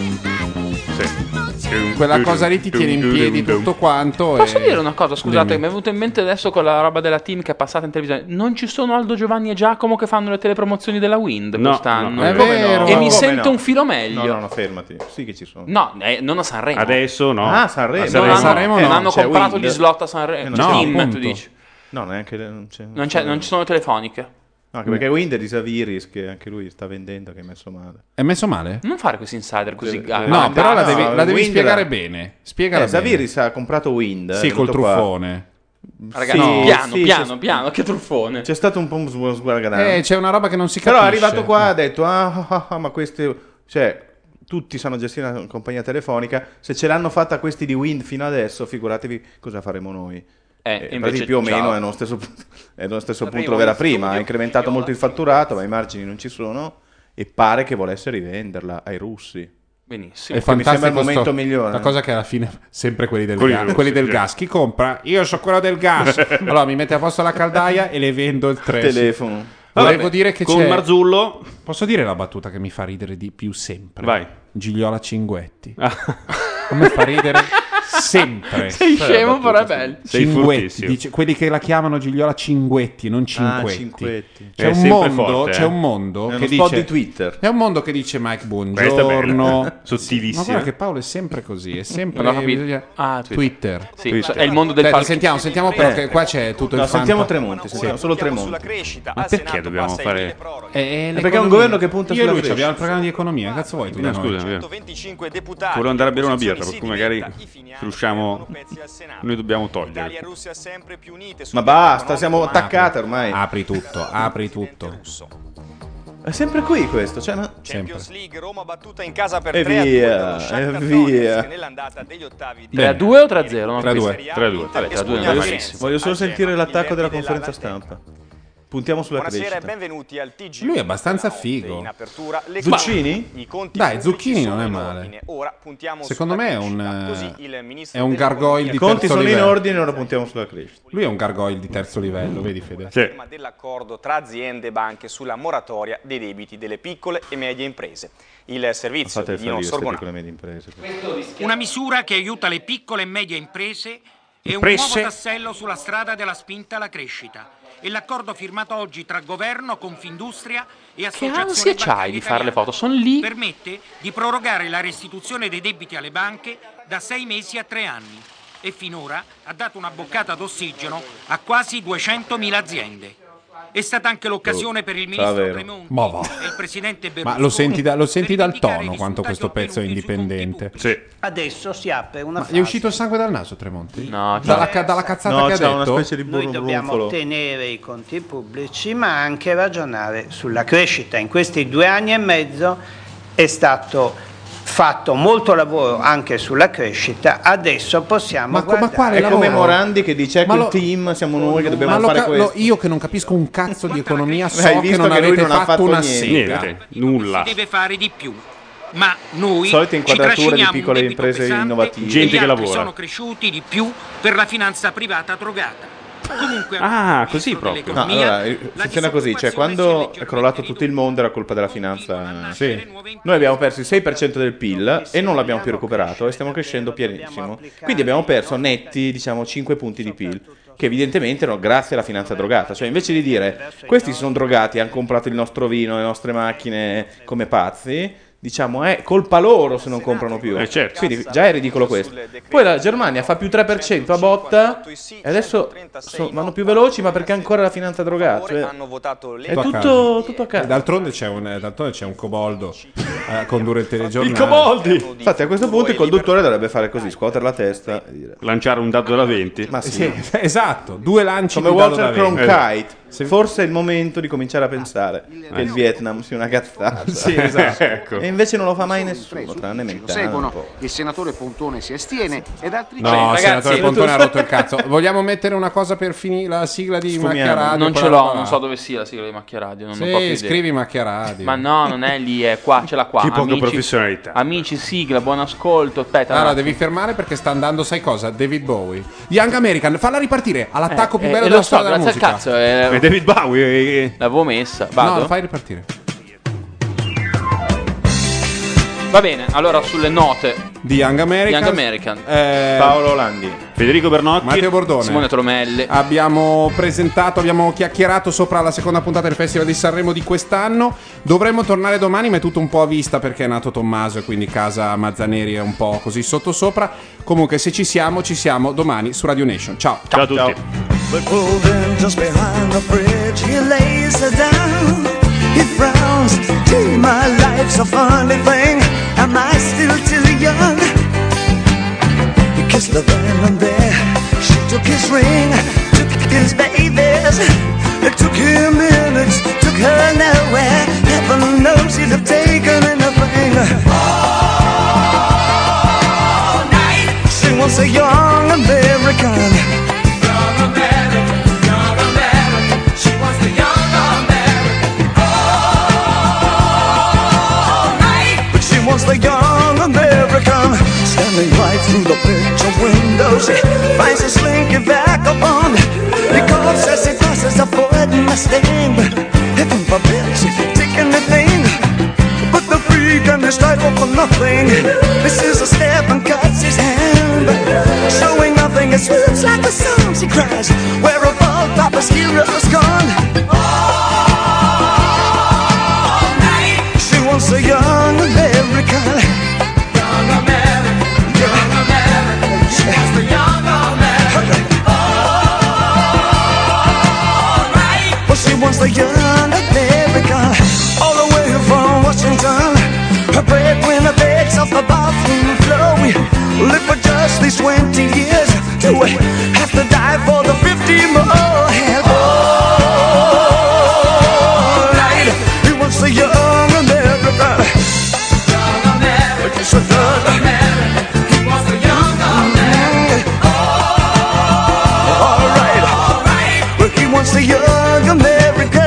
Quella cosa lì ti tiene in piedi tutto quanto. Posso dire una cosa? Scusate, mi è venuto in mente adesso con la roba della team che è passata in televisione. Non ci sono Aldo, Giovanni e Giacomo che fanno le telepromozioni della Wind quest'anno. No, è vero. E mi sento un filo meglio. No, fermati. Sì che ci sono. No, non a Sanremo. Adesso no. Ah, Sanremo. Sanremo non hanno comprato Wind. gli slot a Sanremo. No, tu dici. No, neanche Non ci sono telefoniche. No, anche perché Wind è di Saviris che anche lui sta vendendo, che è messo male. È messo male? Non fare questi insider così. No, però la devi spiegare bene. Spiegala bene. Saviris ha comprato Wind. Sì, col truffone. Ragazzi, piano, che truffone. C'è stato un po' un sguargadano. C'è una roba che non si capisce. Però è arrivato qua e ha detto ma queste, cioè tutti sanno gestire una compagnia telefonica, se ce l'hanno fatta questi di Wind fino adesso, figuratevi cosa faremo noi. Invece più o meno è nello stesso punto dove era prima. Ha incrementato molto il fatturato, ma i margini non ci sono e pare che volesse rivenderla ai russi. Benissimo. È Che mi sembra fantastico il momento migliore. La cosa che alla fine sempre quelli del, Quelli gas, russi, quelli del sì. gas. Chi compra? Io so quello del gas. Allora mi mette a posto la caldaia e le vendo il trash. Telefono. Volevo Vabbè, dire che con c'è Marzullo. Posso dire la battuta che mi fa ridere di più sempre? Vai. Gigliola Cinguetti. A me fa ridere sempre. Sei scemo, però è bello. Sei Cinguetti, furtissimo. dice, quelli che la chiamano Gigliola Cinguetti, non Cinquetti. Cinquetti. C'è È un sempre mondo, forte, c'è un mondo È che uno spot dice di Twitter. È un mondo che dice Mike Questa è buongiorno. bella. Sottilissima. Ma guarda che Paolo è sempre così, è sempre Non ho capito. bisogna- Ah, Twitter. Sì, Twitter. è il mondo del Aspetta, palco. sentiamo perché qua c'è tutto il Sentiamo fanto. Tremonti, sentiamo solo Tremonti. Ma perché dobbiamo fare... Perché è un governo che punta Io e sulla lui crescita. abbiamo il programma di economia, cazzo vuoi tu da noi? Scusa, volevo andare a bere una birra, per cui magari se usciamo noi dobbiamo togliere. Ma basta, siamo attaccati ormai. Apri tutto, apri tutto. È sempre qui questo, cioè, ma... Champions League, Roma battuta in casa per E 3-2 via, dallo Shakhtar e via. Donetsk nell'andata degli ottavi di 3-2 o 3-0? Non 3-2. 3-2. Vabbè, 3-2 è bellissimo. Voglio solo sentire l'attacco della conferenza stampa. Puntiamo sulla Buonasera e crescita. benvenuti al TG. Lui è abbastanza figo. In apertura, le Zucchini? I conti Dai, pubblici Zucchini non sono è in male. ordine. Ora puntiamo Secondo sulla me è crescita. Così il un ministro gargoyle I di conti terzo sono in livello. ordine, ora puntiamo sulla crescita. Lui è un gargoyle di terzo livello, vedi Fede? Sì. tema dell'accordo tra aziende e banche sulla moratoria dei debiti delle piccole e medie imprese. Il servizio Fate di Dino fallire queste Sorgonà. piccole e medie imprese. Una misura che aiuta le piccole e medie imprese e un Imprese? nuovo tassello sulla strada della spinta alla crescita. E l'accordo firmato oggi tra governo, Confindustria e Che associazioni ansia c'hai bancarie di fare le italiane foto? Sono lì. permette di prorogare la restituzione dei debiti alle banche da 6 mesi a 3 anni e finora ha dato una boccata d'ossigeno a quasi 200.000 aziende. È stata anche l'occasione per il ministro vero. Tremonti Ma va. e il presidente Berlusconi. Ma lo senti per dal indicare tono i quanto risultati questo pezzo è ottenuti sui conti indipendente. Sì. Adesso si apre una Ma fase. gli è uscito il sangue dal naso, Tremonti? No, Dalla cazzata No, che ha c'è una detto? specie di Noi dobbiamo tenere i conti pubblici, ma anche ragionare sulla crescita. In questi 2 anni e mezzo è stato fatto molto lavoro anche sulla crescita, adesso possiamo guardare. quale È come lavoro? Morandi che dice Ma che lo- il team siamo noi che dobbiamo Ma fare questo. io che non capisco un cazzo di economia so Hai che visto non che lui avete non ha fatto fatto una niente. sega. Niente, nulla. Si deve fare di più. Ma noi Solite ci inquadrature di trasciniamo piccole un debito imprese pesante innovative. e Gente gli che altri lavora. sono cresciuti di più per la finanza privata drogata. Comunque, Ah, così proprio. No, allora, funziona così, cioè quando è crollato tutto il mondo era colpa della finanza. Sì. Noi abbiamo perso il 6% del PIL e non l'abbiamo più recuperato e stiamo crescendo pianissimo. Quindi abbiamo perso netti, diciamo, 5 punti di PIL, che evidentemente erano grazie alla finanza drogata. Cioè invece di dire questi si sono drogati, hanno comprato il nostro vino, le nostre macchine come pazzi, diciamo è colpa loro se non comprano più. Certo. Quindi già è ridicolo questo. Poi la Germania fa più 3% a botta e adesso vanno più veloci, ma perché ancora la finanza drogata. Cioè, è tutto a caso. D'altronde c'è un coboldo a condurre il telegiornale. Il coboldi! Infatti a questo punto il conduttore dovrebbe fare così, scuotere la testa e dire lanciare un dado da 20. ma sì, Sì, esatto, 2 lanci come di dado da Walter 20. Cronkite. Forse è il momento di cominciare a pensare che il Vietnam sia una cazzata. Sì, esatto. E invece non lo fa mai nessuno, tranne Mentana. un Seguono, po'. il senatore Pontone si astiene ed altri No, Ragazzi, senatore Pontone ha rotto il cazzo. Vogliamo mettere una cosa per finire la sigla di Sfumiamo. Macchia Radio? Non ce quella l'ho, roba non là? so dove sia la sigla di Macchia Radio. Non ho Sì, proprio idea. scrivi Macchia Radio. Ma no, non è lì, è qua, ce l'ha qua. Che poca Amici, professionalità. amici, sigla, buon ascolto. Aspetta, Allora no. devi fermare perché sta andando, sai cosa? David Bowie. Young American, falla ripartire all'attacco più bello lo della so, storia della grazie al musica. cazzo. E David Bowie. L'avevo messa. Vado? No, fai ripartire. Va bene, allora sulle note Di Young American. Young American. Paolo Landi, Federico Bernotti, Matteo Bordone. Simone Tromelli. Abbiamo presentato, abbiamo chiacchierato sopra la seconda puntata del Festival di Sanremo di quest'anno. Dovremmo tornare domani, ma è tutto un po' a vista perché è nato Tommaso e quindi casa Mazzaneri è un po' così sottosopra. Comunque se ci siamo domani su Radio Nation. Ciao. Ciao a tutti. But moving just behind the bridge, he lays her down. He frowns, gee, my life's a funny thing. Am I still too young? He kissed her then and there. She took his ring, took his babies. It took him minutes, took her nowhere. Heaven knows he'd have taken anything. All night. She was a young American. She through the picture window. She finds a slinky vagabond. He calls as he passes, avoiding my stain. But heaven forbid she take anything but the freedom is right for nothing. This is a step and cuts his hand, but showing nothing. It swims like a song. She cries, where have all Papa's heroes gone? All night. She wants a young American. Young American, young American. She wants the young American. All right. Well, she wants the young American. All the way from Washington. Her breadwinner begs off the bathroom floor. We live for just these 20 years. Do we have to die for the 50 more? And all night, he wants the young American. Young American, it's a young American. He wants the young American. All right, well, he wants the young American.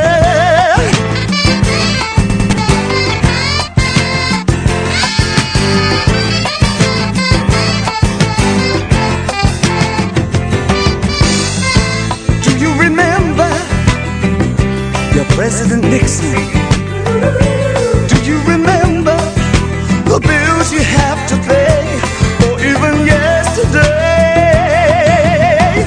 President Nixon, do you remember the bills you have to pay, or even yesterday?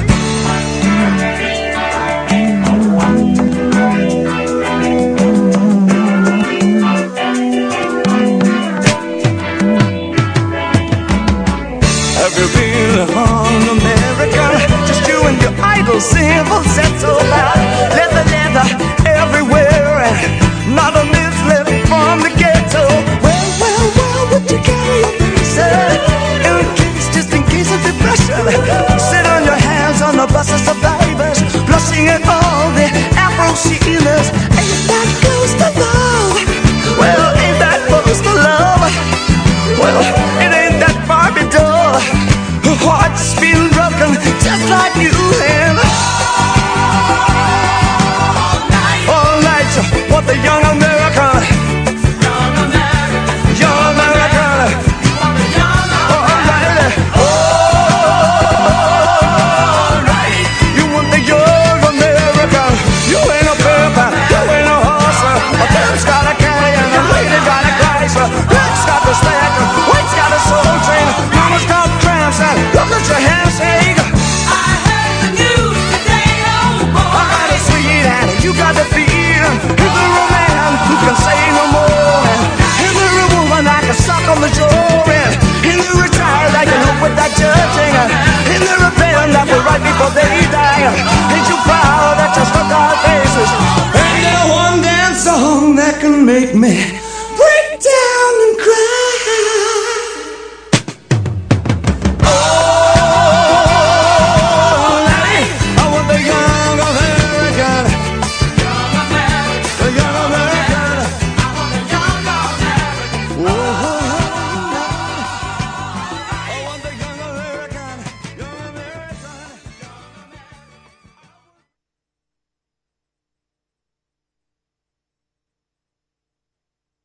Have you been on America? Just you and your idle simple set so loud. Leather everywhere, and not a minute left from the ghetto. Well, would you carry your visa? Just in case of depression. Sit on your hands on the bus of survivors, blushing at all the Afro-Sheeners. Ain't that close to love? Well, ain't that close to love? Well, it ain't that Barbie doll. Her heart's been broken just like you and what the young American, young American, young American, all right, you want the young American. You ain't a pimp, you ain't a horse. A pimp's got a canyon, a lady got a Chrysler. Rick's got the stack, White's got a soul train. Mama's got cramps, and look at your handshake. I heard the news today, oh boy. I got a sweet and you got the beat. Is there a man who can say no more? Is there a woman I can suck on the jaw? Is there a child I can help with that judging? Is there a band that will write before they die? Ain't you proud that you stuck our faces? Ain't there one dance song that can make me break down and cry?